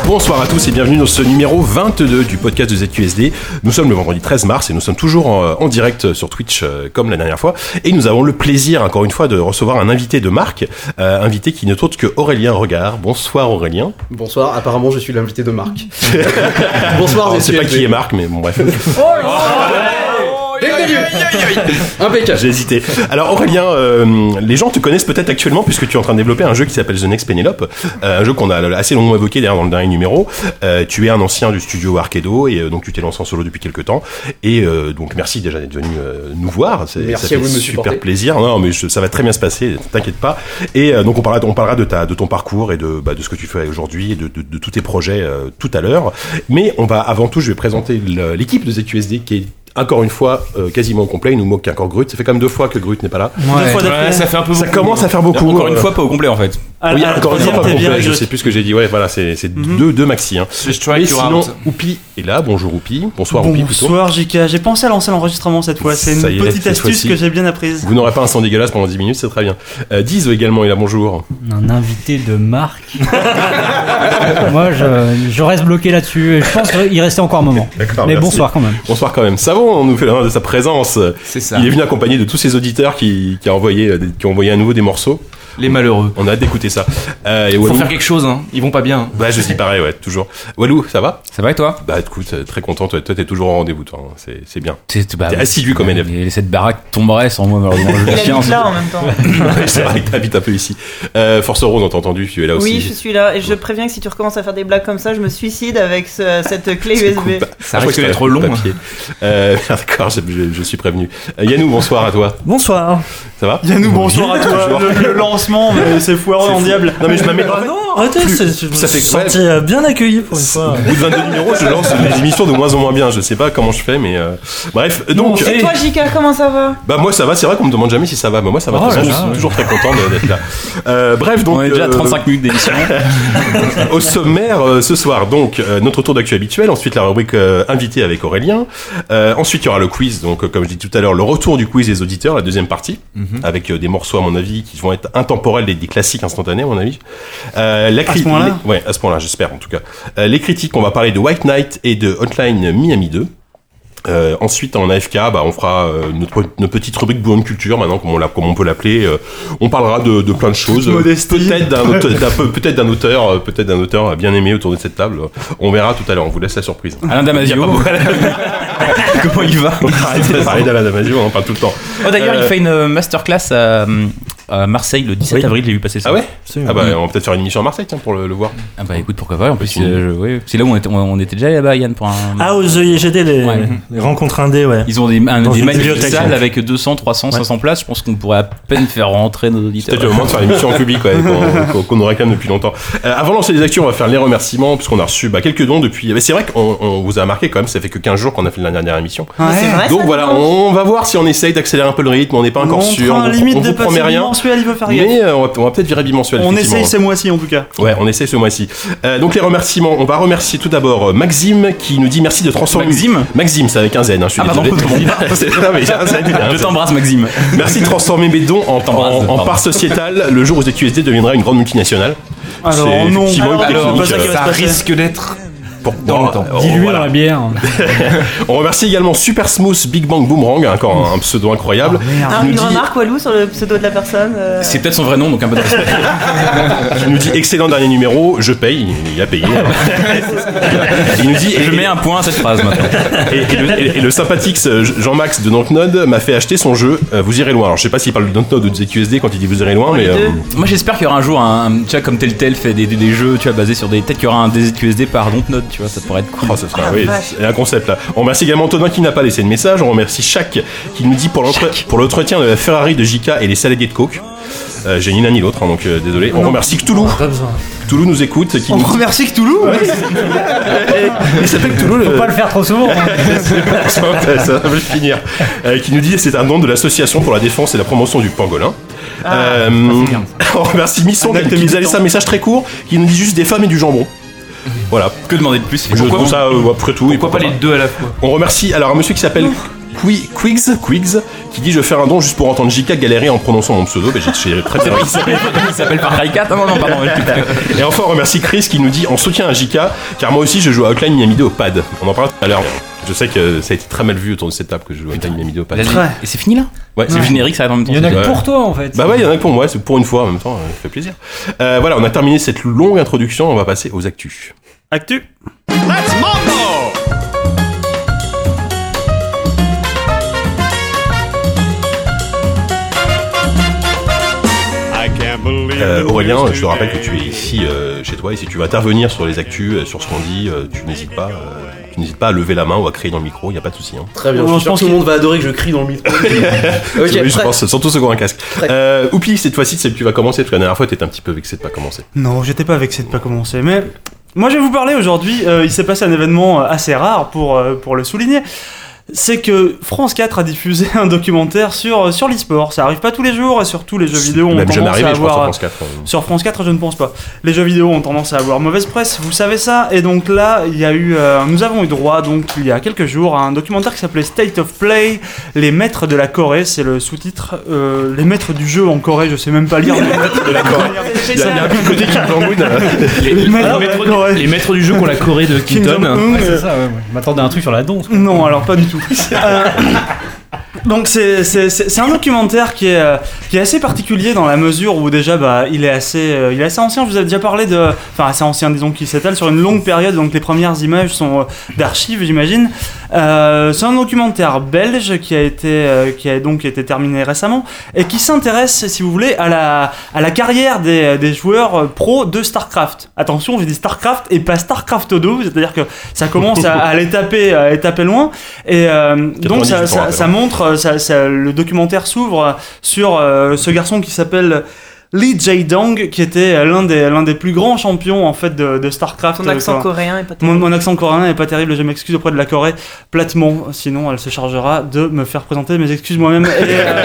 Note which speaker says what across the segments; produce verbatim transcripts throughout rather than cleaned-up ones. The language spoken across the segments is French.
Speaker 1: Bonsoir à tous et bienvenue dans ce numéro vingt-deux du podcast de Z Q S D. Nous sommes le vendredi treize mars et nous sommes toujours en, en direct sur Twitch euh, comme la dernière fois. Et nous avons le plaisir encore une fois de recevoir un invité de marque, euh, invité qui n'est autre que Aurélien Regard. Bonsoir Aurélien.
Speaker 2: Bonsoir, apparemment je suis l'invité de Marc. Bonsoir.
Speaker 1: Je sais pas qui est Marc mais bon bref. Oh impeccable. J'ai hésité. Alors Aurélien, euh, les gens te connaissent peut-être actuellement puisque tu es en train de développer un jeu qui s'appelle The Next Penelope, euh, un jeu qu'on a assez longuement évoqué d'ailleurs dans le dernier numéro. Euh, tu es un ancien du studio Arcado et euh, donc tu t'es lancé en solo depuis quelques temps. Et euh, donc merci déjà d'être venu euh, nous voir. C'est,
Speaker 2: merci
Speaker 1: ça
Speaker 2: à vous
Speaker 1: fait
Speaker 2: de me
Speaker 1: super
Speaker 2: supporter.
Speaker 1: Plaisir. Non mais je, ça va très bien se passer. T'inquiète pas. Et euh, donc on parlera, on parlera de ta, de ton parcours et de, bah, de ce que tu fais aujourd'hui et de, de, de tous tes projets euh, tout à l'heure. Mais on va avant tout, je vais présenter le, l'équipe de Z Q S D qui est encore une fois, euh, quasiment au complet. Il nous manque encore Grut. Ça fait quand même deux fois que Grut n'est pas là.
Speaker 3: Ouais. Deux fois
Speaker 4: ouais, ça fait un peu beaucoup.
Speaker 1: Ça commence à faire beaucoup.
Speaker 4: Encore une fois, pas au complet en fait.
Speaker 1: Ah, oui, encore une fois pas au complet. Je sais plus ce que j'ai dit. Ouais, voilà, c'est, c'est mm-hmm. deux, deux maxi. Hein.
Speaker 4: Et
Speaker 1: sinon, Oupi est là. Bonjour Oupi. Bonsoir Oupi.
Speaker 3: Bonsoir J K. J'ai pensé à lancer l'enregistrement cette fois. C'est une est, petite astuce que j'ai bien apprise.
Speaker 1: Vous n'aurez pas un son dégueulasse pendant dix minutes, c'est très bien. Euh, Diz également est là. Bonjour.
Speaker 5: Un invité de marque. Moi, je, je reste bloqué là-dessus. Je pense qu'il restait encore un moment. D'accord, mais merci. Bonsoir quand même.
Speaker 1: Bonsoir quand même. Savon, on nous fait l'honneur de sa présence.
Speaker 4: C'est ça.
Speaker 1: Il est venu accompagné de tous ses auditeurs qui, qui, a envoyé, qui ont envoyé à nouveau des morceaux.
Speaker 4: Les malheureux.
Speaker 1: On a hâte d'écouter ça.
Speaker 4: Euh, et Walou, faut faire quelque chose, hein. Ils vont pas bien.
Speaker 1: Bah, je dis pareil, ouais, toujours. Walou, ça va?
Speaker 4: Ça va et toi?
Speaker 1: Bah, écoute, très content. Toi, toi, t'es toujours en rendez-vous, toi. Hein. C'est, c'est bien.
Speaker 4: C'est, bah,
Speaker 1: t'es assidu comme élève.
Speaker 4: Et cette baraque tomberait sans moi, malheureusement.
Speaker 6: Il habite là en même temps.
Speaker 1: C'est vrai que t'habites un peu ici. Euh, Force Rose, on t'a entendu, tu es là aussi.
Speaker 6: Oui, je suis là. Et je préviens que si tu recommences à faire des blagues comme ça, je me suicide avec ce, cette clé U S B.
Speaker 4: Ça risque d'être long.
Speaker 1: Euh, d'accord, je, je, je suis prévenu. Euh, Yannou, bonsoir à toi.
Speaker 3: Bonsoir.
Speaker 1: Ça va?
Speaker 3: Yannou, bonsoir à toi. Le, le lancement, mais c'est foireux en diable.
Speaker 1: Non, mais je m'amène.
Speaker 3: Ah non, arrêtez, c'est, je
Speaker 1: ça fait
Speaker 3: senti ouais. bien accueilli pour une fois.
Speaker 1: Au bout de vingt-deux numéros, je lance des émissions de moins en moins bien. Je sais pas comment je fais, mais euh... bref. Donc.
Speaker 6: Et toi, J K, comment ça va?
Speaker 1: Bah, moi, ça va. C'est vrai qu'on me demande jamais si ça va. Mais moi, ça va. Oh, très bien. Je suis toujours très content d'être là. Euh, bref, donc.
Speaker 4: On est déjà à trente-cinq minutes d'émission.
Speaker 1: Au sommaire, euh, ce soir, donc, euh, notre tour d'actu habituel. Ensuite, la rubrique euh, invité avec Aurélien. Euh, ensuite, il y aura le quiz. Donc, euh, comme je dis tout à l'heure, le retour du quiz des auditeurs, la deuxième partie, mm-hmm. avec euh, des morceaux, à mon avis, qui vont être intemporels, des, des classiques instantanés, à mon avis. Euh, la cri-
Speaker 3: à ce point-là
Speaker 1: les... Ouais, à ce point-là, j'espère, en tout cas. Euh, les critiques, on va parler de White Knight et de Hotline Miami deux. Euh, ensuite en A F K, bah, on fera euh, notre, notre petite rubrique Bouillon de culture maintenant, comme on, l'a, comme on peut l'appeler. Euh, on parlera de, de plein de choses. Euh, peut-être d'un, auteur, d'un, peut-être d'un auteur, euh, peut-être d'un auteur bien aimé autour de cette table. On verra tout à l'heure. On vous laisse la surprise.
Speaker 4: Alain Damasio. Comment il va?
Speaker 1: On arrête de parler d'Alain Damasio, on en parle tout le temps.
Speaker 4: Oh, d'ailleurs, euh, il fait une masterclass à, à Marseille le dix-sept oui. avril. J'ai vu passer ça.
Speaker 1: Ah ouais? Ah bah, on va peut-être faire une émission à Marseille tiens, pour le, le voir.
Speaker 4: Ah bah écoute, pourquoi pas. En plus, euh, je, ouais. c'est là où on était, on était déjà là-bas, Yann, pour un.
Speaker 3: Ah, aux E I G D, les, ouais. les rencontres indé, ouais.
Speaker 4: Ils ont des, un, des magnifiques salles avec deux cents, trois cents, ouais. cinq cents places. Je pense qu'on pourrait à peine faire rentrer nos auditeurs.
Speaker 1: C'est peut-être le moment de faire l'émission en public, ouais, qu'on, qu'on nous réclame depuis longtemps. Euh, avant de lancer les actus, on va faire les remerciements, puisqu'on a reçu bah, quelques dons depuis. Mais c'est vrai qu'on on vous a remarqué quand même, ça fait que quinze jours qu'on a fait la dernière émission.
Speaker 6: Ouais. C'est vrai,
Speaker 1: donc voilà, on va voir si on essaye d'accélérer un peu le rythme, on n'est pas encore
Speaker 3: on
Speaker 1: sûr.
Speaker 3: On, limite
Speaker 1: on
Speaker 3: de
Speaker 1: vous promet rien.
Speaker 3: Mensuel, il veut faire
Speaker 1: mais euh, on, va, on va peut-être virer bimensuel.
Speaker 3: On essaye ce mois-ci en tout cas.
Speaker 1: Ouais, on essaye ce mois-ci. Euh, donc les remerciements, on va remercier tout d'abord Maxime qui nous dit merci de transformer.
Speaker 4: Maxime
Speaker 1: Maxime, c'est avec un Z, hein, je suis
Speaker 4: ah
Speaker 1: désolé.
Speaker 4: Pardon, mais un Z, un je t'embrasse Maxime.
Speaker 1: Merci de transformer mes dons en, en, en part sociétale le jour où Z Q S D deviendra une grande multinationale.
Speaker 3: Alors
Speaker 1: c'est
Speaker 3: non,
Speaker 1: alors,
Speaker 4: alors,
Speaker 1: ça,
Speaker 4: ça risque d'être.
Speaker 1: Pour,
Speaker 5: dans le temps. Dis-lui voilà. Dans la bière.
Speaker 1: On remercie également Super Smooth Big Bang Boomerang, encore un, un pseudo incroyable.
Speaker 6: Oh, ah, une dit... remarque, Walou, sur le pseudo de la personne euh...
Speaker 4: C'est peut-être son vrai nom, donc un peu de respect.
Speaker 1: Il nous dit excellent dernier numéro, je paye, il a payé. Il nous dit
Speaker 4: je mets un point à cette phrase maintenant.
Speaker 1: Et, et, le, et, et le sympathique Jean-Max de Dontnod m'a fait acheter son jeu Vous irez loin. Alors je sais pas s'il parle de Dontnod ou de Z Q S D quand il dit Vous irez loin, oh, mais euh...
Speaker 4: moi j'espère qu'il y aura un jour un, tu vois, comme Telltale fait des, des, des jeux, tu vois, basés sur des. Peut-être qu'il y aura un Z Q S D par Dontnod, tu vois, ça pourrait être cool.
Speaker 1: Oh, ça sera, ah, oui, c'est un concept là. On remercie également Thomas qui n'a pas laissé de message. On remercie Shaq qui nous dit pour, l'entre... pour l'entretien de la Ferrari de J K et les saladiers de coke. Euh, j'ai ni l'un ni l'autre, hein, donc euh, désolé. On non. remercie Cthulhu. Cthulhu nous écoute. Qui
Speaker 3: on
Speaker 1: nous...
Speaker 3: remercie Cthulhu. Ouais.
Speaker 1: Il s'appelle Cthulhu.
Speaker 5: Faut le... pas le faire trop souvent. Hein.
Speaker 1: Ça va finir. Euh, qui nous dit c'est un don de l'association pour la défense et la promotion du pangolin. Ah, euh, on remercie Misson qui nous a laissé un message très court qui nous dit juste des femmes et du jambon. Voilà.
Speaker 4: Que demander de plus?
Speaker 1: Je trouve ça euh, après tout.
Speaker 4: Pourquoi pas, pas les deux à la fois?
Speaker 1: On remercie alors un monsieur qui s'appelle Qui- Quigs, Quigs, qui dit je fais un don juste pour entendre J K galérer en prononçant mon pseudo. Ben, j'ai, j'ai très bien
Speaker 4: Il s'appelle, il s'appelle Far Cry quatre. Ah non, non, pardon.
Speaker 1: Et enfin, on remercie Chris qui nous dit en soutien à J K, car moi aussi je joue à Hotline Miami deux au pad. On en parlera tout à l'heure. Je sais que ça a été très mal vu autour de cette table que je joue à Hotline Miami deux au pad.
Speaker 4: Et c'est fini là?
Speaker 1: Ouais,
Speaker 4: c'est le générique, ça va en même temps.
Speaker 5: Il y en a que
Speaker 1: Ouais.
Speaker 5: pour toi en fait.
Speaker 1: Bah ouais, il y en a que pour moi, c'est pour une fois en même temps, ça fait plaisir. Euh, voilà, on a terminé cette longue introduction, on va passer aux actus.
Speaker 3: Actu.
Speaker 7: Let's mambo!
Speaker 1: Euh, Aurélien, je te rappelle que tu es ici euh, chez toi et si tu veux intervenir sur les actus, euh, sur ce qu'on dit, euh, tu n'hésites pas, euh, tu n'hésites pas à lever la main ou à crier dans le micro, il n'y a pas de souci. Hein.
Speaker 2: Très bien,
Speaker 3: Non,
Speaker 2: je suis
Speaker 3: je
Speaker 2: sûr
Speaker 3: pense
Speaker 2: que tout le
Speaker 3: que-
Speaker 2: monde va adorer que je crie dans le micro. Ok,
Speaker 1: Oui, je
Speaker 2: prêt.
Speaker 1: pense, surtout ceux qui ont un casque. Euh, Oupi, cette fois-ci, c'est que tu vas commencer, parce que la dernière fois, t'étais un petit peu vexé de pas commencer.
Speaker 3: Non, j'étais pas vexé de pas commencer, mais moi je vais vous parler aujourd'hui. Euh, il s'est passé un événement assez rare pour, euh, pour le souligner. C'est que France quatre a diffusé un documentaire sur, sur l'e-sport. Ça arrive pas tous les jours, et surtout les jeux vidéo ont
Speaker 1: Même jamais
Speaker 3: tendance
Speaker 1: arrivé,
Speaker 3: à
Speaker 1: je pense,
Speaker 3: avoir.
Speaker 1: sur France quatre. euh.
Speaker 3: Sur France quatre, je ne pense pas. Les jeux vidéo ont tendance à avoir mauvaise presse, vous savez ça. Et donc là, il y a eu, euh, nous avons eu droit, donc il y a quelques jours, à un documentaire qui s'appelait State of Play, les maîtres de la Corée. C'est le sous-titre. Euh, les maîtres du jeu en Corée, je sais même pas lire. Les maîtres de la Corée.
Speaker 1: Il y a, il y a un peu de Kim Jong-un. euh.
Speaker 4: Les,
Speaker 3: Les maîtres de la
Speaker 4: maîtres
Speaker 3: Corée.
Speaker 4: du, les maîtres du jeu qu'on la Corée de
Speaker 3: Kim
Speaker 4: Clinton.
Speaker 3: Jong-un,
Speaker 5: Ouais, c'est
Speaker 3: euh,
Speaker 5: ça, ouais, ouais. Je m'attendais à un truc sur la danse. quoi.
Speaker 3: Non, alors pas du tout. Euh, donc c'est, c'est, c'est, c'est un documentaire qui est, euh, qui est assez particulier dans la mesure où déjà bah, il, est assez, euh, il est assez ancien, je vous avais déjà parlé de... Enfin assez ancien disons, qui s'étale sur une longue période, donc les premières images sont euh, d'archives j'imagine. Euh, c'est un documentaire belge qui a été, euh, qui a donc été terminé récemment et qui s'intéresse, si vous voulez, à la, à la carrière des, des joueurs euh, pros de StarCraft. Attention, j'ai dit StarCraft et pas StarCraft deux, c'est-à-dire que ça commence à, à les taper, à les taper loin. Et euh, donc ça, ça, ça montre, ça, ça, le documentaire s'ouvre sur euh, ce garçon qui s'appelle Lee Jae-dong, qui était l'un des, l'un des plus grands champions en fait de, de StarCraft.
Speaker 6: Ton accent
Speaker 3: Quoi.
Speaker 6: coréen est pas
Speaker 3: Mon,
Speaker 6: terrible.
Speaker 3: mon accent coréen est pas terrible, je m'excuse auprès de la Corée platement, sinon elle se chargera de me faire présenter mes excuses moi-même. Et,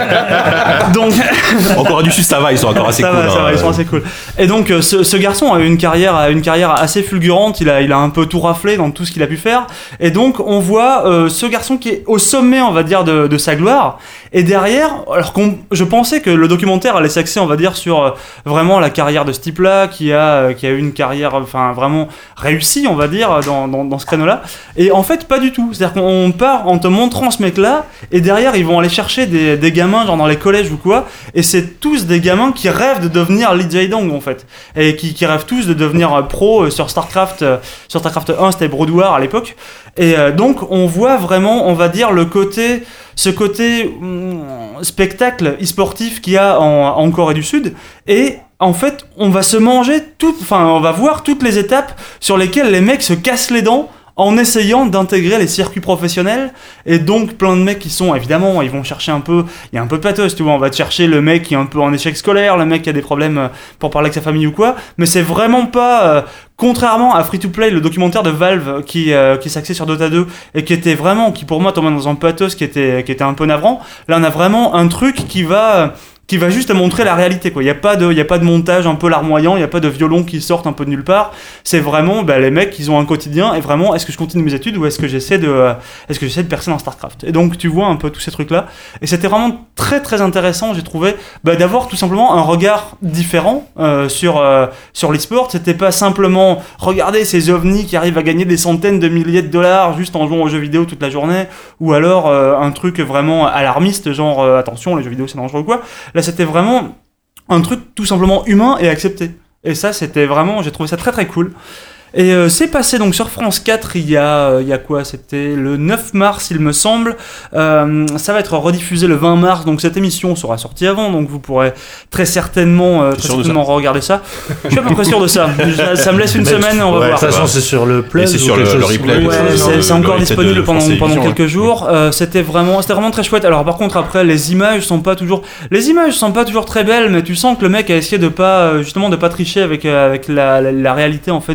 Speaker 3: euh, donc,
Speaker 1: En Corée du Sud, ça va, ils sont encore assez
Speaker 3: ça
Speaker 1: cool.
Speaker 3: va, ça
Speaker 1: hein.
Speaker 3: va, ils sont assez cool. Et donc euh, ce, ce garçon a eu une carrière, a eu une carrière assez fulgurante. Il a, il a un peu tout raflé dans tout ce qu'il a pu faire. Et donc on voit euh, ce garçon qui est au sommet, on va dire, de, de sa gloire. Et derrière, alors qu'on, je pensais que le documentaire allait s'axer, on va dire, sur euh, vraiment la carrière de ce type-là, qui a, euh, qui a eu une carrière, enfin vraiment réussie, on va dire, dans, dans, dans ce créneau-là. Et en fait, pas du tout. C'est-à-dire qu'on part en te montrant ce mec-là, et derrière, ils vont aller chercher des, des gamins, genre dans les collèges ou quoi, et c'est tous des gamins qui rêvent de devenir Lee Jae-dong, en fait. Et qui, qui rêvent tous de devenir euh, pro euh, sur StarCraft, euh, sur StarCraft un, c'était Brood War à l'époque. Et euh, donc, on voit vraiment, on va dire, le côté, ce côté mm, spectacle e-sportif qu'il y a en, en Corée du Sud. Et en fait, on va se manger tout, enfin, on va voir toutes les étapes sur lesquelles les mecs se cassent les dents en essayant d'intégrer les circuits professionnels. Et donc plein de mecs qui sont, évidemment, ils vont chercher un peu, il y a un peu de pathos, tu vois, on va te chercher le mec qui est un peu en échec scolaire, le mec qui a des problèmes euh, pour parler avec sa famille ou quoi, mais c'est vraiment pas, euh, contrairement à Free to Play, le documentaire de Valve qui, euh, qui s'axait sur Dota deux et qui était vraiment, qui pour moi tombait dans un pathos qui était, qui était un peu navrant, là on a vraiment un truc qui va... euh, qui va juste montrer la réalité, quoi. Il y a pas de, il y a pas de montage un peu larmoyant, il y a pas de violon qui sortent un peu de nulle part. C'est vraiment, bah, les mecs, ils ont un quotidien et vraiment, est-ce que je continue mes études ou est-ce que j'essaie de, euh, est-ce que j'essaie de percer dans StarCraft. Et donc, tu vois un peu tous ces trucs-là. Et c'était vraiment très très intéressant, j'ai trouvé, bah, d'avoir tout simplement un regard différent euh, sur euh, sur l'e-sport. C'était pas simplement regarder ces ovnis qui arrivent à gagner des centaines de milliers de dollars juste en jouant aux jeux vidéo toute la journée, ou alors euh, un truc vraiment alarmiste, genre euh, attention, les jeux vidéo c'est dangereux ou quoi. Là, c'était vraiment un truc tout simplement humain et accepté. Et ça, c'était vraiment, j'ai trouvé ça très très cool. Et euh, c'est passé donc sur France quatre il y a, euh, il y a quoi, c'était le neuf mars il me semble. Euh, ça va être rediffusé le vingt mars, donc cette émission sera sortie avant, donc vous pourrez très certainement, euh, très certainement regarder ça. Je suis à peu près sûr de ça. Ça, ça me laisse une semaine, on va
Speaker 2: Ouais,
Speaker 3: voir.
Speaker 2: de toute façon, c'est sur le play.
Speaker 1: Et c'est sur le, le replay.
Speaker 3: Ouais,
Speaker 1: le-
Speaker 3: c'est,
Speaker 1: le-
Speaker 3: c'est
Speaker 1: le
Speaker 3: encore
Speaker 1: replay
Speaker 3: disponible
Speaker 1: de
Speaker 3: pendant,
Speaker 1: France
Speaker 3: pendant
Speaker 1: Télévisions,
Speaker 3: quelques jours. Euh, c'était vraiment, c'était vraiment très chouette. Alors par contre après les images sont pas toujours, les images sont pas toujours très belles, mais tu sens que le mec a essayé de pas, euh, justement de pas tricher avec euh, avec la, la, la réalité en fait du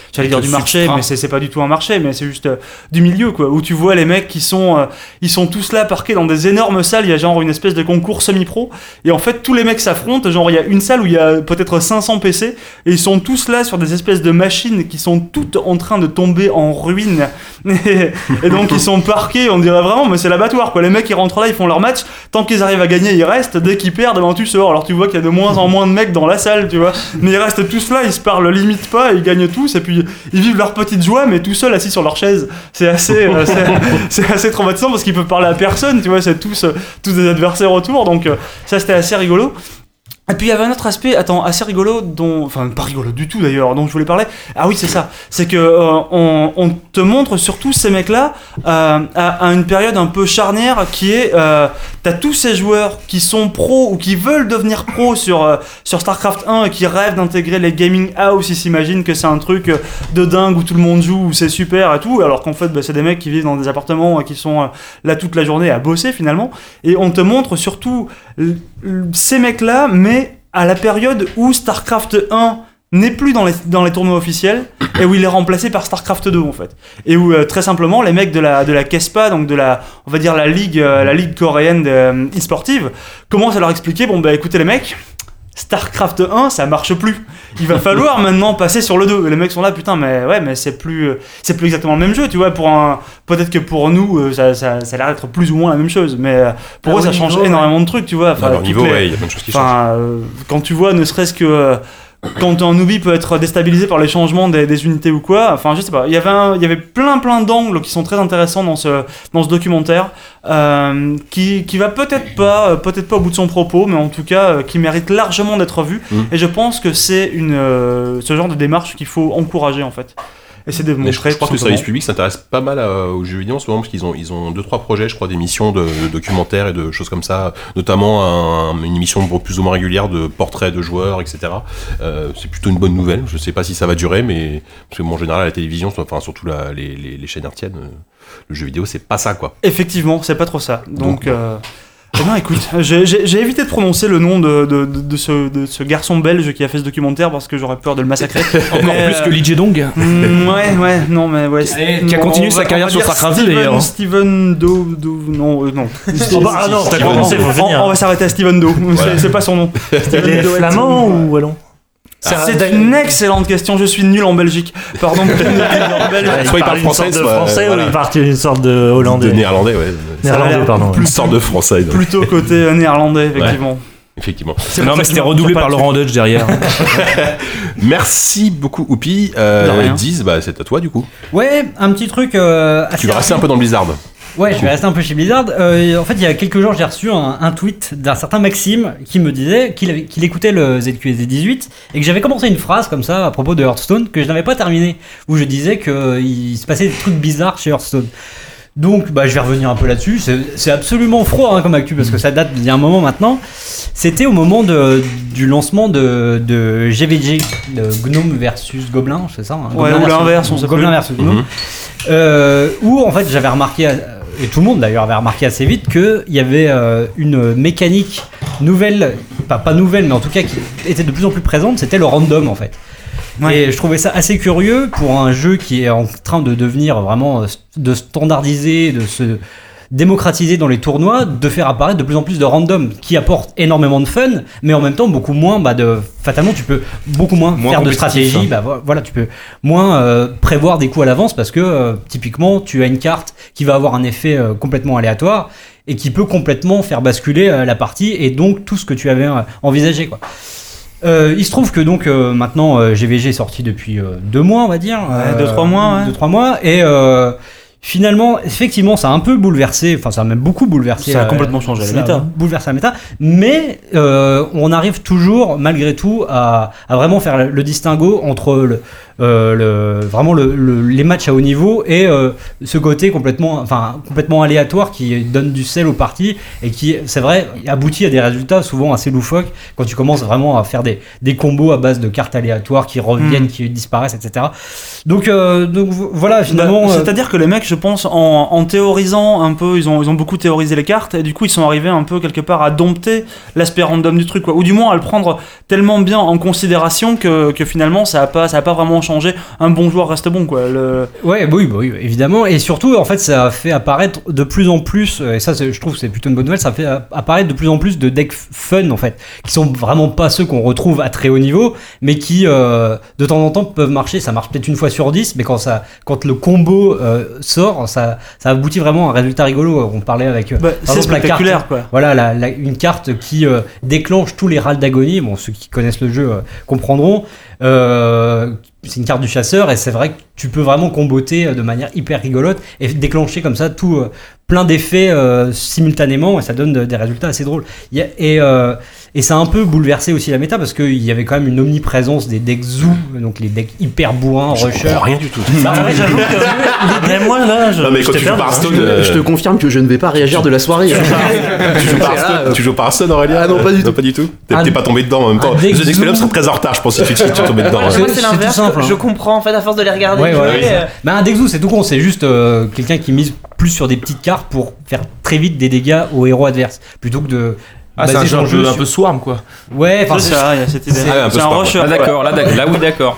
Speaker 3: j'allais dire du marché,
Speaker 1: substrat.
Speaker 3: mais c'est, c'est pas du tout un marché, mais c'est juste euh, du milieu, quoi, où tu vois les mecs qui sont, euh, ils sont tous là parqués dans des énormes salles, il y a genre une espèce de concours semi-pro, et en fait tous les mecs s'affrontent, genre il y a une salle où il y a peut-être cinq cents P C, et ils sont tous là sur des espèces de machines qui sont toutes en train de tomber en ruine, et, et donc ils sont parqués, on dirait vraiment, mais c'est l'abattoir, quoi, les mecs ils rentrent là, ils font leur match, tant qu'ils arrivent à gagner, ils restent, dès qu'ils perdent, ben tu sors, alors tu vois qu'il y a de moins en moins de mecs dans la salle, tu vois, mais ils restent tous là, ils se parlent limite pas, ils gagnent tous, et puis ils vivent leur petite joie, mais tout seuls assis sur leur chaise, c'est assez, euh, c'est, c'est assez traumatisant, parce qu'ils peuvent parler à personne, tu vois, c'est tous, euh, tous des adversaires autour, donc euh, ça c'était assez rigolo. Et puis il y avait un autre aspect, attends, assez rigolo, dont, enfin pas rigolo du tout d'ailleurs, dont je voulais parler. Ah oui, c'est ça, c'est que euh, on, on te montre surtout ces mecs-là euh, à, à une période un peu charnière qui est, euh, t'as tous ces joueurs qui sont pros ou qui veulent devenir pros sur euh, sur StarCraft un et qui rêvent d'intégrer les gaming house, ils s'imaginent que c'est un truc de dingue où tout le monde joue, où c'est super et tout, alors qu'en fait bah, c'est des mecs qui vivent dans des appartements et qui sont euh, là toute la journée à bosser finalement. Et on te montre surtout l- l- ces mecs-là, mais à la période où StarCraft un n'est plus dans les, dans les tournois officiels et où il est remplacé par StarCraft deux en fait. Et où euh, très simplement les mecs de la, de la KESPA, donc de la, on va dire la ligue, euh, la ligue coréenne de, euh, e-sportive, commencent à leur expliquer, bon bah écoutez les mecs, StarCraft un ça marche plus. Il va falloir maintenant passer sur le deux. Et les mecs sont là, putain, mais ouais, mais c'est plus, euh, c'est plus exactement le même jeu, tu vois. Pour un, peut-être que pour nous, euh, ça, ça, ça a l'air d'être plus ou moins la même chose, mais euh, pour
Speaker 6: Ah,
Speaker 3: eux, ça
Speaker 6: au
Speaker 3: change
Speaker 6: niveau,
Speaker 3: énormément de trucs, tu vois. Enfin,
Speaker 1: À leur
Speaker 3: toutes
Speaker 1: niveau,
Speaker 3: les-
Speaker 1: ouais, il y a plein de choses qui changent.
Speaker 3: Enfin, euh, quand tu vois, ne serait-ce que euh, quand un newbie peut être déstabilisé par les changements des, des unités ou quoi, enfin, je sais pas. Il y avait, un- il y avait plein, plein d'angles qui sont très intéressants dans ce, dans ce documentaire, euh, qui, qui va peut-être pas, euh, peut-être pas au bout de son propos, mais en tout cas, euh, qui mérite largement d'être vu.
Speaker 1: Mm.
Speaker 3: Et je pense que c'est une, euh, ce genre de démarche qu'il faut encourager en fait. Et c'est de
Speaker 1: Mais je,
Speaker 3: montrer.
Speaker 1: je crois que
Speaker 3: tout
Speaker 1: le service
Speaker 3: simplement.
Speaker 1: public s'intéresse pas mal à- aux jeux vidéo en ce moment parce qu'ils ont ils ont deux trois projets, je crois, d'émissions, de, de documentaires et de choses comme ça, notamment un- une émission plus ou moins régulière de portraits de joueurs, et cetera. Euh, c'est plutôt une bonne nouvelle. Je sais pas si ça va durer, mais parce que bon, en général, à la télévision, enfin surtout la, les, les, les chaînes hertziennes, euh, le jeu vidéo, c'est pas ça quoi.
Speaker 3: Effectivement, c'est pas trop ça. Donc.
Speaker 1: Donc,
Speaker 3: euh, Eh ben écoute, j'ai, j'ai, j'ai évité de prononcer le nom de, de, de, de ce, de ce garçon belge qui a fait ce documentaire parce que j'aurais peur de le massacrer.
Speaker 7: Encore
Speaker 3: Mais,
Speaker 7: plus
Speaker 3: euh,
Speaker 7: que Lee Jae-dong.
Speaker 3: mm, ouais, ouais, non, mais ouais.
Speaker 7: Et qui a
Speaker 3: non,
Speaker 7: continué
Speaker 3: on
Speaker 7: sa
Speaker 3: va-
Speaker 7: carrière
Speaker 3: on va
Speaker 7: sur
Speaker 3: dire
Speaker 7: StarCraft,
Speaker 3: Steven-
Speaker 7: d'ailleurs.
Speaker 3: Steven Do. Do non, euh, non.
Speaker 8: Oh bah, ah non, t'as
Speaker 1: Steven
Speaker 8: commencé,
Speaker 1: Do.
Speaker 8: faut
Speaker 3: On,
Speaker 8: finir.
Speaker 3: on va s'arrêter à Steven Do.
Speaker 1: Voilà.
Speaker 3: C'est, c'est pas son nom.
Speaker 8: Il est
Speaker 3: Steven Doet.
Speaker 8: flamand ou wallon?
Speaker 3: C'est une excellente question. Je suis nul en Belgique. Pardon. pour tous nos auditeurs belges.
Speaker 1: Soit il parle
Speaker 8: une
Speaker 1: français,
Speaker 8: sorte de
Speaker 1: soit,
Speaker 8: français
Speaker 1: voilà.
Speaker 8: ou il part une sorte de
Speaker 1: De
Speaker 8: hollandais.
Speaker 1: néerlandais, ouais.
Speaker 8: Néerlandais, pardon.
Speaker 1: Plus sorte de français. donc.
Speaker 3: Plutôt côté euh, néerlandais, effectivement.
Speaker 1: Effectivement.
Speaker 3: C'est
Speaker 7: Non,
Speaker 3: pour
Speaker 7: mais
Speaker 3: ça
Speaker 7: c'était
Speaker 3: que je me
Speaker 7: redoublé
Speaker 3: prends
Speaker 7: par
Speaker 3: pas
Speaker 7: Laurent Dutch derrière.
Speaker 1: Merci beaucoup, Oupi.
Speaker 3: De
Speaker 1: Euh,
Speaker 3: rien.
Speaker 1: Diz, bah, c'est à toi du coup.
Speaker 5: Ouais, un petit truc. Euh, assez
Speaker 1: Tu vas rester un
Speaker 5: rapide.
Speaker 1: peu dans le Blizzard.
Speaker 5: Ouais, je vais rester un peu chez Blizzard. Euh, en fait, il y a quelques jours, j'ai reçu un, un tweet d'un certain Maxime qui me disait qu'il, avait- qu'il écoutait le Z Q S D dix-huit et que j'avais commencé une phrase comme ça à propos de Hearthstone que je n'avais pas terminée, où je disais qu'il se passait des trucs bizarres chez Hearthstone. Donc, bah, je vais revenir un peu là-dessus. C'est, c'est absolument froid hein, comme actu parce que ça date d'il y a un moment maintenant. C'était au moment de, du lancement de, de G V G, de Gnome versus Gobelin, c'est ça hein,
Speaker 3: Ouais,
Speaker 5: Gobelin
Speaker 3: ou
Speaker 5: versus-
Speaker 3: l'inverse, on sait
Speaker 5: Gobelin
Speaker 3: plus.
Speaker 5: versus Gnome.
Speaker 1: Mhm.
Speaker 5: Euh, où en fait j'avais remarqué, euh, et tout le monde d'ailleurs avait remarqué assez vite, qu'il y avait euh, une mécanique nouvelle, pas, pas nouvelle, mais en tout cas qui était de plus en plus présente, c'était le random en fait.
Speaker 3: Ouais.
Speaker 5: Et je trouvais ça assez curieux pour un jeu qui est en train de devenir vraiment, euh, de standardiser, de se démocratiser dans les tournois, de faire apparaître de plus en plus de random qui apporte énormément de fun, mais en même temps beaucoup moins bah, de fatalement tu peux beaucoup moins,
Speaker 7: Moins
Speaker 5: faire de
Speaker 7: compétitif,
Speaker 5: stratégie,
Speaker 7: hein.
Speaker 5: bah vo- voilà, tu peux moins euh, prévoir des coups à l'avance parce que euh, typiquement tu as une carte qui va avoir un effet euh, complètement aléatoire et qui peut complètement faire basculer euh, la partie et donc tout ce que tu avais euh, envisagé quoi. Euh, il se trouve que donc euh, maintenant euh, G V G est sorti depuis euh, deux mois on va dire,
Speaker 3: Ouais, deux, trois mois, ouais.
Speaker 5: deux trois mois et euh, finalement effectivement ça a un peu bouleversé, enfin ça a même beaucoup bouleversé,
Speaker 3: Ça a
Speaker 5: euh,
Speaker 3: complètement changé la
Speaker 5: ça a
Speaker 3: méta.
Speaker 5: bouleversé la méta, mais euh, on arrive toujours malgré tout à, à vraiment faire le, le distinguo entre le, euh, le, vraiment le, le- les matchs à haut niveau et euh, ce côté complètement, enfin, complètement aléatoire qui donne du sel aux parties et qui, c'est vrai, aboutit à des résultats souvent assez loufoques quand tu commences vraiment à faire des, des combos à base de cartes aléatoires qui reviennent,
Speaker 3: Mm.
Speaker 5: qui disparaissent, et cetera. Donc, euh, donc vo- voilà, finalement.
Speaker 3: Bah,
Speaker 5: euh,
Speaker 3: c'est-à-dire que les mecs, je pense, en, en théorisant un peu, ils ont, ils ont beaucoup théorisé les cartes, et du coup, ils sont arrivés un peu quelque part à dompter l'aspect random du truc, quoi. Ou du moins à le prendre tellement bien en considération que, que finalement, ça a pas, ça a pas vraiment changé changer. Un bon joueur reste bon, quoi. Le...
Speaker 5: Ouais, bah oui, bah oui, évidemment. Et surtout, en fait, ça fait apparaître de plus en plus, et ça, c'est, je trouve que c'est plutôt une bonne nouvelle, ça fait apparaître de plus en plus de decks fun, en fait, qui sont vraiment pas ceux qu'on retrouve à très haut niveau, mais qui, euh, de temps en temps, peuvent marcher. Ça marche peut-être une fois sur dix, mais quand, ça, quand le combo euh, sort, ça, ça aboutit vraiment à un résultat rigolo. On parlait avec,
Speaker 3: bah,
Speaker 5: par
Speaker 3: c'est
Speaker 5: exemple, la
Speaker 3: spectaculaire,
Speaker 5: carte,
Speaker 3: quoi.
Speaker 5: Voilà, la, la, une carte qui euh, déclenche tous les râles d'agonie. Bon, ceux qui connaissent le jeu euh, comprendront. Euh, c'est une carte du chasseur et c'est vrai que tu peux vraiment comboter de manière hyper rigolote et déclencher comme ça tout euh, plein d'effets euh, simultanément et ça donne de, des résultats assez drôles. Il y a, et, euh, et ça a un peu bouleversé aussi la méta parce qu'il y avait quand même une omniprésence des decks zoo, donc les decks hyper bourrins,
Speaker 1: Je
Speaker 5: rusher.
Speaker 1: comprends rien du tout.
Speaker 8: Bah, ouais, j'avoue que. Mais moi, là, je.
Speaker 1: Non, mais quand
Speaker 8: j'étais
Speaker 1: tu joues
Speaker 8: perdu,
Speaker 1: par
Speaker 8: hein.
Speaker 1: Hearthstone, euh,
Speaker 2: Je te confirme que je ne vais pas réagir de la soirée.
Speaker 1: tu joues par Hearthstone, tu joues par Hearthstone, Aurélien?
Speaker 2: Ah non, pas du tout.
Speaker 1: pas du tout. T'es,
Speaker 5: Un-
Speaker 1: t'es pas tombé dedans en même temps.
Speaker 5: un deck
Speaker 1: The Experience
Speaker 5: zoo.
Speaker 1: serait très en retard, je pense, si tu si tu es tombé dedans.
Speaker 6: Moi,
Speaker 1: ouais.
Speaker 6: moi,
Speaker 5: C'est-
Speaker 6: c'est
Speaker 5: c'est
Speaker 6: l'inverse.
Speaker 5: tout simple, hein.
Speaker 6: Je comprends en fait à force de les regarder.
Speaker 5: Ouais,
Speaker 6: jouer,
Speaker 5: ouais, ouais.
Speaker 6: euh,
Speaker 5: Bah, un deck zoo, c'est tout con, c'est juste euh, quelqu'un qui mise plus sur des petites cartes pour faire très vite des dégâts au héros adverse plutôt que de.
Speaker 7: Ah, c'est un
Speaker 5: baser
Speaker 7: jeu
Speaker 5: son
Speaker 7: un peu, un
Speaker 5: sur-
Speaker 7: peu swarm, quoi.
Speaker 5: Ouais, enfin,
Speaker 3: C'est ça, il y a cette idée.
Speaker 1: Ah ouais, un peu
Speaker 3: C'est un
Speaker 1: sport,
Speaker 3: rusher.
Speaker 4: Là,
Speaker 3: quoi.
Speaker 4: d'accord, là, d'ac- là, oui, d'accord.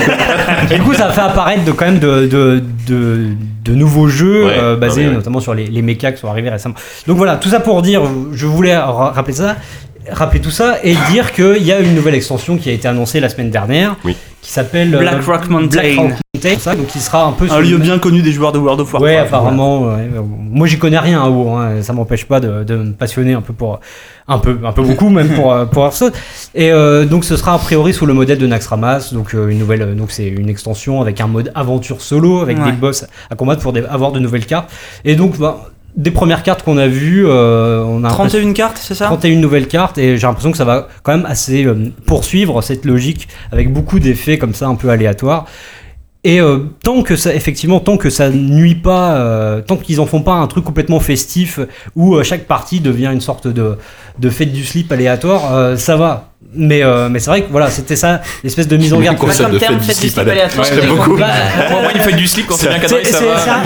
Speaker 5: Et du coup, ça fait apparaître de, quand même de, de, de, de nouveaux jeux
Speaker 1: Ouais,
Speaker 5: euh, basés
Speaker 1: ouais, ouais.
Speaker 5: notamment sur les, les mechas qui sont arrivés récemment. Donc voilà, tout ça pour dire, je voulais ra- rappeler ça, rappeler tout ça et dire qu'il y a une nouvelle extension qui a été annoncée la semaine dernière,
Speaker 1: Oui.
Speaker 5: qui s'appelle euh,
Speaker 3: Black Rock Mountain.
Speaker 5: Black Rock Mountain, ça, donc qui sera un peu sur
Speaker 3: Un
Speaker 5: le
Speaker 3: lieu
Speaker 5: même-
Speaker 3: bien connu des joueurs de World of Warcraft.
Speaker 5: Ouais, apparemment. Ouais. Moi, j'y connais rien à WoW. Hein. Ça m'empêche pas de, de me passionner un peu pour, un peu, un peu beaucoup même pour euh, pour Hearthstone. Et euh, donc, ce sera a priori sous le modèle de Naxxramas. Donc, euh, une nouvelle. euh, Donc, c'est une extension avec un mode aventure solo, avec
Speaker 3: Ouais.
Speaker 5: des boss à combattre pour des- avoir de nouvelles cartes. Et donc, bah, des premières cartes qu'on a vues, euh, on a
Speaker 3: trente et une cartes, c'est ça?
Speaker 5: trente et une nouvelles cartes et j'ai l'impression que ça va quand même assez euh, poursuivre cette logique avec beaucoup d'effets comme ça un peu aléatoires. Et euh, tant que ça, effectivement, tant que ça nuit pas, euh, tant qu'ils en font pas un truc complètement festif où euh, chaque partie devient une sorte de, de fête du slip aléatoire, euh, ça va. Mais, euh, mais c'est vrai que voilà, c'était ça, l'espèce de mise en garde.
Speaker 1: Quoi,
Speaker 6: pas
Speaker 1: ça
Speaker 6: comme
Speaker 1: de
Speaker 6: terme,
Speaker 1: fête du
Speaker 6: faites du
Speaker 1: slip
Speaker 6: slip aléatoire.
Speaker 1: J'aime
Speaker 6: j'ai
Speaker 1: beaucoup.
Speaker 6: compris.
Speaker 5: Bah,
Speaker 4: Moi, moi, il fait du slip quand c'est bien cadré,
Speaker 5: c'est-
Speaker 4: ça
Speaker 5: c'est-
Speaker 4: va.
Speaker 5: ça-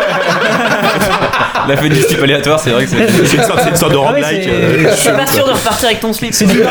Speaker 4: La fête du slip aléatoire, c'est vrai que c'est.
Speaker 1: C'est une sorte, c'est une sorte de
Speaker 5: Ah ouais,
Speaker 1: roguelike.
Speaker 5: c'est-
Speaker 1: euh,
Speaker 6: Je suis pas sûr de repartir avec ton slip.
Speaker 5: c'est du,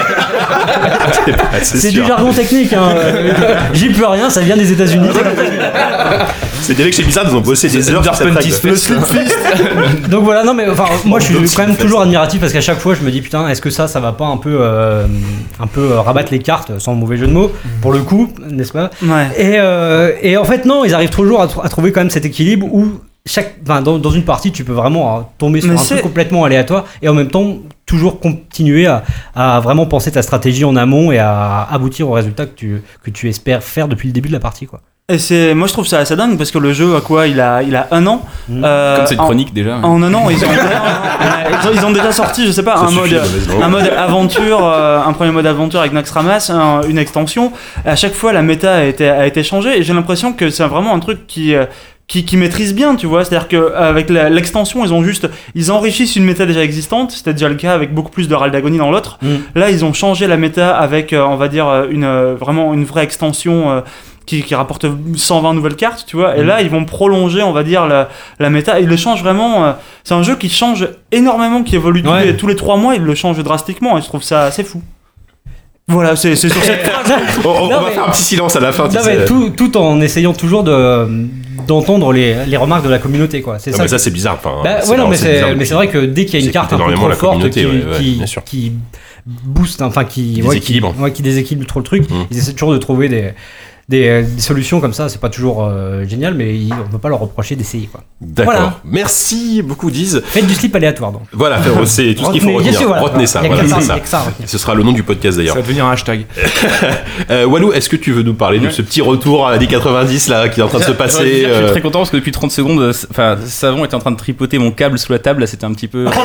Speaker 1: c'est
Speaker 5: c'est du
Speaker 1: sûr.
Speaker 5: jargon technique. Hein. J'y peux rien, ça vient des États-Unis.
Speaker 1: C'est des mecs chez Blizzard, ils ont bossé des heures sur cette règle.
Speaker 4: Le slip
Speaker 5: Donc voilà, non mais enfin, moi je suis quand même toujours admiratif parce qu'à chaque fois je me dis putain, est-ce que ça, ça va pas un peu, euh, un peu euh, rabattre les cartes sans mauvais jeu de mots pour le coup, n'est-ce pas?
Speaker 3: Ouais.
Speaker 5: Et, euh, et en fait non, ils arrivent toujours à, tr- à trouver quand même cet équilibre où chaque, enfin, dans, dans une partie tu peux vraiment euh, tomber sur
Speaker 3: Mais
Speaker 5: un
Speaker 3: c'est-
Speaker 5: truc complètement aléatoire et en même temps toujours continuer à, à vraiment penser ta stratégie en amont et à aboutir au résultat que tu, que tu espères faire depuis le début de la partie quoi.
Speaker 3: Et c'est, moi je trouve ça assez dingue parce que le jeu, à quoi il a, il a un an.
Speaker 5: Mhm.
Speaker 3: Euh,
Speaker 4: Comme cette
Speaker 3: en-
Speaker 4: chronique déjà. ouais.
Speaker 3: En un an, ils ont, ils ont, ils ont déjà sorti, je sais pas,
Speaker 1: Ça
Speaker 3: un
Speaker 1: suffit,
Speaker 3: mode,
Speaker 1: honnêtement.
Speaker 3: un mode aventure, euh, un premier mode aventure avec Naxxramas, un- une extension. À chaque fois, la méta a été, a été changée et j'ai l'impression que c'est vraiment un truc qui, euh, qui, qui maîtrise bien, tu vois. C'est-à-dire qu'avec l'extension, ils ont juste, ils enrichissent une méta déjà existante. C'était déjà le cas avec beaucoup plus de râles d'agonie dans l'autre.
Speaker 5: Mm.
Speaker 3: Là, ils ont changé la méta avec, euh, on va dire, euh, une, euh, vraiment une vraie extension. euh, Qui, qui rapporte cent vingt nouvelles cartes, tu vois, et là ils vont prolonger, on va dire, la, la méta. Ils le changent vraiment. euh, c'est un jeu qui change énormément, qui évolue tous,
Speaker 5: Ouais.
Speaker 3: les, tous les trois mois, ils le changent drastiquement, et je trouve ça assez fou. Voilà, c'est c'est sur cette phrase.
Speaker 1: On, on-
Speaker 5: Non,
Speaker 1: on va
Speaker 5: mais-
Speaker 1: faire un petit silence à la fin. tu
Speaker 5: Non,
Speaker 1: sais.
Speaker 5: mais tout, tout en essayant toujours de, d'entendre les, les remarques de la communauté quoi. C'est
Speaker 1: Non,
Speaker 5: ça.
Speaker 1: mais ça c'est bizarre. Enfin,
Speaker 5: Bah,
Speaker 1: c'est
Speaker 5: ouais, non,
Speaker 1: vraiment-
Speaker 5: mais
Speaker 1: c'est
Speaker 5: c'est,
Speaker 1: bizarre.
Speaker 5: mais c'est vrai que dès qu'il y a une
Speaker 1: C'est
Speaker 5: carte un peu
Speaker 1: énormément
Speaker 5: trop
Speaker 1: la
Speaker 5: forte
Speaker 1: communauté,
Speaker 5: qui,
Speaker 1: ouais, ouais,
Speaker 5: qui,
Speaker 1: bien sûr.
Speaker 5: qui booste, enfin qui,
Speaker 1: Qui
Speaker 5: ouais,
Speaker 1: déséquilibre.
Speaker 5: qui, ouais, qui déséquilibre trop le truc,
Speaker 1: Mm.
Speaker 5: ils essaient toujours de trouver des, des, euh, des solutions comme ça. C'est pas toujours euh, génial, mais ils- on peut pas leur reprocher d'essayer quoi.
Speaker 1: D'accord.
Speaker 5: Voilà.
Speaker 1: Merci beaucoup, Diz.
Speaker 5: Faites du slip aléatoire donc.
Speaker 1: Voilà, c'est tout ce qu'il faut
Speaker 5: Retenez- bien
Speaker 1: retenir.
Speaker 5: sûr, voilà.
Speaker 1: Retenez ça.
Speaker 5: Il y a
Speaker 1: Voilà,
Speaker 5: que ça,
Speaker 1: c'est
Speaker 5: il y a
Speaker 1: ça.
Speaker 5: que ça à retenir.
Speaker 1: Ce sera le nom du podcast
Speaker 7: Ça
Speaker 1: d'ailleurs.
Speaker 7: va devenir un hashtag.
Speaker 1: Euh, Walou, est-ce que tu veux nous parler de
Speaker 7: Ouais.
Speaker 1: ce petit retour à l'année quatre-vingt-dix là qui est en train de se
Speaker 4: J'aurais dû
Speaker 1: passer
Speaker 4: dire que Je
Speaker 1: euh,
Speaker 4: suis très content parce que depuis trente secondes, euh, c- enfin, Savon était en train de tripoter mon câble sous la table. Là, c'était un petit peu.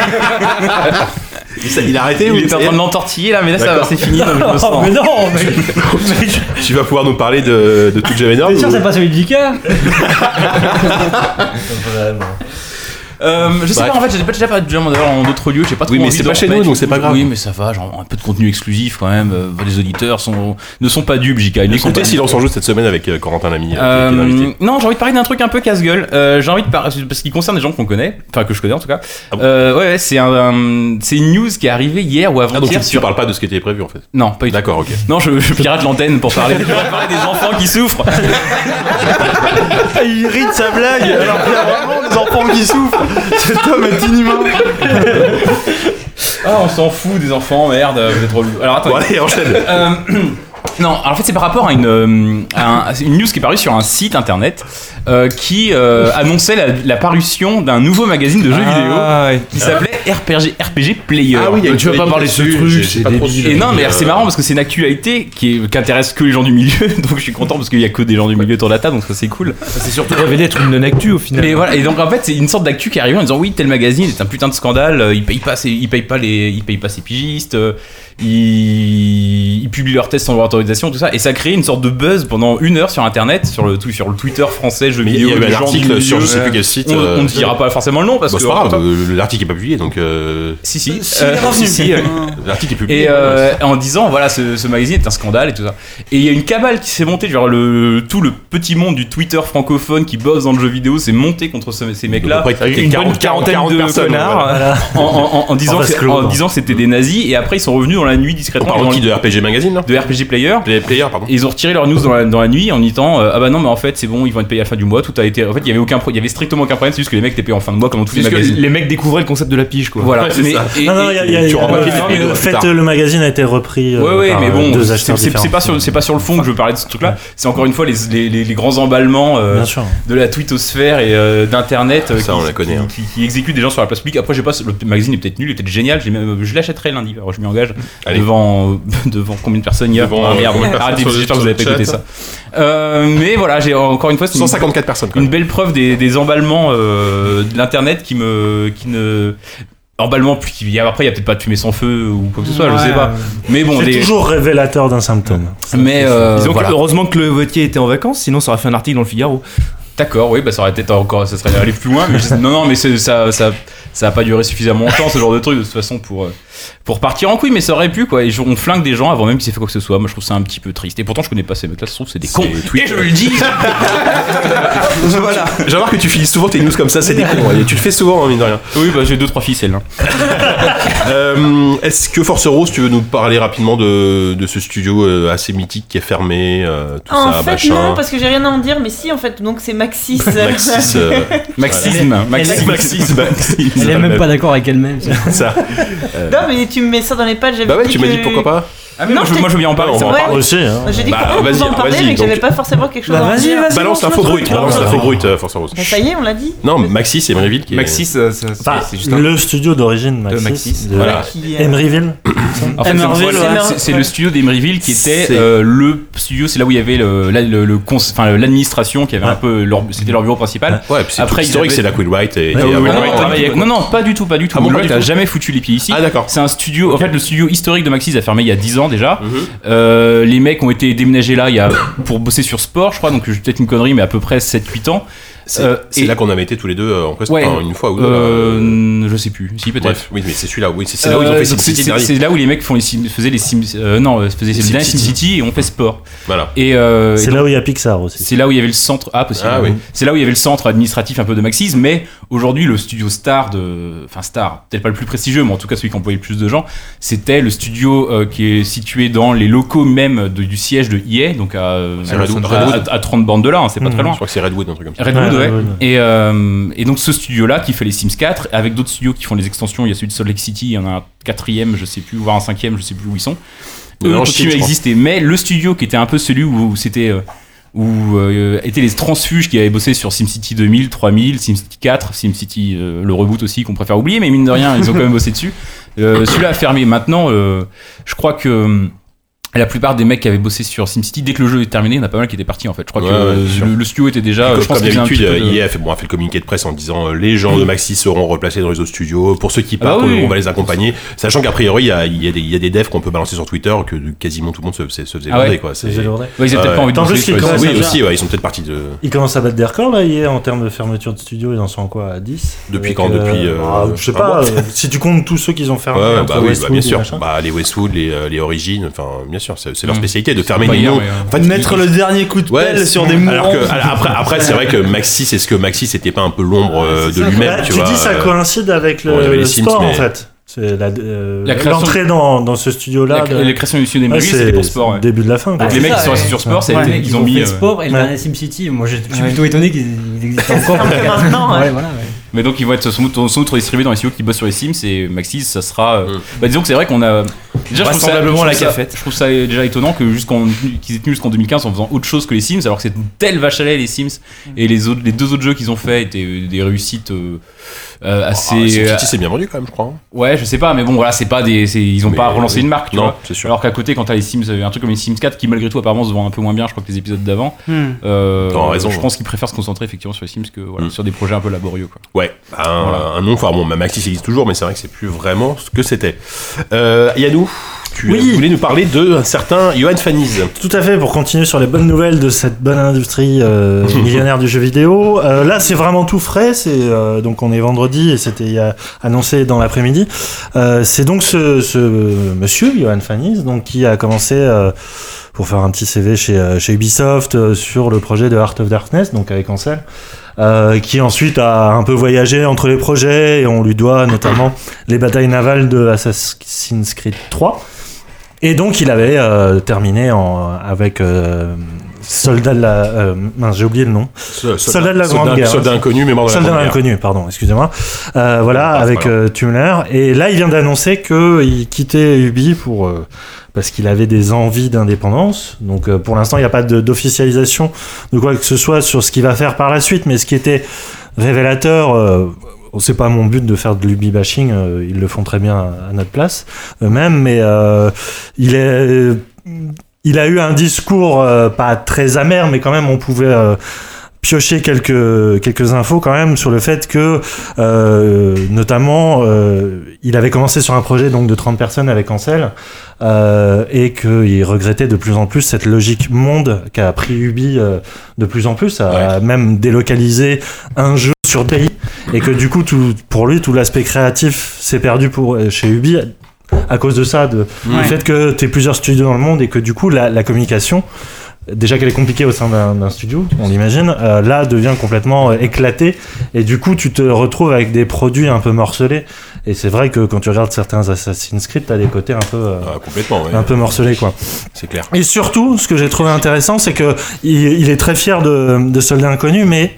Speaker 1: ça- Il a arrêté
Speaker 4: Il
Speaker 1: ou
Speaker 4: était en train de l'entortiller là, mais là, ça va,
Speaker 1: D'accord.
Speaker 4: c'est fini. Donc je me
Speaker 5: Oh,
Speaker 4: sens.
Speaker 5: mais non, mais,
Speaker 1: Tu vas pouvoir nous parler de, de tout Javener
Speaker 5: mais sûr, c'est pas celui de Vika.
Speaker 4: Euh, je sais
Speaker 1: Bref.
Speaker 4: pas, en fait, j'ai pas déjà parlé de Jam d'ailleurs en d'autres lieux, j'ai pas trop
Speaker 1: Oui, mais
Speaker 4: envie
Speaker 1: c'est
Speaker 4: de
Speaker 1: pas chez
Speaker 4: remettre
Speaker 1: nous, donc
Speaker 4: une
Speaker 1: c'est pas
Speaker 4: couche.
Speaker 1: grave.
Speaker 4: Oui, mais ça va, genre un peu de contenu exclusif quand même. Euh, les auditeurs sont, ne sont pas dupes, J K. Ils ne sont
Speaker 1: Écoutez
Speaker 4: pas
Speaker 1: Silence en Joue cette semaine avec euh, Corentin Lamy, euh,
Speaker 4: Euh,
Speaker 1: qui était l'invité.
Speaker 4: non, j'ai envie de parler d'un truc un peu casse-gueule. Euh, j'ai envie de parler parce qu'il concerne des gens qu'on connaît, enfin que je connais en tout cas.
Speaker 1: Ah bon
Speaker 4: euh, ouais, ouais, c'est un, un- c'est une news qui est arrivée hier ou
Speaker 1: Ah, donc tu,
Speaker 4: avant-hier
Speaker 1: tu
Speaker 4: sur.
Speaker 1: parles pas de ce qui était prévu en fait.
Speaker 4: Non, pas du tout.
Speaker 1: D'accord, ok.
Speaker 4: Non, je, je pirate l'antenne pour parler, pour parler des enfants qui souffrent.
Speaker 3: Il rit de sa blague alors qu'il y a vraiment des enfants qui souffrent. Cet homme est inhumain.
Speaker 4: Ah, on s'en fout des enfants, merde, vous êtes relou. Alors attends.
Speaker 1: Bon allez, enchaîne.
Speaker 4: Euh, non, alors en fait c'est par rapport à une, euh, à un- une news qui est parue sur un site internet euh, qui euh, annonçait la, la parution d'un nouveau magazine de jeux vidéo qui s'appelait R P G, R P G Player.
Speaker 1: Ah oui, il y a une
Speaker 2: Tu vas pas
Speaker 1: polémique
Speaker 2: parler de ce
Speaker 1: là-dessus,
Speaker 2: truc,
Speaker 1: j'ai-
Speaker 2: c'est
Speaker 1: j'ai pas trop
Speaker 2: débile.
Speaker 1: suivi,
Speaker 4: Et non, mais
Speaker 1: euh,
Speaker 4: c'est marrant parce que c'est une actualité qui, est- qui intéresse que les gens du milieu, donc je suis content parce qu'il y a que des gens du milieu autour de la table, donc ça c'est cool.
Speaker 2: Ça s'est surtout révélé être une non-actu au final.
Speaker 4: Mais voilà, et donc en fait c'est une sorte d'actu qui arrive en disant oui tel magazine est un putain de scandale, euh, il paye pas ses, il paye pas les, il paye pas ses pigistes, euh, ils, ils publient leurs tests sans leur autorisation, tout ça, et ça crée une sorte de buzz pendant une heure sur internet, sur le tout, sur le Twitter français jeux
Speaker 1: Mais il
Speaker 4: vidéo.
Speaker 1: y a eu
Speaker 4: des
Speaker 1: un
Speaker 4: gens du
Speaker 1: article sur je
Speaker 4: milieu.
Speaker 1: sais plus quel site.
Speaker 4: On,
Speaker 1: euh,
Speaker 4: on ne dira pas forcément le nom parce
Speaker 1: Bah,
Speaker 4: que
Speaker 1: c'est pas grave,
Speaker 4: en même temps-
Speaker 1: euh, l'article est pas publié donc. euh,
Speaker 4: si si,
Speaker 3: Si,
Speaker 4: euh,
Speaker 3: il est revenu.
Speaker 4: si, si, euh,
Speaker 1: L'article est publié.
Speaker 4: et euh, en disant voilà ce, ce magazine est un scandale et tout ça, et il y a une cabale qui s'est montée, genre le tout le petit monde du Twitter francophone qui bosse dans le jeu vidéo s'est monté contre ce- ces mecs là
Speaker 1: Donc, après,
Speaker 8: Une bonne quarantaine de
Speaker 1: personnes,
Speaker 8: connards.
Speaker 1: voilà.
Speaker 4: en, en- en- en disant
Speaker 8: En vase
Speaker 4: que,
Speaker 8: clos,
Speaker 4: en
Speaker 8: quoi.
Speaker 4: disant que c'était des nazis, et après ils sont revenus dans la nuit
Speaker 1: On
Speaker 4: discrètement
Speaker 1: parle
Speaker 4: dans
Speaker 1: qui
Speaker 4: le-
Speaker 1: de R P G Magazine là
Speaker 4: de R P G Player.
Speaker 1: Les players, pardon.
Speaker 4: Et ils ont retiré leur news dans la, dans la nuit en disant euh, ah bah non mais en fait c'est bon, ils vont être payés à la fin du mois, tout a été, en fait il y avait aucun pro- il y avait strictement aucun problème, c'est juste que les mecs étaient payés en fin de mois comme dans tous les
Speaker 2: Parce que
Speaker 4: magazines.
Speaker 2: les mecs découvraient le concept de la pige quoi.
Speaker 4: Voilà.
Speaker 1: Ouais, c'est
Speaker 4: mais,
Speaker 1: ça.
Speaker 4: et-
Speaker 8: Non, non,
Speaker 4: et-
Speaker 8: il y a, il y a-
Speaker 1: tu
Speaker 8: il y a-
Speaker 1: rends pas
Speaker 8: euh,
Speaker 1: les vidéos
Speaker 8: en
Speaker 1: plus
Speaker 8: fait,
Speaker 1: tard.
Speaker 8: le magazine a été repris euh,
Speaker 4: Ouais ouais
Speaker 8: par
Speaker 4: mais
Speaker 8: euh,
Speaker 4: bon
Speaker 8: deux
Speaker 4: c'est
Speaker 8: acheteurs
Speaker 4: c'est- c'est
Speaker 8: différents.
Speaker 4: pas sur c'est pas sur le fond que je veux parler de ce truc là, c'est encore une fois les, les, les, les grands emballements euh,
Speaker 8: Bien sûr.
Speaker 4: de la twittosphère et euh, d'internet euh,
Speaker 1: Ça,
Speaker 4: qui,
Speaker 1: on la connaît,
Speaker 4: qui,
Speaker 1: hein.
Speaker 4: qui, qui exécutent des gens sur la place publique. Après je sais pas, le magazine est peut-être nul, il est peut-être génial, j'ai même- je l'achèterai lundi, alors je m'y engage.
Speaker 1: Allez.
Speaker 4: Devant, euh, devant combien de personnes il y a
Speaker 1: Devant,
Speaker 4: Ah,
Speaker 1: euh,
Speaker 4: merde,
Speaker 1: combien de personnes
Speaker 4: arrêtez,
Speaker 1: sur le-
Speaker 4: j'espère que vous
Speaker 1: sur
Speaker 4: avez
Speaker 1: le
Speaker 4: pas écouté
Speaker 1: chat
Speaker 4: ça. Euh, mais voilà, j'ai encore une fois c'est
Speaker 1: cent
Speaker 4: une,
Speaker 1: cinquante-quatre personnes. quoi.
Speaker 4: une belle preuve des, des emballements euh, de l'internet qui me qui ne emballements plus qui après il y a peut-être pas de fumée sans feu ou quoi que ce soit, je sais pas. Mais bon,
Speaker 8: C'est
Speaker 4: des,
Speaker 8: toujours révélateur d'un symptôme.
Speaker 4: mais euh,
Speaker 2: Disons que
Speaker 4: voilà.
Speaker 2: heureusement que le Vautier était en vacances, sinon ça aurait fait un article dans le Figaro.
Speaker 4: D'accord, oui, bah ça aurait été encore, ça serait allé plus loin, mais je- non, non, mais c'est- ça, ça, ça a pas duré suffisamment longtemps, ce genre de truc, de toute façon, pour, euh, pour partir en couille, mais ça aurait pu, quoi. Et on flingue des gens avant même qu'ils aient fait quoi que ce soit. Moi, je trouve ça un petit peu triste. Et pourtant, je connais pas ces mecs-là, ça se trouve, c'est des cons.
Speaker 1: Twitter.
Speaker 4: Et je le dis.
Speaker 1: Voilà. J'ai remarqué que tu finis souvent tes news comme ça, c'est des cons. Et tu le fais souvent, hein, mine de rien.
Speaker 4: Oui, bah j'ai deux, trois ficelles. Hein.
Speaker 1: Euh, Est-ce que Force Rose, tu veux nous parler rapidement de, de ce studio euh, assez mythique qui est fermé, euh, tout
Speaker 6: En
Speaker 1: ça,
Speaker 6: fait,
Speaker 1: machin.
Speaker 6: non, parce que j'ai rien à en dire, mais si, en fait, donc c'est Maxis.
Speaker 1: Maxis. euh,
Speaker 4: Maxisme. Maxisme.
Speaker 1: Maxis, Maxis.
Speaker 5: Elle est même pas d'accord avec elle-même.
Speaker 1: Ça.
Speaker 6: Non, mais tu me mets ça dans les pattes, j'avais
Speaker 1: Bah ouais,
Speaker 6: dit
Speaker 1: tu m'as
Speaker 6: que-
Speaker 1: dit pourquoi pas.
Speaker 4: Ah, mais
Speaker 6: Non,
Speaker 4: moi, je,
Speaker 6: je
Speaker 4: moi, je veux bien en parler.
Speaker 1: Ouais,
Speaker 4: ça
Speaker 1: on
Speaker 4: me
Speaker 1: va
Speaker 4: parle.
Speaker 8: Aussi, hein.
Speaker 6: J'ai dit
Speaker 1: Bah,
Speaker 6: qu'on pouvait
Speaker 1: vas-y,
Speaker 6: en parler,
Speaker 1: vas-y,
Speaker 6: mais que j'avais
Speaker 1: donc.
Speaker 6: pas forcément quelque chose
Speaker 3: Bah,
Speaker 6: à en
Speaker 3: vas-y,
Speaker 6: dire.
Speaker 3: vas-y.
Speaker 1: Balance l'info brute, balance
Speaker 6: Bah,
Speaker 1: l'info brute, euh, Force Rose.
Speaker 6: ça y est, on l'a dit.
Speaker 1: Non, Maxis et Emeryville qui est.
Speaker 2: Maxis, ça- ça-
Speaker 8: Enfin,
Speaker 2: c'est juste un.
Speaker 8: le studio d'origine Maxis,
Speaker 2: Maxis,
Speaker 8: de
Speaker 1: voilà.
Speaker 6: Qui, euh,
Speaker 8: Emeryville.
Speaker 4: En fait,
Speaker 3: Emerville,
Speaker 4: c'est-
Speaker 6: ouais.
Speaker 4: c'est- c'est le studio d'Emeryville qui était
Speaker 1: C'est-
Speaker 4: euh, le studio, c'est là où il y avait le, la- le, le cons- enfin, l'administration qui avait un peu leur, c'était leur bureau principal.
Speaker 1: Ouais, puis c'est
Speaker 4: Après,
Speaker 1: tout
Speaker 4: ils
Speaker 1: historique,
Speaker 4: avaient-
Speaker 1: c'est la Will Wright et.
Speaker 8: Ouais,
Speaker 1: et
Speaker 8: ouais,
Speaker 1: Will
Speaker 8: ouais,
Speaker 4: Non,
Speaker 1: Wright.
Speaker 4: non, travaille avec- non, non, pas du tout, pas du tout.
Speaker 1: Ah bon,
Speaker 4: Will
Speaker 1: pas
Speaker 4: Wright
Speaker 1: du
Speaker 4: a
Speaker 1: tout.
Speaker 4: jamais foutu les pieds ici.
Speaker 1: Ah d'accord.
Speaker 4: C'est un studio, en fait, le studio historique de Maxis a fermé il y a dix ans déjà.
Speaker 1: Mhm.
Speaker 4: Euh, les mecs ont été déménagés là il y a, pour bosser sur sport, je crois, donc j'ai peut-être une connerie, mais à peu près sept huit ans.
Speaker 1: C'est
Speaker 4: Euh,
Speaker 1: c'est
Speaker 4: et-
Speaker 1: là qu'on avait été tous les deux euh, en poste,
Speaker 4: Ouais.
Speaker 1: enfin, une fois ou deux. là.
Speaker 4: Euh, je sais plus, si peut-être.
Speaker 1: Bref, oui, mais c'est celui-là. Oui, c'est c'est là où ils ont
Speaker 4: Euh,
Speaker 1: fait
Speaker 4: donc c'est-
Speaker 1: SimCity
Speaker 4: c'est-
Speaker 1: dernier.
Speaker 4: C'est là où les mecs font les sim- faisaient les Sims, euh, non, euh, faisaient
Speaker 1: Les
Speaker 4: les
Speaker 1: SimCity.
Speaker 4: SimCity et on fait sport.
Speaker 1: Voilà.
Speaker 4: Et, euh, et
Speaker 8: C'est
Speaker 4: donc,
Speaker 8: là où il y a Pixar aussi.
Speaker 4: c'est là où il y avait le centre, ah possible.
Speaker 1: Ah oui.
Speaker 4: C'est là où il y avait le centre administratif un peu de Maxis, mais aujourd'hui le studio star de, enfin star, peut-être pas le plus prestigieux, mais en tout cas celui qui employait le plus de gens, c'était le studio euh, qui est situé dans les locaux même de- du siège de E A, donc à, euh,
Speaker 1: C'est
Speaker 4: à,
Speaker 1: Redwood.
Speaker 4: à- à trente bandes de là, hein, c'est pas
Speaker 8: Mhm.
Speaker 4: très
Speaker 1: Je
Speaker 4: loin.
Speaker 1: crois que c'est Redwood, un truc comme ça.
Speaker 4: Redwood,
Speaker 8: Ouais,
Speaker 4: ouais.
Speaker 8: Redwood.
Speaker 4: Et, euh, et donc ce studio-là qui fait les Sims quatre, avec d'autres studios qui font les extensions, il y a celui de Salt Lake City, il y en a un quatrième, je sais plus, voire un cinquième, je sais plus où ils sont.
Speaker 1: Il y en a
Speaker 4: Eux
Speaker 1: en
Speaker 4: continuent
Speaker 1: Chine,
Speaker 4: à
Speaker 1: je crois.
Speaker 4: exister, mais le studio qui était un peu celui où, où c'était euh, où euh, étaient les transfuges qui avaient bossé sur SimCity deux mille, trois mille, SimCity quatre, SimCity euh, le reboot aussi qu'on préfère oublier, mais mine de rien ils ont quand même bossé dessus. Euh, celui-là a fermé. Maintenant, euh, je crois que la plupart des mecs qui avaient bossé sur SimCity, dès que le jeu est terminé, il y en a pas mal qui étaient partis en fait. Je crois
Speaker 1: Ouais,
Speaker 4: que
Speaker 1: ouais,
Speaker 4: euh,
Speaker 1: sûr.
Speaker 4: le, le studio était déjà.
Speaker 1: Comme,
Speaker 4: je pense
Speaker 1: comme
Speaker 4: qu'il y avait un
Speaker 1: d'habitude,
Speaker 4: petit peu de-
Speaker 1: I A a fait, bon, a fait le communiqué de presse en disant euh, les gens de Maxis seront replacés dans les autres studios. Pour ceux qui
Speaker 4: Ah bah
Speaker 1: partent,
Speaker 4: oui.
Speaker 1: on va les accompagner. Sachant qu'a priori, il y a, il y, a des- il y a des devs qu'on peut balancer sur Twitter que quasiment tout le monde se, se, se faisait
Speaker 4: Ah ouais.
Speaker 1: lourder, quoi.
Speaker 8: C'est Zélourdet.
Speaker 4: Ouais, ils avaient peut-être
Speaker 1: Ouais.
Speaker 4: pas envie de
Speaker 8: En
Speaker 4: bosser
Speaker 8: plus,
Speaker 4: sur
Speaker 8: il
Speaker 4: les
Speaker 8: commence
Speaker 1: Oui,
Speaker 8: à
Speaker 4: autres.
Speaker 8: faire-
Speaker 1: aussi, ouais, ils sont peut-être partis de.
Speaker 8: Ils commencent à battre des records là, hier, en termes de fermeture de studio. Ils en sont à quoi, à dix?
Speaker 1: Depuis
Speaker 8: Avec,
Speaker 1: quand Depuis, euh,
Speaker 8: ah, je sais
Speaker 1: un
Speaker 8: pas,
Speaker 1: mois.
Speaker 8: euh, si tu comptes tous ceux qu'ils ont fermés.
Speaker 1: Ouais, ouais,
Speaker 8: entre
Speaker 1: bah oui, bah,
Speaker 8: Westwood
Speaker 1: bien
Speaker 8: et
Speaker 1: sûr.
Speaker 8: machin.
Speaker 1: Bah, les Westwood, les, euh, les Origins, enfin, bien sûr, c'est, c'est leur
Speaker 4: Mm.
Speaker 1: spécialité de fermer
Speaker 4: Pas
Speaker 1: les
Speaker 4: hier,
Speaker 1: noms.
Speaker 4: mais, euh,
Speaker 1: En fait,
Speaker 3: Mettre
Speaker 1: ils-
Speaker 3: le dernier coup de
Speaker 1: Ouais,
Speaker 3: pelle
Speaker 1: c'est-
Speaker 3: sur des
Speaker 1: alors
Speaker 3: mourants.
Speaker 1: que alors après après c'est vrai que Maxis c'est ce que Maxis c'était pas un peu l'ombre euh, de
Speaker 8: Ça,
Speaker 1: lui-même
Speaker 8: bah,
Speaker 1: tu
Speaker 8: tu
Speaker 1: vois
Speaker 8: dis ça
Speaker 1: euh,
Speaker 8: coïncide avec le,
Speaker 1: bon, il y avait les
Speaker 8: le
Speaker 1: Sims,
Speaker 8: sport
Speaker 1: mais-
Speaker 8: en fait. C'est la, euh,
Speaker 4: La création-
Speaker 8: l'entrée dans, dans ce studio-là.
Speaker 4: La,
Speaker 8: de-
Speaker 4: les créations du studio des
Speaker 8: Ouais,
Speaker 4: Magus,
Speaker 8: c'est
Speaker 4: c'était pour sport.
Speaker 8: le
Speaker 4: Ouais.
Speaker 8: début de la fin. quoi.
Speaker 5: Ah,
Speaker 4: Les mecs
Speaker 5: ça,
Speaker 4: qui sont restés
Speaker 5: ouais.
Speaker 4: sur sport, ça a
Speaker 3: Ouais.
Speaker 4: été-
Speaker 5: Ils,
Speaker 4: ils ont
Speaker 5: ont
Speaker 4: mis.
Speaker 5: fait
Speaker 4: euh,
Speaker 5: sport et le
Speaker 8: ouais.
Speaker 5: dernier SimCity. Moi, je je suis
Speaker 3: Ouais.
Speaker 5: plutôt étonné qu'ils ils existent encore.
Speaker 6: Encore que maintenant, ouais.
Speaker 5: Ouais, voilà, ouais.
Speaker 4: Mais donc ils vont être sans doute, sans doute redistribués dans les studios qui bossent sur les Sims et Maxis ça sera. euh,
Speaker 1: Mm.
Speaker 4: Bah disons que c'est vrai qu'on a. Déjà je trouve ça,
Speaker 2: Vraisemblablement
Speaker 4: je trouve
Speaker 2: la
Speaker 4: ça-
Speaker 2: cafette.
Speaker 4: Je trouve ça déjà étonnant que jusqu'en qu'ils aient tenu jusqu'en deux mille quinze en faisant autre chose que les Sims alors que c'est une telle vache à lait les Sims et les autres les deux autres jeux qu'ils ont fait étaient euh, des réussites euh, euh,
Speaker 1: ah,
Speaker 4: assez.
Speaker 1: SimCity,
Speaker 4: euh,
Speaker 1: c'est bien vendu quand même je crois hein.
Speaker 4: Ouais je sais pas mais bon voilà c'est pas des c'est- ils ont
Speaker 1: Mais,
Speaker 4: pas relancé
Speaker 1: oui.
Speaker 4: une marque tu
Speaker 1: Non,
Speaker 4: vois.
Speaker 1: c'est sûr.
Speaker 4: Alors qu'à côté quand t'as les Sims euh, un truc comme les Sims quatre qui malgré tout apparemment se vend un peu moins bien je crois que les épisodes d'avant.
Speaker 3: Hmm.
Speaker 4: Euh,
Speaker 1: T'as raison.
Speaker 4: Je pense qu'ils préfèrent se concentrer effectivement sur les Sims que voilà,
Speaker 1: Mm.
Speaker 4: sur des projets un peu laborieux quoi.
Speaker 1: Ouais, un,
Speaker 4: Voilà.
Speaker 1: un nom, enfin bon, Maxis existe toujours, mais c'est vrai que c'est plus vraiment ce que c'était. Euh, Yannou, tu
Speaker 8: Oui.
Speaker 1: voulais nous parler de un certain Johan Faniz.
Speaker 8: Tout à fait, pour continuer sur les bonnes nouvelles de cette bonne industrie euh, millionnaire du jeu vidéo. Euh, là, c'est vraiment tout frais. C'est euh, donc on est vendredi et c'était il y a- annoncé dans l'après-midi. Euh, c'est donc ce, ce monsieur Johan Faniz, donc qui a commencé euh, pour faire un petit C V chez euh, chez Ubisoft euh, sur le projet de Heart of Darkness, donc avec Ansel. Euh, qui ensuite a un peu voyagé entre les projets et on lui doit notamment les batailles navales de Assassin's Creed trois. Et donc il avait euh, terminé en, avec euh, Soldat de la... Euh, mince, j'ai oublié le nom. Soldat de la Grande Guerre.
Speaker 1: Soldat inconnu, mémoire de la
Speaker 8: Soldat
Speaker 1: Grande Guerre.
Speaker 8: inconnu, pardon, excusez-moi. Euh, voilà,
Speaker 1: Ah, c'est
Speaker 8: avec
Speaker 1: pas grave.
Speaker 8: euh, Tumler. Et là, il vient d'annoncer qu'il quittait Ubi pour... euh, parce qu'il avait des envies d'indépendance. Donc euh, pour l'instant, il n'y a pas de- d'officialisation de quoi que ce soit sur ce qu'il va faire par la suite. Mais ce qui était révélateur... Euh, c'est pas mon but de faire de l'Ubi bashing, euh, ils le font très bien à notre place eux-mêmes, mais euh, il est, il a eu un discours euh, pas très amer, mais quand même on pouvait euh, piocher quelques quelques infos quand même sur le fait que euh, notamment euh, il avait commencé sur un projet donc de trente personnes avec Ansel euh, et qu'il regrettait de plus en plus cette logique monde qu'a pris Ubi euh, de plus en plus à même délocaliser un jeu sur des pays et que du coup tout, pour lui tout l'aspect créatif s'est perdu pour chez Ubi à cause de ça, de,
Speaker 3: Ouais.
Speaker 8: du fait que tu es plusieurs studios dans le monde et que du coup la, la communication déjà qu'elle est compliquée au sein d'un, d'un studio, on l'imagine, euh, là devient complètement euh, éclatée et du coup tu te retrouves avec des produits un peu morcelés et c'est vrai que quand tu regardes certains Assassin's Creed t'as des côtés un peu euh,
Speaker 1: Ah, complètement, ouais.
Speaker 8: un peu morcelés quoi.
Speaker 1: C'est clair.
Speaker 8: Et surtout, ce que j'ai trouvé intéressant, c'est que il, il est très fier de, de Soldat Inconnu, mais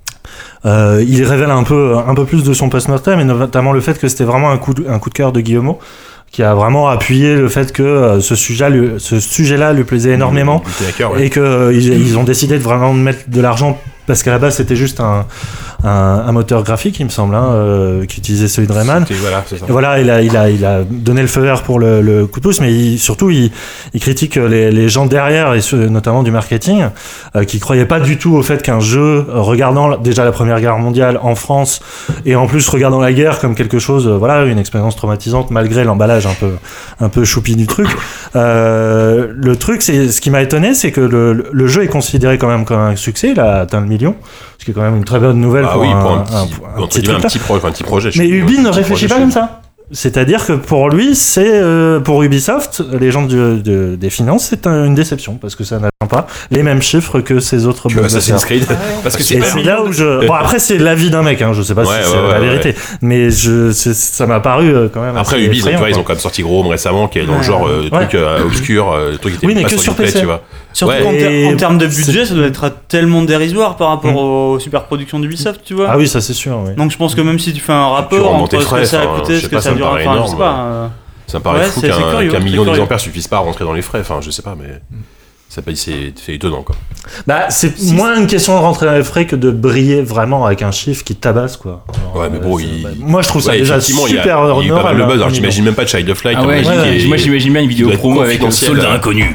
Speaker 8: euh, il révèle un peu, un peu plus de son post-mortem, et notamment le fait que c'était vraiment un coup de, un coup de cœur de Guillemot, qui a vraiment appuyé le fait que euh, ce sujet-là, lui, ce sujet-là lui plaisait énormément,
Speaker 1: Il était à cœur, ouais.
Speaker 8: et que euh, ils, ils ont décidé de vraiment mettre de l'argent. Parce qu'à la base, c'était juste un, un, un moteur graphique, il me semble, hein, euh, qui utilisait celui de Rayman.
Speaker 1: C'était- Voilà, c'est ça.
Speaker 8: Et voilà, il a, il a, il a donné le feu vert pour le, le coup de pouce, mais il, surtout, il, il critique les, les gens derrière, et ceux, notamment du marketing, euh, qui croyaient pas du tout au fait qu'un jeu, euh, regardant déjà la Première Guerre mondiale en France, et en plus regardant la guerre comme quelque chose, euh, voilà, une expérience traumatisante, malgré l'emballage un peu, un peu choupi du truc. Euh, le truc, c'est, ce qui m'a étonné, c'est que le, le jeu est considéré quand même comme un succès, il a atteint le million, ce qui est quand même une très bonne nouvelle
Speaker 1: Ah
Speaker 8: pour,
Speaker 1: oui,
Speaker 8: un,
Speaker 1: pour un petit,
Speaker 8: un- un
Speaker 1: entre
Speaker 8: petit
Speaker 1: guillemets, un
Speaker 8: truc là.
Speaker 1: petit, pro- un petit projet. je
Speaker 8: Mais
Speaker 1: sais pas,
Speaker 8: Ubi
Speaker 1: un
Speaker 8: ne
Speaker 1: petit
Speaker 8: réfléchit
Speaker 1: projet,
Speaker 8: pas
Speaker 1: je
Speaker 8: comme
Speaker 1: sais.
Speaker 8: ça. C'est-à-dire que pour lui, c'est euh, pour Ubisoft, les gens du- de- des finances, c'est un- une déception parce que ça n'atteint pas les mêmes chiffres que ces autres
Speaker 1: Que
Speaker 8: blockbusters.
Speaker 1: Assassin's Creed.
Speaker 4: Parce que c'est
Speaker 8: Et
Speaker 4: pas
Speaker 8: c'est là où je. Bon, après, c'est l'avis d'un mec, hein, je sais pas
Speaker 1: Ouais,
Speaker 8: si
Speaker 1: ouais,
Speaker 8: c'est
Speaker 1: ouais,
Speaker 8: la
Speaker 1: ouais,
Speaker 8: vérité, mais je, c'est- ça m'a paru euh, quand même.
Speaker 1: Après,
Speaker 8: assez
Speaker 1: Ubi, donc, tu
Speaker 8: effrayant,
Speaker 1: vois, ils
Speaker 8: quoi.
Speaker 1: ont quand même sorti Gros récemment, qui est dans le
Speaker 3: Ouais.
Speaker 1: genre euh,
Speaker 8: Ouais.
Speaker 1: truc euh, obscur, euh, truc qui était
Speaker 8: Oui, mais
Speaker 1: pas
Speaker 8: que
Speaker 1: sur
Speaker 8: sur
Speaker 1: gameplay,
Speaker 8: P C.
Speaker 1: tu vois.
Speaker 3: Surtout
Speaker 1: Ouais.
Speaker 3: qu'en ter-
Speaker 8: Et-
Speaker 3: en termes de budget, ça doit être tellement dérisoire par rapport aux super productions d'Ubisoft, tu vois.
Speaker 8: Ah oui, ça c'est sûr. Oui.
Speaker 3: Donc je pense que même si tu fais un
Speaker 1: Tu
Speaker 3: rapport
Speaker 1: rentres dans
Speaker 3: entre
Speaker 1: tes
Speaker 3: ce que
Speaker 1: frais,
Speaker 3: ça a
Speaker 1: enfin,
Speaker 3: coûté,
Speaker 1: je
Speaker 3: ce
Speaker 1: sais
Speaker 3: que
Speaker 1: pas,
Speaker 3: ça
Speaker 1: ça me
Speaker 3: dure,
Speaker 1: paraît
Speaker 3: enfin je
Speaker 1: énorme.
Speaker 3: sais pas. euh,
Speaker 1: Ça me paraît
Speaker 3: Ouais,
Speaker 1: fou
Speaker 3: c'est-
Speaker 1: qu'un
Speaker 3: c'est curieux,
Speaker 1: qu'un
Speaker 3: c'est
Speaker 1: million
Speaker 3: curieux.
Speaker 1: d'exemplaires suffise pas à rentrer dans les frais. Enfin, je sais pas, mais Ça peut- c'est c'est étonnant quoi.
Speaker 8: Bah, c'est moins une question de rentrer dans les frais que de briller vraiment avec un chiffre qui tabasse, quoi. Alors,
Speaker 1: Ouais, mais bon,
Speaker 8: c'est-
Speaker 1: il-
Speaker 8: bah, moi je trouve ça
Speaker 1: Ouais,
Speaker 8: déjà
Speaker 1: effectivement, il y a,
Speaker 8: super
Speaker 1: il y a eu pas mal de
Speaker 8: honorable,
Speaker 1: buzz. Alors
Speaker 8: hein,
Speaker 1: j'imagine même pas Child of Light.
Speaker 4: Ah ouais,
Speaker 1: à mon
Speaker 4: j'ai-
Speaker 1: avis, qui est-
Speaker 4: moi j'imagine bien une vidéo
Speaker 1: doit être
Speaker 4: promo avec un
Speaker 1: confidentiel.
Speaker 4: soldat inconnu.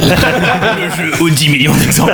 Speaker 4: Le jeu aux dix millions d'exemplaires.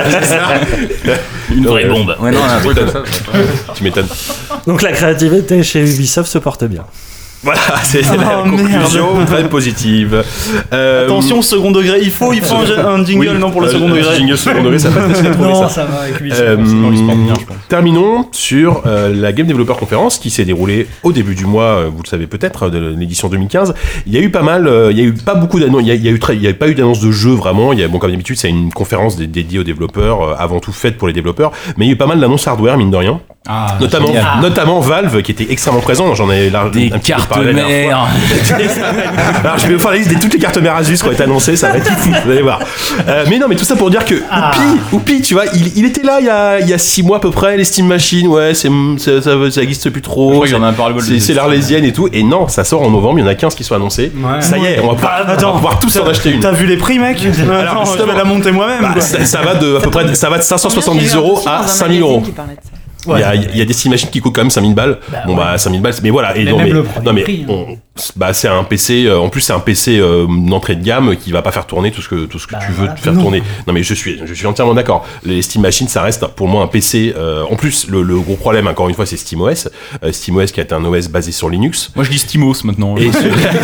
Speaker 4: Une vraie
Speaker 1: Ouais.
Speaker 4: bombe. Ouais, non, un truc comme ça.
Speaker 1: Tu m'étonnes.
Speaker 8: Donc la créativité chez Ubisoft se porte bien.
Speaker 1: Voilà, c'est c'est la
Speaker 3: Oh,
Speaker 1: conclusion très positive. Euh,
Speaker 3: Attention, second degré, il faut, il faut un, un jingle,
Speaker 1: oui,
Speaker 3: non, pour le
Speaker 1: euh,
Speaker 3: second degré.
Speaker 1: Jingle second degré, ça va pas facile à trouver
Speaker 5: Non,
Speaker 1: ça.
Speaker 5: ça va avec Ubisoft.
Speaker 1: Euh,
Speaker 4: sinon, ils se portent bien, je pense.
Speaker 1: terminons sur euh, la Game Developer Conference qui s'est déroulée au début du mois, euh, vous le savez peut-être, de l'édition deux mille quinze. Il y a eu pas mal, euh, il y a eu pas beaucoup d'annonces, il y a, il y a eu très, il y a pas eu d'annonces de jeux vraiment. Il y a, bon, comme d'habitude, c'est une conférence dé- dédiée aux développeurs, euh, avant tout faite pour les développeurs, mais il y a eu pas mal d'annonces hardware mine de rien.
Speaker 4: Ah,
Speaker 1: Notamment,
Speaker 4: génial.
Speaker 1: notamment Valve qui était extrêmement présent. J'en ai là,
Speaker 4: Des
Speaker 1: un petit peu
Speaker 4: cartes
Speaker 1: parlé la dernière fois.
Speaker 4: mères.
Speaker 1: Alors je vais vous faire la liste de toutes les cartes mères Asus qui ont été annoncées, ça va être fou, vous allez voir. Euh, mais non, mais tout ça pour dire que Oupi, Oupi, tu vois, il, il était là il y, a, il y a six mois à peu près, les Steam Machines, ouais, c'est, ça, ça, ça existe plus
Speaker 4: Je
Speaker 1: trop.
Speaker 4: crois qu'il y en a un parle-bol de-
Speaker 1: C'est, c'est l'Arlésienne et tout. Et non, ça sort en novembre, il y en a quinze qui sont annoncés.
Speaker 5: Ouais.
Speaker 1: Ça y est, on va pouvoir, on va
Speaker 3: Attends,
Speaker 1: pouvoir tous en acheter une.
Speaker 3: T'as vu les prix, mec? Attends, je
Speaker 1: justement.
Speaker 3: vais la monter moi-même.
Speaker 1: Bah,
Speaker 3: quoi.
Speaker 1: ça, ça va de à peu près, ça va de cinq cent soixante-dix euros à cinq mille euros. Il y, a, il y a des Steam Machines qui coûtent quand même cinq mille balles. Bon bah cinq mille balles, mais voilà. Et
Speaker 5: Mais
Speaker 1: non,
Speaker 5: même
Speaker 1: mais,
Speaker 5: le premier
Speaker 1: non, mais
Speaker 5: prix, hein.
Speaker 1: on- bah c'est un P C. euh, en plus c'est un P C euh, d'entrée de gamme qui va pas faire tourner tout ce que tout ce que
Speaker 5: Bah,
Speaker 1: tu veux
Speaker 5: voilà.
Speaker 1: te faire
Speaker 5: Non.
Speaker 1: tourner. Non mais je suis je suis entièrement d'accord. Les Steam Machines ça reste pour moi un P C. euh, en plus le, le gros problème encore une fois c'est SteamOS. Euh, SteamOS qui est un O S basé sur Linux.
Speaker 4: Moi je dis Steamos maintenant.
Speaker 1: Et sur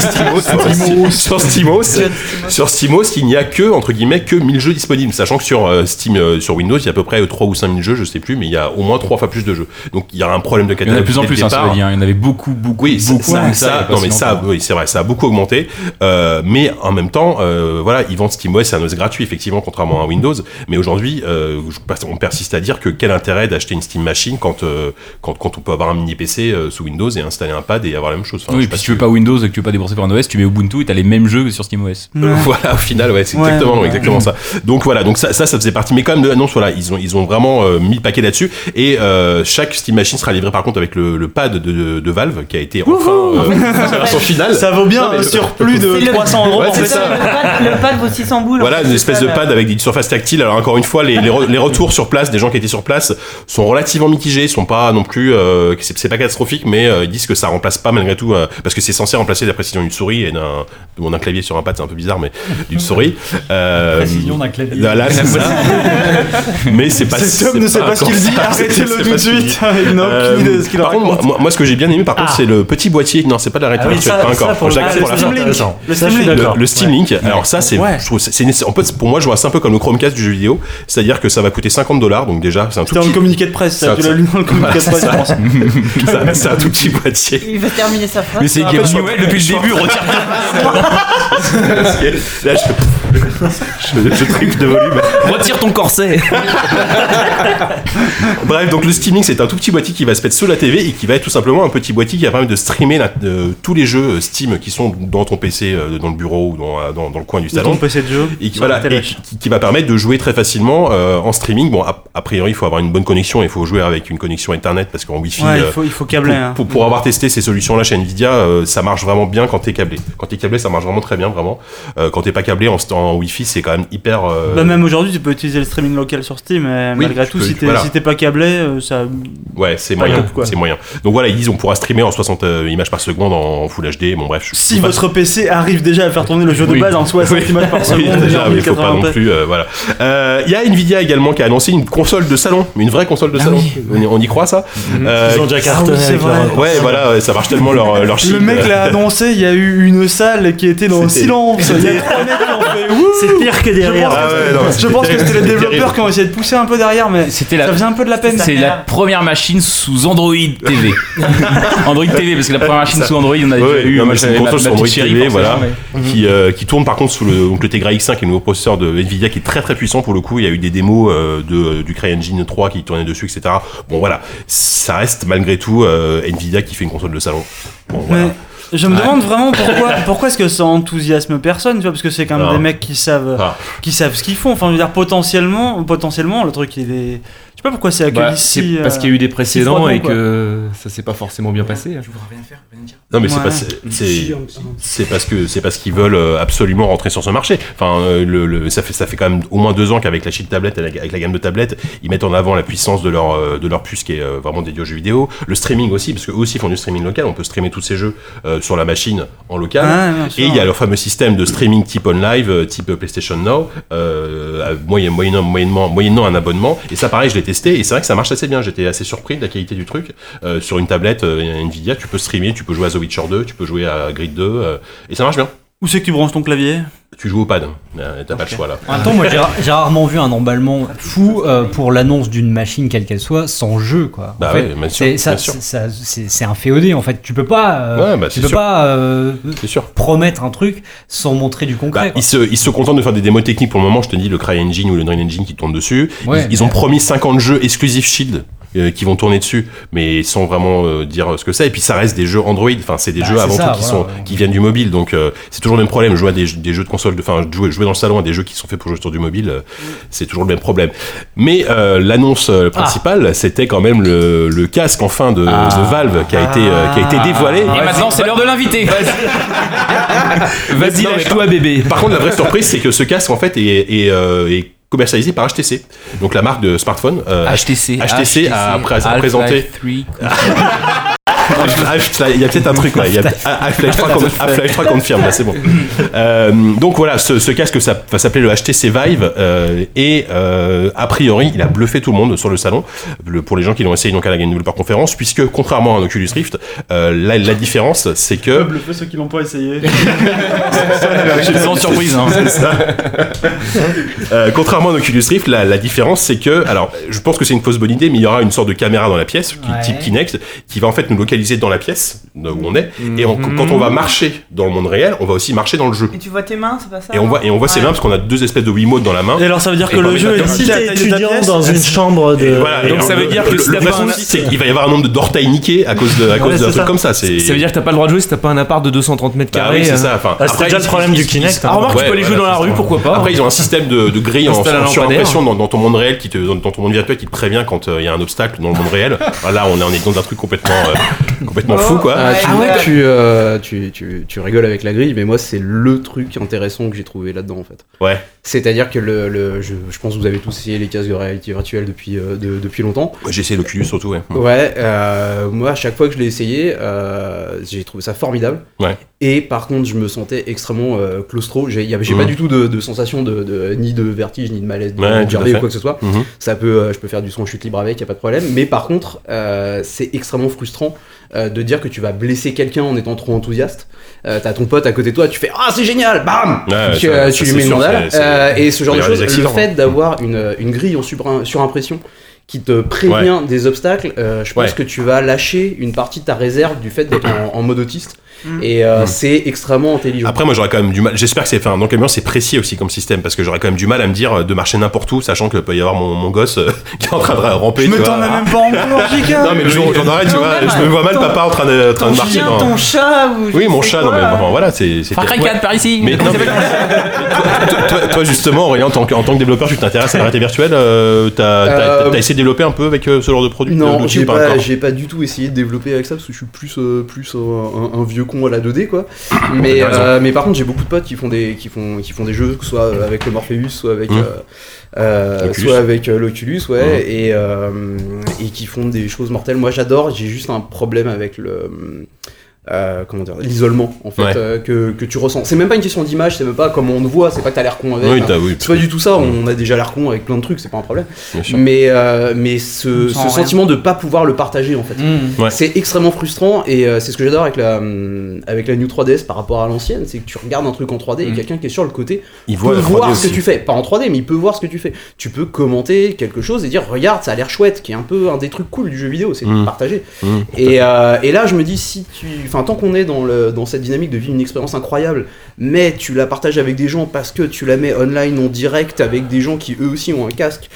Speaker 1: SteamOS, sur SteamOS, sur SteamOS, il n'y a que entre guillemets que mille jeux disponibles, sachant que sur euh, Steam, euh, sur Windows, il y a à peu près trois ou cinq mille jeux, je sais plus, mais il y a au moins trois fois plus de jeux. Donc il y a un problème de
Speaker 4: Il y en
Speaker 1: catalogue.
Speaker 4: a de plus en
Speaker 1: dès le
Speaker 4: plus, hein, ça
Speaker 1: départ.
Speaker 4: veut dire. Il y en avait beaucoup, beaucoup,
Speaker 1: Oui, ça,
Speaker 4: beaucoup.
Speaker 1: ça,
Speaker 4: moins que
Speaker 1: ça,
Speaker 4: il y a pas
Speaker 1: non
Speaker 4: si
Speaker 1: mais ça,
Speaker 4: longtemps.
Speaker 1: oui, c'est vrai, ça a beaucoup augmenté. Euh, mais en même temps, euh, voilà, ils vendent SteamOS, c'est un O S gratuit effectivement, contrairement à Windows. Mais aujourd'hui, euh, je- on persiste à dire que quel intérêt d'acheter une Steam Machine quand euh, quand, quand on peut avoir un mini P C euh, sous Windows et installer un pad et avoir la même chose. Enfin,
Speaker 4: Oui,
Speaker 1: je
Speaker 4: et puis
Speaker 1: sais
Speaker 4: si tu veux pas Windows et que tu veux pas débourser pour un O S, tu mets Ubuntu et t'as les mêmes jeux que sur SteamOS.
Speaker 1: Euh, Voilà, au final, ouais, c'est
Speaker 3: Ouais,
Speaker 1: exactement,
Speaker 3: ouais.
Speaker 1: exactement ça. Donc voilà, donc ça, ça, ça faisait partie. Mais quand même de l'annonce, voilà, ils ont, ils ont vraiment euh, mis le paquet là-dessus. Et euh, chaque Steam Machine sera livré par contre avec le, le pad de, de, de Valve qui a été enfin euh, sa version finale.
Speaker 3: Ça vaut bien
Speaker 1: Non, mais
Speaker 3: un
Speaker 1: le-
Speaker 3: surplus de
Speaker 6: C'est le-
Speaker 3: trois cents euros
Speaker 1: Ouais,
Speaker 3: pour
Speaker 1: c'est
Speaker 3: faire
Speaker 1: ça.
Speaker 6: Le pad, le pad vaut six cents boules.
Speaker 1: Voilà,
Speaker 6: en fait,
Speaker 1: une
Speaker 6: c'est
Speaker 1: espèce
Speaker 6: ça,
Speaker 1: de
Speaker 6: là.
Speaker 1: pad avec une surface tactile. Alors encore une fois, les, les, re- les retours sur place des gens qui étaient sur place sont relativement mitigés, sont pas non plus, euh, c'est, c'est pas catastrophique, mais euh, ils disent que ça remplace pas malgré tout, euh, parce que c'est censé remplacer la précision d'une souris et d'un, d'un clavier sur un pad, c'est un peu bizarre, mais d'une souris. Euh,
Speaker 5: Précision d'un clavier.
Speaker 1: Là, c'est ça. Mais c'est pas.
Speaker 3: Cet homme ne sait pas ce qu'il
Speaker 1: encore
Speaker 3: dit,
Speaker 1: ça.
Speaker 3: arrêtez-le
Speaker 1: C'est
Speaker 3: tout
Speaker 1: pas
Speaker 3: de
Speaker 1: ce qu'il
Speaker 3: suite.
Speaker 1: dit.
Speaker 3: Il n'a
Speaker 1: Euh,
Speaker 3: aucune idée de ce qu'il
Speaker 1: Par contre,
Speaker 3: raconte.
Speaker 1: moi, moi, ce que j'ai bien aimé, par contre,
Speaker 5: Ah.
Speaker 1: c'est le petit boîtier. Non, c'est pas de la réalité
Speaker 8: Ah oui,
Speaker 1: virtuelle,
Speaker 8: ça-
Speaker 1: pas encore.
Speaker 8: ça, pour le
Speaker 1: J'accorde
Speaker 8: coup,
Speaker 1: pour la
Speaker 8: c'est
Speaker 1: fin.
Speaker 8: intéressant.
Speaker 3: Le
Speaker 8: Ça, je
Speaker 3: Steam
Speaker 8: suis
Speaker 3: Link.
Speaker 8: d'accord.
Speaker 1: Le, le Steam
Speaker 8: Ouais.
Speaker 1: Link, alors ça c'est,
Speaker 3: Ouais.
Speaker 1: je trouve, c'est, c'est- en fait pour moi je vois ça un peu comme le Chromecast du jeu vidéo, c'est-à-dire que ça va coûter cinquante dollars, donc déjà c'est un tout
Speaker 3: C'était dans le
Speaker 1: petit,
Speaker 3: communiqué de presse, ça,
Speaker 1: Ça,
Speaker 3: tu l'as
Speaker 1: ça-
Speaker 3: lu dans le communiqué de
Speaker 1: Voilà,
Speaker 3: presse,
Speaker 1: c'est
Speaker 3: je pense.
Speaker 1: c'est, c'est un tout petit boîtier.
Speaker 6: Il veut terminer sa phrase.
Speaker 4: Mais c'est
Speaker 6: Ah,
Speaker 4: Game
Speaker 6: bah,
Speaker 4: Newell depuis le début, retire
Speaker 1: Là je, je, je triple de volume.
Speaker 4: retire ton corset.
Speaker 1: Bref, donc le Steam Link c'est un tout petit boîtier qui va se mettre sous la T V et qui va être tout simplement un petit boîtier qui va permettre de streamer la- euh, tous les jeux Steam qui sont dans ton P C, euh, dans le bureau ou dans, euh, dans, dans le coin du
Speaker 3: Ton
Speaker 1: salon.
Speaker 3: P C de jeu.
Speaker 1: Et qui,
Speaker 3: sur
Speaker 1: voilà,
Speaker 3: la télé.
Speaker 1: et qui, qui va permettre de jouer très facilement euh, en streaming. Bon, a, a priori, il faut avoir une bonne connexion. Il faut jouer avec une connexion Internet parce qu'en Wi-Fi,
Speaker 3: Ouais, il
Speaker 1: euh,
Speaker 3: faut, il faut
Speaker 1: pour,
Speaker 3: câbler. hein.
Speaker 1: pour, pour avoir testé ces solutions-là chez Nvidia, euh, ça marche vraiment bien quand t'es câblé. Quand t'es câblé, ça marche vraiment très bien, vraiment. Euh, quand t'es pas câblé en, en Wi-Fi, c'est quand même hyper. euh,
Speaker 3: Bah, même aujourd'hui, tu peux utiliser le streaming local sur Steam, mais
Speaker 1: Oui,
Speaker 3: malgré
Speaker 1: tu
Speaker 3: tout,
Speaker 1: peux-
Speaker 3: si t'es
Speaker 1: voilà.
Speaker 3: si t'es pas câblé, euh, ça.
Speaker 1: Ouais, c'est
Speaker 3: Pas
Speaker 1: moyen.
Speaker 3: top, quoi.
Speaker 1: C'est moyen. Donc voilà, ils disent on pourra streamer en soixante euh, images par seconde en Full H D. Bon, bref. je-
Speaker 3: Si
Speaker 1: je-
Speaker 3: votre P C arrive déjà à faire tourner le jeu de
Speaker 1: Oui.
Speaker 3: base en soixante
Speaker 1: Oui.
Speaker 3: images par
Speaker 1: Oui,
Speaker 3: seconde,
Speaker 1: déjà,
Speaker 3: en
Speaker 1: mais il faut pas non
Speaker 3: mille quatre-vingts p.
Speaker 1: plus, euh, voilà. Euh, Il y a Nvidia également qui a annoncé une console de salon, une vraie console de
Speaker 3: Ah
Speaker 1: salon.
Speaker 3: oui.
Speaker 1: On, y, on y croit ça Euh,
Speaker 8: Ils ont déjà
Speaker 3: Ah
Speaker 8: cartonné
Speaker 3: oui, c'est
Speaker 8: avec
Speaker 3: vrai.
Speaker 8: leur-
Speaker 1: Ouais, voilà, ouais, ça marche tellement leur leur
Speaker 3: Le
Speaker 1: chip.
Speaker 3: mec l'a annoncé, il y a eu une salle qui était dans le
Speaker 1: C'était-
Speaker 3: silence. Il y a trois mecs qui ont fait ouh.
Speaker 5: C'est pire que
Speaker 3: Je
Speaker 5: derrière.
Speaker 3: pense
Speaker 1: Ah
Speaker 3: que
Speaker 1: ouais,
Speaker 3: c'était-
Speaker 1: non,
Speaker 3: je
Speaker 1: c'était
Speaker 3: pense que
Speaker 1: terrible,
Speaker 3: c'était les
Speaker 1: c'était
Speaker 3: développeurs
Speaker 1: terrible.
Speaker 3: qui ont essayé de pousser un peu derrière, mais
Speaker 4: C'était la-
Speaker 3: ça faisait un peu de la peine.
Speaker 4: C'est la première machine sous Android T V. Android T V, parce que la première machine
Speaker 1: Ça-
Speaker 4: sous Android, on a
Speaker 1: Ouais,
Speaker 4: déjà eu.
Speaker 1: non,
Speaker 4: Moi,
Speaker 1: mais c'est une
Speaker 4: j'avais ma-
Speaker 1: console
Speaker 4: ma
Speaker 1: sur Android
Speaker 4: petite
Speaker 1: T
Speaker 4: chérie,
Speaker 1: V, voilà,
Speaker 4: forcément, mais-
Speaker 1: qui, euh, qui tourne par contre sous le, donc le Tegra X cinq, qui est le nouveau processeur de Nvidia, qui est très très puissant pour le coup. Il y a eu des démos euh, de, du CryEngine trois qui tournaient dessus, et cetera. Bon voilà, ça reste malgré tout euh, Nvidia qui fait une console de salon. Bon voilà.
Speaker 3: Mais je me demande vraiment pourquoi, pourquoi est-ce que ça enthousiasme personne, tu vois, parce que c'est quand même
Speaker 1: Non.
Speaker 3: des mecs qui savent,
Speaker 1: Ah.
Speaker 3: qui savent ce qu'ils font. Enfin, je veux dire, potentiellement, potentiellement, le truc il est, sais pas pourquoi c'est accueilli
Speaker 7: Bah, c'est
Speaker 3: si.
Speaker 7: parce
Speaker 3: euh,
Speaker 7: qu'il y a eu des précédents
Speaker 3: froidement,
Speaker 7: et
Speaker 3: quoi.
Speaker 7: que ça s'est pas forcément bien passé.
Speaker 4: Je voudrais rien faire, rien dire.
Speaker 1: Non mais c'est
Speaker 3: Ouais.
Speaker 1: pas c'est c'est- c'est parce que c'est parce qu'ils veulent euh, absolument rentrer sur ce marché. Enfin euh, le, le ça fait ça fait quand même au moins deux ans qu'avec la chip tablette avec, avec la gamme de tablettes ils mettent en avant la puissance de leur euh, de leur puce qui est euh, vraiment dédiée aux jeux vidéo. Le streaming aussi parce qu'eux aussi font du streaming local. On peut streamer tous ces jeux euh, sur la machine en local.
Speaker 3: Ah, bien sûr.
Speaker 1: Et il y a leur fameux système de streaming type on live, euh, type PlayStation Now, euh, à moyen, moyennant, moyennement, moyennant un abonnement. Et ça, pareil, je l'ai testé et c'est vrai que ça marche assez bien. J'étais assez surpris de la qualité du truc. Euh, sur une tablette euh, Nvidia, tu peux streamer, tu peux jouer à The Witcher deux, tu peux jouer à Grid deux, euh, et ça marche bien.
Speaker 3: Où c'est que tu branches ton clavier?
Speaker 1: Tu joues au pad, euh, t'as pas le choix là.
Speaker 5: En même temps, moi j'ai j'ai rarement vu un emballement fou euh, pour l'annonce d'une machine quelle qu'elle soit sans jeu quoi. En
Speaker 1: Bah
Speaker 5: fait,
Speaker 1: ouais, bien sûr,
Speaker 5: c'est ça-
Speaker 1: bien sûr.
Speaker 5: c'est- ça- c'est- c'est un féodé en fait. Tu peux pas, euh,
Speaker 1: Ouais, bah,
Speaker 5: tu
Speaker 1: c'est
Speaker 5: peux
Speaker 1: sûr.
Speaker 5: pas euh,
Speaker 1: C'est sûr.
Speaker 5: promettre un truc sans montrer du concret.
Speaker 1: Bah,
Speaker 5: quoi.
Speaker 1: ils, se, ils se contentent de faire des démos techniques pour le moment. Je te dis, le CryEngine ou le Unreal Engine qui tournent dessus.
Speaker 5: Ouais,
Speaker 1: ils, ils ont
Speaker 5: mais-
Speaker 1: promis cinquante jeux exclusifs Shield. euh, qui vont tourner dessus, mais sans vraiment euh, dire ce que c'est. Et puis ça reste des jeux Android. Enfin, c'est des
Speaker 5: Bah,
Speaker 1: jeux
Speaker 5: c'est
Speaker 1: avant
Speaker 5: ça,
Speaker 1: tout qui
Speaker 5: voilà,
Speaker 1: sont
Speaker 5: ouais.
Speaker 1: qui viennent du mobile. Donc euh, c'est toujours le même problème. Jouer à des, des jeux de console, de, enfin jouer, jouer dans le salon à des jeux qui sont faits pour jouer sur du mobile, euh, c'est toujours le même problème. Mais euh, l'annonce euh, principale, c'était quand même le, le casque enfin de,
Speaker 4: Ah.
Speaker 1: de Valve qui a été euh, qui a été dévoilé.
Speaker 4: Et maintenant, c'est l'heure de l'invité. Vas-y,
Speaker 1: Non, mais
Speaker 7: Lâche-toi, bébé.
Speaker 1: Par contre, la vraie surprise, c'est que ce casque, en fait, est, est, euh, est commercialisé par H T C, donc la marque de smartphone. euh,
Speaker 4: H T C.
Speaker 1: H T C a pré- a présenté.
Speaker 4: trois.
Speaker 1: Il y a peut-être un truc, ouais. Il y a Half-Life trois, con- Half-Life trois confirme, là, c'est bon. Euh, donc voilà, ce, ce casque ça va s'appeler le H T C Vive euh, et euh, a priori, il a bluffé tout le monde sur le salon. Le, pour les gens qui l'ont essayé donc à la Game Developer Conference, puisque contrairement à un Oculus Rift, euh, la, la différence, c'est que
Speaker 3: Bluffer ceux qui l'ont pas essayé.
Speaker 4: Sans surprise. Hein.
Speaker 1: C'est ça. Euh, contrairement à un Oculus Rift, la, la différence c'est que, alors je pense que c'est une fausse bonne idée, mais il y aura une sorte de caméra dans la pièce, qui,
Speaker 5: Ouais.
Speaker 1: type Kinect, qui va en fait nous localiser dans la pièce où on est, et en- quand on va marcher dans le monde réel, on va aussi marcher dans le jeu.
Speaker 6: Et tu vois tes mains, c'est pas ça
Speaker 1: Et on voit, et on voit ses
Speaker 6: Ouais.
Speaker 1: mains parce qu'on a deux espèces de Wiimote dans la main.
Speaker 3: Et alors ça veut dire que
Speaker 1: Et
Speaker 3: le
Speaker 1: pas
Speaker 3: jeu est
Speaker 1: mettre la
Speaker 8: Si
Speaker 3: limité à
Speaker 8: t'es
Speaker 3: la taille de ta
Speaker 8: étudiant
Speaker 3: pièce.
Speaker 8: dans une chambre de.
Speaker 1: Et voilà,
Speaker 4: donc
Speaker 1: et
Speaker 4: ça
Speaker 1: le-
Speaker 4: veut dire que
Speaker 1: le,
Speaker 4: si
Speaker 1: le
Speaker 4: t'as
Speaker 1: vrai
Speaker 4: pas un-
Speaker 1: souci, c'est qu'il va y avoir un nombre de d'orteils niqués à cause de, à cause
Speaker 8: Ouais,
Speaker 1: d'un
Speaker 8: c'est
Speaker 1: truc
Speaker 8: ça.
Speaker 1: comme ça. C'est,
Speaker 7: Ça veut dire que t'as pas le droit de jouer si t'as pas un appart de deux cent trente mètres
Speaker 1: bah
Speaker 7: carrés.
Speaker 1: oui, c'est
Speaker 7: euh.
Speaker 1: ça. Enfin,
Speaker 8: Ah, c'était déjà
Speaker 1: ils-
Speaker 8: le problème
Speaker 1: ils-
Speaker 8: du
Speaker 1: ils-
Speaker 8: Kinect.
Speaker 1: ils-
Speaker 8: hein.
Speaker 7: Ah, remarque,
Speaker 1: Ouais,
Speaker 7: tu peux aller jouer
Speaker 1: voilà,
Speaker 7: dans la
Speaker 1: c'est
Speaker 7: rue,
Speaker 1: ça.
Speaker 7: pourquoi pas.
Speaker 1: Après, ils ont un système de, de grille en,
Speaker 7: Installe un
Speaker 1: en surimpression
Speaker 7: lampadaire.
Speaker 1: dans, dans ton monde réel, qui te, dans, dans ton monde virtuel, qui te prévient quand il y a un obstacle dans le monde réel. Là, on est, on est dans un truc complètement, euh, complètement fou, quoi.
Speaker 2: Ah, tu,
Speaker 6: Ah ouais.
Speaker 2: tu, euh, tu, tu, tu rigoles avec la grille, mais moi c'est le truc intéressant que j'ai trouvé là-dedans en fait.
Speaker 1: Ouais.
Speaker 2: C'est-à-dire que le, le, je, je pense que vous avez tous essayé les casques de réalité virtuelle depuis, euh, de- depuis longtemps.
Speaker 1: Ouais, J'ai essayé l'Oculus surtout, ouais.
Speaker 2: Ouais, euh, moi à chaque fois que je l'ai essayé, euh, j'ai trouvé ça formidable.
Speaker 1: Ouais.
Speaker 2: Et par contre, je me sentais extrêmement euh, claustro. J'ai y avait- j'ai
Speaker 1: Mhm.
Speaker 2: pas du tout de, de sensation de, de- ni de vertige, ni de malaise, ni
Speaker 1: Ouais,
Speaker 2: de
Speaker 1: tout à
Speaker 2: diarrhée
Speaker 1: fait.
Speaker 2: ou quoi que ce soit.
Speaker 1: Mhm.
Speaker 2: Ça peut, euh, je peux faire du son en chute libre avec, y a pas de problème. Mais par contre, euh, c'est extrêmement frustrant euh, de dire que tu vas blesser quelqu'un en étant trop enthousiaste. Euh, T'as ton pote à côté de toi, tu fais ah c'est génial, bam,
Speaker 1: Ouais,
Speaker 2: tu,
Speaker 1: ça-
Speaker 2: euh,
Speaker 1: ça,
Speaker 2: tu
Speaker 1: c'est
Speaker 2: lui mets une
Speaker 1: sûr,
Speaker 2: mandale.
Speaker 1: c'est- c'est-
Speaker 2: Euh, et ce genre
Speaker 1: il
Speaker 2: de
Speaker 1: va y avoir
Speaker 2: choses.
Speaker 1: des
Speaker 2: Le
Speaker 1: accidents,
Speaker 2: fait
Speaker 1: hein.
Speaker 2: d'avoir une, une grille en sur- surimpression qui te prévient des obstacles, euh, je pense
Speaker 1: Ouais.
Speaker 2: que tu vas lâcher une partie de ta réserve du fait d'être en, en mode autiste.
Speaker 6: Mm.
Speaker 2: Et euh,
Speaker 1: Mm.
Speaker 2: c'est extrêmement intelligent.
Speaker 1: Après, moi, j'aurais quand même du mal. J'espère que c'est, enfin, dans quelle mesure c'est précis aussi comme système, parce que j'aurais quand même du mal à me dire euh, de marcher n'importe où, sachant que peut y avoir mon, mon gosse euh, qui est en train de ramper.
Speaker 3: Je me
Speaker 1: tu vois.
Speaker 3: t'en ai même pas encore, Jika.
Speaker 1: Non, mais le jour où j'en aurai, tu
Speaker 6: Non,
Speaker 1: vois,
Speaker 6: même,
Speaker 1: je me vois mal
Speaker 6: ton-
Speaker 1: papa en train de, en train de
Speaker 6: Ton
Speaker 1: marcher
Speaker 6: chien,
Speaker 1: dans.
Speaker 6: ton chat ou je
Speaker 1: Oui, mon
Speaker 6: sais
Speaker 1: chat,
Speaker 6: quoi.
Speaker 1: non, mais enfin, voilà, c'est. c'est
Speaker 4: Far Cry quatre par ici.
Speaker 1: Mais, non, mais- toi, toi, toi, justement, Aurélien, en tant que, en tant que développeur, tu t'intéresses à la réalité virtuelle. euh, t'as, t'as-
Speaker 2: Euh,
Speaker 1: t'as essayé de développer un peu avec euh, ce genre de produit
Speaker 2: Non,
Speaker 1: d'outil
Speaker 2: j'ai
Speaker 1: ou pas
Speaker 2: pas,
Speaker 1: encore
Speaker 2: j'ai pas du tout essayé de développer avec ça parce que je suis plus, euh, plus euh, un, un vieux con à la deux D quoi. Mais,
Speaker 1: T'as raison.
Speaker 2: euh, mais par contre, j'ai beaucoup de potes qui font des, qui font, qui font des jeux, que ce soit avec le Morpheus, soit avec,
Speaker 1: Mmh.
Speaker 2: euh, euh,
Speaker 1: L'Oculus.
Speaker 2: soit avec euh, l'Oculus, ouais,
Speaker 1: Mmh.
Speaker 2: et, euh, et qui font des choses mortelles. Moi, j'adore. J'ai juste un problème avec le. Euh, comment dire, l'isolement en fait
Speaker 1: Ouais.
Speaker 2: euh, que, que tu ressens. C'est même pas une question d'image, c'est même pas comme on te voit, c'est pas que t'as l'air con avec.
Speaker 1: Oui,
Speaker 2: hein.
Speaker 1: t'as, oui.
Speaker 2: C'est pas du tout ça, on a déjà l'air con avec plein de trucs, c'est pas un problème.
Speaker 1: Bien sûr.
Speaker 2: Mais, euh, mais ce,
Speaker 3: On
Speaker 2: ce
Speaker 3: sent rien.
Speaker 2: sentiment de pas pouvoir le partager en fait,
Speaker 5: Mmh.
Speaker 1: Ouais.
Speaker 2: c'est extrêmement frustrant et euh, c'est ce que j'adore avec la, hum, avec la New trois D S par rapport à l'ancienne, c'est que tu regardes un truc en trois D et
Speaker 4: Mm.
Speaker 2: quelqu'un qui est sur le côté
Speaker 1: Il
Speaker 2: peut
Speaker 1: voit la trois D
Speaker 2: voir ce que
Speaker 1: aussi.
Speaker 2: tu fais, pas en trois D mais il peut voir ce que tu fais. Tu peux commenter quelque chose et dire regarde ça a l'air chouette, qui est un peu un des trucs cool du jeu vidéo, c'est de
Speaker 1: Mm.
Speaker 2: partager.
Speaker 1: Mmh.
Speaker 2: Et, euh, et là, je me dis, si tu. Enfin, tant qu'on est dans, le, dans cette dynamique de vivre une expérience incroyable, mais tu la partages avec des gens parce que tu la mets online en direct avec des gens qui eux aussi ont un casque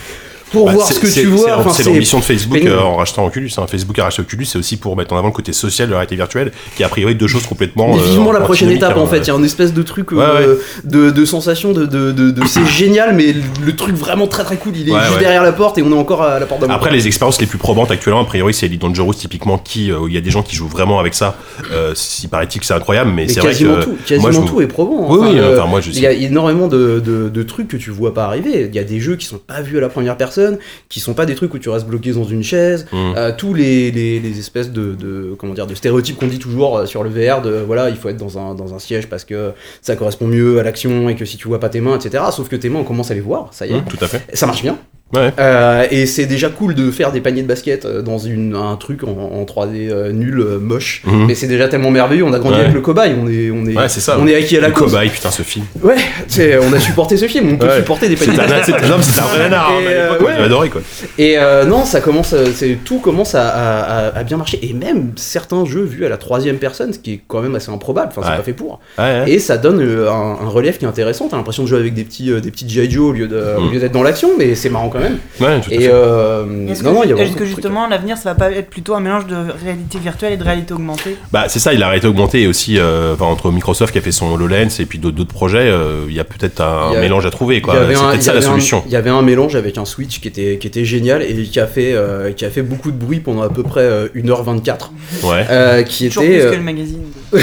Speaker 2: pour
Speaker 1: Bah,
Speaker 2: voir
Speaker 1: c'est-
Speaker 2: ce que
Speaker 1: c'est-
Speaker 2: tu vois.
Speaker 1: c'est-
Speaker 2: Enfin,
Speaker 1: C'est
Speaker 2: c'est
Speaker 1: l'ambition de Facebook
Speaker 2: pénible.
Speaker 1: euh, en rachetant Oculus. Hein. Facebook a racheté Oculus, c'est aussi pour mettre en avant le côté social de la réalité virtuelle, qui est a priori deux choses complètement.
Speaker 2: Mais vivement
Speaker 1: euh,
Speaker 2: la prochaine
Speaker 1: antinomiques,
Speaker 2: étape
Speaker 1: hein.
Speaker 2: en fait, il y a une espèce de truc euh,
Speaker 1: Ouais, ouais.
Speaker 2: De, de sensation de, de, de, de- c'est génial, mais le truc vraiment très très cool, il est
Speaker 1: Ouais,
Speaker 2: juste
Speaker 1: ouais.
Speaker 2: derrière la porte et on est encore à la porte d'un
Speaker 1: Après, les expériences les plus probantes actuellement, a priori, c'est Elite Dangerous, typiquement, qui, euh, où il y a des gens qui jouent vraiment avec ça. Euh, il paraît-il que c'est incroyable, mais,
Speaker 2: mais
Speaker 1: c'est vrai que.
Speaker 2: quasiment tout, quasiment
Speaker 1: moi, je
Speaker 2: tout est probant.
Speaker 1: Oui,
Speaker 2: Enfin,
Speaker 1: oui,
Speaker 2: euh,
Speaker 1: enfin, moi, je
Speaker 2: il y a énormément de, de, de trucs que tu vois pas arriver. Il y a des jeux qui sont pas vus à la première personne, qui sont pas des trucs où tu restes bloqué dans une chaise.
Speaker 1: Mm.
Speaker 2: Euh, tous les, les, les espèces de, de comment dire de stéréotypes qu'on dit toujours euh, sur le V R, de voilà, il faut être dans un, dans un siège parce que ça correspond mieux à l'action et que si tu vois pas tes mains, et cetera. Sauf que tes mains, on commence à les voir, ça y est.
Speaker 1: Mm, tout à fait.
Speaker 2: Ça marche bien.
Speaker 1: Ouais.
Speaker 2: Euh, et c'est déjà cool de faire des paniers de basket euh, dans une, un truc en, en trois D euh, nul, euh, moche.
Speaker 1: Mhm.
Speaker 2: Mais c'est déjà tellement merveilleux. On a grandi
Speaker 1: Ouais.
Speaker 2: avec le cobaye. On est, on est,
Speaker 1: Ouais, c'est ça.
Speaker 2: on est acquis à la
Speaker 1: Le
Speaker 2: cause.
Speaker 1: cobaye, putain, ce film.
Speaker 2: Ouais, c'est- on a supporté ce film. On peut
Speaker 1: Ouais.
Speaker 2: supporter des paniers de
Speaker 1: C'était un,
Speaker 2: basket.
Speaker 1: c'était- non, mais c'était un vrai nanar. hein,
Speaker 2: Et,
Speaker 1: mais à l'époque,
Speaker 2: euh,
Speaker 1: moi, j'avais adoré, quoi.
Speaker 2: Et euh, non, ça commence, euh, c'est tout commence à, à- à- à bien marcher. Et même certains jeux vus à la troisième personne, ce qui est quand même assez improbable. Enfin, c'est
Speaker 1: Ouais.
Speaker 2: pas fait pour.
Speaker 1: Ouais, ouais.
Speaker 2: Et ça donne euh, un, un relief qui est intéressant. T'as l'impression de jouer avec des petits, euh, des petits G I. Joe au lieu de, au
Speaker 1: Mm.
Speaker 2: lieu d'être dans l'action, mais c'est marrant quand même.
Speaker 1: Ouais, tout à
Speaker 2: Et
Speaker 1: fait.
Speaker 2: euh,
Speaker 6: Est-ce
Speaker 2: non, non, il y a
Speaker 6: que,
Speaker 2: vraiment
Speaker 6: est-ce que
Speaker 2: de trucs.
Speaker 6: justement l'avenir ça va pas être plutôt un mélange de réalité virtuelle et de réalité augmentée?
Speaker 1: Bah, c'est ça, il a réalité augmentée et aussi euh, enfin, entre Microsoft qui a fait son HoloLens et puis d'autres, d'autres projets, euh, il y a peut-être un
Speaker 2: Il y a-
Speaker 1: mélange à trouver, quoi.
Speaker 2: Il y avait
Speaker 1: C'est
Speaker 2: un-
Speaker 1: peut-être
Speaker 2: il y
Speaker 1: ça la
Speaker 2: avait un-
Speaker 1: solution.
Speaker 2: Il y avait un mélange avec un Switch qui était, qui était génial et qui a fait, euh, qui a fait beaucoup de bruit pendant à peu près euh, une heure vingt-quatre.
Speaker 1: Ouais.
Speaker 2: Euh, qui
Speaker 6: Toujours
Speaker 2: était,
Speaker 6: plus
Speaker 2: euh,
Speaker 6: que le magazine.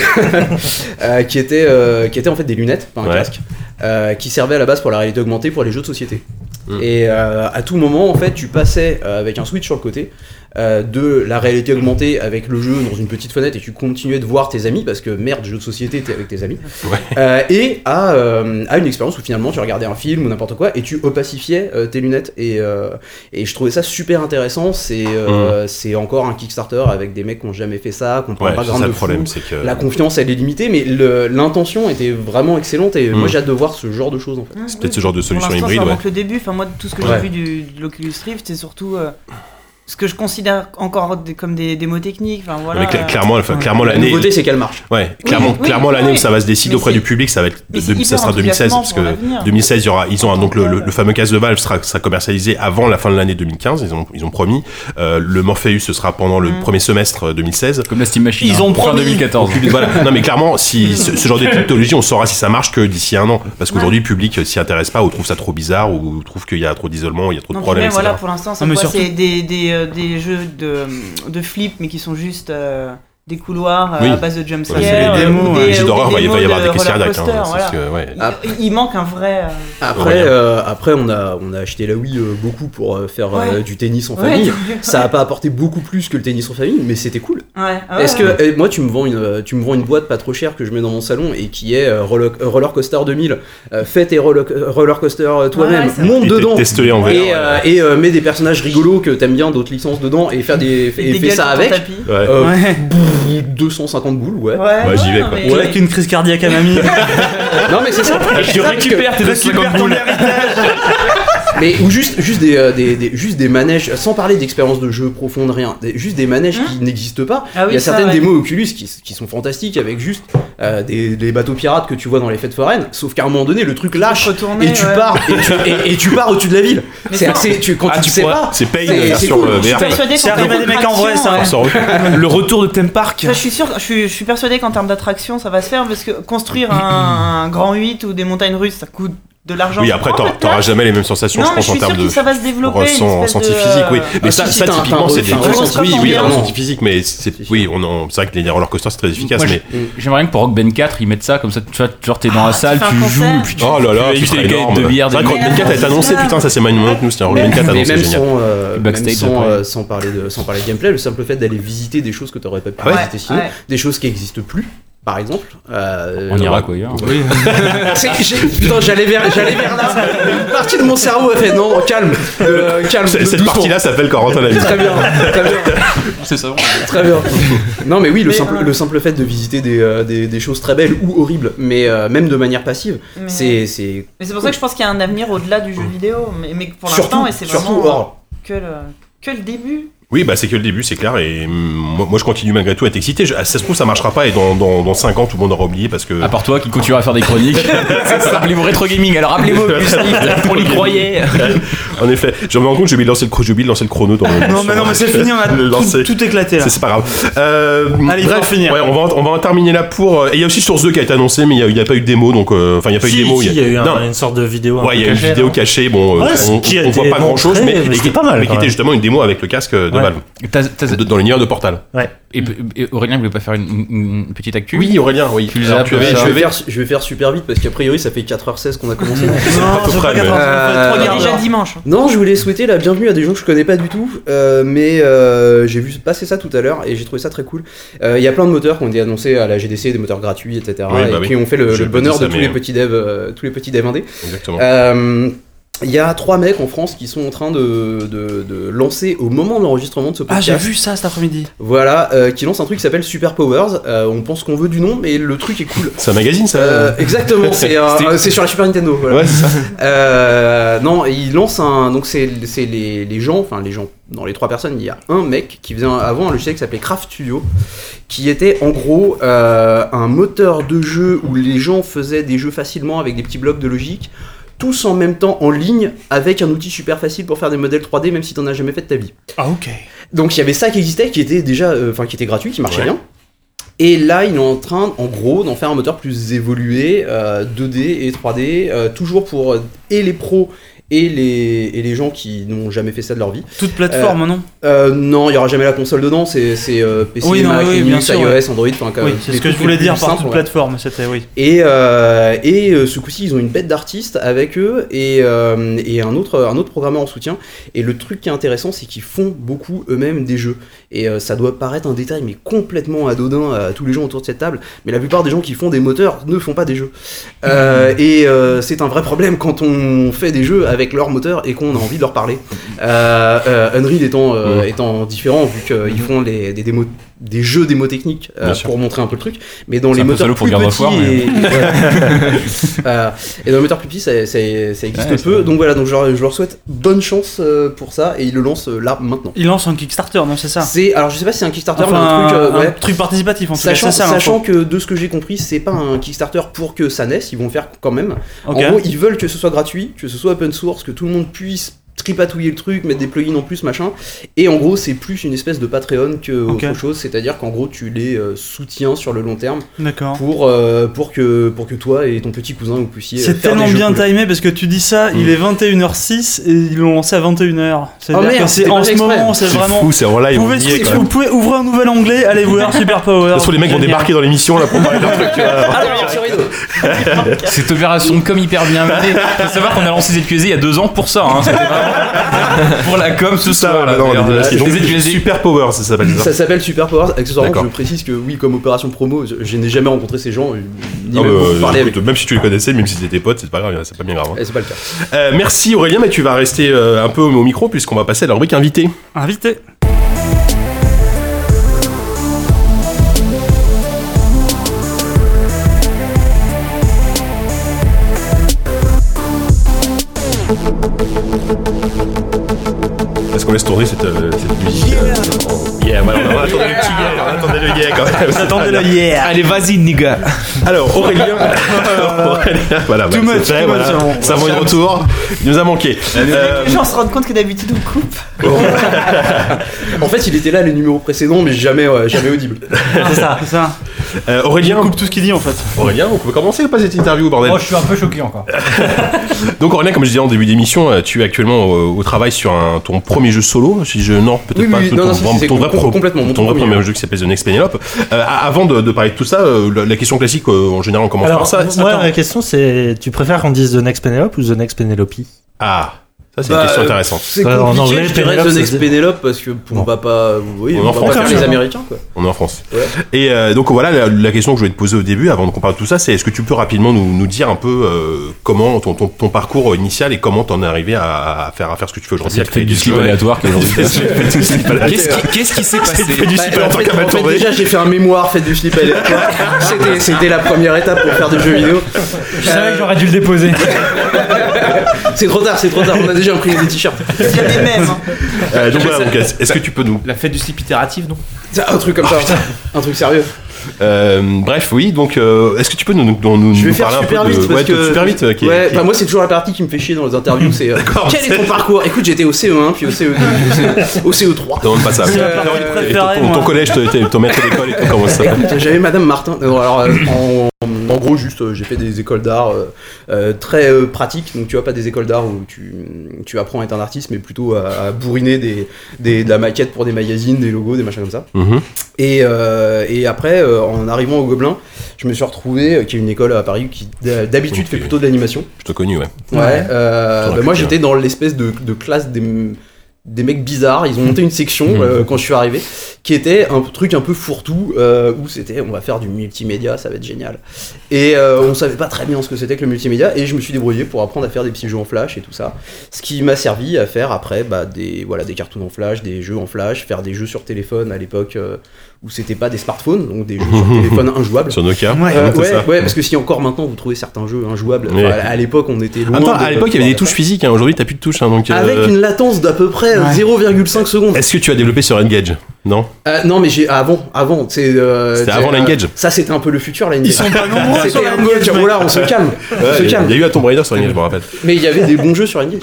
Speaker 2: euh, qui était, euh, qui était en fait des lunettes, pas un
Speaker 1: Ouais.
Speaker 2: casque, euh, qui servait à la base pour la réalité augmentée pour les jeux de société.
Speaker 1: Mm.
Speaker 2: Et euh, à tout moment, en fait, tu passais euh, avec un Switch sur le côté. Euh, de la réalité augmentée avec le jeu dans une petite fenêtre et tu continuais de voir tes amis parce que merde, jeu de société, t'es avec tes amis.
Speaker 1: Ouais.
Speaker 2: Euh, et à, euh, à une expérience où finalement tu regardais un film ou n'importe quoi et tu opacifiais euh, tes lunettes et, euh, et je trouvais ça super intéressant. C'est euh, c'est encore un Kickstarter avec des mecs qui n'ont jamais fait ça, qui n'ont pas
Speaker 1: Ouais,
Speaker 2: un
Speaker 1: c'est
Speaker 2: background
Speaker 1: ça
Speaker 2: de
Speaker 1: le problème,
Speaker 2: fou.
Speaker 1: c'est que.
Speaker 2: La confiance elle est limitée, mais le- l'intention était vraiment excellente et
Speaker 1: Mm.
Speaker 2: moi j'ai hâte de voir ce genre de choses en fait.
Speaker 1: C'est peut-être ce genre de solution
Speaker 6: Pour l'instant,
Speaker 1: hybride,
Speaker 6: ça
Speaker 1: ouais.
Speaker 6: manque le début. Enfin, moi, tout ce que
Speaker 2: Ouais.
Speaker 6: j'ai vu du, de l'Oculus Rift, c'est surtout euh, ce que je considère encore des- comme des démos techniques. Enfin, voilà.
Speaker 1: Mais cla- clairement, enfin, clairement
Speaker 2: La
Speaker 1: l'année.
Speaker 2: nouveauté c'est qu'elle marche.
Speaker 1: Ouais, clairement,
Speaker 6: oui,
Speaker 1: clairement
Speaker 6: oui,
Speaker 1: l'année
Speaker 6: oui.
Speaker 1: où ça va se décider
Speaker 6: Mais
Speaker 1: auprès
Speaker 6: c'est-
Speaker 1: du public, ça va être,
Speaker 6: mais
Speaker 1: de-
Speaker 6: c'est hyper
Speaker 1: ça sera deux mille seize parce que
Speaker 6: enthousiasmant pour l'avenir.
Speaker 1: deux mille seize il y aura, ils ont un- donc le, le, le fameux casque de Valve sera, sera commercialisé avant la fin de l'année deux mille quinze, ils ont, ils ont promis. Euh, le Morpheus ce sera pendant le
Speaker 6: Mm.
Speaker 1: premier semestre deux mille seize.
Speaker 4: Comme la Steam Machine.
Speaker 3: Ils
Speaker 4: hein,
Speaker 3: ont
Speaker 4: fin
Speaker 3: promis.
Speaker 4: deux mille quatorze.
Speaker 1: Voilà. Non mais clairement, si ce, ce genre de technologie, on saura si ça marche que d'ici un an, parce qu'aujourd'hui le public euh, s'y intéresse pas ou trouve ça trop bizarre ou trouve qu'il y a trop d'isolement, il y a trop de
Speaker 6: Non, puis
Speaker 1: problèmes,
Speaker 6: même,
Speaker 1: et cetera.
Speaker 6: voilà, pour l'instant, c'est
Speaker 3: Non, mais
Speaker 6: quoi
Speaker 3: surtout-
Speaker 6: C'est des, des, euh, des jeux de, de flip, mais qui sont juste euh, des couloirs euh,
Speaker 1: Oui.
Speaker 6: à base de jumpscare.
Speaker 1: Ouais, c'est
Speaker 3: des démos,
Speaker 6: ou
Speaker 3: ouais.
Speaker 1: Les jeux
Speaker 6: ou
Speaker 1: d'horreur,
Speaker 6: des
Speaker 1: il va y- va y
Speaker 6: démos
Speaker 1: avoir
Speaker 6: de
Speaker 1: des caisses cardiaques.
Speaker 6: roller
Speaker 1: Hein,
Speaker 6: coaster,
Speaker 1: parce
Speaker 6: voilà.
Speaker 1: que, ouais.
Speaker 2: Ah.
Speaker 6: Il, il manque un vrai. euh,
Speaker 2: Après,
Speaker 1: Ouais.
Speaker 2: euh, après on a on a acheté la Wii euh, beaucoup pour euh, faire euh,
Speaker 6: Ouais.
Speaker 2: du tennis en
Speaker 6: Ouais,
Speaker 2: famille.
Speaker 6: ouais.
Speaker 2: Ça a pas apporté beaucoup plus que le tennis en famille, mais c'était cool.
Speaker 6: Ouais. Ah ouais,
Speaker 2: Est-ce
Speaker 6: ouais.
Speaker 2: que eh, moi tu me vends une euh, tu me vends une boîte pas trop chère que je mets dans mon salon et qui est euh, roller, euh, roller coaster deux mille, euh, fais tes roller, roller coaster euh, toi-même,
Speaker 6: Ouais, c'est
Speaker 2: monte
Speaker 1: Et
Speaker 2: dedans
Speaker 1: teste-les en V R.
Speaker 2: et,
Speaker 1: ouais.
Speaker 2: euh, et euh, mets des personnages rigolos que t'aimes bien, d'autres licences dedans et faire des
Speaker 6: Fais
Speaker 2: et
Speaker 6: des
Speaker 2: fais
Speaker 6: gueules
Speaker 2: ça
Speaker 6: sur ton
Speaker 2: avec.
Speaker 6: tapis.
Speaker 1: Ouais.
Speaker 2: Euh,
Speaker 3: Ouais.
Speaker 2: deux cent cinquante boules, ouais.
Speaker 6: Ouais,
Speaker 1: Ouais, j'y vais,
Speaker 6: non,
Speaker 1: quoi.
Speaker 6: mais-
Speaker 2: Ouais.
Speaker 3: Avec une crise cardiaque à mamie.
Speaker 2: Non mais c'est ça.
Speaker 3: Tu récupères tes récupères ton héritage.
Speaker 2: Mais ou juste juste des, euh, des, des- juste des manèges sans parler d'expérience de jeu profonde rien, des- juste des manèges
Speaker 6: Hein
Speaker 2: qui n'existent pas.
Speaker 6: Ah oui,
Speaker 2: Il y a
Speaker 6: ça,
Speaker 2: certaines
Speaker 6: ouais.
Speaker 2: démos Oculus qui, qui sont fantastiques avec juste euh, des, des bateaux pirates que tu vois dans les fêtes foraines, sauf qu'à un moment donné le truc lâche
Speaker 6: retourner,
Speaker 2: et tu
Speaker 6: ouais.
Speaker 2: pars et tu, et, et tu pars au-dessus de la ville.
Speaker 6: Mais
Speaker 2: C'est
Speaker 6: ça-
Speaker 2: assez tu quand
Speaker 1: Ah,
Speaker 2: tu
Speaker 1: tu
Speaker 2: sais
Speaker 1: pourrais-
Speaker 2: pas.
Speaker 1: c'est Pay,
Speaker 2: c'est-
Speaker 1: la
Speaker 2: c'est
Speaker 1: version
Speaker 2: cool.
Speaker 1: euh,
Speaker 6: Je suis
Speaker 1: V R.
Speaker 6: persuadé
Speaker 3: C'est
Speaker 6: qu'en termes
Speaker 3: arrivé des mecs en vrai, ça.
Speaker 6: d'attraction, ouais.
Speaker 7: Le retour de Theme Park.
Speaker 6: Ça, je suis sûr, je suis, je suis persuadé qu'en termes d'attraction, ça va se faire parce que construire un, un grand huit ou des montagnes russes, ça coûte de l'argent.
Speaker 1: Oui, après, t'auras- t'auras jamais les mêmes sensations,
Speaker 6: Non,
Speaker 1: je
Speaker 6: mais
Speaker 1: pense,
Speaker 6: je
Speaker 1: en
Speaker 6: suis sûr
Speaker 1: termes de
Speaker 6: que ça va se développer. une
Speaker 1: ressent,
Speaker 6: espèce
Speaker 1: ressenti
Speaker 6: de,
Speaker 1: physique, oui.
Speaker 6: euh,
Speaker 1: Mais
Speaker 2: Ah,
Speaker 1: ça,
Speaker 2: si,
Speaker 1: ça
Speaker 2: si, t'as un-
Speaker 1: typiquement,
Speaker 2: t'as un-
Speaker 1: c'est des
Speaker 2: t'as un
Speaker 1: trucs.
Speaker 2: ressenti,
Speaker 1: Oui,
Speaker 2: oui,
Speaker 1: oui,
Speaker 2: vraiment.
Speaker 1: un ressenti physique, mais c'est, oui, on en, c'est vrai que les roller coasters c'est très efficace,
Speaker 4: Moi,
Speaker 1: mais.
Speaker 4: J'aimerais bien que pour Rock Band quatre, ils mettent ça, comme ça, tu vois, genre t'es dans la
Speaker 6: Ah,
Speaker 4: salle,
Speaker 6: tu fais un
Speaker 4: tu joues,
Speaker 6: concert.
Speaker 4: puis tu
Speaker 1: Oh là là,
Speaker 4: tu
Speaker 1: tu
Speaker 4: vas
Speaker 1: serais
Speaker 4: éviter les
Speaker 1: énorme.
Speaker 4: canettes de bière
Speaker 1: C'est
Speaker 4: des
Speaker 1: vrai que
Speaker 4: mecs.
Speaker 1: Rock Band quatre a été annoncé, putain, ça c'est moins moins que nous, c'était un Rock Band quatre
Speaker 2: Mais
Speaker 1: annoncé,
Speaker 2: même
Speaker 1: génial.
Speaker 2: sans, euh, même
Speaker 4: Backstage
Speaker 2: sans,
Speaker 4: après.
Speaker 2: euh, sans parler de sans parler de gameplay, le simple fait d'aller visiter des choses que t'aurais pas pu
Speaker 1: Ouais.
Speaker 2: visiter sinon,
Speaker 6: Ouais.
Speaker 2: des choses qui existent plus. Par exemple, euh,
Speaker 4: En Irak, quoi, ailleurs.
Speaker 2: C'est- j'ai- Putain, j'allais vers, j'allais vers là. Une partie de mon cerveau a fait non, calme, euh, calme.
Speaker 1: Cette cette
Speaker 2: doucement.
Speaker 1: partie-là s'appelle Corentin la vie.
Speaker 2: Très bien, très bien,
Speaker 4: C'est ça.
Speaker 2: très bien. Non, mais oui, le
Speaker 6: Mais,
Speaker 2: simple,
Speaker 6: euh,
Speaker 2: le simple fait de visiter des, euh, des, des choses très belles ou horribles, mais euh, même de manière passive,
Speaker 6: Mais-
Speaker 2: c'est, c'est
Speaker 6: Mais c'est pour ça que je pense qu'il y a un avenir au-delà du jeu vidéo. Mais, mais pour
Speaker 2: surtout,
Speaker 6: l'instant, et c'est
Speaker 2: surtout
Speaker 6: vraiment
Speaker 2: hors.
Speaker 6: que le, que le début.
Speaker 1: Oui, bah c'est que le début, c'est clair. Et moi, moi, je continue malgré tout à être excité. Je, ça se trouve, ça marchera pas et dans, dans, dans cinq ans, tout le monde aura oublié parce que.
Speaker 4: À part toi qui continuera à faire des chroniques. Rappelez-vous Rétro Gaming. Alors rappelez-vous on y croyait.
Speaker 1: En effet, je me rends compte, j'ai oublié de lancer le, j'ai oublié de lancer le chrono dans le.
Speaker 3: Non, mais non, mais c'est fini, on a tout, tout éclaté là.
Speaker 1: C'est, c'est pas grave. Euh,
Speaker 3: Allez, il
Speaker 1: bref,
Speaker 3: faut finir.
Speaker 1: Ouais, on va, en, on va en terminer là pour. Et il y a aussi Source deux qui a été annoncé, mais il n'y a, a pas eu de démo, donc. Enfin, euh, il n'y a pas
Speaker 8: si,
Speaker 1: eu de démo.
Speaker 8: Il y, y a eu un,
Speaker 1: non.
Speaker 8: une sorte de vidéo.
Speaker 1: Ouais, il y a eu une
Speaker 8: cachée,
Speaker 1: vidéo
Speaker 8: non
Speaker 1: cachée. Bon,
Speaker 8: ouais,
Speaker 1: on, on voit pas grand chose, mais,
Speaker 8: mais c'était pas mal.
Speaker 1: Mais qui était justement une démo avec le casque de
Speaker 8: ouais.
Speaker 1: Valve.
Speaker 4: T'as, t'as...
Speaker 1: Dans l'univers de Portal.
Speaker 8: Ouais.
Speaker 4: Et, et Aurélien voulait pas faire une, une, une petite actu?
Speaker 1: Oui, Aurélien, oui.
Speaker 4: Tu les
Speaker 1: Alors,
Speaker 4: as
Speaker 1: tu
Speaker 2: Ouais,
Speaker 1: avais-
Speaker 2: je,
Speaker 1: tu
Speaker 2: vais
Speaker 1: avais-
Speaker 2: faire, je vais faire super vite parce qu'a priori ça fait quatre heures seize qu'on a commencé.
Speaker 3: Non,
Speaker 1: peu
Speaker 3: c'est
Speaker 1: près,
Speaker 3: pas
Speaker 1: mais-
Speaker 3: quatre heures,
Speaker 2: Euh,
Speaker 3: trois
Speaker 6: On est
Speaker 3: quarts
Speaker 6: déjà
Speaker 3: d'heure.
Speaker 6: dimanche.
Speaker 2: Non, je voulais souhaiter la bienvenue à des gens que je connais pas du tout, euh, mais euh, j'ai vu passer ça tout à l'heure et j'ai trouvé ça très cool. Euh, Il y a plein de moteurs qui ont été annoncés à la G D C, des moteurs gratuits, et cetera.
Speaker 1: Oui, bah
Speaker 2: et
Speaker 1: oui.
Speaker 2: qui ont fait le,
Speaker 1: J'ai
Speaker 2: le
Speaker 1: pas
Speaker 2: bonheur
Speaker 1: dit ça,
Speaker 2: de tous
Speaker 1: mais-
Speaker 2: les petits devs, euh, tous les petits devs indés.
Speaker 1: Exactement.
Speaker 2: Euh, Il y a trois mecs en France qui sont en train de, de, de lancer au moment de l'enregistrement de ce
Speaker 3: Ah,
Speaker 2: podcast.
Speaker 3: j'ai vu ça cet après-midi.
Speaker 2: Voilà, euh, qui lance un truc qui s'appelle Super Powers. Euh, on pense qu'on veut du nom, mais le truc est cool.
Speaker 1: C'est un magazine, ça.
Speaker 2: Euh, exactement, c'est, euh,
Speaker 1: C'était-
Speaker 2: euh, c'est sur la Super Nintendo. Voilà.
Speaker 1: Ouais, c'est ça.
Speaker 2: Euh, non, il lance un. Donc, c'est, c'est les, les gens, enfin, les gens, dans les trois personnes, il y a un mec qui faisait un- avant un logiciel qui s'appelait Craft Studio, qui était en gros euh, un moteur de jeu où les gens faisaient des jeux facilement avec des petits blocs de logique, tous en même temps en ligne, avec un outil super facile pour faire des modèles trois D, même si t'en as jamais fait de ta vie.
Speaker 3: Ah, ok.
Speaker 2: Donc il y avait ça qui existait, qui était déjà, euh, enfin qui était gratuit, qui marchait
Speaker 1: Ouais.
Speaker 2: bien. Et là, il est en train, en gros, d'en faire un moteur plus évolué, euh, deux D et trois D, euh, toujours pour euh, et les pros et les, et les gens qui n'ont jamais fait ça de leur vie.
Speaker 3: Toute plateforme, non?
Speaker 2: Euh, non, il n'y aura jamais la console dedans, c'est, c'est euh, P C,
Speaker 3: Oui, non,
Speaker 2: Mac,
Speaker 3: oui, bien
Speaker 2: Linux,
Speaker 3: sûr,
Speaker 2: iOS,
Speaker 3: ouais.
Speaker 2: Android, enfin quand
Speaker 3: Oui,
Speaker 2: même,
Speaker 3: c'est
Speaker 2: les
Speaker 3: ce que
Speaker 2: trucs
Speaker 3: je voulais
Speaker 2: les plus
Speaker 3: dire par
Speaker 2: simples,
Speaker 3: toute
Speaker 2: ouais.
Speaker 3: plateforme, c'était oui.
Speaker 2: Et, euh, et euh, ce coup-ci, ils ont une bête d'artistes avec eux et, euh, et un, autre, un autre programmeur en soutien. Et le truc qui est intéressant, c'est qu'ils font beaucoup eux-mêmes des jeux. Et euh, ça doit paraître un détail, mais complètement anodin à tous les gens autour de cette table. Mais la plupart des gens qui font des moteurs ne font pas des jeux. Euh, et euh, c'est un vrai problème quand on fait des jeux avec leur moteur et qu'on a envie de leur parler. Euh, euh, Unreal étant, euh,
Speaker 1: Ouais.
Speaker 2: étant différent, vu qu'ils font les, des démos, des jeux démos techniques euh,
Speaker 1: Bien sûr.
Speaker 2: pour montrer un peu le truc. Mais dans
Speaker 4: C'est
Speaker 2: les
Speaker 4: un peu
Speaker 2: moteurs
Speaker 4: salaud pour
Speaker 2: plus
Speaker 4: Gears of
Speaker 2: petits
Speaker 4: War, mais-
Speaker 2: et, ouais. Euh, et dans les moteurs plus petits, ça, ça, ça existe
Speaker 4: Ouais, c'est
Speaker 2: peu.
Speaker 4: vrai.
Speaker 2: Donc voilà, donc je leur, je leur souhaite bonne chance euh, pour ça et ils le lancent euh, là maintenant.
Speaker 3: Il lance un Kickstarter, non, c'est ça?
Speaker 2: C'est, alors je sais pas si c'est un Kickstarter,
Speaker 3: Enfin,
Speaker 2: mais un truc, euh,
Speaker 3: un
Speaker 2: ouais.
Speaker 3: truc participatif en tout
Speaker 2: Sachant,
Speaker 3: cas, c'est ça.
Speaker 2: sachant que de ce que j'ai compris, c'est pas un Kickstarter pour que ça naisse, ils vont le faire quand même.
Speaker 3: Ok.
Speaker 2: En gros, ils veulent que ce soit gratuit, que ce soit open source, que tout le monde puisse tripatouiller le truc, mettre des plugins en plus, machin. Et en gros, c'est plus une espèce de Patreon que
Speaker 3: Ok.
Speaker 2: autre chose, c'est-à-dire qu'en gros, tu les euh, soutiens sur le long terme
Speaker 3: D'accord.
Speaker 2: pour, euh, pour, que, pour que toi et ton petit cousin vous puissiez euh,
Speaker 3: C'est
Speaker 2: faire
Speaker 3: tellement
Speaker 2: des jeux
Speaker 3: bien
Speaker 2: cool.
Speaker 3: timé parce que tu dis ça, il est vingt et une heures six et ils l'ont lancé à vingt et une heures. C'est-à-dire
Speaker 2: Oh merde,
Speaker 3: que c'est
Speaker 2: c'était
Speaker 3: en
Speaker 2: pas
Speaker 3: ce
Speaker 2: fait exprès.
Speaker 3: moment, c'est
Speaker 1: C'est
Speaker 3: vraiment.
Speaker 1: fou, c'est en live.
Speaker 3: Vous
Speaker 1: on
Speaker 3: pouvez,
Speaker 1: y est,
Speaker 3: si
Speaker 1: quand
Speaker 3: vous
Speaker 1: même.
Speaker 3: pouvez ouvrir un nouvel onglet, allez voir Super Power.
Speaker 1: Ça se trouve, les mecs vont
Speaker 3: Génial.
Speaker 1: débarquer dans l'émission là pour parler de leur truc. tu vois.
Speaker 2: Alors, sur Rideau.
Speaker 4: Cette opération de com hyper bien menée. Faut savoir qu'on a lancé Z Q S D il y a deux ans pour ça. Hein. C'était vraiment pour la com ce
Speaker 1: Ça,
Speaker 4: soir. Là,
Speaker 1: non,
Speaker 4: d'ailleurs.
Speaker 1: on est-
Speaker 4: C'est
Speaker 1: donc,
Speaker 4: Z Q S D.
Speaker 1: Super Power, ça s'appelle ça.
Speaker 2: Ça s'appelle Super Powers. Accessoirement,
Speaker 1: D'accord.
Speaker 2: je précise que oui, comme opération promo, je, je n'ai jamais rencontré ces gens, euh, ni
Speaker 1: Non,
Speaker 2: même
Speaker 1: mais,
Speaker 2: pour
Speaker 1: euh,
Speaker 2: parler avec.
Speaker 1: écoute, même si tu les connaissais, même si c'était tes potes, c'est pas grave, c'est pas bien grave. hein.
Speaker 2: Et c'est pas le cas.
Speaker 1: Euh, merci Aurélien, mais tu vas rester euh, un peu au micro puisqu'on va passer à la rubrique invité.
Speaker 3: Invité.
Speaker 1: Est-ce qu'on laisse tourner cette, euh, cette musique euh, en- Yeah, voilà, on attendait le petit yeah, on attendait le yeah quand même.
Speaker 3: Attendez le yeah.
Speaker 4: Allez, vas-y, nigga.
Speaker 1: Alors Aurélien, Aurélien, voilà,
Speaker 3: Too
Speaker 1: voilà,
Speaker 3: much,
Speaker 1: c'est fait,
Speaker 3: too
Speaker 1: voilà.
Speaker 3: much, hein.
Speaker 1: Ça va de retour, il nous a manqué. Euh,
Speaker 6: Les gens se rendent compte que d'habitude on coupe.
Speaker 2: En fait, il était là les numéros précédents, mais jamais, ouais, jamais audible.
Speaker 3: C'est ça, c'est ça.
Speaker 1: euh,
Speaker 3: Il
Speaker 1: Aurélien,
Speaker 3: coupe tout ce qu'il dit en fait.
Speaker 1: Aurélien, on peut commencer ou pas cette interview, bordel?
Speaker 5: Moi, je suis un peu choqué encore.
Speaker 1: Donc Aurélien, comme je disais en début d'émission, euh, tu es actuellement au, au travail sur un, ton premier jeu solo. Si je non, peut-être
Speaker 2: Oui,
Speaker 1: pas.
Speaker 2: oui,
Speaker 1: ton,
Speaker 2: non, non,
Speaker 1: ton
Speaker 2: si,
Speaker 1: vrai-
Speaker 2: c'est
Speaker 1: ton vrai
Speaker 2: com-
Speaker 1: pro-
Speaker 2: complètement mon
Speaker 1: ton vrai
Speaker 2: premier,
Speaker 1: premier
Speaker 2: ouais.
Speaker 1: jeu qui s'appelle The Next Penelope. Euh, avant de, de parler de tout ça, euh, la, la question classique, euh, en général, on commence
Speaker 8: Alors,
Speaker 1: par ça.
Speaker 8: moi,
Speaker 1: Attends.
Speaker 8: la question, c'est tu préfères qu'on dise The Next Penelope ou The Next Penelope?
Speaker 1: Ah, ça c'est
Speaker 2: Bah,
Speaker 1: une question
Speaker 2: euh,
Speaker 1: intéressante.
Speaker 2: C'est
Speaker 8: Ouais, en
Speaker 2: compliqué,
Speaker 8: anglais,
Speaker 2: je dirais
Speaker 8: Penelope,
Speaker 2: The Next
Speaker 8: c'est-
Speaker 2: Penelope parce que on
Speaker 8: Bon.
Speaker 2: va pas, vous voyez,
Speaker 1: On
Speaker 2: on,
Speaker 1: est en
Speaker 2: va
Speaker 1: France,
Speaker 2: pas faire
Speaker 8: quand
Speaker 2: les
Speaker 8: même.
Speaker 2: Américains quoi.
Speaker 1: On est en France.
Speaker 2: Ouais.
Speaker 1: Et euh, donc voilà, la, la question que je voulais te poser au début, avant qu'on parle de tout ça, c'est est-ce que tu peux rapidement nous, nous dire un peu euh, comment ton, ton, ton parcours initial et comment t'en es arrivé à, à faire à faire ce que tu fais aujourd'hui, à créer
Speaker 4: Faites du
Speaker 1: des
Speaker 4: slip
Speaker 1: jeux.
Speaker 4: aléatoire qui est aujourd'hui.
Speaker 1: Faites du slip aléatoire.
Speaker 4: Qu'est-ce qui- qu'est-ce qui s'est passé?
Speaker 1: Faites du slip
Speaker 2: Bah, en
Speaker 1: aléatoire
Speaker 2: fait,
Speaker 1: qui a mal
Speaker 2: en fait,
Speaker 1: tourné.
Speaker 2: déjà j'ai fait un mémoire, fait du slip aléatoire. C'était, c'était la première étape pour faire des jeux vidéo.
Speaker 5: Je savais que j'aurais dû le déposer.
Speaker 2: C'est trop tard, c'est trop tard. On a déjà imprimé des t-shirts.
Speaker 6: Il y a des mèmes. Hein.
Speaker 1: Euh, donc voilà, donc, est-ce que tu peux nous.
Speaker 7: La fête du slip itérative, non?
Speaker 2: Un truc comme ça. Un truc sérieux.
Speaker 1: Euh, bref, oui, donc euh, est-ce que tu peux nous, nous, nous,
Speaker 2: Je vais
Speaker 1: nous
Speaker 2: faire
Speaker 1: parler
Speaker 2: super
Speaker 1: un peu
Speaker 2: vite
Speaker 1: de.
Speaker 2: parce
Speaker 1: Ouais,
Speaker 2: que
Speaker 1: super vite. euh, qui est-
Speaker 2: ouais,
Speaker 1: qui est-
Speaker 2: bah moi c'est toujours la partie qui me fait chier dans les interviews, c'est euh, quel est ton parcours? Écoute, j'étais au C E un puis au C E deux, au C E trois.
Speaker 1: Demande pas ça.
Speaker 3: C'est la
Speaker 2: Euh,
Speaker 3: partie
Speaker 2: euh,
Speaker 3: préférée,
Speaker 1: ton, ton
Speaker 3: moi.
Speaker 1: collège, ton, ton maître d'école et tout, comment ça s'appelle?
Speaker 2: Écoute, j'avais Madame Martin. Non, alors, euh, en, en gros, juste, euh, j'ai fait des écoles d'art euh, euh, très euh, pratiques. Donc, tu vois, pas des écoles d'art où tu, tu apprends à être un artiste, mais plutôt à, à bourriner des, des, de la maquette pour des magazines, des logos, des machins comme ça.
Speaker 1: Mhm.
Speaker 2: Et, euh, et après, euh, en arrivant au Gobelin, je me suis retrouvé, euh, qui est une école à Paris qui d'ha- d'habitude fait plutôt de l'animation.
Speaker 1: Plutôt connu, ouais.
Speaker 2: Ouais. euh,
Speaker 1: T'aurais
Speaker 2: bah,
Speaker 1: pu
Speaker 2: moi,
Speaker 1: dire.
Speaker 2: j'étais dans l'espèce de, de classe des, des mecs bizarres. Ils ont monté une section
Speaker 1: Mhm.
Speaker 2: euh, quand je suis arrivé, qui était un truc un peu fourre-tout, euh, où c'était on va faire du multimédia, ça va être génial. Et euh, on savait pas très bien ce que c'était que le multimédia, et je me suis débrouillé pour apprendre à faire des petits jeux en flash et tout ça. Ce qui m'a servi à faire après bah, des, voilà, des cartoons en flash, des jeux en flash, faire des jeux sur téléphone à l'époque euh, où c'était pas des smartphones, donc des jeux sur téléphone injouables.
Speaker 1: Sur Nokia.
Speaker 2: Euh,
Speaker 1: c'est
Speaker 2: ouais,
Speaker 1: ça.
Speaker 2: ouais, parce que si encore maintenant vous trouvez certains jeux injouables,
Speaker 1: Ouais.
Speaker 2: enfin, à l'époque on était loin.
Speaker 1: Attends,
Speaker 2: de-
Speaker 1: à l'époque, il y avait des touches physiques, hein. Aujourd'hui, t'as plus de touches, hein, donc. euh,
Speaker 2: avec une latence d'à peu près
Speaker 3: Ouais.
Speaker 2: zéro virgule cinq secondes.
Speaker 1: Est-ce que tu as développé sur N-Gage? Non.
Speaker 2: Euh, non, mais j'ai avant, avant, c'est. euh,
Speaker 1: C'était
Speaker 2: c'est-
Speaker 1: avant
Speaker 2: euh,
Speaker 1: l'Engage.
Speaker 2: Ça, c'était un peu le futur, l'Engage.
Speaker 3: Ils sont pas nombreux sur
Speaker 2: C'était un peu
Speaker 3: l'Engage,
Speaker 2: dire,
Speaker 3: mec.
Speaker 2: voilà, on se calme, on
Speaker 1: Ouais,
Speaker 2: se
Speaker 1: il y a-
Speaker 2: calme.
Speaker 1: il y a eu un Tomb Raider sur N-Gage, je me rappelle.
Speaker 2: Mais il y avait des bons jeux sur Engage.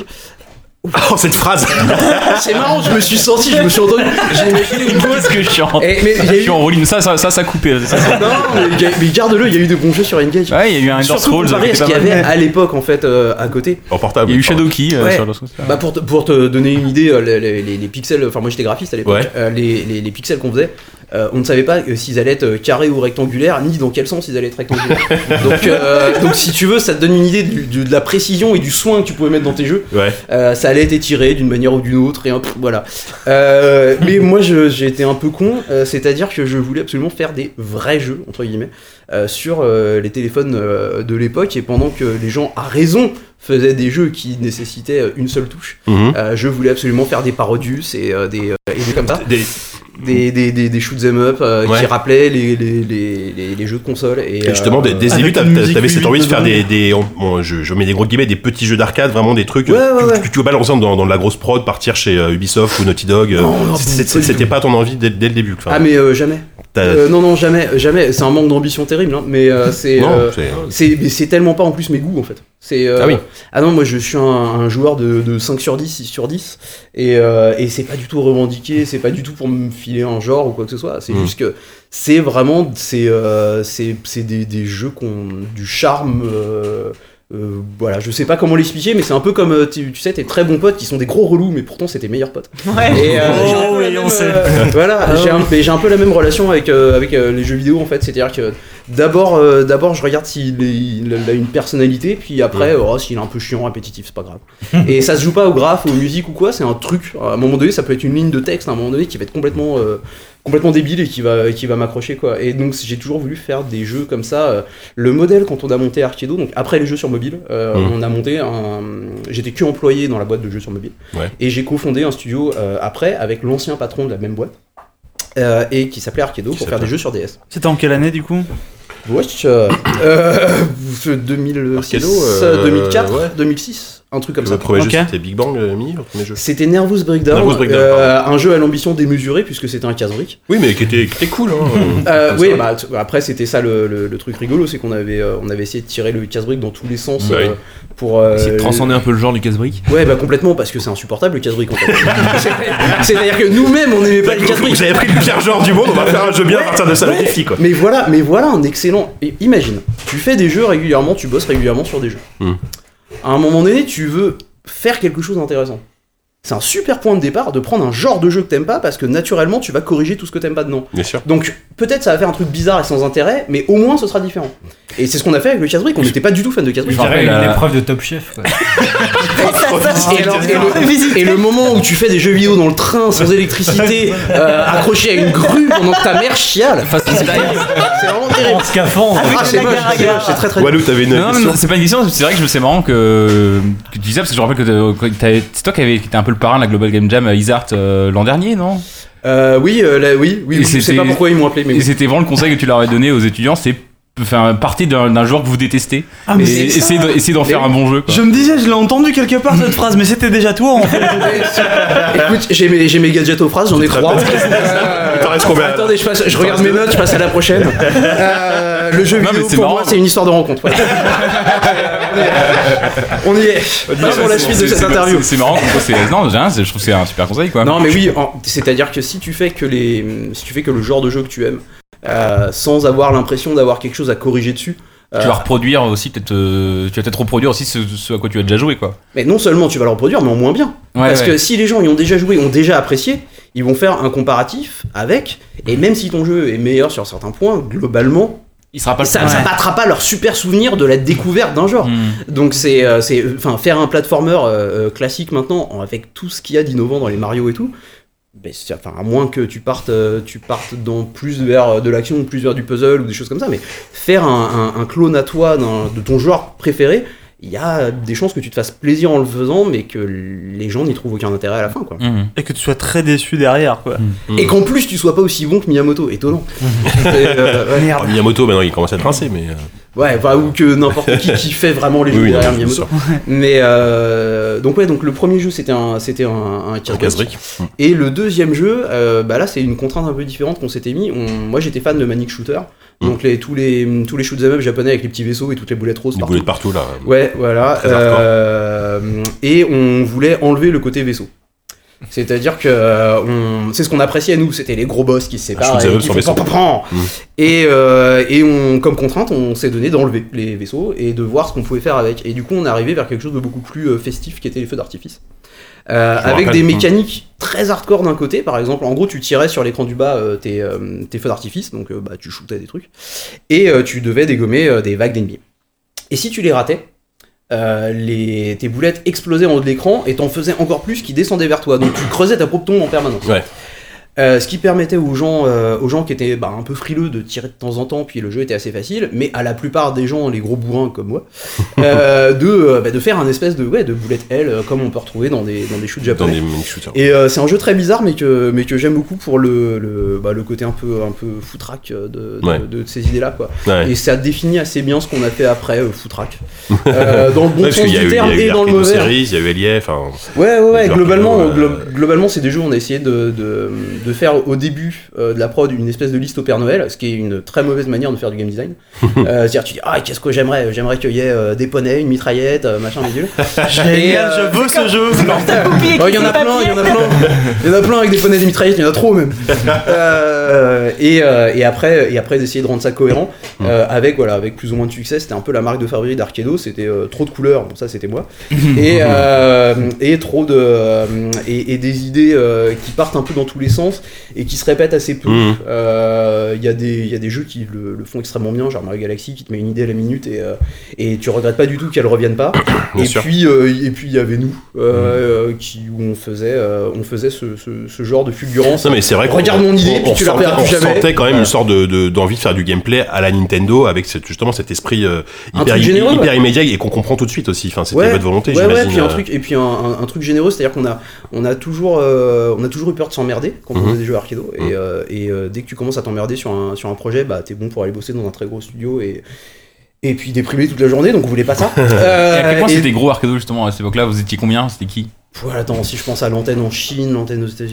Speaker 1: Oh, cette phrase!
Speaker 2: C'est marrant, je me suis senti, je me suis entendu. J'ai imaginé une
Speaker 4: Qu'est-ce que je chante?
Speaker 2: Eh, mais il y a
Speaker 4: Je
Speaker 2: eu.
Speaker 4: suis en rouline. Ça, ça, ça, ça a coupé. Ça, ça-
Speaker 2: Non, mais, il y a- mais garde-le, il y a eu de bons jeux sur Engage.
Speaker 4: Ouais, il y a eu un Elder
Speaker 2: Surtout
Speaker 4: Scrolls.
Speaker 2: comparé à ce
Speaker 4: qui
Speaker 2: qu'il y
Speaker 4: était pas
Speaker 2: avait
Speaker 4: mal.
Speaker 2: à l'époque, en fait, euh, à côté.
Speaker 1: En portable.
Speaker 4: Il y a eu Shadowkey euh,
Speaker 2: Ouais.
Speaker 4: sur Elder Scrolls.
Speaker 2: Bah pour, te, pour te donner une idée, euh, les, les- les- les pixels, enfin moi j'étais graphiste à l'époque,
Speaker 1: Ouais.
Speaker 2: euh, les, les- les pixels qu'on faisait, euh, on ne savait pas euh, s'ils allaient être euh, carrés ou rectangulaires, ni dans quel sens ils allaient être rectangulaires. donc, euh, donc si tu veux, ça te donne une idée du- du- de la précision et du soin que tu pouvais mettre dans tes jeux.
Speaker 1: Ouais.
Speaker 2: Euh, ça allait être étiré d'une manière ou d'une autre, et un, pff, voilà. Euh, mais moi je- j'ai été un peu con, euh, c'est-à-dire que je voulais absolument faire des vrais jeux, entre guillemets, euh, sur euh, les téléphones euh, de l'époque, et pendant que les gens, à raison, faisaient des jeux qui nécessitaient euh, une seule touche,
Speaker 1: Mhm.
Speaker 2: euh, je voulais absolument faire des Parodius et, euh, des, euh, et des comme ça,
Speaker 1: Des-
Speaker 2: des, des, des, des shoot 'em up euh,
Speaker 1: Ouais.
Speaker 2: qui rappelaient les, les, les, les, les jeux de console. Et,
Speaker 1: Et justement,
Speaker 2: euh,
Speaker 1: des, des
Speaker 3: avec
Speaker 1: élus,
Speaker 3: une musique
Speaker 1: t'avais cette
Speaker 3: huit
Speaker 1: envie de faire
Speaker 3: dedans.
Speaker 1: des, des on- bon, je, je mets des gros guillemets, des petits jeux d'arcade, vraiment des trucs
Speaker 2: Ouais,
Speaker 1: euh,
Speaker 2: ouais,
Speaker 1: que,
Speaker 2: ouais.
Speaker 1: que tu vas balancer dans, dans de la grosse prod, partir chez euh, Ubisoft ou Naughty Dog. euh,
Speaker 2: Non, non,
Speaker 1: c'est-
Speaker 2: pas du
Speaker 1: C'était
Speaker 2: tout.
Speaker 1: pas ton envie dès, dès le début. Enfin,
Speaker 2: Ah mais euh, jamais.
Speaker 1: t'as-
Speaker 2: Euh, non non jamais jamais. C'est un manque d'ambition terrible. Hein, mais euh, c'est
Speaker 1: non,
Speaker 2: euh,
Speaker 1: c'est-
Speaker 2: c'est mais c'est tellement pas en plus mes goûts en fait. C'est euh,
Speaker 1: Ah oui.
Speaker 2: ah non moi je suis un, un joueur de, de cinq sur dix, six sur dix et, euh, et c'est pas du tout revendiqué, c'est pas du tout pour me filer un genre ou quoi que ce soit. C'est
Speaker 1: Mm.
Speaker 2: juste que c'est vraiment c'est euh, c'est c'est des, des jeux qui ont du charme. Euh, euh, voilà, je sais pas comment l'expliquer, mais c'est un peu comme euh, tu, tu sais tes très bons potes qui sont des gros relous, mais pourtant c'est tes meilleurs potes.
Speaker 6: Ouais.
Speaker 2: Et, euh,
Speaker 3: Oh,
Speaker 2: j'ai un peu
Speaker 3: oui,
Speaker 2: la
Speaker 3: on
Speaker 2: même,
Speaker 3: sait.
Speaker 2: euh, voilà, j'ai un, mais j'ai un peu la même relation avec, euh, avec euh, les jeux vidéo en fait, c'est-à-dire que d'abord, euh, d'abord je regarde s'il est- il a une personnalité, puis après, oh, s'il est un peu chiant, répétitif, c'est pas grave. Et ça se joue pas au graphe, aux musiques ou quoi, c'est un truc. À un moment donné, ça peut être une ligne de texte, à un moment donné, qui va être complètement, euh, complètement débile et qui va, qui va m'accrocher quoi. Et donc j'ai toujours voulu faire des jeux comme ça. Euh, Le modèle quand on a monté Arkedo, donc après les jeux sur mobile, euh,
Speaker 1: Mhm.
Speaker 2: on a monté un. J'étais que employé dans la boîte de jeux sur mobile.
Speaker 1: Ouais.
Speaker 2: Et j'ai cofondé un studio euh, après avec l'ancien patron de la même boîte. euh, et qui s'appelait Arkedo
Speaker 1: Qui
Speaker 2: pour faire
Speaker 1: s'appelle
Speaker 2: des jeux sur D S.
Speaker 3: C'était en quelle année du coup?
Speaker 2: Wesh, euh, euh, deux mille six,
Speaker 1: Arkedo, euh,
Speaker 2: deux mille quatre,
Speaker 1: ouais.
Speaker 2: deux mille six, un truc comme
Speaker 1: Le
Speaker 2: ça.
Speaker 1: premier
Speaker 3: Ok.
Speaker 1: jeu, c'était Big Bang euh, Mini, le premier jeu.
Speaker 2: C'était Nervous Breakdown,
Speaker 1: Nervous Breakdown,
Speaker 2: euh, un jeu à l'ambition démesurée puisque c'était un casse-brique.
Speaker 1: Oui, mais qui était, qui était cool. Hein,
Speaker 2: Euh,
Speaker 1: comme
Speaker 2: oui,
Speaker 1: ça.
Speaker 2: bah, t- après c'était ça le, le- le truc rigolo, c'est qu'on avait, euh, on avait essayé de tirer le casse-brique dans tous les sens
Speaker 1: Bah oui.
Speaker 2: euh, pour. euh,
Speaker 7: Essayer de transcender un peu le genre du casse-brique.
Speaker 2: Ouais, bah complètement parce que c'est insupportable le casse-brique en fait. C'est- C'est-à-dire que nous-mêmes on n'aimait pas le casse-brique.
Speaker 1: Vous avez pris le pire genre du monde, on va faire un jeu bien à partir de ça, le défi quoi.
Speaker 2: Mais voilà, mais voilà un excellent. et Imagine, tu fais des jeux régulièrement, tu bosses régulièrement sur des jeux.
Speaker 1: Hmm.
Speaker 2: À un moment donné, tu veux faire quelque chose d'intéressant. C'est un super point de départ de prendre un genre de jeu que t'aimes pas parce que naturellement tu vas corriger tout ce que t'aimes pas dedans.
Speaker 1: Bien sûr.
Speaker 2: Donc peut-être ça va faire un truc bizarre et sans intérêt, mais au moins ce sera différent. Et c'est ce qu'on a fait avec le casse-brique, on n'était pas du tout fan de casse-brique.
Speaker 4: Je me rappelle,
Speaker 5: Une
Speaker 4: euh,
Speaker 5: épreuve de Top Chef. Quoi.
Speaker 2: Et, alors, et le, et le moment où tu fais des jeux vidéo dans le train sans électricité, euh, accroché à une grue pendant que ta mère chiale,
Speaker 4: Face au Sky.
Speaker 2: c'est vraiment terrible.
Speaker 5: En scaphandre.
Speaker 2: Ah, c'est moche, c'est moche, c'est très très
Speaker 1: Walou, t'avais une
Speaker 4: Non, non,
Speaker 1: question.
Speaker 4: mais c'est pas une question, c'est vrai que je- c'est marrant que, que tu dis ça parce que je me rappelle que t'as- que t'avais- c'est toi qui avais- qui étais un peu le parrain de la Global Game Jam à Isart euh, l'an dernier, non?
Speaker 2: Euh, oui, euh, là, oui, oui,
Speaker 4: Et
Speaker 2: oui, je sais
Speaker 4: c'était-
Speaker 2: pas pourquoi ils m'ont appelé, mais
Speaker 4: Et
Speaker 2: oui.
Speaker 4: c'était vraiment le conseil que tu leur avais donné aux étudiants, c'est Enfin, partez d'un, d'un joueur que vous détestez
Speaker 3: Ah, mais
Speaker 4: et
Speaker 3: c'est
Speaker 4: essayez, de- essayez d'en
Speaker 2: Mais
Speaker 4: faire
Speaker 2: oui.
Speaker 4: un bon jeu. Quoi.
Speaker 3: Je me disais, je l'ai entendu quelque part cette phrase, mais c'était déjà toi en fait.
Speaker 2: Écoute, j'ai mes, j'ai mes gadgets aux phrases, j'en ai trois.
Speaker 1: Il t'en reste combien là
Speaker 2: Attendez, je, passe, je regarde mes notes, je passe à la prochaine. Euh, le jeu
Speaker 4: Non,
Speaker 2: vidéo,
Speaker 4: mais c'est
Speaker 2: pour
Speaker 4: marrant.
Speaker 2: moi, c'est une histoire de rencontre. Voilà. On y est. Passons à la suite de
Speaker 4: C'est-
Speaker 2: cette
Speaker 4: c'est-
Speaker 2: interview.
Speaker 4: C'est, c'est marrant. C'est, non, j'ai rien, c'est- je trouve que c'est un super conseil quoi.
Speaker 2: Non, mais oui, en- c'est-à-dire que si tu fais que les, si tu fais que le genre de jeu que tu aimes, euh, sans avoir l'impression d'avoir quelque chose à corriger dessus.
Speaker 4: Tu
Speaker 2: euh,
Speaker 4: vas reproduire aussi, peut-être, euh, tu vas peut-être reproduire aussi ce, ce à quoi tu as déjà joué quoi.
Speaker 2: Mais non seulement tu vas le reproduire, mais en moins bien.
Speaker 4: Ouais,
Speaker 2: Parce
Speaker 4: ouais.
Speaker 2: que si les gens y ont déjà joué, ont déjà apprécié, ils vont faire un comparatif avec, et même si ton jeu est meilleur sur certains points, globalement,
Speaker 4: Il sera pas le
Speaker 2: ça,
Speaker 4: premier.
Speaker 2: ça battra pas leur super souvenir de la découverte d'un genre.
Speaker 4: Hmm.
Speaker 2: Donc c'est, euh, c'est, enfin, faire un platformer euh, euh, classique maintenant, avec tout ce qu'il y a d'innovant dans les Mario et tout. Mais c'est- enfin, à moins que tu partes, euh, tu partes dans plus vers euh, de l'action ou plus vers du puzzle ou des choses comme ça, mais faire un, un- un clone à toi d'un- de ton joueur préféré, il y a des chances que tu te fasses plaisir en le faisant, mais que les gens n'y trouvent aucun intérêt à la fin, quoi.
Speaker 4: Mhm.
Speaker 3: Et que tu sois très déçu derrière quoi.
Speaker 2: Et qu'en plus tu sois pas aussi bon que Miyamoto, étonnant. Et, euh, ouais.
Speaker 1: Alors, Miyamoto, maintenant, il commence à être rincé, mais. euh,
Speaker 2: Ouais, enfin, ou que n'importe qui qui fait vraiment les jeux
Speaker 1: Oui, oui,
Speaker 2: derrière
Speaker 1: non,
Speaker 2: Miyamoto.
Speaker 1: bien
Speaker 2: Mais euh, donc ouais, donc le premier jeu c'était un c'était un, un
Speaker 1: Un
Speaker 2: casse-brique.
Speaker 1: casse-brique.
Speaker 2: Et le deuxième jeu, euh, bah là c'est une contrainte un peu différente qu'on s'était mis. On- moi j'étais fan de Manic Shooter, donc les tous les tous les shoot'em up japonais avec les petits vaisseaux et toutes les boulettes roses
Speaker 1: Des
Speaker 2: partout.
Speaker 1: boulettes partout là.
Speaker 2: Ouais, voilà.
Speaker 1: Très hardcore.
Speaker 2: Euh, et on voulait enlever le côté vaisseau. C'est-à-dire que euh, on... c'est ce qu'on appréciait nous, c'était les gros boss qui se séparent
Speaker 1: shoot 'em
Speaker 2: et
Speaker 1: up
Speaker 2: qui
Speaker 1: sur
Speaker 2: font
Speaker 1: vaisseau.
Speaker 2: pan, pan, pan.
Speaker 1: Mm.
Speaker 2: Et, euh, et on, comme contrainte, on s'est donné d'enlever les vaisseaux et de voir ce qu'on pouvait faire avec. Et du coup, on est arrivé vers quelque chose de beaucoup plus euh, festif qui était les feux d'artifice. Euh,
Speaker 1: Je me
Speaker 2: avec
Speaker 1: rappelle.
Speaker 2: des mécaniques très hardcore d'un côté, par exemple, en gros, tu tirais sur l'écran du bas euh, tes, euh, tes feux d'artifice, donc euh, bah, tu shootais des trucs, et euh, tu devais dégommer euh, des vagues d'ennemis. Et si tu les ratais, euh, les, tes boulettes explosaient en haut de l'écran et t'en faisais encore plus qui descendaient vers toi, donc tu creusais ta propre tombe en permanence.
Speaker 1: Ouais.
Speaker 2: Euh, ce qui permettait aux gens, euh, aux gens qui étaient bah, un peu frileux de tirer de temps en temps, puis le jeu était assez facile, mais à la plupart des gens, les gros bourrins comme moi, euh, de, euh, bah, de faire un espèce de, ouais, de boulette L, euh, comme on peut retrouver dans des, dans des shoots
Speaker 1: Dans
Speaker 2: japonais.
Speaker 1: des mini shooters.
Speaker 2: Et euh, c'est un jeu très bizarre, mais que, mais que j'aime beaucoup pour le, le, bah, le côté un peu, un peu foutraque de, de,
Speaker 1: Ouais.
Speaker 2: de, de ces idées-là, quoi.
Speaker 1: Ouais.
Speaker 2: Et ça définit assez bien ce qu'on a fait après euh, foutraque. Euh, dans le bon
Speaker 1: Ouais, parce
Speaker 2: sens
Speaker 1: qu'il y a
Speaker 2: du
Speaker 1: eu, il y
Speaker 2: terme
Speaker 1: a eu
Speaker 2: et dans le
Speaker 1: Arcade
Speaker 2: mauvais.
Speaker 1: Series, il y a eu Elief, enfin.
Speaker 2: Ouais, ouais, ouais,
Speaker 1: Les
Speaker 2: globalement,
Speaker 1: Arcade, euh,
Speaker 2: glo- globalement, c'est des jeux où on a essayé de, de, de faire au début euh, de la prod une espèce de liste au Père Noël, ce qui est une très mauvaise manière de faire du game design. euh, c'est-à-dire, tu dis, ah, qu'est-ce que j'aimerais J'aimerais qu'il y ait euh, des poneys, une mitraillette, euh, machin, bidule. Et, euh,
Speaker 3: je veux ce jeu.
Speaker 2: Oh, il y en a plein, il y en a plein. Il y en a plein avec des poneys et des mitraillettes, il y en a trop même. Euh, et, euh, et après, et après d'essayer de rendre ça cohérent, euh, avec, voilà, avec plus ou moins de succès. C'était un peu la marque de fabrique d'Arcado, c'était euh, trop de couleurs, bon ça c'était moi. Et, euh, et trop de... euh, et, et des idées euh, qui partent un peu dans tous les sens et qui se répètent assez peu.
Speaker 1: Mhm.
Speaker 2: Euh, Il y, a des- il y a des jeux qui le, le font extrêmement bien, genre Mario Galaxy qui te met une idée à la minute et, euh, et tu regrettes pas du tout qu'elle revienne pas.
Speaker 1: Bien
Speaker 2: et,
Speaker 1: sûr.
Speaker 2: puis, euh, et puis il y avait nous, euh, euh, qui, où on faisait, euh, on faisait ce, ce, ce genre de fulgurance.
Speaker 1: Non mais c'est vrai qu'on
Speaker 2: Regarde mon idée,
Speaker 1: on-
Speaker 2: puis
Speaker 1: on
Speaker 2: tu la
Speaker 1: sentait-
Speaker 2: reverras plus
Speaker 1: on
Speaker 2: jamais.
Speaker 1: sentait quand même
Speaker 2: Voilà.
Speaker 1: une sorte de, de- d'envie de faire du gameplay à la Nintendo avec cette- justement cet esprit euh,
Speaker 2: Un
Speaker 1: hyper,
Speaker 2: truc généreux,
Speaker 1: hyper
Speaker 2: ouais.
Speaker 1: immédiat et qu'on comprend tout de suite aussi. Enfin, c'était
Speaker 2: Ouais,
Speaker 1: votre volonté,
Speaker 2: ouais, ouais,
Speaker 1: j'imagine.
Speaker 2: puis un
Speaker 1: euh.
Speaker 2: truc, et puis un, un- un truc généreux, c'est-à-dire qu'on a, on a toujours, euh, on a toujours eu peur de s'emmerder quand on
Speaker 1: Mhm.
Speaker 2: faisait des jeux arcado. Et,
Speaker 1: Mhm.
Speaker 2: euh, et euh, dès que tu commences à t'emmerder sur un, sur un projet, bah t'es bon pour aller bosser dans un très gros studio et et puis déprimer toute la journée, donc on voulait pas ça.
Speaker 4: Et à quel point
Speaker 2: et-
Speaker 4: c'était gros Arcado justement à cette époque-là? Vous étiez combien? C'était qui?
Speaker 2: Ouais, attends, si je pense à l'antenne en Chine, l'antenne aux États-Unis.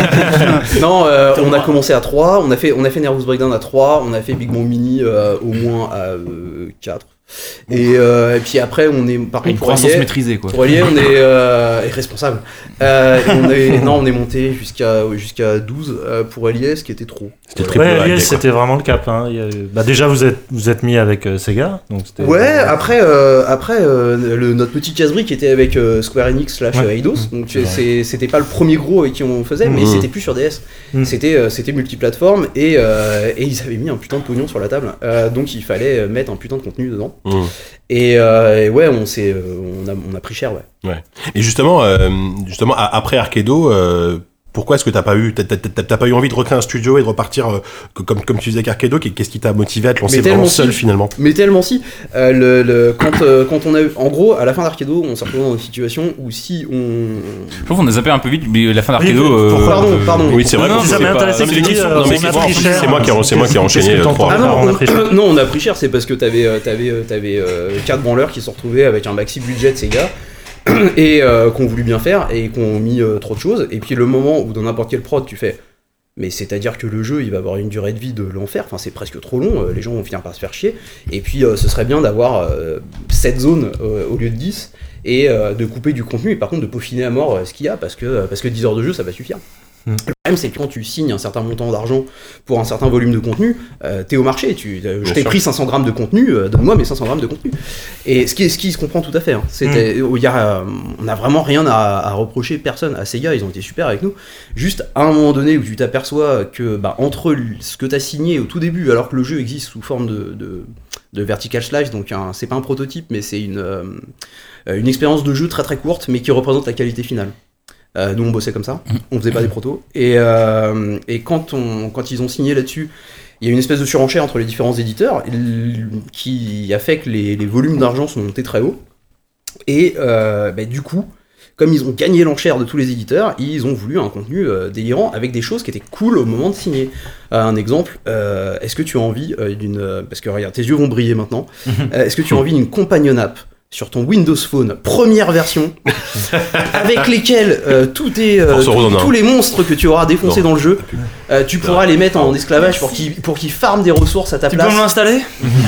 Speaker 2: non, euh, on a commencé à trois, on a fait, on a fait Nervous Breakdown à trois, on a fait Big Bang Mini euh, au moins à euh, quatre. Et, euh, et puis après, on est par
Speaker 4: Une
Speaker 2: contre pour
Speaker 4: croissance
Speaker 2: Allier,
Speaker 4: maîtrisée quoi.
Speaker 2: pour Allier, on est euh, responsable. Euh, on est, non, on est monté jusqu'à jusqu'à douze euh, pour Allier, ce qui était trop.
Speaker 1: C'était le triple
Speaker 8: Ouais,
Speaker 1: A,
Speaker 8: Alias,
Speaker 1: quoi.
Speaker 8: c'était vraiment le cap. Hein. Il y a- bah, déjà, vous êtes, vous êtes mis avec euh, Sega. Donc c'était-
Speaker 2: Ouais, après, euh, après euh, le, notre petit casse-brique était avec euh, Square Enix slash
Speaker 8: Ouais.
Speaker 2: euh, Eidos, donc tu sais, c'est- c'était pas le premier gros avec qui on faisait, mais
Speaker 1: Mhm.
Speaker 2: c'était plus sur D S.
Speaker 8: Mhm.
Speaker 2: C'était euh, c'était multiplateforme et, euh, et ils avaient mis un putain de pognon sur la table, Euh, donc il fallait mettre un putain de contenu dedans.
Speaker 1: Mmh.
Speaker 2: Et, euh, et ouais, on, s'est, euh, on, a, on a pris cher, ouais.
Speaker 1: Et justement, euh, justement a- après Arcado, euh, Pourquoi est-ce que t'as pas eu, t'as, t'as, t'as, t'as pas eu envie de recréer un studio et de repartir euh, comme comme tu faisais avec Arcado? Qu'est-ce qui t'a motivé à te lancer vraiment seul
Speaker 2: si.
Speaker 1: finalement?
Speaker 2: Mais tellement si. Euh, le, le, quand, euh, quand on a eu, en gros, à la fin d'Arcado, on s'est retrouvé dans une situation où si on.
Speaker 4: Je trouve qu'on a zappé un peu vite, mais la fin d'Arcado.
Speaker 8: Oui,
Speaker 4: euh,
Speaker 2: pardon,
Speaker 4: euh,
Speaker 2: pardon.
Speaker 1: Oui, c'est vrai.
Speaker 8: Non,
Speaker 1: que
Speaker 8: ça
Speaker 1: c'est
Speaker 8: m'a
Speaker 1: pas-
Speaker 8: intéressé
Speaker 1: non,
Speaker 8: que
Speaker 1: mais
Speaker 8: tu dises,
Speaker 1: c'est-
Speaker 8: euh,
Speaker 1: non, mais
Speaker 8: on
Speaker 1: c'est
Speaker 8: a
Speaker 1: moi-
Speaker 8: pris cher.
Speaker 1: c'est moi qui ai- c'est moi qui ai enchaîné
Speaker 8: Qu'est-ce que t'en
Speaker 1: trois.
Speaker 8: penses?
Speaker 2: Ah non,
Speaker 8: on a
Speaker 2: on-
Speaker 8: pris cher.
Speaker 2: non, on a pris cher, c'est parce que t'avais, euh, t'avais, euh, t'avais euh, quatre branleurs qui se sont retrouvés avec un maxi budget de Sega et euh, qui ont voulu bien faire et qui ont mis euh, trop de choses. Et puis le moment où dans n'importe quel prod tu fais, mais c'est-à-dire que le jeu il va avoir une durée de vie de l'enfer, enfin c'est presque trop long, euh, les gens vont finir par se faire chier. Et puis euh, ce serait bien d'avoir euh, sept zones euh, au lieu de dix et euh, de couper du contenu et par contre de peaufiner à mort euh, ce qu'il y a parce que, euh, parce que dix heures de jeu ça va suffire.
Speaker 8: Mm.
Speaker 2: Le problème, c'est que quand tu signes un certain montant d'argent pour un certain volume de contenu, euh, t'es au marché. Tu, euh, je
Speaker 1: Bien
Speaker 2: t'ai
Speaker 1: sûr.
Speaker 2: pris cinq cents grammes de contenu, euh, donne-moi mes cinq cents grammes de contenu. Et ce qui, ce qui se comprend tout à fait. Hein. C'était, il y a, euh, on n'a vraiment rien à, à reprocher personne à Sega. Ils ont été super avec nous. Juste à un moment donné où tu t'aperçois que bah, entre ce que t'as signé au tout début, alors que le jeu existe sous forme de, de, de vertical slice, donc un, c'est pas un prototype, mais c'est une, euh, une expérience de jeu très très courte, mais qui représente la qualité finale. Euh, nous on bossait comme ça, on faisait pas des protos. Et, euh, et quand, on, quand ils ont signé là-dessus, il y a une espèce de surenchère entre les différents éditeurs qui a fait que les, les volumes d'argent sont montés très haut. Et euh, bah, du coup, comme ils ont gagné l'enchère de tous les éditeurs, ils ont voulu un contenu euh, délirant avec des choses qui étaient cool au moment de signer. Euh, un exemple, euh, est-ce que tu as envie euh, d'une... Parce que regarde, tes yeux vont briller maintenant. Euh, est-ce que tu as envie d'une companion app sur ton Windows Phone, première version, avec lesquels euh, tout est, euh,
Speaker 1: Force
Speaker 2: tout-
Speaker 1: Rose en a un.
Speaker 2: tous les monstres que tu auras défoncés
Speaker 1: Non,
Speaker 2: dans le jeu, euh, tu pourras les mettre en esclavage pour qu'ils pour qu'ils farment des ressources à ta
Speaker 3: Tu peux
Speaker 2: place.
Speaker 3: me l'installer?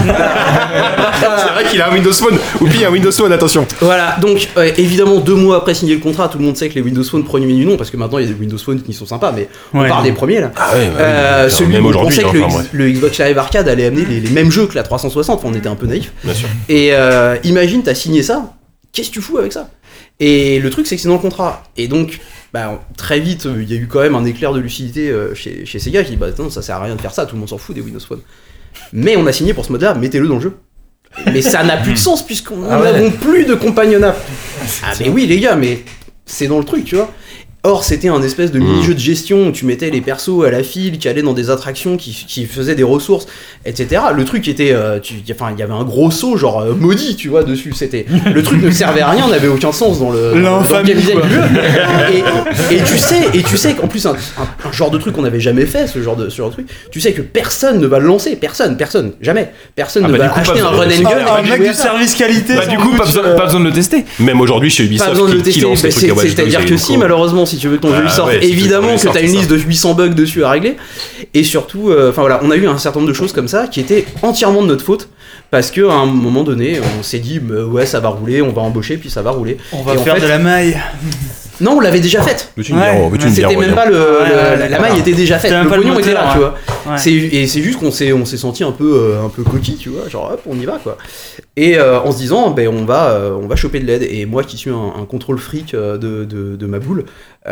Speaker 1: C'est vrai qu'il a un Windows Phone. Ou puis un Windows Phone, attention.
Speaker 2: Voilà, donc euh, évidemment deux mois après signer le contrat, tout le monde sait que les Windows Phone premier du nom, parce que maintenant il y a des Windows Phone qui sont sympas, mais on
Speaker 3: Ouais.
Speaker 2: parle des premiers là.
Speaker 1: Ah ouais,
Speaker 2: Euh, celui
Speaker 1: même
Speaker 2: où on
Speaker 1: aujourd'hui,
Speaker 2: pensait que
Speaker 1: hein,
Speaker 2: le,
Speaker 1: enfin,
Speaker 2: X- le Xbox Live Arcade allait amener les, les mêmes jeux que la trois cent soixante, enfin, on était un peu naïf.
Speaker 1: bien sûr.
Speaker 2: Et euh, imagine, t'as signé ça, qu'est-ce que tu fous avec ça? Et le truc, c'est que c'est dans le contrat. Et donc, bah, très vite, il y a eu quand même un éclair de lucidité euh, chez, chez Sega qui dit, bah non, ça sert à rien de faire ça, tout le monde s'en fout des Windows Phone. Mais on a signé pour ce mode-là, mettez-le dans le jeu. Mais ça n'a plus de sens puisqu'on
Speaker 8: Ah ouais.
Speaker 2: n'avons plus de companion app. Ah mais oui les gars, mais c'est dans le truc, tu vois. Or, c'était un espèce de mini-jeu de gestion où tu mettais les persos à la file, qui allaient dans des attractions, qui, qui faisaient des ressources, et cetera. Le truc était, euh, tu, enfin, il y avait un gros saut genre euh, maudit, tu vois, dessus. C'était, le truc ne servait à rien, n'avait aucun sens dans le, dans le
Speaker 3: L'infamie,
Speaker 2: gameplay
Speaker 3: quoi.
Speaker 2: du jeu. Et, et tu sais, et tu sais qu'en plus un, un- un genre de truc qu'on n'avait jamais fait, ce genre de, ce genre de truc, tu sais que personne ne va le lancer, personne, personne, jamais, personne
Speaker 4: Ah
Speaker 2: ne
Speaker 4: bah,
Speaker 2: va
Speaker 4: du coup,
Speaker 2: acheter
Speaker 4: pas
Speaker 2: un
Speaker 4: besoin
Speaker 2: run
Speaker 4: de-
Speaker 2: and gun.
Speaker 3: Un
Speaker 2: et
Speaker 3: mec
Speaker 2: jouer
Speaker 3: du
Speaker 2: à ça.
Speaker 3: service qualité.
Speaker 4: Bah, du coup, pas besoin, pas besoin de le tester.
Speaker 1: Même aujourd'hui chez
Speaker 2: Pas
Speaker 1: Ubisoft,
Speaker 2: besoin de le
Speaker 1: qui, qui
Speaker 2: tester,
Speaker 1: lance
Speaker 2: mais
Speaker 1: les trucs
Speaker 2: c'est-
Speaker 1: à Watch Dogs
Speaker 2: c'est-à-dire
Speaker 1: et
Speaker 2: que si
Speaker 1: Namco.
Speaker 2: malheureusement si tu veux que ton
Speaker 1: Ah
Speaker 2: jeu il sorte,
Speaker 1: ouais, si tu veux
Speaker 2: évidemment
Speaker 1: qu'on
Speaker 2: que
Speaker 1: sorte,
Speaker 2: t'as une
Speaker 1: c'est
Speaker 2: liste de huit cents bugs dessus à régler, et surtout, euh, enfin voilà, on a eu un certain nombre de choses comme ça qui étaient entièrement de notre faute, parce que à un moment donné, on s'est dit bah, ouais ça va rouler, on va embaucher puis ça va rouler.
Speaker 3: On va
Speaker 2: Et en
Speaker 3: faire
Speaker 2: fait-
Speaker 3: de la maille.
Speaker 2: Non, on l'avait déjà faite.
Speaker 1: Veux-tu me
Speaker 3: Ouais.
Speaker 1: dire, veux-tu me dire,
Speaker 2: C'était même
Speaker 1: Aurélien
Speaker 2: pas le,
Speaker 3: Ouais,
Speaker 2: le-
Speaker 3: ouais,
Speaker 2: la
Speaker 3: d'accord.
Speaker 2: maille était déjà faite,
Speaker 3: C'était même
Speaker 2: le
Speaker 3: pas le
Speaker 2: pognon était
Speaker 3: moteur,
Speaker 2: là, tu
Speaker 3: ouais.
Speaker 2: vois.
Speaker 3: Ouais.
Speaker 2: C'est, et c'est juste qu'on s'est, on s'est senti un peu, euh, un peu coquille, tu vois, genre hop, on y va quoi. Et euh, en se disant, ben on va, euh, on va choper de l'aide. Et moi qui suis un, un contrôle fric euh, de, de, de ma boule,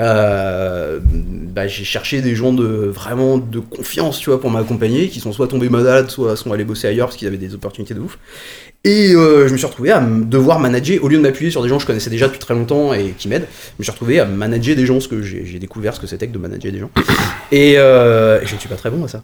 Speaker 2: euh, bah, j'ai cherché des gens de vraiment de confiance, tu vois, pour m'accompagner, qui sont soit tombés malades, soit sont allés bosser ailleurs parce qu'ils avaient des opportunités de ouf. Et euh, je me suis retrouvé à m- devoir manager, au lieu de m'appuyer sur des gens que je connaissais déjà depuis très longtemps et qui m'aident, je me suis retrouvé à manager des gens, parce que j'ai, j'ai découvert ce que c'était que de manager des gens. Et euh, je ne suis pas très bon à ça.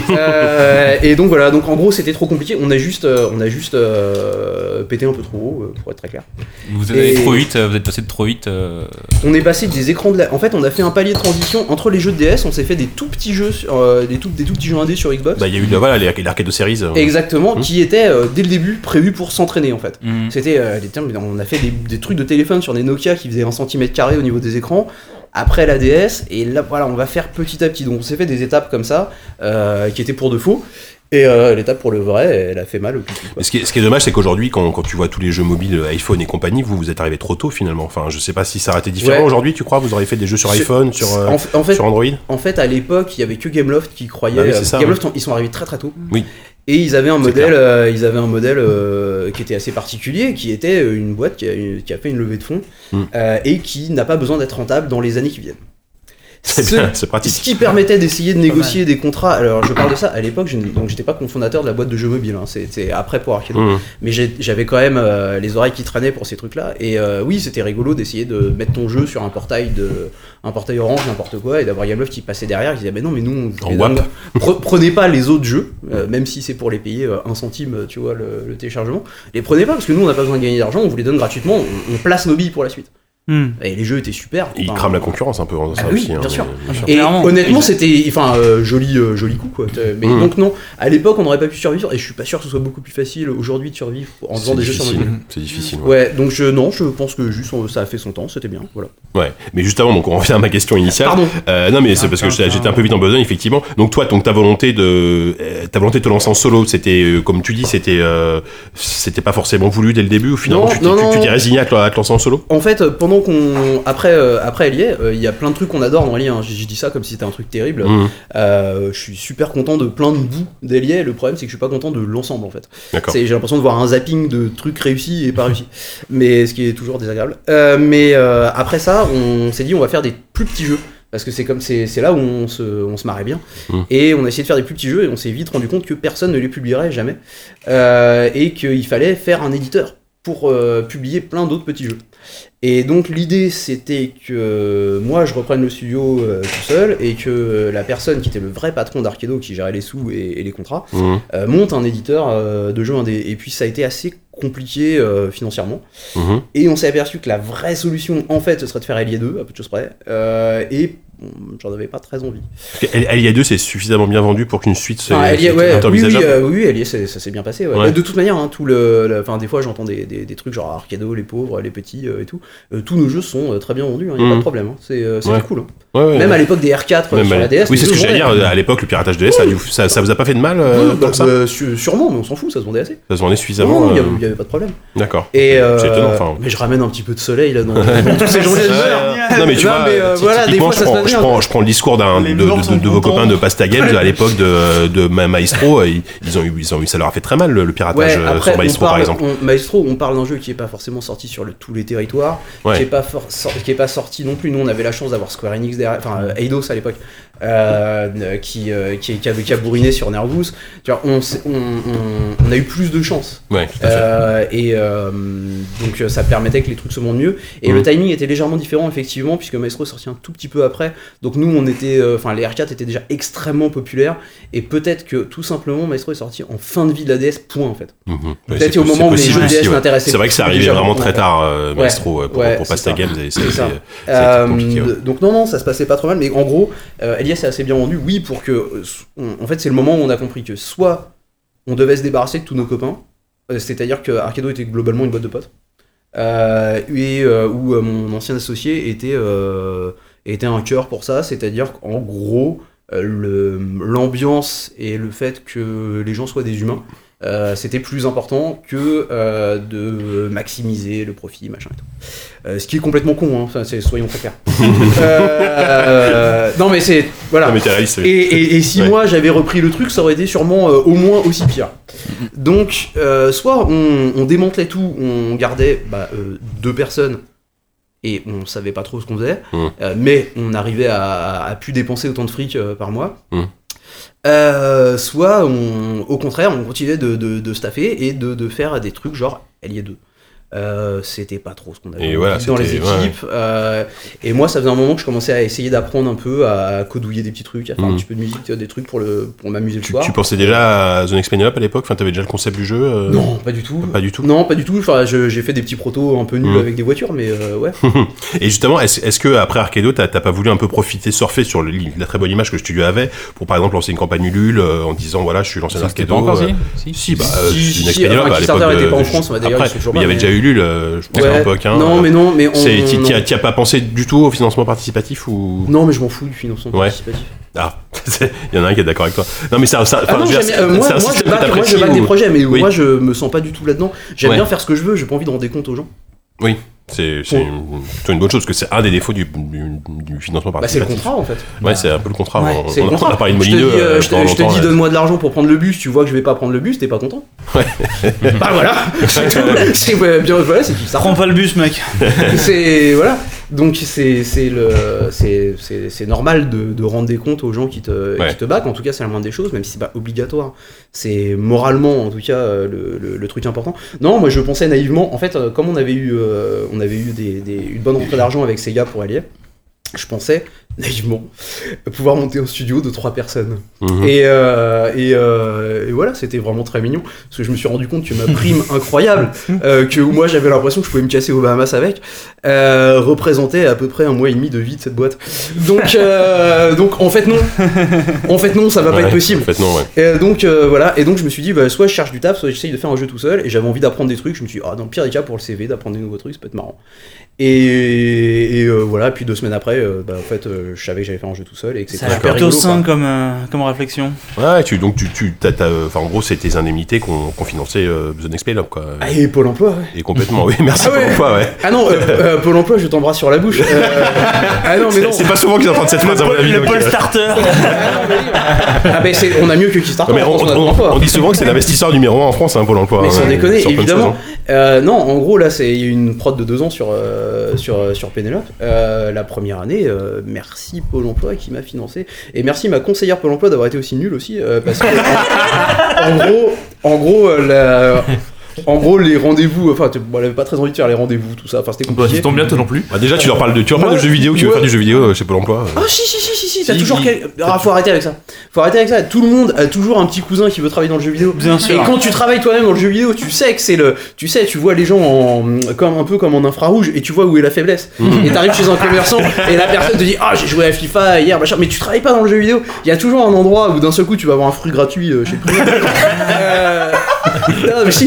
Speaker 2: Euh, et donc voilà, donc en gros c'était trop compliqué, on a juste, euh, on a juste euh, pété un peu trop haut, euh, pour être très clair.
Speaker 4: Vous êtes allé
Speaker 2: Et-
Speaker 4: trop vite, euh, vous êtes passé de trop vite. euh,
Speaker 2: On est passé des écrans de la... En fait on a fait un palier de transition entre les jeux de D S, on s'est fait des tout petits jeux, sur, euh, des, tout, des tout petits jeux indés sur Xbox.
Speaker 1: Bah, il y a eu de, voilà, les- l'arcade de séries. euh,
Speaker 2: Exactement,
Speaker 1: Mmh.
Speaker 2: qui étaient euh, dès le début prévus pour s'entraîner en fait.
Speaker 4: hmm.
Speaker 2: C'était euh, des termes, on a fait des, des trucs de téléphone sur des Nokia qui faisaient un centimètre carré au niveau des écrans. Après la D S, et là voilà, on va faire petit à petit. Donc on s'est fait des étapes comme ça, euh, qui étaient pour de faux. Et euh, l'étape pour le vrai, elle a fait mal au cul. quoi.
Speaker 1: Ce qui, est, ce qui est dommage, c'est qu'aujourd'hui, quand, quand tu vois tous les jeux mobiles, iPhone et compagnie, vous vous êtes arrivé trop tôt finalement. Enfin, je sais pas si ça aurait été différent
Speaker 2: Ouais.
Speaker 1: aujourd'hui. Tu crois, vous auriez fait des jeux sur
Speaker 2: C'est-
Speaker 1: iPhone, sur euh,
Speaker 2: En, f- en fait,
Speaker 1: sur Android.
Speaker 2: en fait, à l'époque, il y avait que Gameloft qui croyait.
Speaker 1: Bah oui, c'est
Speaker 2: euh,
Speaker 1: ça,
Speaker 2: Gameloft, ils sont arrivés très très tôt.
Speaker 1: Oui.
Speaker 2: Et ils avaient un
Speaker 1: C'est
Speaker 2: modèle,
Speaker 1: clair.
Speaker 2: euh, ils avaient un modèle euh, qui était assez particulier, qui était une boîte qui a, qui a fait une levée de fonds
Speaker 1: Mm.
Speaker 2: euh, et qui n'a pas besoin d'être rentable dans les années qui viennent.
Speaker 1: C'est
Speaker 2: Ce-
Speaker 1: bien, c'est pratique.
Speaker 2: Ce qui permettait d'essayer de négocier des contrats. Alors, je parle de ça à l'époque, je, donc j'étais pas cofondateur de la boîte de jeux mobiles, hein, c'était après pour Arcade.
Speaker 1: Mmh.
Speaker 2: Mais j'ai- j'avais quand même euh, les oreilles qui traînaient pour ces trucs-là. Et euh, oui, c'était rigolo d'essayer de mettre ton jeu sur un portail de, un portail Orange, n'importe quoi, et d'avoir Gameloft qui passait derrière, qui disait mais non, mais nous, on
Speaker 1: En
Speaker 2: les
Speaker 1: W A P.
Speaker 2: donne- pre- prenez pas les autres jeux, euh, même si c'est pour les payer euh, un centime, tu vois, le, le téléchargement. Les prenez pas parce que nous, on n'a pas besoin de gagner d'argent, on vous les donne gratuitement, on, on place nos billes pour la suite.
Speaker 3: Hmm.
Speaker 2: Et les jeux étaient super.
Speaker 1: Il
Speaker 2: Enfin,
Speaker 1: crame la concurrence un peu dans ça
Speaker 2: Ah oui,
Speaker 1: aussi. hein,
Speaker 2: bien sûr.
Speaker 1: mais-
Speaker 2: Et
Speaker 3: Clairement.
Speaker 2: honnêtement, c'était enfin euh, joli, euh, joli coup quoi. Mais
Speaker 1: Mm.
Speaker 2: donc non, à l'époque, on n'aurait pas pu survivre, et je suis pas sûr que ce soit beaucoup plus facile aujourd'hui de survivre en faisant
Speaker 1: C'est
Speaker 2: des jeux sur
Speaker 1: difficile.
Speaker 2: mobile.
Speaker 1: C'est difficile. ouais.
Speaker 2: Ouais, donc je non, je pense que juste on- ça a fait son temps, c'était bien. Voilà.
Speaker 1: Ouais, mais juste avant, donc on revient à ma question initiale.
Speaker 2: Pardon.
Speaker 1: Euh, non, mais c'est parce que j'étais j'étais un peu vite en besogne, effectivement. Donc toi, donc ta volonté de, euh, ta volonté de te lancer en solo, c'était, euh, comme tu dis, c'était, euh, c'était pas forcément voulu dès le début. Ou finalement,
Speaker 2: Non,
Speaker 1: tu t'es
Speaker 2: non,
Speaker 1: tu-
Speaker 2: non.
Speaker 1: tu t'es résigné à te, à te lancer en solo.
Speaker 2: En fait, pendant qu'on après euh, après Allier, il y a plein de trucs qu'on adore dans Allier. Hein. J'ai j'ai dit ça comme si c'était un truc terrible.
Speaker 1: Mmh.
Speaker 2: Euh, je suis super content de plein de bouts d'Allier. Le problème, c'est que je suis pas content de l'ensemble en fait.
Speaker 1: D'accord.
Speaker 2: C'est- J'ai l'impression de voir un zapping de trucs réussis et pas réussis. Mais ce qui est toujours désagréable. Euh, mais euh, après ça, on s'est dit on va faire des plus petits jeux. Parce que c'est comme c'est c'est là où on se, on se marrait bien.
Speaker 1: Mm.
Speaker 2: Et on a essayé de faire des plus petits jeux et on s'est vite rendu compte que personne ne les publierait jamais. Euh, et qu'il fallait faire un éditeur pour euh, publier plein d'autres petits jeux. Et donc l'idée c'était que euh, moi je reprenne le studio euh, tout seul et que euh, la personne qui était le vrai patron d'Arcado, qui gérait les sous et, et les contrats,
Speaker 1: Mmh.
Speaker 2: euh, monte un éditeur euh, de jeux indé. Et puis ça a été assez compliqué euh, financièrement.
Speaker 1: Mmh.
Speaker 2: Et on s'est aperçu que la vraie solution en fait ce serait de faire Allier deux, à peu de choses près. Euh, et bon, j'en avais pas très envie.
Speaker 1: Allier deux, c'est suffisamment bien vendu pour qu'une suite soit
Speaker 2: Enfin, Allier, ouais, oui, oui,
Speaker 1: envisageable.
Speaker 2: euh, oui, Allier, c'est- ça s'est bien passé. Ouais.
Speaker 1: Ouais.
Speaker 2: De toute manière, hein, tout le, le- enfin, des fois, j'entends des, des, des trucs genre Arcado, les pauvres, les petits euh, et tout. Euh, tous nos jeux sont euh, très bien vendus, il n'y a
Speaker 1: Mhm.
Speaker 2: pas de problème. Hein. C'est euh, c'était
Speaker 1: Ouais.
Speaker 2: cool. Hein.
Speaker 1: Ouais, ouais,
Speaker 2: Même
Speaker 1: ouais.
Speaker 2: à l'époque des R quatre
Speaker 1: Même
Speaker 2: sur
Speaker 1: à-
Speaker 2: la D S.
Speaker 1: Oui, c'est
Speaker 2: les
Speaker 1: ce que
Speaker 2: jeux
Speaker 1: j'allais dire.
Speaker 2: vendaient.
Speaker 1: À l'époque, le piratage de D S, ça, a dû- ça, ça vous a pas fait de mal euh,
Speaker 2: Oui,
Speaker 1: tant
Speaker 2: bah,
Speaker 1: que ça
Speaker 2: euh, su- sûrement, mais on s'en fout, ça se vendait assez.
Speaker 1: Ça se vendait
Speaker 2: Non,
Speaker 1: suffisamment.
Speaker 2: non, il n'y
Speaker 1: euh,
Speaker 2: avait, avait pas de problème.
Speaker 1: D'accord.
Speaker 2: Et euh,
Speaker 1: C'est étonnant, enfin.
Speaker 2: mais je ramène un petit peu de soleil là dans, dans tous ces gens
Speaker 1: Ouais. Non mais tu
Speaker 2: Non,
Speaker 1: vois,
Speaker 2: mais, euh,
Speaker 1: ty-
Speaker 2: voilà, des
Speaker 1: typiquement,
Speaker 2: fois,
Speaker 1: je,
Speaker 2: ça se
Speaker 1: prends,
Speaker 2: passe
Speaker 1: je,
Speaker 2: bien.
Speaker 1: prends, je prends le discours d'un de,
Speaker 3: Les
Speaker 1: de,
Speaker 3: blancs
Speaker 1: de-
Speaker 3: sont
Speaker 1: de vos
Speaker 3: contents.
Speaker 1: copains de Pasta Games à l'époque de, de Ma- Maestro, ils, ils ont eu, ils ont eu, ça leur a fait très mal le, le piratage
Speaker 2: Ouais,
Speaker 1: euh,
Speaker 2: après,
Speaker 1: sur
Speaker 2: on
Speaker 1: Maestro
Speaker 2: parle,
Speaker 1: par exemple.
Speaker 2: on- Maestro, on parle d'un jeu qui est pas forcément sorti sur le- tous les territoires,
Speaker 1: Ouais.
Speaker 2: qui est pas for- sor- qui est pas sorti non plus. Nous, on avait la chance d'avoir Square Enix derrière, enfin euh, Eidos à l'époque, euh, qui, euh, qui, qui, a, qui a bourriné sur Nervous. Tu vois, on, s'est- on, on, on a eu plus de chance.
Speaker 1: Ouais, tout à fait.
Speaker 2: Euh, et euh, donc euh, ça permettait que les trucs se montent mieux. Et
Speaker 1: Mhm.
Speaker 2: le timing était légèrement différent effectivement, puisque Maestro est sorti un tout petit peu après. Donc nous, on était, euh, enfin les R quatre étaient déjà extrêmement populaires. Et peut-être que tout simplement Maestro est sorti en fin de vie de la D S. Point en fait.
Speaker 1: Mhm. Ouais,
Speaker 2: Peut-être
Speaker 1: c'est
Speaker 2: au moment où les
Speaker 1: possible
Speaker 2: jeux de D S
Speaker 1: aussi, ouais.
Speaker 2: n'intéressaient
Speaker 1: C'est vrai que c'est
Speaker 2: plus
Speaker 1: arrivé
Speaker 2: déjà
Speaker 1: vraiment
Speaker 2: beaucoup,
Speaker 1: très
Speaker 2: en fait.
Speaker 1: tard, euh, Maestro, euh, pour,
Speaker 2: ouais,
Speaker 1: pour
Speaker 2: c'est
Speaker 1: Pasta
Speaker 2: ça.
Speaker 1: Games. et
Speaker 2: C'est
Speaker 1: c'est-
Speaker 2: ça.
Speaker 1: c'est- ça a été
Speaker 2: Euh,
Speaker 1: compliqué, ouais.
Speaker 2: Donc non, non, ça se passait pas trop mal, mais en gros, euh, Elias est assez bien vendu, oui, pour que... euh, on- en fait, c'est le moment où on a compris que soit on devait se débarrasser de tous nos copains, euh, c'est-à-dire que Arcado était globalement une boîte de potes, euh, et euh, où euh, mon ancien associé était, euh, était un cœur pour ça, c'est-à-dire qu'en gros, euh, le- l'ambiance et le fait que les gens soient des humains, euh, c'était plus important que euh, de maximiser le profit, machin et tout. Euh, ce qui est complètement con, hein. Enfin, c'est- soyons très clairs. Euh, non mais c'est... Voilà.
Speaker 1: Non, mais t'es réaliste, oui.
Speaker 2: Et, et- et si
Speaker 1: Ouais.
Speaker 2: moi j'avais repris le truc, ça aurait été sûrement euh, au moins aussi pire. Donc, euh, soit on, on démantelait tout, on gardait bah, euh, deux personnes et on savait pas trop ce qu'on faisait,
Speaker 1: Mm.
Speaker 2: euh, mais on arrivait à, à plus dépenser autant de fric euh, par mois.
Speaker 1: Mm.
Speaker 2: Euh, soit on, au contraire, on continuait de, de, de staffer et de, de faire des trucs genre Allier deux. Euh, c'était pas trop ce qu'on avait
Speaker 1: Et
Speaker 2: envie
Speaker 1: voilà,
Speaker 2: dans les
Speaker 1: c'était-
Speaker 2: équipes.
Speaker 1: ouais.
Speaker 2: euh, et moi, ça faisait un moment que je commençais à essayer d'apprendre un peu, à codouiller des petits trucs, à faire un
Speaker 1: Mhm.
Speaker 2: petit peu de musique, tu vois, des trucs pour, le, pour m'amuser le
Speaker 1: Tu,
Speaker 2: soir.
Speaker 1: tu pensais déjà à Zone Explain Up à l'époque? Enfin, t'avais déjà le concept du jeu euh,
Speaker 2: Non, pas du tout.
Speaker 1: Pas du tout.
Speaker 2: Non, pas du tout. Enfin, je- j'ai fait des petits protos un peu nuls
Speaker 1: Mhm.
Speaker 2: avec des voitures, mais euh, ouais.
Speaker 1: Et justement, est-ce est-ce que après Arcado, t'as t'as pas voulu un peu profiter, surfer sur le- la très bonne image que le studio avait pour par exemple lancer une campagne Ulule euh, en disant voilà, je suis l'ancien
Speaker 4: Ça c'était
Speaker 1: Arcado.
Speaker 4: pas encore,
Speaker 1: euh,
Speaker 4: si
Speaker 1: Si, bah, euh,
Speaker 2: Si,
Speaker 1: c'est une
Speaker 2: si,
Speaker 1: Explain
Speaker 2: enfin,
Speaker 1: Up à
Speaker 2: Kickstarter
Speaker 1: l'époque.
Speaker 2: était pas en
Speaker 1: de-
Speaker 2: France, bah, d'ailleurs,
Speaker 1: Après,
Speaker 2: il se fait toujours
Speaker 1: mais il y
Speaker 2: pas,
Speaker 1: avait
Speaker 2: mais-
Speaker 1: déjà Ulule, euh, je pense
Speaker 2: Ouais.
Speaker 1: à l'époque. hein.
Speaker 2: Non, mais non, mais on.
Speaker 1: C'est- T'y
Speaker 2: non.
Speaker 1: t'y as- t'y as pas pensé du tout au financement participatif ou
Speaker 2: Non, mais je m'en fous du financement
Speaker 1: Ouais.
Speaker 2: participatif.
Speaker 1: Ah, c'est- il y en a un qui est d'accord avec toi. Non, mais ça, ça,
Speaker 2: Ah
Speaker 1: enfin,
Speaker 2: non,
Speaker 1: je veux dire,
Speaker 2: j'aime- euh,
Speaker 1: c'est-
Speaker 2: moi,
Speaker 1: c'est un
Speaker 2: moi, je
Speaker 1: système que
Speaker 2: back, moi, je
Speaker 1: t'apprécies
Speaker 2: back des
Speaker 1: ou-
Speaker 2: projets, mais
Speaker 1: Oui.
Speaker 2: moi je me sens pas du tout là-dedans. J'aime
Speaker 1: Ouais.
Speaker 2: bien faire ce que je veux, j'ai pas envie de rendre des comptes aux gens.
Speaker 1: Oui, c'est c'est une, plutôt une bonne chose parce que c'est un des défauts du, du, du financement
Speaker 2: Bah, c'est le
Speaker 1: participatif.
Speaker 2: contrat en fait.
Speaker 1: Ouais, c'est un peu le contrat.
Speaker 3: Ouais,
Speaker 1: on,
Speaker 2: C'est
Speaker 1: on
Speaker 2: le
Speaker 1: a,
Speaker 2: contrat.
Speaker 1: on a parlé de
Speaker 2: je te
Speaker 1: Molineux.
Speaker 2: dis, euh,
Speaker 1: euh,
Speaker 2: je te,
Speaker 1: pendant
Speaker 2: je te
Speaker 1: longtemps,
Speaker 2: dis
Speaker 1: ouais.
Speaker 2: donne-moi de l'argent pour prendre le bus, tu vois que je vais pas prendre le bus, t'es pas content. Bah voilà, c'est tout. C'est ouais, bien, voilà, c'est Kickstarter.
Speaker 3: Prends pas le bus, mec.
Speaker 2: C'est voilà. Donc c'est c'est le c'est c'est c'est normal de de rendre des comptes aux gens qui te
Speaker 1: Ouais.
Speaker 2: qui te backent. En tout cas, c'est la moindre des choses, même si c'est pas obligatoire. C'est moralement, en tout cas, euh, le, le le truc important. Non, moi je pensais naïvement. En fait, euh, comme on avait eu euh, on avait eu des des une bonne rentrée d'argent avec Sega pour Allier, je pensais naïvement pouvoir monter un studio de trois personnes.
Speaker 1: Mhm.
Speaker 2: Et, euh, et, euh, et voilà, c'était vraiment très mignon. Parce que je me suis rendu compte que ma prime incroyable, euh, que moi j'avais l'impression que je pouvais me casser aux Bahamas avec, euh, représentait à peu près un mois et demi de vie de cette boîte. Donc, euh, donc en fait non. En fait non, ça va
Speaker 1: Ouais,
Speaker 2: pas être possible.
Speaker 1: En fait, non, ouais.
Speaker 2: Et donc euh, voilà, et donc je me suis dit, bah, soit je cherche du taf, soit j'essaye de faire un jeu tout seul, et j'avais envie d'apprendre des trucs. Je me suis dit, ah, dans le pire des cas, pour le C V, d'apprendre des nouveaux trucs, ça peut être marrant. Et, et euh, voilà, puis deux semaines après, euh, bah, en fait, euh, je savais que j'allais faire un jeu tout seul et que
Speaker 3: Ça
Speaker 2: c'était
Speaker 3: a l'air
Speaker 2: super
Speaker 3: plutôt
Speaker 2: rigolo. quoi.
Speaker 3: sain comme, euh, comme réflexion.
Speaker 1: Ouais, tu, donc tu, tu, t'as, t'as, enfin, en gros, c'est tes indemnités qu'on, qu'on finançait euh, The Next Play Up, quoi.
Speaker 2: Ah, et Pôle emploi, ouais.
Speaker 1: Et complètement, oui, merci
Speaker 2: Ah ouais.
Speaker 1: Pôle emploi, ouais.
Speaker 2: Ah non, euh, euh, Pôle emploi, je t'embrasse sur la bouche. Euh, ah non, mais non.
Speaker 1: C'est pas souvent qu'ils entendent cette phrase, à mon avis.
Speaker 3: Le
Speaker 1: donc,
Speaker 3: Paul
Speaker 1: euh,
Speaker 3: Starter.
Speaker 2: Ah bah c'est, on a mieux que Kickstarter.
Speaker 1: non, mais on,
Speaker 2: en France,
Speaker 1: on-
Speaker 2: Pôle
Speaker 1: on-
Speaker 2: emploi.
Speaker 1: on dit souvent que c'est l'investisseur numéro un en France, hein, Pôle emploi.
Speaker 2: Mais
Speaker 1: hein,
Speaker 2: sans déconner,
Speaker 1: sur plein de
Speaker 2: évidemment.
Speaker 1: choses, hein.
Speaker 2: Euh, non, en gros, là, c'est il y a eu une prod de deux ans sur, euh, sur, sur Pénélope. Euh, la première année, euh, merci Pôle emploi qui m'a financé. Et merci ma conseillère Pôle emploi d'avoir été aussi nulle aussi. euh, parce que, en, en gros, en gros, euh, la. En gros, les rendez-vous, enfin, tu- bon, elle avait pas très envie de faire les rendez-vous, tout ça, enfin, c'était
Speaker 7: Bah,
Speaker 2: compliqué.
Speaker 7: ça tombe bien, toi non plus.
Speaker 1: Bah, déjà, tu leur parles de, tu leur parles
Speaker 2: Ouais,
Speaker 1: de jeux vidéo, que tu veux
Speaker 2: ouais.
Speaker 1: faire du jeu vidéo euh, chez Pôle emploi.
Speaker 2: Ah si si si si si, t'as
Speaker 7: Si,
Speaker 2: toujours
Speaker 7: il-
Speaker 2: quel... Ah, faut arrêter avec ça. Faut arrêter avec ça. Tout le monde a toujours un petit cousin qui veut travailler dans le jeu vidéo.
Speaker 3: Bien sûr.
Speaker 2: Et quand tu travailles toi-même dans le jeu vidéo, tu sais que c'est le, tu sais, tu vois les gens en, comme un peu comme en infrarouge et tu vois où est la faiblesse. Et t'arrives chez un commerçant et la personne te dit ah j'ai joué à FIFA hier machin, mais tu travailles pas dans le jeu vidéo. Il y a toujours un endroit où d'un seul coup tu vas avoir un fruit gratuit euh, chez Primo. euh... Non mais si.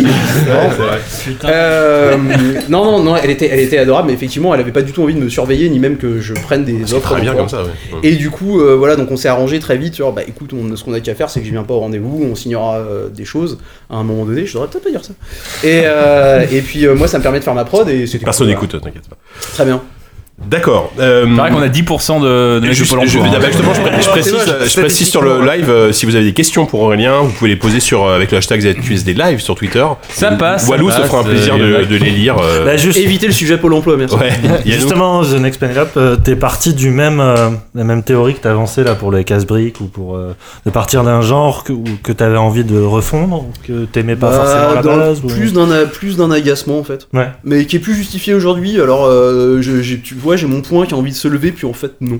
Speaker 2: Euh, non non non, elle était, elle était adorable, mais effectivement elle avait pas du tout envie de me surveiller ni même que je prenne des
Speaker 1: C'est
Speaker 2: offres.
Speaker 1: très bien
Speaker 2: d'emploi.
Speaker 1: comme ça, ouais.
Speaker 2: Et du coup, euh, voilà, donc on s'est arrangé très vite sur, bah écoute, on- ce qu'on a qu'à faire, c'est que je viens pas au rendez-vous, on signera euh, des choses à un moment donné, je devrais peut-être pas dire ça. Et, euh, et puis euh, moi, ça me permet de faire ma prod et c'était
Speaker 1: Personne
Speaker 2: cool,
Speaker 1: n'écoute, t'inquiète pas.
Speaker 2: voilà. Très bien.
Speaker 1: D'accord. Euh,
Speaker 4: C'est vrai qu'on a dix pour cent de, de mecs de
Speaker 1: Juste-
Speaker 4: Pôle
Speaker 1: je,
Speaker 4: emploi.
Speaker 1: bah,
Speaker 4: hein.
Speaker 1: justement, je, pré- je
Speaker 2: C'est
Speaker 1: précise,
Speaker 2: moche,
Speaker 1: je précise sur le live, euh, si vous avez des questions pour Aurélien, vous pouvez les poser sur, euh, avec le hashtag Z Q S D Live sur Twitter.
Speaker 4: Ça passe,
Speaker 1: Walou
Speaker 4: ça
Speaker 1: se fera un
Speaker 4: passe,
Speaker 1: plaisir
Speaker 4: euh,
Speaker 1: de, de les lire. euh,
Speaker 8: Bah, juste,
Speaker 2: Évitez le sujet Pôle emploi, merci.
Speaker 1: ouais. Yannou.
Speaker 8: justement, The Next Penelope, euh, t'es parti du même, euh, la même théorie que t'as avancée là pour les casse-briques ou pour euh, de partir d'un genre que, ou que t'avais envie de refondre ou que t'aimais pas
Speaker 2: Bah,
Speaker 8: forcément à la
Speaker 2: dans-
Speaker 8: base ou...
Speaker 2: plus d'un plus d'un agacement en fait,
Speaker 8: Ouais.
Speaker 2: mais qui est plus justifié aujourd'hui. Alors, euh, je- j'ai- tu vois, j'ai mon point qui a envie de se lever, puis en fait non.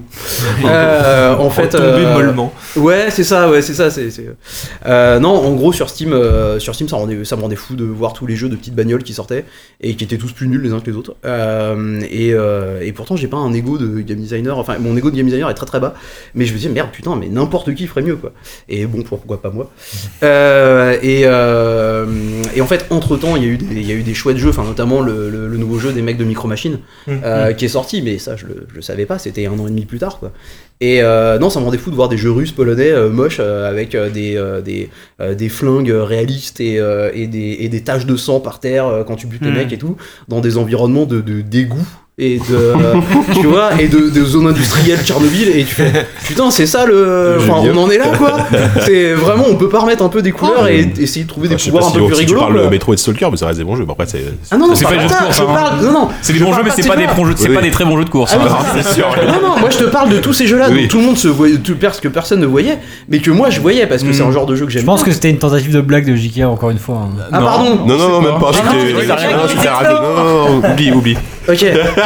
Speaker 2: Euh, en fait,
Speaker 7: Tomber
Speaker 2: euh,
Speaker 7: mollement.
Speaker 2: Ouais, c'est ça, ouais, c'est ça. C'est, c'est... Euh, non, en gros, sur Steam, euh, sur Steam, ça, rendait, ça me rendait fou de voir tous les jeux de petites bagnoles qui sortaient et qui étaient tous plus nuls les uns que les autres. Euh, et, euh, et pourtant, j'ai pas un ego de game designer. Enfin, mon ego de game designer est très très bas. Mais je me disais merde, putain, mais n'importe qui ferait mieux, quoi. Et bon, pourquoi pas moi. Euh, et, euh, et en fait, entre temps, il y a eu des, il y a eu des chouettes jeux, enfin notamment le, le, le nouveau jeu des mecs de Micro Machines euh, qui est sorti, mais ça, je le, je le savais pas. C'était un an et demi plus tard, quoi. Et euh, non, ça me rendait fou de voir des jeux russes, polonais, euh, moches, euh, avec euh, des, euh, des, euh, des flingues réalistes et, euh, et, des, et des taches de sang par terre euh, quand tu butes les
Speaker 3: Mm.
Speaker 2: mecs et tout, dans des environnements de, de d'égout et de euh, tu vois et de, de zones industrielles Tchernobyl et tu fais putain c'est ça le
Speaker 1: Le jeu
Speaker 2: enfin
Speaker 1: vidéo.
Speaker 2: on en est là quoi. C'est vraiment on peut pas remettre un peu des couleurs
Speaker 1: Ah,
Speaker 2: et
Speaker 1: mais-
Speaker 2: essayer de trouver
Speaker 1: Ah,
Speaker 2: des
Speaker 1: je sais
Speaker 2: pouvoirs
Speaker 1: pas
Speaker 2: un
Speaker 1: si,
Speaker 2: peu plus
Speaker 1: si tu
Speaker 2: rigolos
Speaker 1: parles
Speaker 2: quoi.
Speaker 1: de Metro et de Stalker, mais ça reste des bons jeux. Bon, après, c'est.
Speaker 2: Ah non non
Speaker 4: C'est pas
Speaker 2: je
Speaker 4: les jeux de
Speaker 2: parle
Speaker 4: course,
Speaker 2: je
Speaker 4: hein.
Speaker 2: parle non non
Speaker 4: C'est des
Speaker 2: je
Speaker 4: bons jeux,
Speaker 2: parle
Speaker 4: mais
Speaker 2: pas
Speaker 4: c'est
Speaker 2: de
Speaker 4: pas
Speaker 2: ces
Speaker 4: des
Speaker 2: jeux-là.
Speaker 4: bons jeux, c'est
Speaker 1: Oui,
Speaker 4: pas
Speaker 1: oui.
Speaker 4: des très bons jeux de course.
Speaker 2: Ah oui,
Speaker 4: hein.
Speaker 1: c'est sûr.
Speaker 2: Non, non, moi je te parle de tous ces jeux-là
Speaker 1: Oui.
Speaker 2: dont tout le monde se voyait, tout, parce que personne ne voyait, mais que moi je voyais parce que c'est un genre de jeu que j'aime.
Speaker 5: Je pense
Speaker 2: bien.
Speaker 5: que c'était une tentative de blague de J K encore une fois. hein.
Speaker 2: Ah, pardon!
Speaker 1: Non, non, non, même pas.
Speaker 2: Ah, non,
Speaker 1: C'était.
Speaker 2: c'est rien.
Speaker 1: Non, c'était ravi. Non, non, non, oublie, oublie.
Speaker 2: Ok,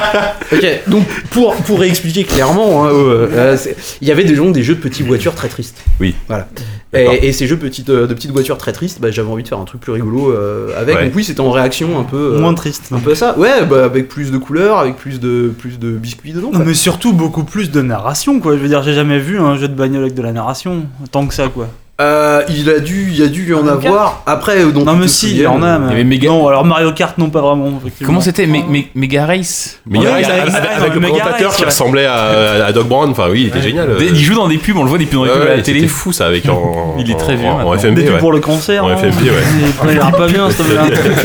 Speaker 2: ok. Donc pour pour réexpliquer clairement, hein, euh, euh, c'est- il y avait des gens des jeux de petites voitures très tristes.
Speaker 1: Oui.
Speaker 2: Voilà.
Speaker 1: D'accord.
Speaker 2: Et, et ces jeux petites, euh, de petites voitures très tristes, bah, j'avais envie de faire un truc plus rigolo euh, avec.
Speaker 1: Ouais.
Speaker 2: Donc oui, c'était en réaction un peu. euh,
Speaker 3: Moins triste.
Speaker 2: Un peu à ça. Ouais, bah, avec plus de couleurs, avec plus de plus de biscuits dedans.
Speaker 3: Non,
Speaker 2: quoi.
Speaker 3: mais surtout beaucoup plus de narration, quoi. Je veux dire, j'ai jamais vu un jeu de bagnole avec de la narration tant que ça, quoi.
Speaker 2: Euh, il a dû, il y a dû y en
Speaker 6: Mario
Speaker 2: avoir. Après, euh, donc
Speaker 3: Non, mais si, il y en a, mais.
Speaker 4: Il y avait Mega-
Speaker 3: Non, alors Mario Kart, non, pas vraiment. effectivement.
Speaker 4: Comment c'était Me- Me- Mega Race
Speaker 1: Mais il y a
Speaker 3: Ouais,
Speaker 1: avec,
Speaker 3: avec-
Speaker 1: avec-
Speaker 3: avec
Speaker 1: avec le
Speaker 3: Mega
Speaker 1: présentateur
Speaker 3: Race,
Speaker 1: qui
Speaker 3: ouais.
Speaker 1: ressemblait à, à Doc Brown. Enfin, oui, il était génial.
Speaker 4: Il joue dans des pubs, on le voit des pubs dans les
Speaker 1: Ouais,
Speaker 4: pubs à
Speaker 1: ouais,
Speaker 4: la télé.
Speaker 1: C'était fou ça avec en.
Speaker 4: Il est très
Speaker 1: en-
Speaker 4: vieux,
Speaker 1: En, en
Speaker 4: maintenant.
Speaker 1: F M B,
Speaker 3: Des pubs
Speaker 1: ouais.
Speaker 3: pour le cancer.
Speaker 1: En
Speaker 3: hein.
Speaker 1: F M B, ouais.
Speaker 3: Il a l'air pas bien, ce truc-là.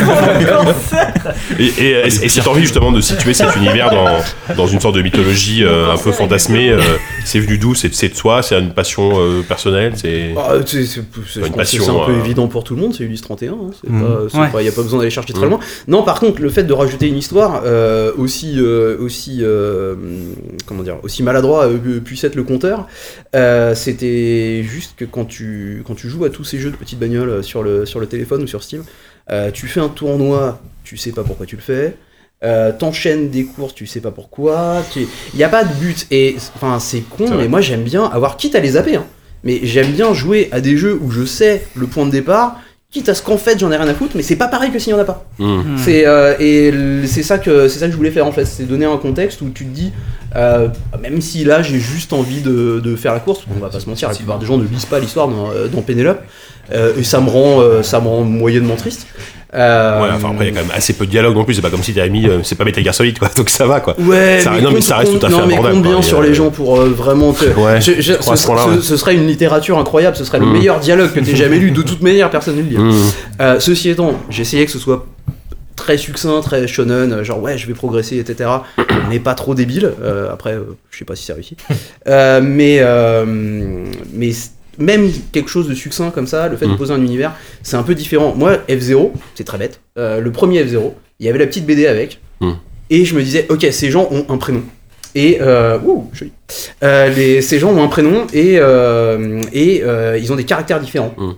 Speaker 1: Et, et, et, et cette envie justement de situer cet univers dans, dans une sorte de mythologie euh, un peu fantasmée, euh, c'est venu d'où, c'est, c'est de soi, c'est une passion euh, personnelle, c'est.
Speaker 2: Ah, c'est, c'est, c'est,
Speaker 1: une
Speaker 2: je pense
Speaker 1: passion,
Speaker 2: que c'est un peu
Speaker 1: euh...
Speaker 2: évident pour tout le monde, c'est Ulysse trente et un, hein, c'est
Speaker 8: Mmh.
Speaker 2: pas, c'est
Speaker 3: Ouais.
Speaker 2: pas, y a pas besoin d'aller chercher très
Speaker 1: Mmh.
Speaker 2: loin. Non, par contre, le fait de rajouter une histoire euh, aussi, euh, aussi, euh, comment dire, aussi maladroit euh, puisse être le compteur, euh, c'était juste que quand tu, quand tu joues à tous ces jeux de petites bagnoles sur le, sur le téléphone ou sur Steam, euh, tu fais un tournoi, tu sais pas pourquoi tu le fais. Euh, t'enchaînes des courses, tu sais pas pourquoi. Il y a pas de but et enfin c'est con,
Speaker 1: C'est
Speaker 2: mais
Speaker 1: vrai.
Speaker 2: moi j'aime bien avoir quitte à les zapper. Hein, mais j'aime bien jouer à des jeux où je sais le point de départ, quitte à ce qu'en fait j'en ai rien à foutre, mais c'est pas pareil que s'il y en a pas.
Speaker 1: Mmh.
Speaker 2: C'est euh, et l- c'est ça que c'est ça que je voulais faire en fait, c'est donner un contexte où tu te dis, euh, même si là j'ai juste envie de, de faire la course, on va pas se mentir, la plupart des gens ne lisent pas l'histoire dans, euh, dans Pénélope, euh, et ça me rend euh, ça me rend moyennement triste. Euh,
Speaker 1: Ouais, enfin après il y a quand même assez peu de dialogue non plus, c'est pas comme si t'avais mis, euh, c'est pas Metal Gear Solid quoi, donc ça va quoi.
Speaker 2: Ouais,
Speaker 1: Ça-
Speaker 2: mais
Speaker 1: non, mais
Speaker 2: compte-
Speaker 1: ça reste
Speaker 2: compte-
Speaker 1: tout à fait
Speaker 2: non, mais
Speaker 1: abordable,
Speaker 2: compte bien
Speaker 1: quoi.
Speaker 2: sur
Speaker 1: Il y a-
Speaker 2: les gens pour euh, vraiment te...
Speaker 1: Ouais,
Speaker 2: Je- je-
Speaker 1: crois à
Speaker 2: ce,
Speaker 1: ce point-là,
Speaker 2: ce-
Speaker 1: ouais.
Speaker 2: ce serait une littérature incroyable, ce serait le
Speaker 1: Mm.
Speaker 2: meilleur dialogue que t'aies jamais lu, de toute manière personne ne le lit.
Speaker 1: Mmh.
Speaker 2: Euh, ceci étant, j'ai essayé que ce soit très succinct, très shonen, genre ouais je vais progresser, et cetera. Mais pas trop débile, euh, après euh, je sais pas si c'est réussi. Euh, mais euh, mais c- même quelque chose de succinct comme ça, le fait de
Speaker 1: Mm.
Speaker 2: poser un univers, c'est un peu différent. Moi, F zéro, c'est très bête, euh, le premier F zéro, il y avait la petite B D avec,
Speaker 1: Mm.
Speaker 2: et je me disais, ok, ces gens ont un prénom. Et euh, ouh, joli. Euh, les, ces gens ont un prénom et, euh, et euh, ils ont des caractères différents.
Speaker 1: Mm.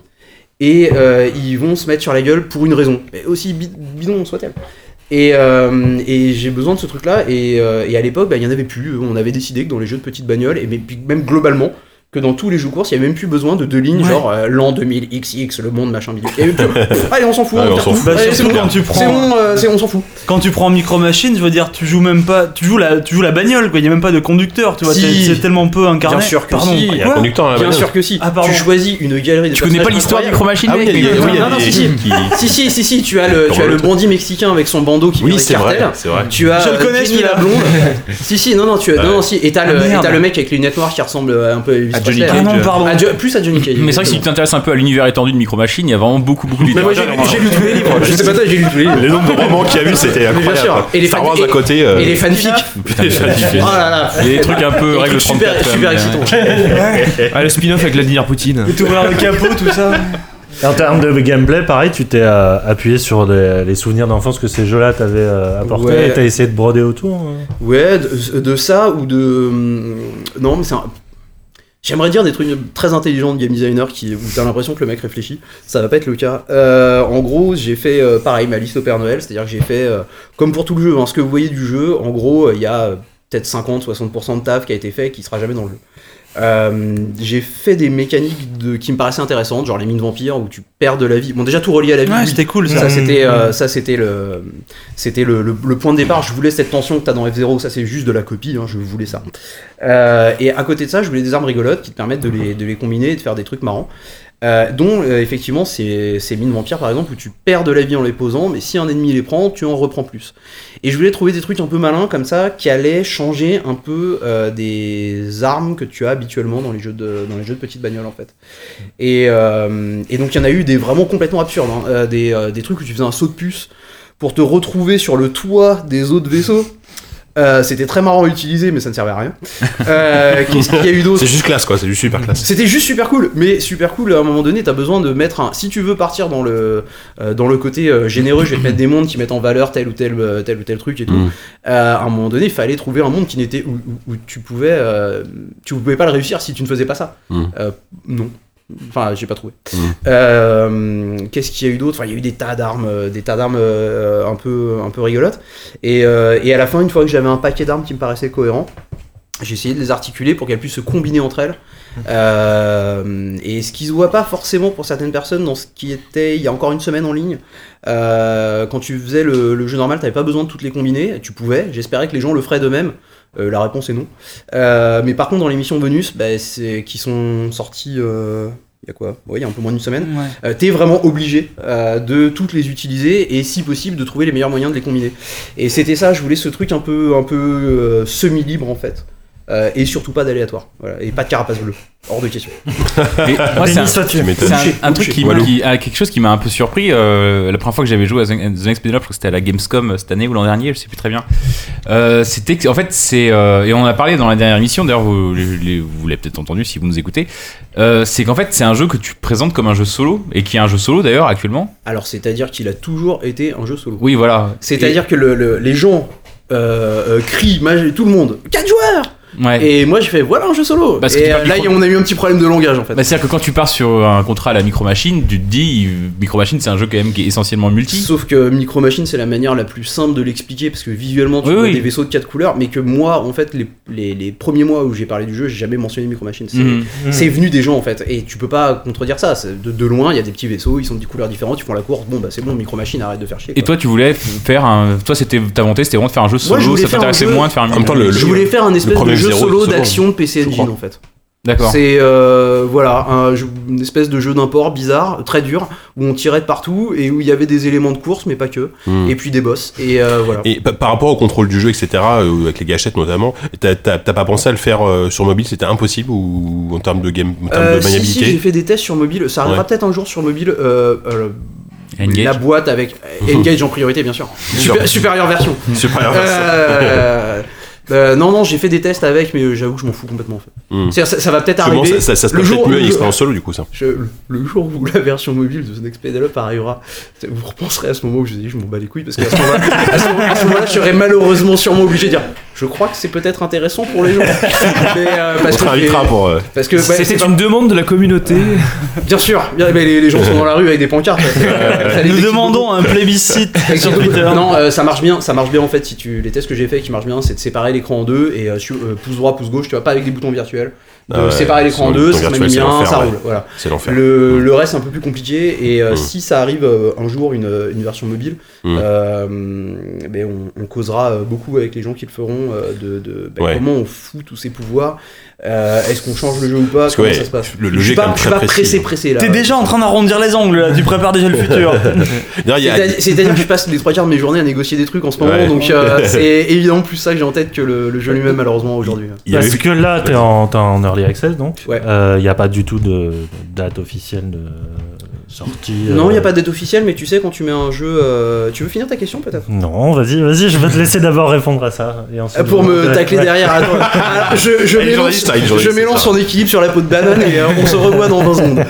Speaker 2: Et euh, ils vont se mettre sur la gueule pour une raison, mais aussi bi- bidon soit-elle. Et, euh, et j'ai besoin de ce truc-là. Et, euh, et à l'époque, bah, il y en avait plus. On avait décidé que dans les jeux de petites bagnoles, et mais- puis même globalement, que dans tous les jeux courses, il n'y avait même plus besoin de deux lignes,
Speaker 3: Ouais.
Speaker 2: genre euh, l'an deux mille X X, le monde, machin, bidule. Il y avait plus- Allez, on s'en fout,
Speaker 1: Allez,
Speaker 2: on,
Speaker 1: on
Speaker 2: perd
Speaker 1: s'en
Speaker 2: tout.
Speaker 1: fout.
Speaker 3: Bah,
Speaker 2: Allez, c'est
Speaker 3: surtout
Speaker 2: bon,
Speaker 3: quand tu prends-
Speaker 2: c'est bon, euh, c'est- on s'en fout.
Speaker 3: Quand tu prends Micro Machine, je veux dire, tu joues même pas, tu joues la, tu joues la bagnole, quoi. Il y a même pas de conducteur, tu vois.
Speaker 2: Si.
Speaker 3: t'es- C'est tellement peu incarné.
Speaker 2: Bien sûr que
Speaker 3: Pardon.
Speaker 2: si.
Speaker 1: Il y a
Speaker 3: Quoi
Speaker 1: un conducteur à la
Speaker 2: Bien
Speaker 1: bagnole.
Speaker 2: sûr que si.
Speaker 3: Ah, pardon.
Speaker 2: Tu choisis une galerie de
Speaker 4: Je connais pas
Speaker 2: personnages
Speaker 4: l'histoire de
Speaker 2: incroyables.
Speaker 4: Micro Machine,
Speaker 1: Ah oui,
Speaker 4: mec,
Speaker 1: il y a-
Speaker 4: mais-
Speaker 1: oui, il y a
Speaker 2: Non, non,
Speaker 1: des-
Speaker 2: si, si.
Speaker 1: qui-
Speaker 2: Si, si, si, si, tu as le, tu as
Speaker 1: Comment
Speaker 2: le
Speaker 1: le-
Speaker 2: bandit mexicain avec son bandeau qui vient
Speaker 1: Oui,
Speaker 2: des
Speaker 1: c'est vrai,
Speaker 2: cartels.
Speaker 1: c'est vrai.
Speaker 2: Tu as
Speaker 3: Je le
Speaker 2: euh,
Speaker 3: connais,
Speaker 2: Jenny
Speaker 3: celui-là.
Speaker 2: la blonde. si, si, non, non, tu as, non, non, si. Et t'as
Speaker 3: Ah,
Speaker 2: le, et
Speaker 3: merde.
Speaker 2: t'as le mec avec les lunettes noires qui ressemble un peu à Elvis
Speaker 4: À Johnny
Speaker 2: Presley.
Speaker 3: Ah
Speaker 4: Cage.
Speaker 3: non, pardon.
Speaker 2: À Jo- plus à Johnny Cage.
Speaker 4: Mais c'est vrai que si tu t'intéresses un peu à l'univers étendu de Micro Machine, il y a vraiment beaucoup, beaucoup de
Speaker 2: Mais moi j'ai
Speaker 4: littérature.
Speaker 2: lu, j'ai lu tous les livres. Je sais pas toi, j'ai lu tous les livres.
Speaker 1: Le nombre de romans qu'il y a eu, c'était
Speaker 2: Mais bien
Speaker 1: incroyable.
Speaker 2: sûr.
Speaker 1: quoi.
Speaker 2: Et les
Speaker 1: Star
Speaker 2: fan-
Speaker 1: Wars
Speaker 2: et-
Speaker 1: à côté. euh,
Speaker 2: Et les fanfics.
Speaker 4: Putain,
Speaker 1: les fanfics.
Speaker 2: Oh là là.
Speaker 4: Il y a des trucs un peu
Speaker 2: Des
Speaker 4: règle
Speaker 2: trucs super,
Speaker 4: trente-quatre.
Speaker 2: super
Speaker 4: quand même,
Speaker 2: excitants.
Speaker 7: Ah, le spin-off avec Vladimir Poutine.
Speaker 3: Et t'ouvrir le capot, tout ça.
Speaker 8: Et en termes de gameplay, pareil, tu t'es euh, appuyé sur des- les souvenirs d'enfance que ces jeux-là t'avaient euh, apporté
Speaker 2: Ouais.
Speaker 8: et t'as essayé de broder autour. hein.
Speaker 2: Ouais, de, de ça ou de. hum, Non, mais c'est un. J'aimerais dire des trucs très intelligents de game designer qui, où t'as l'impression que le mec réfléchit. Ça va pas être le cas. Euh, en gros, j'ai fait euh, pareil, ma liste au Père Noël, c'est-à-dire que j'ai fait, euh, comme pour tout le jeu, hein, ce que vous voyez du jeu, en gros, il y a euh, peut-être cinquante à soixante pour cent de taf qui a été fait qui sera jamais dans le jeu. Euh, j'ai fait des mécaniques de, qui me paraissaient intéressantes, genre les mines vampires où tu perds de la vie. Bon, déjà tout relié à la vie.
Speaker 3: Ouais,
Speaker 2: oui.
Speaker 3: c'était cool ça.
Speaker 2: Ça
Speaker 8: Mmh.
Speaker 2: c'était euh, ça c'était le c'était le, le, le point de départ. Je voulais cette tension que t'as dans F zéro. Ça c'est juste de la copie. Hein, je voulais ça. Euh, et à côté de ça, je voulais des armes rigolotes qui te permettent de les de les combiner et de faire des trucs marrants. Euh, dont euh, effectivement ces, ces mines vampires par exemple où tu perds de la vie en les posant, mais si un ennemi les prend, tu en reprends plus. Et je voulais trouver des trucs un peu malins comme ça qui allaient changer un peu euh, des armes que tu as habituellement dans les jeux de dans les jeux de petites bagnoles en fait. Et, euh, et donc il y en a eu des vraiment complètement absurdes, hein, euh, des, euh, des trucs où tu faisais un saut de puce pour te retrouver sur le toit des autres vaisseaux. Euh, c'était très marrant à utiliser, mais ça ne servait à rien. Euh, Qu'est-ce qu'il y a eu d'autre?
Speaker 1: C'est juste classe quoi, c'est juste super classe.
Speaker 2: C'était juste super cool, mais super cool. À un moment donné, t'as besoin de mettre un. Si tu veux partir dans le euh, dans le côté euh, généreux, je vais te mettre des mondes qui mettent en valeur tel ou tel euh, tel ou tel truc et tout.
Speaker 1: Mm.
Speaker 2: Euh, à un moment donné, il fallait trouver un monde qui n'était où, où, où tu pouvais euh, tu pouvais pas le réussir si tu ne faisais pas ça.
Speaker 1: Mm.
Speaker 2: Euh, non. Enfin, j'ai pas trouvé.
Speaker 1: Mm.
Speaker 2: Euh, Qu'est-ce qu'il y a eu d'autre? Enfin, il y a eu des tas d'armes, euh, des tas d'armes euh, un peu, un peu rigolotes. Et, euh, et à la fin, une fois que j'avais un paquet d'armes qui me paraissait cohérent, j'ai essayé de les articuler pour qu'elles puissent se combiner entre elles. Euh, et ce qui se voit pas forcément pour certaines personnes dans ce qui était il y a encore une semaine en ligne. Euh, quand tu faisais le, le jeu normal, t'avais pas besoin de toutes les combiner. Tu pouvais. J'espérais que les gens le feraient d'eux-mêmes. Euh, la réponse est non. Euh, mais par contre, dans les missions bonus, bah, c'est, qui sont sorties. Euh, il y a quoi? Ouais, il y a un peu moins d'une semaine.
Speaker 3: Ouais.
Speaker 2: Euh, t'es vraiment obligé euh, de toutes les utiliser et si possible de trouver les meilleurs moyens de les combiner. Et c'était ça, je voulais ce truc un peu, un peu euh, semi-libre en fait. euh, et surtout pas d'aléatoire. Voilà, et pas de carapace bleue. Hors de question.
Speaker 4: Mais moi, c'est un,
Speaker 8: Béni sois-tu.
Speaker 4: c'est un, un truc qui,
Speaker 1: Walou.
Speaker 4: qui a quelque chose qui m'a un peu surpris. Euh, la première fois que j'avais joué à The The Next Level Up, je crois que c'était à la Gamescom cette année ou l'an dernier, je sais plus très bien. Euh, c'était que, en fait, c'est euh, et on en a parlé dans la dernière émission. D'ailleurs, vous, les- les- vous l'avez peut-être entendu si vous nous écoutez. Euh, c'est qu'en fait, c'est un jeu que tu présentes comme un jeu solo et qui est un jeu solo d'ailleurs actuellement.
Speaker 2: Alors c'est-à-dire qu'il a toujours été un jeu solo.
Speaker 4: Oui, voilà.
Speaker 2: C'est-à-dire que le, le- les gens euh, euh, crient, mag- tout le monde, quatre joueurs.
Speaker 4: Et, ouais.
Speaker 2: Et moi j'ai fait voilà un jeu solo.
Speaker 4: Parce que
Speaker 2: et
Speaker 4: tu
Speaker 2: euh,
Speaker 4: parles
Speaker 2: là
Speaker 4: du
Speaker 2: y a- on a eu un petit problème de langage en fait.
Speaker 4: Bah, c'est-à-dire que quand tu pars sur un contrat à la Micro Machine, tu te dis Micro Machine, c'est un jeu quand même qui est essentiellement multi.
Speaker 2: Sauf que Micro Machine c'est la manière la plus simple de l'expliquer parce que visuellement tu
Speaker 4: Oui,
Speaker 2: vois
Speaker 4: oui.
Speaker 2: des vaisseaux de quatre couleurs, mais que moi en fait les, les, les premiers mois où j'ai parlé du jeu j'ai jamais mentionné Micro Machine. C'est,
Speaker 4: Mhm.
Speaker 2: c'est venu des gens en fait et tu peux pas contredire ça. C'est de, de loin il y a des petits vaisseaux, ils sont de couleurs différentes, ils font la course. Bon bah c'est bon Micro Machine arrête de faire chier.
Speaker 4: Et
Speaker 2: quoi.
Speaker 4: toi, tu voulais faire un. Toi, c'était ta volonté, c'était vraiment de faire un jeu
Speaker 2: Moi, je
Speaker 4: solo.
Speaker 2: voulais
Speaker 4: Ça
Speaker 2: faire un
Speaker 4: t'intéressait
Speaker 2: jeu-
Speaker 4: moins de faire un
Speaker 1: En même temps, le-
Speaker 2: je voulais faire un espèce de
Speaker 1: premier
Speaker 2: jeu
Speaker 1: zéro,
Speaker 2: solo
Speaker 1: c'est
Speaker 2: d'action de P C
Speaker 1: je
Speaker 2: Engine
Speaker 1: crois.
Speaker 2: en fait.
Speaker 4: D'accord.
Speaker 2: C'est euh, voilà un jeu- une espèce de jeu d'import bizarre, très dur, où on tirait de partout et où il y avait des éléments de course, mais pas que,
Speaker 1: Hmm.
Speaker 2: et puis des boss. Et euh, voilà.
Speaker 1: Et pa- par rapport au contrôle du jeu, et cetera, euh, avec les gâchettes notamment, t'as t'as- t'as pas pensé à le faire euh, sur mobile, c'était impossible ou en termes de game, en termes
Speaker 2: Euh,
Speaker 1: de
Speaker 2: si,
Speaker 1: maniabilité
Speaker 2: si, j'ai fait des tests sur mobile. Ça arrivera
Speaker 1: Ouais.
Speaker 2: peut-être un jour sur mobile. Euh, euh,
Speaker 4: Engage.
Speaker 2: La boîte avec Engage en priorité, bien sûr. Super, supérieure version.
Speaker 1: Super.
Speaker 2: Euh, euh, non, non, j'ai fait des tests avec, mais euh, j'avoue que je m'en fous complètement en fait.
Speaker 1: Hmm.
Speaker 2: C'est-à-dire, ça, ça va peut-être
Speaker 1: Parce que bon,
Speaker 2: arriver.
Speaker 1: ça, ça, ça se
Speaker 2: le
Speaker 1: passe
Speaker 2: jour-
Speaker 1: peut-être mieux
Speaker 2: le
Speaker 1: avec
Speaker 2: jour-
Speaker 1: l'expérience solo du coup ça.
Speaker 2: Je- le jour où la version mobile de The Next Pedal Up arrivera, vous repenserez à ce moment où je vous ai dit je m'en bats les couilles parce qu'à ce moment-là, à ce moment- à ce moment-là, je serais malheureusement sûrement obligé de dire je crois que c'est peut-être intéressant pour les gens. Mais, euh,
Speaker 1: On
Speaker 2: parce
Speaker 1: te
Speaker 2: que,
Speaker 1: réinvitera pour. euh,
Speaker 2: parce que ouais,
Speaker 7: C'était
Speaker 2: c'est pas-
Speaker 7: une demande de la communauté.
Speaker 2: bien sûr, bien, mais les, les gens sont dans la rue avec des pancartes. Ça, euh, ça les
Speaker 3: Nous
Speaker 2: excite
Speaker 3: demandons un plébiscite
Speaker 2: beaucoup.
Speaker 3: sur Twitter.
Speaker 2: Non, euh, ça marche bien, ça marche bien en fait. Si tu les tests que j'ai fait qui marchent bien, c'est de séparer l'écran en deux et euh, sur- euh, pouce droit, pouce gauche, tu vois, pas avec des boutons virtuels. De
Speaker 1: Ah ouais,
Speaker 2: séparer l'écran en
Speaker 1: sinon,
Speaker 2: deux,
Speaker 1: les
Speaker 2: ça se
Speaker 1: boutons
Speaker 2: manie
Speaker 1: virtuels,
Speaker 2: bien,
Speaker 1: c'est
Speaker 2: ça
Speaker 1: l'enfer,
Speaker 2: roule.
Speaker 1: ouais.
Speaker 2: Voilà.
Speaker 1: C'est l'enfer.
Speaker 2: Le, le reste c'est un peu plus compliqué et euh,
Speaker 1: Mm.
Speaker 2: si ça arrive euh, un jour une, une version mobile,
Speaker 1: Mm.
Speaker 2: euh, ben on, on causera euh, beaucoup avec les gens qui le feront euh, de, de ben,
Speaker 1: Ouais.
Speaker 2: comment on fout tous ces pouvoirs. Euh, est-ce qu'on change le jeu ou pas,
Speaker 1: Parce que,
Speaker 2: comment
Speaker 1: ouais,
Speaker 2: ça se passe.
Speaker 1: le- le
Speaker 2: Je suis
Speaker 1: jeu est quand
Speaker 2: pas,
Speaker 1: même
Speaker 2: je suis
Speaker 1: très
Speaker 2: pas
Speaker 1: précis.
Speaker 2: pressé pressé là.
Speaker 3: T'es déjà en train d'arrondir les angles là, tu prépares déjà le futur.
Speaker 1: D'ailleurs, il y a-
Speaker 2: C'est-à-dire c'est-à-dire que je passe les trois quarts de mes journées à négocier des trucs en ce moment,
Speaker 1: Ouais.
Speaker 2: donc euh, c'est évidemment plus ça que j'ai en tête que le, le jeu lui-même malheureusement aujourd'hui.
Speaker 1: il y avait-
Speaker 8: Parce que là, t'es en, t'es en early access, donc il
Speaker 2: Ouais.
Speaker 8: n'y a pas du tout de date officielle de sortie.
Speaker 2: Non, il
Speaker 8: euh,
Speaker 2: n'y a pas de date officielle, mais tu sais, quand tu mets un jeu. euh, Tu veux finir ta question peut-être
Speaker 8: Non, vas-y, vas-y, je vais te laisser d'abord répondre à ça. Et ensuite,
Speaker 2: Euh, Pour
Speaker 8: je-
Speaker 2: me
Speaker 8: ouais,
Speaker 2: tacler
Speaker 8: ouais.
Speaker 2: derrière. Attends. Alors, je je
Speaker 1: Ah, il est
Speaker 2: m'élance,
Speaker 1: journaliste, ah, il est journaliste,
Speaker 2: je m'élance
Speaker 1: c'est
Speaker 2: en équilibre sur la peau de banane et euh, on se revoit dans vingt secondes.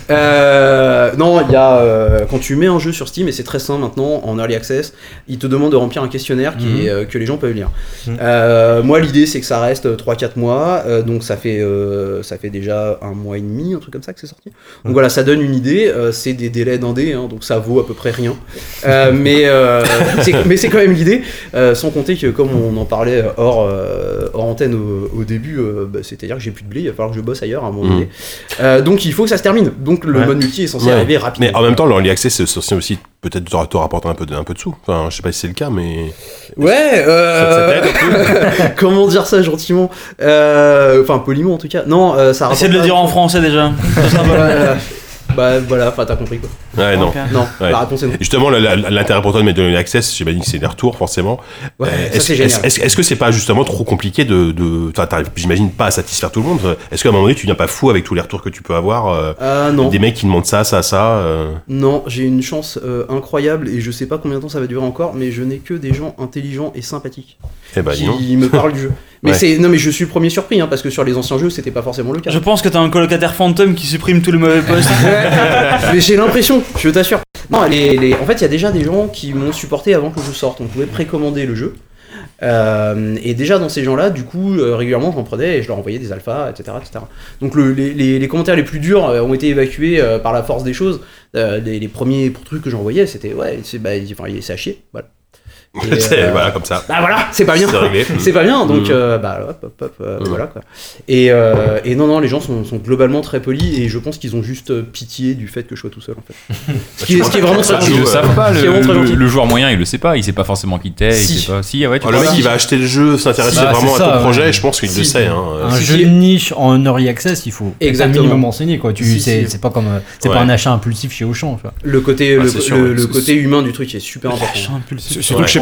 Speaker 2: Euh, non, il y a. euh, quand tu mets un jeu sur Steam, et c'est très simple maintenant, en early access, il te demande de remplir un questionnaire qui
Speaker 8: Mhm.
Speaker 2: est, euh, que les gens peuvent lire.
Speaker 8: Mhm.
Speaker 2: Euh, moi, l'idée, c'est que ça reste trois quatre mois, euh, donc ça fait, euh, ça fait déjà un mois et demi, un truc comme ça que c'est sorti. Donc
Speaker 8: Mhm.
Speaker 2: voilà, ça donne une idée. euh, c'est des délais d'indé, hein, donc ça vaut à peu près rien. Euh, mais euh, c'est- mais c'est quand même l'idée. Euh, sans compter que comme on en parlait hors, euh, hors antenne au, au début, euh, bah, c'est-à-dire que j'ai plus de blé, il va falloir que je bosse ailleurs à un moment
Speaker 1: Mhm.
Speaker 2: donné. Euh, donc il faut que ça se termine. Donc le
Speaker 8: Ouais.
Speaker 2: mode multi est censé
Speaker 1: Ouais.
Speaker 2: arriver rapidement.
Speaker 1: Mais en même temps, l'early access, c'est censé aussi peut-être te te rapporter un peu de, un peu de sous. Enfin, je sais pas si c'est le cas, mais
Speaker 2: Ouais,
Speaker 1: ça,
Speaker 2: euh...
Speaker 1: ça t'aide un peu.
Speaker 2: comment dire ça gentiment Euh, Enfin poliment en tout cas. Non, euh, ça
Speaker 3: Essaie de le
Speaker 2: rapporte
Speaker 3: dire
Speaker 2: pas-
Speaker 3: en français déjà.
Speaker 2: Ouais, Bah voilà, enfin t'as compris quoi.
Speaker 1: Ouais, non.
Speaker 3: Ok.
Speaker 2: Non,
Speaker 1: Ouais.
Speaker 2: la réponse est non.
Speaker 1: Et justement, la- la- l'intérêt pour toi de mettre de l'early access, j'imagine que c'est les retours, forcément.
Speaker 2: Ouais,
Speaker 1: Euh,
Speaker 2: ça
Speaker 1: est-ce,
Speaker 2: c'est génial.
Speaker 1: est-ce- est-ce que c'est pas justement trop compliqué de. de enfin, t'arrives, j'imagine, pas à satisfaire tout le monde. Est-ce qu'à un moment donné, tu viens pas fou avec tous les retours que tu peux avoir euh,
Speaker 2: Ah non.
Speaker 1: Des mecs qui demandent ça, ça, ça. euh,
Speaker 2: Non, j'ai une chance euh, incroyable et je sais pas combien de temps ça va durer encore, mais je n'ai que des gens intelligents et sympathiques
Speaker 1: Eh ben, dis donc.
Speaker 2: qui me parlent du jeu. Mais
Speaker 1: Ouais.
Speaker 2: c'est non mais je suis le premier surpris hein, parce que sur les anciens jeux c'était pas forcément le cas.
Speaker 3: Je pense que t'as un colocataire fantôme qui supprime tous les mauvais posts.
Speaker 2: Mais j'ai l'impression, je t'assure. Non, les, les- en fait il y a déjà des gens qui m'ont supporté avant que le jeu sorte. On pouvait précommander le jeu. Euh, et déjà dans ces gens-là, du coup, euh, régulièrement je m'en prenais et je leur envoyais des alphas, et cetera, et cetera. Donc le- les, les- les commentaires les plus durs euh, ont été évacués euh, par la force des choses. Euh, les, les premiers trucs que j'envoyais, c'était ouais, c'est bah, enfin, c'est à chier. Voilà. Et,
Speaker 1: C'est-
Speaker 2: euh,
Speaker 1: Voilà, comme ça.
Speaker 2: Bah voilà, c'est pas bien.
Speaker 1: C'est réglé.
Speaker 2: C'est pas bien, donc
Speaker 1: Mhm.
Speaker 2: euh, bah hop hop hop, euh,
Speaker 1: Mhm.
Speaker 2: voilà quoi. Et, euh, et non non, les gens sont, sont globalement très polis et je pense qu'ils ont juste euh, pitié du fait que je sois tout seul en fait. Ce qui, est- ce qui est vraiment très
Speaker 1: Ça,
Speaker 2: gentil.
Speaker 4: Ils le
Speaker 1: Ouais.
Speaker 4: savent pas,
Speaker 2: Ce
Speaker 4: le,
Speaker 2: qui est vraiment très
Speaker 4: le-
Speaker 2: gentil.
Speaker 4: le joueur moyen il le sait pas, il sait pas forcément qui t'es,
Speaker 2: Si.
Speaker 4: il sait pas. Si, ah ouais, tu
Speaker 1: Oh, le
Speaker 4: vois.
Speaker 1: mec qui va acheter le jeu, s'intéresser
Speaker 5: Bah,
Speaker 1: vraiment
Speaker 5: c'est
Speaker 1: à ton
Speaker 5: ça,
Speaker 1: projet,
Speaker 5: ouais.
Speaker 1: je pense qu'il
Speaker 2: Si.
Speaker 1: le sait. Hein.
Speaker 5: Un
Speaker 2: Si,
Speaker 5: jeu
Speaker 2: si.
Speaker 5: de niche en early access, il faut être un
Speaker 2: Exactement.
Speaker 5: minimum renseigné quoi. Tu
Speaker 2: Si,
Speaker 5: c'est
Speaker 2: si.
Speaker 5: c'est pas comme euh, c'est
Speaker 1: Ouais.
Speaker 5: pas un achat impulsif chez Auchan, tu vois.
Speaker 2: Le côté,
Speaker 1: Ah,
Speaker 2: le,
Speaker 1: c'est sûr,
Speaker 2: le-
Speaker 1: ouais.
Speaker 2: le
Speaker 1: C'est-
Speaker 2: côté humain du truc est super important.
Speaker 3: Lâche impulsif.
Speaker 7: Surtout que je sais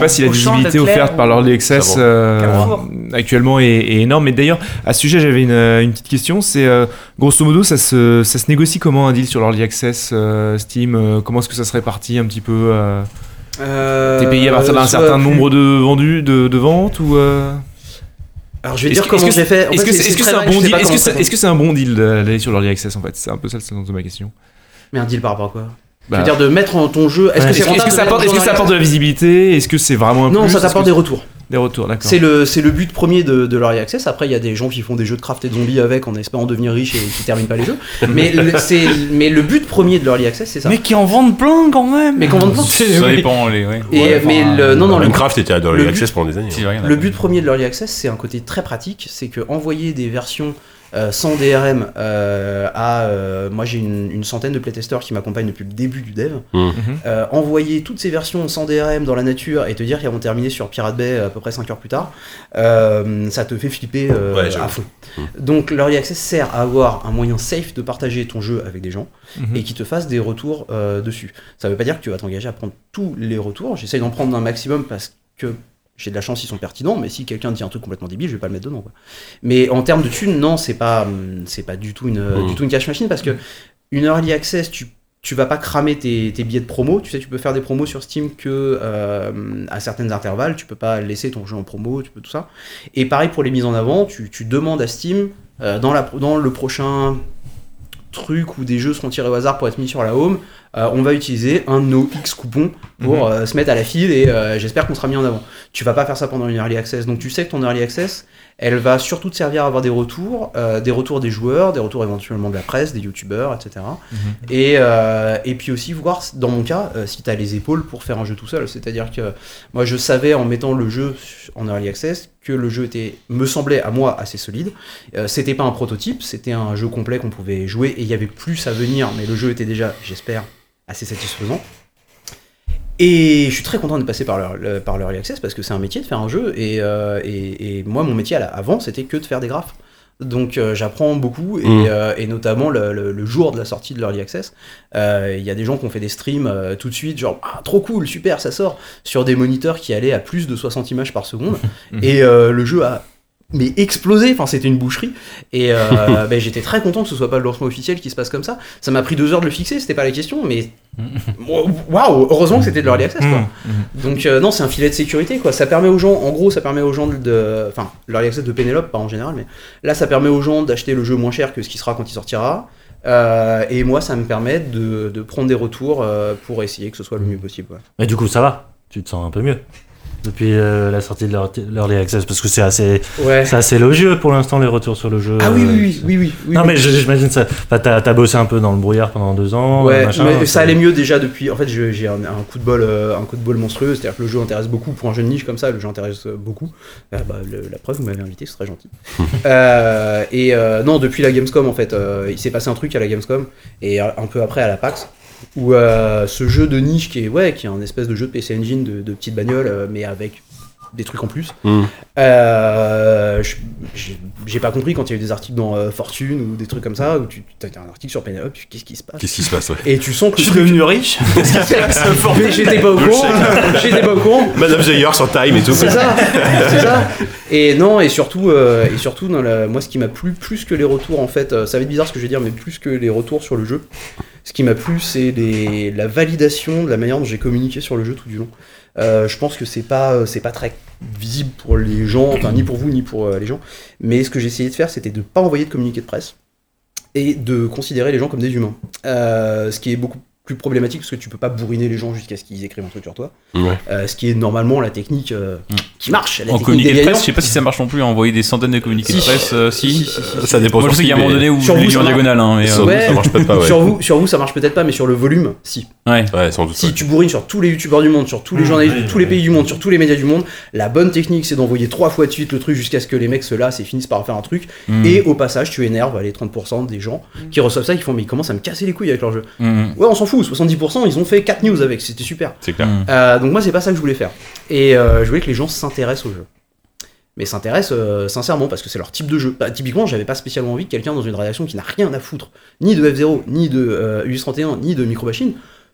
Speaker 7: pas si la
Speaker 6: Auchan,
Speaker 7: visibilité
Speaker 6: Leclerc
Speaker 7: offerte par l'Early Access
Speaker 1: Ça va.
Speaker 7: euh,
Speaker 6: Carrefour.
Speaker 7: actuellement est, est énorme. Mais d'ailleurs, à ce sujet, j'avais une, une petite question. C'est euh, grosso modo, ça se, ça se négocie comment un deal sur l'Early Access euh, Steam euh, Comment est-ce que ça se répartit un petit peu euh,
Speaker 2: Euh,
Speaker 7: T'es payé à partir d'un
Speaker 2: soit
Speaker 7: certain
Speaker 2: plus-
Speaker 7: nombre de vendus, de, de ventes ou euh...
Speaker 2: Alors je vais
Speaker 7: Est-ce
Speaker 2: dire
Speaker 7: que-
Speaker 2: comment
Speaker 7: est-ce que
Speaker 2: j'ai fait. En
Speaker 7: Est-ce
Speaker 2: fait,
Speaker 7: que
Speaker 2: c'est-
Speaker 7: c'est est-ce que
Speaker 2: très
Speaker 7: c'est un
Speaker 2: vague, je
Speaker 7: bon
Speaker 2: sais
Speaker 7: deal
Speaker 2: pas
Speaker 7: Est-ce que
Speaker 2: comment
Speaker 7: c'est
Speaker 2: ça
Speaker 7: est-ce que c'est un bon deal d'aller sur l'Early Access en fait C'est un peu ça le sens de ma question.
Speaker 2: Mais un deal par rapport à quoi
Speaker 7: Bah,
Speaker 2: Je veux dire de mettre en ton jeu. Est-ce
Speaker 8: Ouais.
Speaker 2: que c'est
Speaker 7: Est-ce que, est-ce
Speaker 2: rentable
Speaker 7: que
Speaker 2: de
Speaker 7: ça
Speaker 2: mettre
Speaker 7: apporte,
Speaker 2: ton
Speaker 7: est-ce que
Speaker 2: jeu
Speaker 7: ça
Speaker 2: en
Speaker 7: apporte de la visibilité Est-ce que c'est vraiment un
Speaker 2: Non,
Speaker 7: plus
Speaker 2: ça
Speaker 7: Est-ce
Speaker 2: t'apporte
Speaker 7: que-
Speaker 2: des retours.
Speaker 7: Des retours, d'accord.
Speaker 2: C'est le, c'est le but premier de, de l'Early Access. Après, il y a des gens qui font des jeux de craft et de zombies avec en espérant devenir riches et qui terminent pas les jeux. Mais le, c'est, mais le but premier de l'Early Access, c'est ça.
Speaker 3: Mais qui en vendent plein quand même.
Speaker 2: Mais qu'on vende pas.
Speaker 3: C'est-
Speaker 4: Ça
Speaker 3: oui.
Speaker 4: dépend, les. Ouais.
Speaker 2: Et,
Speaker 3: Ouais,
Speaker 2: mais
Speaker 3: enfin,
Speaker 2: le, non, non, le,
Speaker 1: Minecraft était à dans
Speaker 2: le
Speaker 1: les
Speaker 2: but-
Speaker 1: access pendant des années.
Speaker 4: Si, ouais,
Speaker 2: le but premier de l'Early Access, c'est un côté très pratique. C'est que envoyer des versions euh, sans D R M euh, à. euh, moi, j'ai une, une centaine de playtesters qui m'accompagnent depuis le début du dev.
Speaker 7: Mhm.
Speaker 2: Euh, envoyer toutes ces versions sans D R M dans la nature et te dire qu'elles vont terminer sur Pirate Bay à peu près cinq heures plus tard, euh, ça te fait flipper euh,
Speaker 1: Ouais, j'avoue.
Speaker 2: à fond. Donc l'Early Access sert à avoir un moyen safe de partager ton jeu avec des gens
Speaker 7: Mhm.
Speaker 2: et qui te fassent des retours euh, dessus. Ça veut pas dire que tu vas t'engager à prendre tous les retours, j'essaye d'en prendre un maximum parce que j'ai de la chance, ils sont pertinents, mais si quelqu'un dit un truc complètement débile, je vais pas le mettre dedans, quoi. Mais en termes de thunes, non, c'est pas, hum, c'est pas du tout une,
Speaker 1: Mhm.
Speaker 2: du tout une cash machine parce que une Early Access, tu tu vas pas cramer tes, tes billets de promo. Tu sais, tu peux faire des promos sur Steam que euh, à certains intervalles. Tu peux pas laisser ton jeu en promo, tu peux tout ça. Et pareil pour les mises en avant, tu, tu demandes à Steam euh, dans, la, dans le prochain truc où des jeux seront tirés au hasard pour être mis sur la home, euh, on va utiliser un de nos X coupons pour euh, se mettre à la file et euh, j'espère qu'on sera mis en avant. Tu vas pas faire ça pendant une early access, donc tu sais que ton early access, elle va surtout te servir à avoir des retours, euh, des retours des joueurs, des retours éventuellement de la presse, des youtubeurs, et cetera.
Speaker 7: Mhm.
Speaker 2: Et, euh, et puis aussi voir, dans mon cas, euh, si tu as les épaules pour faire un jeu tout seul. C'est-à-dire que moi je savais en mettant le jeu en early access que le jeu était, me semblait à moi assez solide. Euh, c'était pas un prototype, c'était un jeu complet qu'on pouvait jouer et il y avait plus à venir, mais le jeu était déjà, j'espère, assez satisfaisant. Et je suis très content de passer par leur, le, par l'early access parce que c'est un métier de faire un jeu et, euh, et, et moi mon métier à la- avant c'était que de faire des graphes. Donc euh, j'apprends beaucoup et,
Speaker 1: Mmh.
Speaker 2: euh, et notamment le, le- le jour de la sortie de l'early access, euh, il y a des gens qui ont fait des streams euh, tout de suite genre ah, trop cool, super, ça sort sur des moniteurs qui allaient à plus de soixante images par seconde et euh, le jeu a mais explosé, enfin c'était une boucherie et euh, ben, j'étais très content que ce soit pas le lancement officiel qui se passe comme ça. Ça m'a pris deux heures de le fixer, c'était pas la question, mais waouh, heureusement que c'était de l'early access quoi. Donc euh, non, c'est un filet de sécurité quoi. Ça permet aux gens, en gros, ça permet aux gens de, de- enfin, l'early access de Penelope pas en général, mais là ça permet aux gens d'acheter le jeu moins cher que ce qui sera quand il sortira. Euh, et moi, ça me permet de, de prendre des retours euh, pour essayer que ce soit le mieux possible. Ouais.
Speaker 8: Mais du coup, ça va. Tu te sens un peu mieux depuis euh, la sortie de l'ear- l'Early Access parce que c'est assez,
Speaker 2: Ouais.
Speaker 8: c'est assez élogieux pour l'instant les retours sur le jeu.
Speaker 2: Ah oui,
Speaker 8: euh,
Speaker 2: oui, oui, oui, oui, oui.
Speaker 8: Non mais je- j'imagine ça. Enfin, t'as, t'as bossé un peu dans le brouillard pendant deux ans.
Speaker 2: Ouais,
Speaker 8: machin,
Speaker 2: mais ça
Speaker 8: c'est-
Speaker 2: allait mieux déjà depuis. En fait, je- j'ai un, un coup de bol, euh, un coup de bol monstrueux. C'est-à-dire que le jeu intéresse beaucoup pour un jeu de niche comme ça. Le jeu intéresse euh, beaucoup. Euh, bah, le- la preuve, vous m'avez invité, c'est très gentil. Euh, et euh, non, depuis la Gamescom, en fait, euh, il s'est passé un truc à la Gamescom et euh, un peu après à la PAX, où euh, ce jeu de niche qui est ouais, qui est un espèce de jeu de P C Engine de, de petite bagnole, euh, mais avec des trucs en plus.
Speaker 1: Mmh.
Speaker 2: Euh, je- j'ai, j'ai pas compris quand il y a eu des articles dans euh, Fortune ou des trucs comme ça où tu as un article sur Penelope, tu- qu'est-ce qui se passe
Speaker 1: Qu'est-ce qui se passe, ouais.
Speaker 2: et tu sens que
Speaker 3: Je
Speaker 2: le
Speaker 3: suis
Speaker 2: truc-
Speaker 3: devenu riche.
Speaker 2: mais j'étais pas au courant, j'étais pas au courant.
Speaker 1: Madame Zeyer sur Time et tout.
Speaker 2: C'est ça, c'est ça. Et non, et surtout, euh, et surtout, dans la- moi, ce qui m'a plu plus que les retours, en fait, euh, ça va être bizarre ce que je vais dire, mais plus que les retours sur le jeu, ce qui m'a plu, c'est les- la validation de la manière dont j'ai communiqué sur le jeu tout du long. Euh, je pense que c'est pas, c'est pas très visible pour les gens, enfin ni pour vous ni pour euh, les gens. Mais ce que j'ai essayé de faire, c'était de pas envoyer de communiqué de presse et de considérer les gens comme des humains. Euh, ce qui est beaucoup plus problématique parce que tu peux pas bourriner les gens jusqu'à ce qu'ils écrivent un truc sur toi.
Speaker 1: Ouais.
Speaker 2: Euh, ce qui est normalement la technique euh, qui marche. La
Speaker 4: En
Speaker 2: technique
Speaker 4: communiqué
Speaker 2: des
Speaker 4: de presse,
Speaker 2: gagnants.
Speaker 4: je sais pas si ça marche non plus, à envoyer des centaines de communiqués de
Speaker 2: Si.
Speaker 4: presse, euh, si.
Speaker 2: Si, si, si.
Speaker 1: Ça dépend
Speaker 4: Moi je
Speaker 1: sur
Speaker 4: sais qu'il y a un
Speaker 1: qui,
Speaker 4: moment
Speaker 1: mais-
Speaker 4: donné où
Speaker 2: Sur
Speaker 4: je l'ai
Speaker 2: vous,
Speaker 4: lu en
Speaker 2: ça
Speaker 4: diagonale, hein, mais.
Speaker 1: Sur
Speaker 4: euh,
Speaker 1: vous,
Speaker 2: Ouais.
Speaker 1: ça marche peut-être pas, ouais.
Speaker 2: Sur vous, sur vous, ça marche peut-être pas, mais sur le volume, si.
Speaker 4: Ouais.
Speaker 1: Ouais, sans doute.
Speaker 2: Si
Speaker 1: ouais.
Speaker 2: tu bourrines sur tous les youtubeurs du monde, sur tous les
Speaker 8: Mmh,
Speaker 2: journalistes
Speaker 8: oui,
Speaker 2: de tous les
Speaker 8: oui.
Speaker 2: pays du monde, sur tous les médias du monde, la bonne technique c'est d'envoyer trois fois de suite le truc jusqu'à ce que les mecs se lassent et finissent par faire un truc.
Speaker 4: Mm.
Speaker 2: Et au passage, tu énerves les trente pour cent des gens qui reçoivent ça et qui font mais ils commencent à me casser les couilles avec leur jeu.
Speaker 4: Mm.
Speaker 2: Ouais, on s'en fout, soixante-dix pour cent ils ont fait quatre news avec, c'était super.
Speaker 1: C'est clair.
Speaker 4: Mm.
Speaker 2: Euh, donc moi c'est pas ça que je voulais faire. Et euh, je voulais que les gens s'intéressent au jeu. Mais s'intéressent euh, sincèrement parce que c'est leur type de jeu. Bah, typiquement, j'avais pas spécialement envie que quelqu'un dans une rédaction qui n'a rien à foutre, ni de F zéro, ni de euh, U S trente et un, ni de Micro Machine,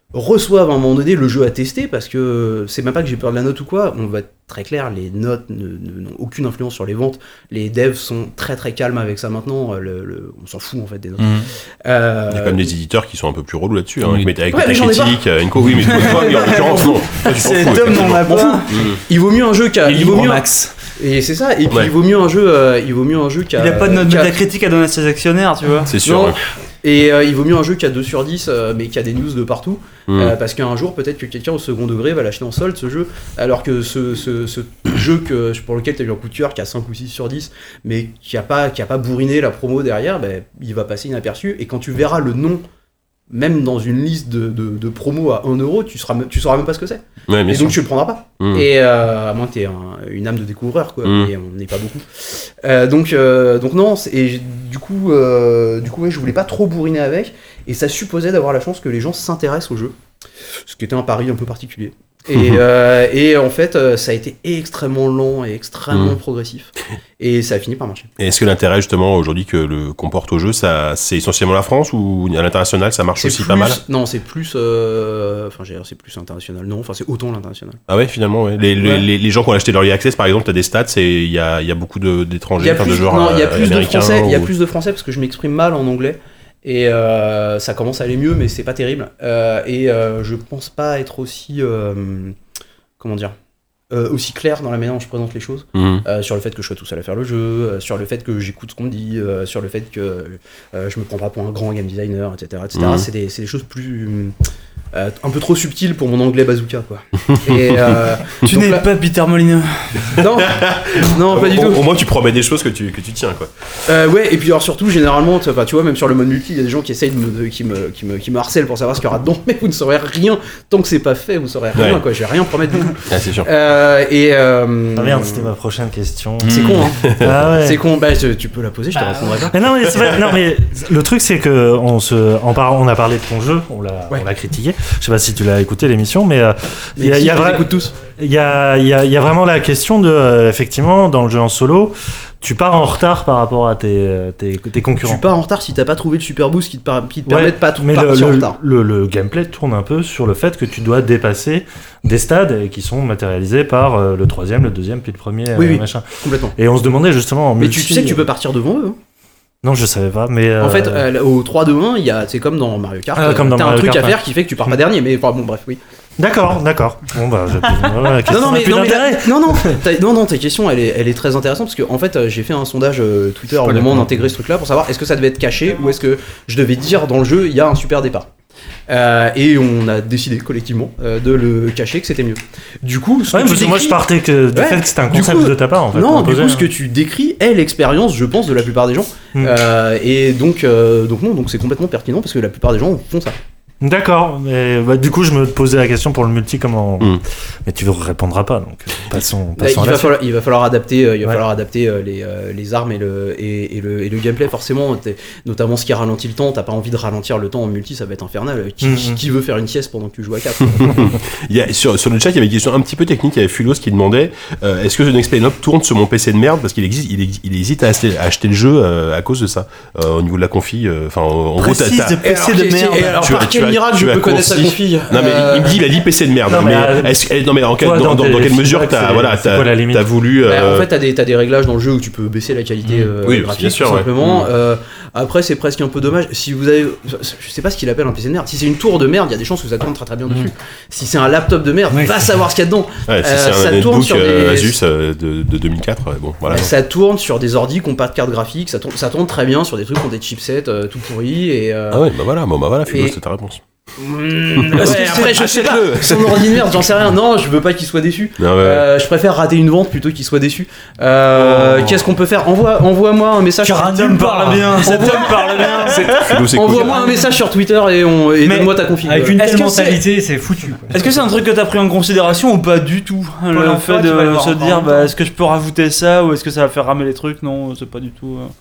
Speaker 2: reçoivent à un moment donné le jeu à tester, parce que c'est même pas que j'ai peur de la note ou quoi, on va être très clair, les notes ne, ne- n'ont aucune influence sur les ventes, les devs sont très très calmes avec ça maintenant, le, le- on s'en fout en fait des notes.
Speaker 4: Mhm.
Speaker 2: Euh,
Speaker 1: Il y a quand même des éditeurs qui sont un peu plus relous là-dessus, hein,
Speaker 4: Oui.
Speaker 1: mais avec
Speaker 2: Ouais, mais
Speaker 1: ta
Speaker 2: j'en ai pas.
Speaker 1: critique, euh, une co- oui, mais toi, mais en l'occurrence, non. Toi, tu t'en
Speaker 3: C'est
Speaker 1: fous,
Speaker 3: Tom dans la
Speaker 1: effectivement.
Speaker 3: pas.
Speaker 2: Il vaut mieux un jeu qu'à...
Speaker 4: Et
Speaker 2: Il vaut
Speaker 4: libre
Speaker 2: mieux...
Speaker 4: max.
Speaker 2: Et c'est ça, et puis
Speaker 1: Ouais.
Speaker 2: il vaut mieux un jeu, euh, il vaut mieux un jeu qu'à...
Speaker 3: Il n'y a pas de note
Speaker 2: qu'à-
Speaker 3: métacritique à donner à ses actionnaires, tu vois.
Speaker 1: C'est sûr.
Speaker 2: Non.
Speaker 1: ouais.
Speaker 2: Et euh, il vaut mieux un jeu qui a deux sur dix, euh, mais qui a des news de partout.
Speaker 1: Mm.
Speaker 2: Euh, parce qu'un jour, peut-être que quelqu'un au second degré va l'acheter en solde, ce jeu. Alors que ce, ce, ce jeu que, pour lequel tu as eu un coup de cœur, qui a cinq ou six sur dix, mais qui a pas, qui a pas bourriné la promo derrière, ben, il va passer inaperçu. Et quand tu verras le nom, même dans une liste de, de, de promos à un euro, tu, seras, même- tu sauras même pas ce que c'est.
Speaker 1: Ouais, bien
Speaker 2: Et
Speaker 1: sûr.
Speaker 2: donc tu le prendras pas.
Speaker 1: Mm.
Speaker 2: Et euh, à moins que tu aies une âme de découvreur, quoi.
Speaker 1: Mm.
Speaker 2: Et on n'est pas beaucoup. Euh, donc, euh, donc non, c'est- et j- du coup, euh, du coup ouais, je voulais pas trop bourriner avec. Et ça supposait d'avoir la chance que les gens s'intéressent au jeu. Ce qui était un pari un peu particulier. Et, euh, et en fait, euh, ça a été extrêmement lent et extrêmement
Speaker 1: Mm.
Speaker 2: progressif. Et ça a fini par marcher.
Speaker 1: Et est-ce que l'intérêt justement aujourd'hui que le comporte au jeu, ça, c'est essentiellement la France ou à l'international ça marche
Speaker 2: C'est
Speaker 1: aussi
Speaker 2: plus,
Speaker 1: pas mal?
Speaker 2: non, c'est plus, euh, enfin, j'ai- c'est plus international. Non, enfin, c'est autant l'international.
Speaker 1: Ah ouais, finalement, ouais. Les, les-
Speaker 2: Ouais.
Speaker 1: les, les gens qui ont acheté l'Early Access, par exemple, t'as des stats, c'est il y a, il y a beaucoup de-
Speaker 2: Il y
Speaker 1: d'étrangers,
Speaker 2: a
Speaker 1: enfin,
Speaker 2: plus,
Speaker 1: de joueurs
Speaker 2: non, il y a
Speaker 1: euh,
Speaker 2: plus de
Speaker 1: américains.
Speaker 2: français. Il y a
Speaker 1: ou-
Speaker 2: plus de français parce que je m'exprime mal en anglais. Et euh, ça commence à aller mieux, mais c'est pas terrible. Euh, et euh, je pense pas être aussi, euh, comment dire, euh, aussi clair dans la manière dont je présente les choses.
Speaker 1: Mhm.
Speaker 2: Euh, sur le fait que je sois tout seul à faire le jeu, euh, sur le fait que j'écoute ce qu'on me dit, euh, sur le fait que euh, je me prends pas pour un grand game designer, et cetera, et cetera.
Speaker 1: Mhm.
Speaker 2: C'est des, c'est des choses plus euh, un peu trop subtiles pour mon anglais bazooka, quoi. Et euh,
Speaker 3: Tu
Speaker 2: donc
Speaker 3: n'es
Speaker 2: là-
Speaker 3: pas Peter Molineux.
Speaker 2: non, non, pas du
Speaker 1: au,
Speaker 2: tout.
Speaker 1: au moins tu promets des choses que tu, que tu tiens quoi.
Speaker 2: Euh, ouais, et puis alors surtout, généralement, tu enfin, tu vois, même sur le mode multi, il y a des gens qui essayent de me, de- qui, me, qui, me, qui me harcèlent pour savoir ce qu'il y aura dedans, mais vous ne saurez rien tant que c'est pas fait, vous ne saurez rien,
Speaker 1: Ouais.
Speaker 2: quoi. Je vais rien promettre du tout.
Speaker 1: Ah, c'est sûr.
Speaker 2: Euh, et. Euh,
Speaker 8: Ah merde, c'était ma prochaine question.
Speaker 2: C'est con, hein.
Speaker 8: Ah ouais.
Speaker 2: C'est con, bah je- tu peux la poser, je te répondrai pas.
Speaker 8: Mais non, mais, c'est vrai, non, mais le truc, c'est que on, se, en par, on a parlé de ton jeu, on l'a,
Speaker 2: Ouais.
Speaker 8: on l'a critiqué. Je sais pas si tu l'as écouté l'émission, mais euh, il y a,
Speaker 2: Mais
Speaker 8: il y a
Speaker 2: si, je les
Speaker 8: vra-
Speaker 2: écoute tous.
Speaker 8: il y a, il y a- il y a vraiment la question de, euh, effectivement, dans le jeu en solo, tu pars en retard par rapport à tes, euh, tes, tes concurrents.
Speaker 2: Tu pars en retard si t'as pas trouvé le super boost qui te, par- qui te
Speaker 8: Ouais,
Speaker 2: permet de pas tout
Speaker 8: mais le,
Speaker 2: partir en
Speaker 8: le,
Speaker 2: retard.
Speaker 8: le- le gameplay tourne un peu sur le fait que tu dois dépasser des stades et qui sont matérialisés par euh, le troisième, le deuxième, puis le premier,
Speaker 2: Oui,
Speaker 8: euh,
Speaker 2: oui.
Speaker 8: machin.
Speaker 2: Complètement.
Speaker 8: Et on se demandait justement en
Speaker 2: Mais
Speaker 8: multi,
Speaker 2: tu sais que tu
Speaker 8: euh,
Speaker 2: peux partir devant eux. Hein.
Speaker 8: Non, je savais pas, mais...
Speaker 2: En
Speaker 8: euh,
Speaker 2: fait, euh, au trois deux un, il y a, c'est comme dans Mario Kart.
Speaker 8: Ah, comme dans
Speaker 2: t'as
Speaker 8: Mario
Speaker 2: un truc
Speaker 8: Kart,
Speaker 2: à
Speaker 8: ouais.
Speaker 2: faire qui fait que tu pars pas dernier. Mais enfin, bon, bref, oui.
Speaker 8: D'accord, d'accord. Bon, bah, je... voilà, la
Speaker 2: Non,
Speaker 8: question
Speaker 2: non,
Speaker 8: n'a
Speaker 2: mais,
Speaker 8: plus
Speaker 2: non, mais
Speaker 8: d'intérêt.
Speaker 2: la- non, non, ta, non, non, ta question, elle est, elle est très intéressante parce que en fait, euh, j'ai fait un sondage euh, Twitter au moment d'intégrer ce truc-là pour savoir est-ce que ça devait être caché ou est-ce que je devais dire dans le jeu il y a un super départ. Euh, et on a décidé collectivement euh, de le cacher, que c'était mieux. Du coup, ce
Speaker 8: Ouais,
Speaker 2: que tu
Speaker 8: parce que moi,
Speaker 2: décris-
Speaker 8: je partais que du
Speaker 2: Ouais,
Speaker 8: fait que c'était un
Speaker 2: du
Speaker 8: concept
Speaker 2: coup-
Speaker 8: de ta part, en fait.
Speaker 2: non,
Speaker 8: on
Speaker 2: du
Speaker 8: posait,
Speaker 2: coup, ce que
Speaker 8: hein.
Speaker 2: tu décris est l'expérience, je pense, de la plupart des gens.
Speaker 8: Mm.
Speaker 2: Euh, et donc, euh, donc non, donc c'est complètement pertinent parce que la plupart des gens font ça.
Speaker 8: D'accord, mais bah, du coup, je me posais la question pour le multi, comment...
Speaker 1: Mm.
Speaker 8: Mais tu ne répondras pas, donc euh, passons,
Speaker 2: Bah,
Speaker 8: passons
Speaker 2: il,
Speaker 8: à
Speaker 2: va
Speaker 8: la
Speaker 2: falloir, il va falloir adapter, euh, il va
Speaker 8: Ouais.
Speaker 2: falloir adapter euh, les, euh, les armes et le, et, et le, et le gameplay. Forcément, t'es- notamment ce qui ralentit le temps. T'as pas envie de ralentir le temps en multi, ça va être infernal. Qui,
Speaker 8: Mhm.
Speaker 2: qui- qui veut faire une sieste pendant que tu joues à quatre
Speaker 1: Il y a, sur, sur le chat, il y avait une question un petit peu technique. Il y avait Fulos qui demandait euh, est-ce que The Next Play Up tourne sur mon P C de merde parce qu'il existe, il, ex- il hésite à acheter, à acheter le jeu euh, à cause de ça euh, au niveau de la config. euh, Enfin, en gros, t'as-
Speaker 3: Précise
Speaker 1: t'as-
Speaker 3: de P C de
Speaker 2: qu'est-ce-
Speaker 3: merde.
Speaker 2: et alors,
Speaker 1: Tu as-
Speaker 2: par
Speaker 1: tu
Speaker 2: quel
Speaker 1: as-
Speaker 2: miracle
Speaker 1: tu
Speaker 2: je
Speaker 1: as
Speaker 2: peux connaître sa
Speaker 1: concis.
Speaker 2: config
Speaker 1: Non mais
Speaker 2: Euh,
Speaker 1: il me dit il a dit P C de merde.
Speaker 8: Non, mais,
Speaker 1: mais
Speaker 8: euh,
Speaker 1: est-ce que- non mais en quel-
Speaker 8: toi,
Speaker 1: dans,
Speaker 8: dans
Speaker 1: dans,
Speaker 8: tes
Speaker 1: dans quelle mesure
Speaker 8: feedbacks,
Speaker 1: t'as
Speaker 8: c'est-
Speaker 1: voilà
Speaker 8: c'est
Speaker 1: t'as
Speaker 8: quoi la limite
Speaker 1: t'as voulu
Speaker 2: bah,
Speaker 1: euh,
Speaker 2: en fait, t'as des, t'as des réglages dans le jeu où tu peux baisser la qualité
Speaker 8: Mhm.
Speaker 2: euh,
Speaker 1: Oui, bien
Speaker 2: graphique,
Speaker 1: sûr,
Speaker 2: tout
Speaker 1: ouais.
Speaker 2: simplement.
Speaker 1: Mhm.
Speaker 2: Euh, après, c'est presque un peu dommage. Si vous avez, je sais pas ce qu'il appelle un P C de merde. Si c'est une tour de merde, il y a des chances que ça tourne très très bien dessus. Si c'est un laptop de merde,
Speaker 5: Oui.
Speaker 2: va savoir ce qu'il y a dedans.
Speaker 1: ouais, si
Speaker 2: euh,
Speaker 1: c'est
Speaker 2: ça
Speaker 1: un
Speaker 2: tourne
Speaker 1: netbook
Speaker 2: sur
Speaker 1: euh,
Speaker 2: des-
Speaker 1: Asus euh, de, de deux mille quatre ouais, bon voilà.
Speaker 2: Ça tourne sur des ordis qui n'ont pas de carte graphique, ça tourne, ça tourne très bien sur des trucs qui ont des chipsets euh, tout pourris et. euh,
Speaker 1: Ah ouais bah voilà bon bah voilà Fulos
Speaker 2: Et-
Speaker 1: c'est ta réponse.
Speaker 2: mm, ouais, après je sais pas.
Speaker 1: Achète-le.
Speaker 2: Son ordi de merde, j'en sais rien. Non, je veux pas qu'il soit déçu.
Speaker 1: Non, ouais.
Speaker 2: Euh, je préfère rater une vente plutôt qu'il soit déçu. Euh,
Speaker 1: Oh.
Speaker 2: Qu'est-ce qu'on peut faire Envoie, envoie-moi un message. sur
Speaker 3: Cet homme parle bien, cet homme parle bien.
Speaker 1: Fulos c'est cool.
Speaker 2: Envoie-moi un message sur Twitter et, on, et
Speaker 3: Mais
Speaker 2: donne-moi ta config.
Speaker 5: Avec une
Speaker 3: Est-ce
Speaker 5: telle
Speaker 3: que c'est-
Speaker 5: mentalité, c'est foutu. quoi.
Speaker 3: Est-ce que c'est un truc que t'as pris en considération ou pas du tout? Le
Speaker 6: l'emploi,
Speaker 3: fait
Speaker 6: tu vas le
Speaker 3: de
Speaker 6: voir
Speaker 3: se
Speaker 6: encore
Speaker 3: dire,
Speaker 6: longtemps.
Speaker 3: bah, est-ce que je peux rajouter ça ou est-ce que ça va faire ramer les trucs? Non, c'est pas du tout. euh.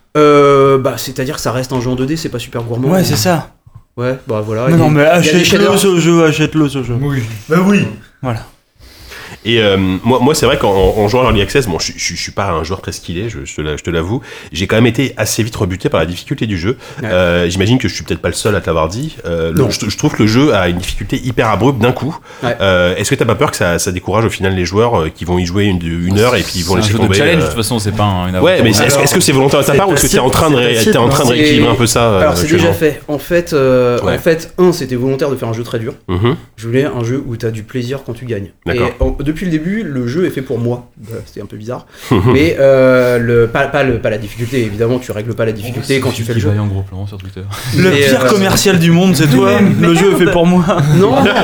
Speaker 2: Euh, bah, c'est-à-dire que ça reste un jeu en deux D, c'est pas super gourmand.
Speaker 3: Ouais, c'est ça.
Speaker 2: Ouais, bah voilà.
Speaker 3: Mais
Speaker 2: il-
Speaker 3: non, mais
Speaker 2: il y a des
Speaker 3: achète-le
Speaker 2: shaders.
Speaker 3: ce jeu, achète-le ce jeu.
Speaker 5: Oui. Bah oui.
Speaker 3: Voilà.
Speaker 1: Et euh, moi, moi, c'est vrai qu'en en jouant à l'Early Access, bon, je, je, je suis pas un joueur très skillé, je, je, te, la, je te l'avoue. J'ai quand même été assez vite rebuté par la difficulté du jeu. Ouais. Euh, j'imagine que je suis peut-être pas le seul à te l'avoir dit. Euh, le, je, je trouve que le jeu a une difficulté hyper abrupte d'un coup. Ouais. Euh, est-ce que t'as pas peur que ça, ça décourage au final les joueurs euh, qui vont y jouer une, une heure et puis ils vont laisser tomber?
Speaker 4: C'est un jeu de challenge,
Speaker 1: euh...
Speaker 4: de toute façon, c'est pas un, une
Speaker 1: Ouais, mais est-ce, est-ce que c'est volontaire de ta part ou est-ce que t'es en train de, ré, t'es en train de rééquilibrer un peu ça?
Speaker 2: Alors, c'est déjà fait. En fait, euh,
Speaker 1: ouais.
Speaker 2: en fait, un, c'était volontaire de faire un jeu très dur.
Speaker 1: Mm-hmm.
Speaker 2: Je voulais un jeu où t'as du plaisir quand tu gagnes.
Speaker 1: D'accord.
Speaker 2: Et en, depuis le début, le jeu est fait pour moi. Euh, c'était un peu bizarre. mais euh, le, pas, pas, le, pas la difficulté, évidemment, tu règles pas la difficulté oh, quand tu fais le jeu.
Speaker 4: En gros plan sur Twitter.
Speaker 3: Le mais pire euh, commercial du monde, c'est toi. Le jeu est fait pour moi.
Speaker 2: Non, non,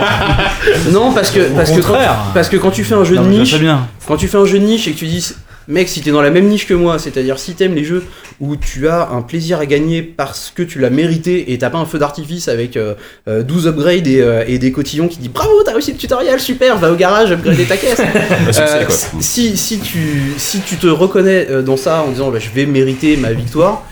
Speaker 2: non parce que parce que, quand, parce que quand tu fais un jeu non, de niche,
Speaker 3: bien.
Speaker 2: quand tu fais un jeu de niche et que tu dis mec, si t'es dans la même niche que moi, c'est-à-dire si t'aimes les jeux où tu as un plaisir à gagner parce que tu l'as mérité et t'as pas un feu d'artifice avec euh, douze upgrades et, euh, et des cotillons qui disent bravo, t'as réussi le tutoriel, super, va au garage, upgrader ta caisse. euh, si, si, tu, si tu te reconnais dans ça en disant bah, je vais mériter ma victoire,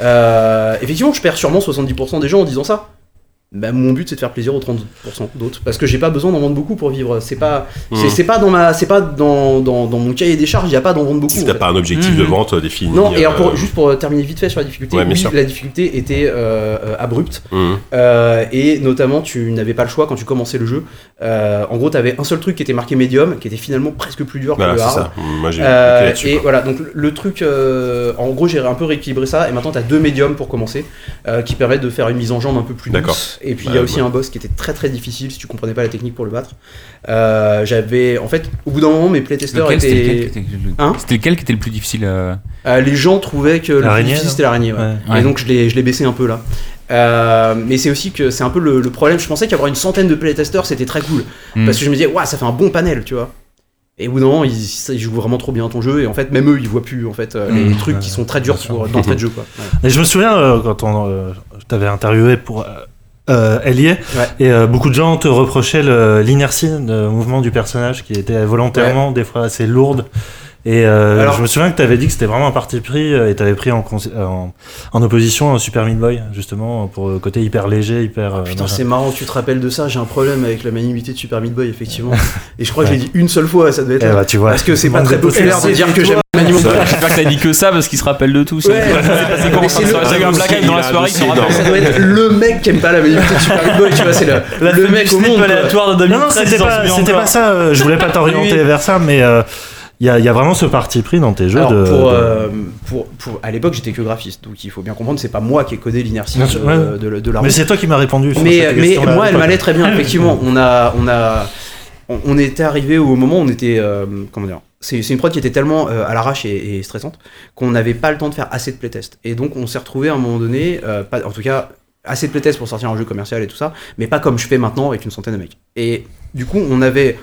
Speaker 2: euh, effectivement, je perds sûrement soixante-dix pour cent des gens en disant ça. Bah, mon but c'est de faire plaisir aux trente pour cent d'autres parce que j'ai pas besoin d'en vendre beaucoup pour vivre. C'est pas, mmh. c'est, c'est pas dans ma, c'est pas dans, dans, dans mon cahier des charges. Il y a pas d'en vendre beaucoup.
Speaker 1: Si t'as
Speaker 2: en fait.
Speaker 1: pas un objectif mmh. de vente défini.
Speaker 2: Non. Et alors pour, juste pour terminer vite fait sur la difficulté,
Speaker 1: ouais,
Speaker 2: oui, la difficulté était euh, euh, abrupte
Speaker 1: mmh.
Speaker 2: euh, et notamment tu n'avais pas le choix quand tu commençais le jeu. Euh, en gros, t'avais un seul truc qui était marqué médium, qui était finalement presque plus dur
Speaker 1: voilà,
Speaker 2: que le hard.
Speaker 1: C'est ça. Moi j'ai
Speaker 2: euh,
Speaker 1: là-dessus,
Speaker 2: et
Speaker 1: quoi.
Speaker 2: voilà, donc le truc, euh, en gros, j'ai un peu rééquilibré ça et maintenant t'as deux médiums pour commencer, euh, qui permettent de faire une mise en jambe un peu plus douce. Et puis il ouais, y a aussi ouais. un boss qui était très très difficile si tu comprenais pas la technique pour le battre. Euh, j'avais en fait au bout d'un moment mes playtesters étaient
Speaker 4: c'était lequel, était...
Speaker 2: hein
Speaker 4: c'était lequel qui était le plus difficile euh...
Speaker 2: Euh, les gens trouvaient que le plus difficile c'était l'araignée ouais. Ouais. Et donc je l'ai je l'ai baissé un peu là. Euh, mais c'est aussi que c'est un peu le, le problème. Je pensais qu'avoir une centaine de playtesters c'était très cool mm. parce que je me disais waouh ça fait un bon panel tu vois. Et au bout d'un moment, ils, ils jouent vraiment trop bien ton jeu, et en fait, même eux, ils voient plus en fait euh, les mmh, trucs ouais, qui sont très durs pour d'entrée de jeu, quoi. Ouais.
Speaker 8: Et je me souviens euh, quand on euh, t'avais interviewé pour euh, Elie, ouais. et euh, beaucoup de gens te reprochaient le, l'inertie de mouvement du personnage qui était volontairement ouais. des fois assez lourde. Et euh, alors, je me souviens que tu avais dit que c'était vraiment un parti pris et tu avais pris en, en, en opposition un Super Meat Boy, justement, pour le côté hyper léger, hyper.
Speaker 2: Oh, putain, c'est marrant que tu te rappelles de ça. J'ai un problème avec la maniabilité de Super Meat Boy, effectivement. Et je crois que ouais. je l'ai dit une seule fois, ça devait être.
Speaker 8: Eh bah, tu vois,
Speaker 2: parce que c'est pas très populaire de dire que j'aime Animal Crossing.
Speaker 4: J'espère que t'as dit que ça parce qu'il se rappelle de tout.
Speaker 2: Ouais. C'est comment ça
Speaker 4: eu un blague dans la soirée.
Speaker 2: Ça doit être le mec qui aime pas la maniabilité de Super Meat Boy, tu vois, c'est le mec au monde.
Speaker 3: Aléatoire de deux mille treize.
Speaker 8: C'était pas ça, je voulais pas t'orienter vers ça, mais. Il y, y a vraiment ce parti pris dans tes jeux.
Speaker 2: Alors,
Speaker 8: de,
Speaker 2: pour,
Speaker 8: de...
Speaker 2: Euh, pour, pour, à l'époque, j'étais que graphiste, donc il faut bien comprendre, c'est pas moi qui ai codé l'inertie de,
Speaker 8: ouais.
Speaker 2: de, de, de la roue.
Speaker 8: Mais c'est toi qui m'as répondu. Sur
Speaker 2: mais
Speaker 8: cette
Speaker 2: mais moi, elle
Speaker 8: l'époque.
Speaker 2: m'allait très bien, effectivement. on a, on a, on, on était arrivé au moment où on était, euh, comment dire, c'est, c'est une prod qui était tellement euh, à l'arrache et, et stressante qu'on n'avait pas le temps de faire assez de playtest. Et donc, on s'est retrouvé à un moment donné, euh, pas, en tout cas, assez de playtest pour sortir un jeu commercial et tout ça, mais pas comme je fais maintenant avec une centaine de mecs. Et du coup, on avait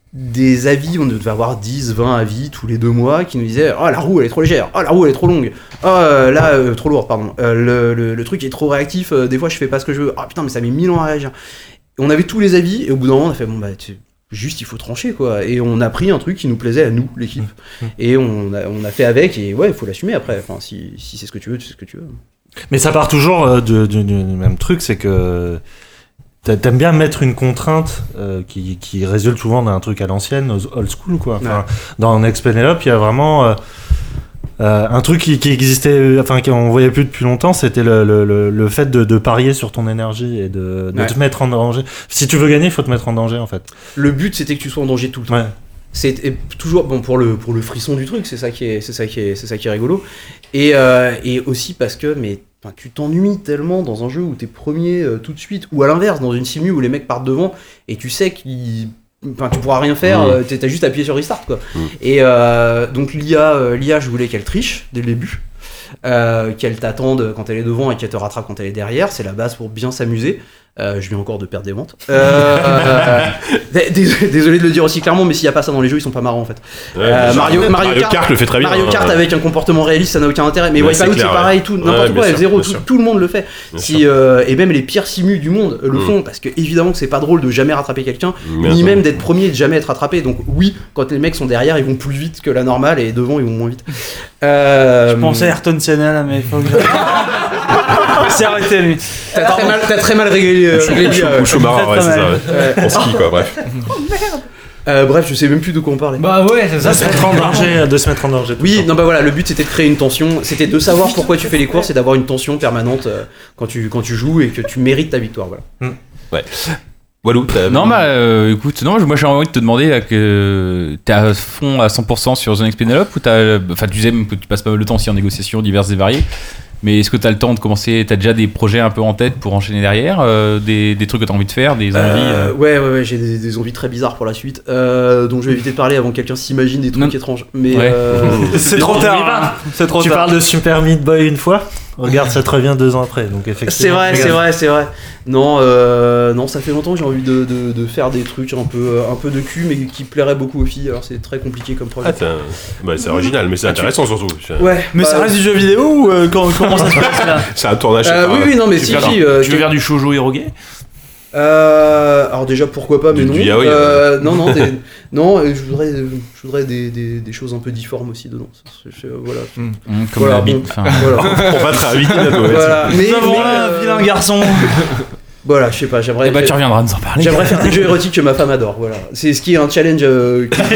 Speaker 2: des avis, on devait avoir dix, vingt avis tous les deux mois qui nous disaient « Oh, la roue, elle est trop légère. Oh, la roue, elle est trop longue. Oh, là, euh, trop lourd, pardon. Euh, le, le, le truc est trop réactif. Euh, des fois, je fais pas ce que je veux. Oh, putain, mais ça met mille ans à réagir. » Et on avait tous les avis, et au bout d'un moment, on a fait « Bon, bah, tu... juste, il faut trancher, quoi. » Et on a pris un truc qui nous plaisait à nous, l'équipe. Mmh. Et on a, on a fait avec, et ouais, il faut l'assumer après. Enfin, si, si c'est ce que tu veux, tu sais ce que tu veux.
Speaker 8: Mais ça part toujours euh, de, de, de, du même truc, c'est que t'aimes bien mettre une contrainte euh, qui, qui résulte souvent d'un truc à l'ancienne, old school, quoi. Enfin, ouais. Dans Next Penelope, il y a vraiment euh, euh, un truc qui, qui existait, enfin qu'on voyait plus depuis longtemps, c'était le, le, le, le fait de, de parier sur ton énergie et de, de ouais. te mettre en danger. Si tu veux gagner, il faut te mettre en danger, en fait.
Speaker 2: Le but, c'était que tu sois en danger tout le temps.
Speaker 8: Ouais.
Speaker 2: C'est toujours bon pour le pour le frisson du truc, c'est ça qui est c'est ça qui est c'est ça qui est rigolo. Et euh, et aussi parce que mais enfin, tu t'ennuies tellement dans un jeu où t'es premier euh, tout de suite, ou à l'inverse dans une simu où les mecs partent devant et tu sais qu'ils enfin tu pourras rien faire, mmh. euh, t'as juste appuyé sur restart quoi. Mmh. Et euh, donc l'I A euh, l'I A je voulais qu'elle triche dès le début. Euh, qu'elle t'attende quand elle est devant et qu'elle te rattrape quand elle est derrière, c'est la base pour bien s'amuser. Euh, je viens encore de perdre des ventes. Euh, euh, désolé de le dire aussi clairement, mais s'il n'y a pas ça dans les jeux, ils sont pas marrants en fait.
Speaker 1: Ouais,
Speaker 2: euh, Mario, Mario,
Speaker 1: Mario
Speaker 2: Kart,
Speaker 1: Kart le fait très bien.
Speaker 2: Mario Kart hein, avec un comportement réaliste, ça n'a aucun intérêt. Mais ouais, Wipeout c'est, c'est pareil, ouais. tout, n'importe ouais, quoi, F zéro, tout, tout le monde le fait. Si, euh, et même les pires simus du monde le mm. font, parce que évidemment que c'est pas drôle de jamais rattraper quelqu'un, mais ni attends. même d'être premier et de jamais être rattrapé. Donc oui, quand les mecs sont derrière, ils vont plus vite que la normale et devant, ils vont moins vite.
Speaker 3: Euh, je pensais à Ayrton Senna là, mais il faut que je... C'est arrêté lui.
Speaker 2: T'as très mal, t'as très mal réglé.
Speaker 1: Ou Schumacher, ouais, c'est ça. Ouais. On ski quoi, bref.
Speaker 6: Oh merde.
Speaker 2: Euh, bref, je sais même plus de quoi on parlait.
Speaker 5: Bah ouais, c'est ça.
Speaker 8: De se mettre en danger, de se mettre en danger. tout le
Speaker 2: Oui,
Speaker 8: temps.
Speaker 2: non bah voilà, le but c'était de créer une tension, c'était de savoir pourquoi tu fais les courses et d'avoir une tension permanente euh, quand tu quand tu joues et que tu mérites ta victoire, voilà.
Speaker 1: Walou, t'as-
Speaker 4: Non, bah euh, écoute, non, moi j'ai envie de te demander là, que t'es à fond à cent pour cent sur The Next Penelope ou t'as. Enfin, tu sais même que tu passes pas mal de temps aussi en négociations diverses et variées. Mais est-ce que t'as le temps de commencer? T'as déjà des projets un peu en tête pour enchaîner derrière, euh, des, des trucs que t'as envie de faire, des envies
Speaker 2: Euh,
Speaker 4: euh,
Speaker 2: ouais, ouais, ouais, j'ai des, des envies très bizarres pour la suite, euh, donc je vais éviter de parler avant que quelqu'un s'imagine des trucs
Speaker 4: Non.
Speaker 2: étranges. Mais
Speaker 4: Ouais.
Speaker 2: euh,
Speaker 3: C'est
Speaker 2: mais
Speaker 3: trop
Speaker 2: non,
Speaker 3: tard.
Speaker 2: mais-
Speaker 3: hein. C'est trop
Speaker 8: Tu
Speaker 3: tard.
Speaker 8: parles de Super Meat Boy une fois, regarde, ça te revient deux ans après. Donc effectivement.
Speaker 2: C'est vrai,
Speaker 8: regarde.
Speaker 2: c'est vrai, c'est vrai. Non, euh, non, ça fait longtemps que j'ai envie de, de, de faire des trucs un peu, un peu de cul, mais qui plairaient beaucoup aux filles. Alors c'est très compliqué comme projet.
Speaker 1: Ah, t'as- bah, c'est original, mais c'est intéressant surtout.
Speaker 2: Ouais,
Speaker 3: Mais
Speaker 2: bah,
Speaker 3: ça reste du jeu vidéo ou euh, quand- comment ça se passe là?
Speaker 1: C'est un tournage.
Speaker 2: euh,
Speaker 1: c'est
Speaker 2: oui,
Speaker 1: pas-
Speaker 2: oui, non, mais
Speaker 7: Tu
Speaker 2: si,
Speaker 7: veux faire
Speaker 2: si.
Speaker 7: du-
Speaker 2: euh,
Speaker 7: tu veux faire du shoujo eroge?
Speaker 2: Euh, alors déjà pourquoi pas, mais
Speaker 1: Du-
Speaker 2: non.
Speaker 1: du yaoi,
Speaker 2: Euh, non, non, des- non. euh, Je voudrais, je voudrais des, des, des choses un peu difformes aussi dedans. C'est- c'est- voilà.
Speaker 4: hum, comme
Speaker 2: Voilà,
Speaker 4: la bite,
Speaker 2: bon.
Speaker 4: enfin,
Speaker 2: Voilà.
Speaker 1: On va te réinviter bientôt. ouais.
Speaker 2: Voilà. Mais,
Speaker 3: Nous avons
Speaker 2: mais,
Speaker 3: un
Speaker 2: euh,
Speaker 3: vilain garçon.
Speaker 2: Voilà, je sais pas. J'aimerais.
Speaker 4: eh bah, tu reviendras nous en parler.
Speaker 2: J'aimerais faire des jeux érotiques que ma femme adore. Voilà. C'est ce qui est un challenge euh, qui,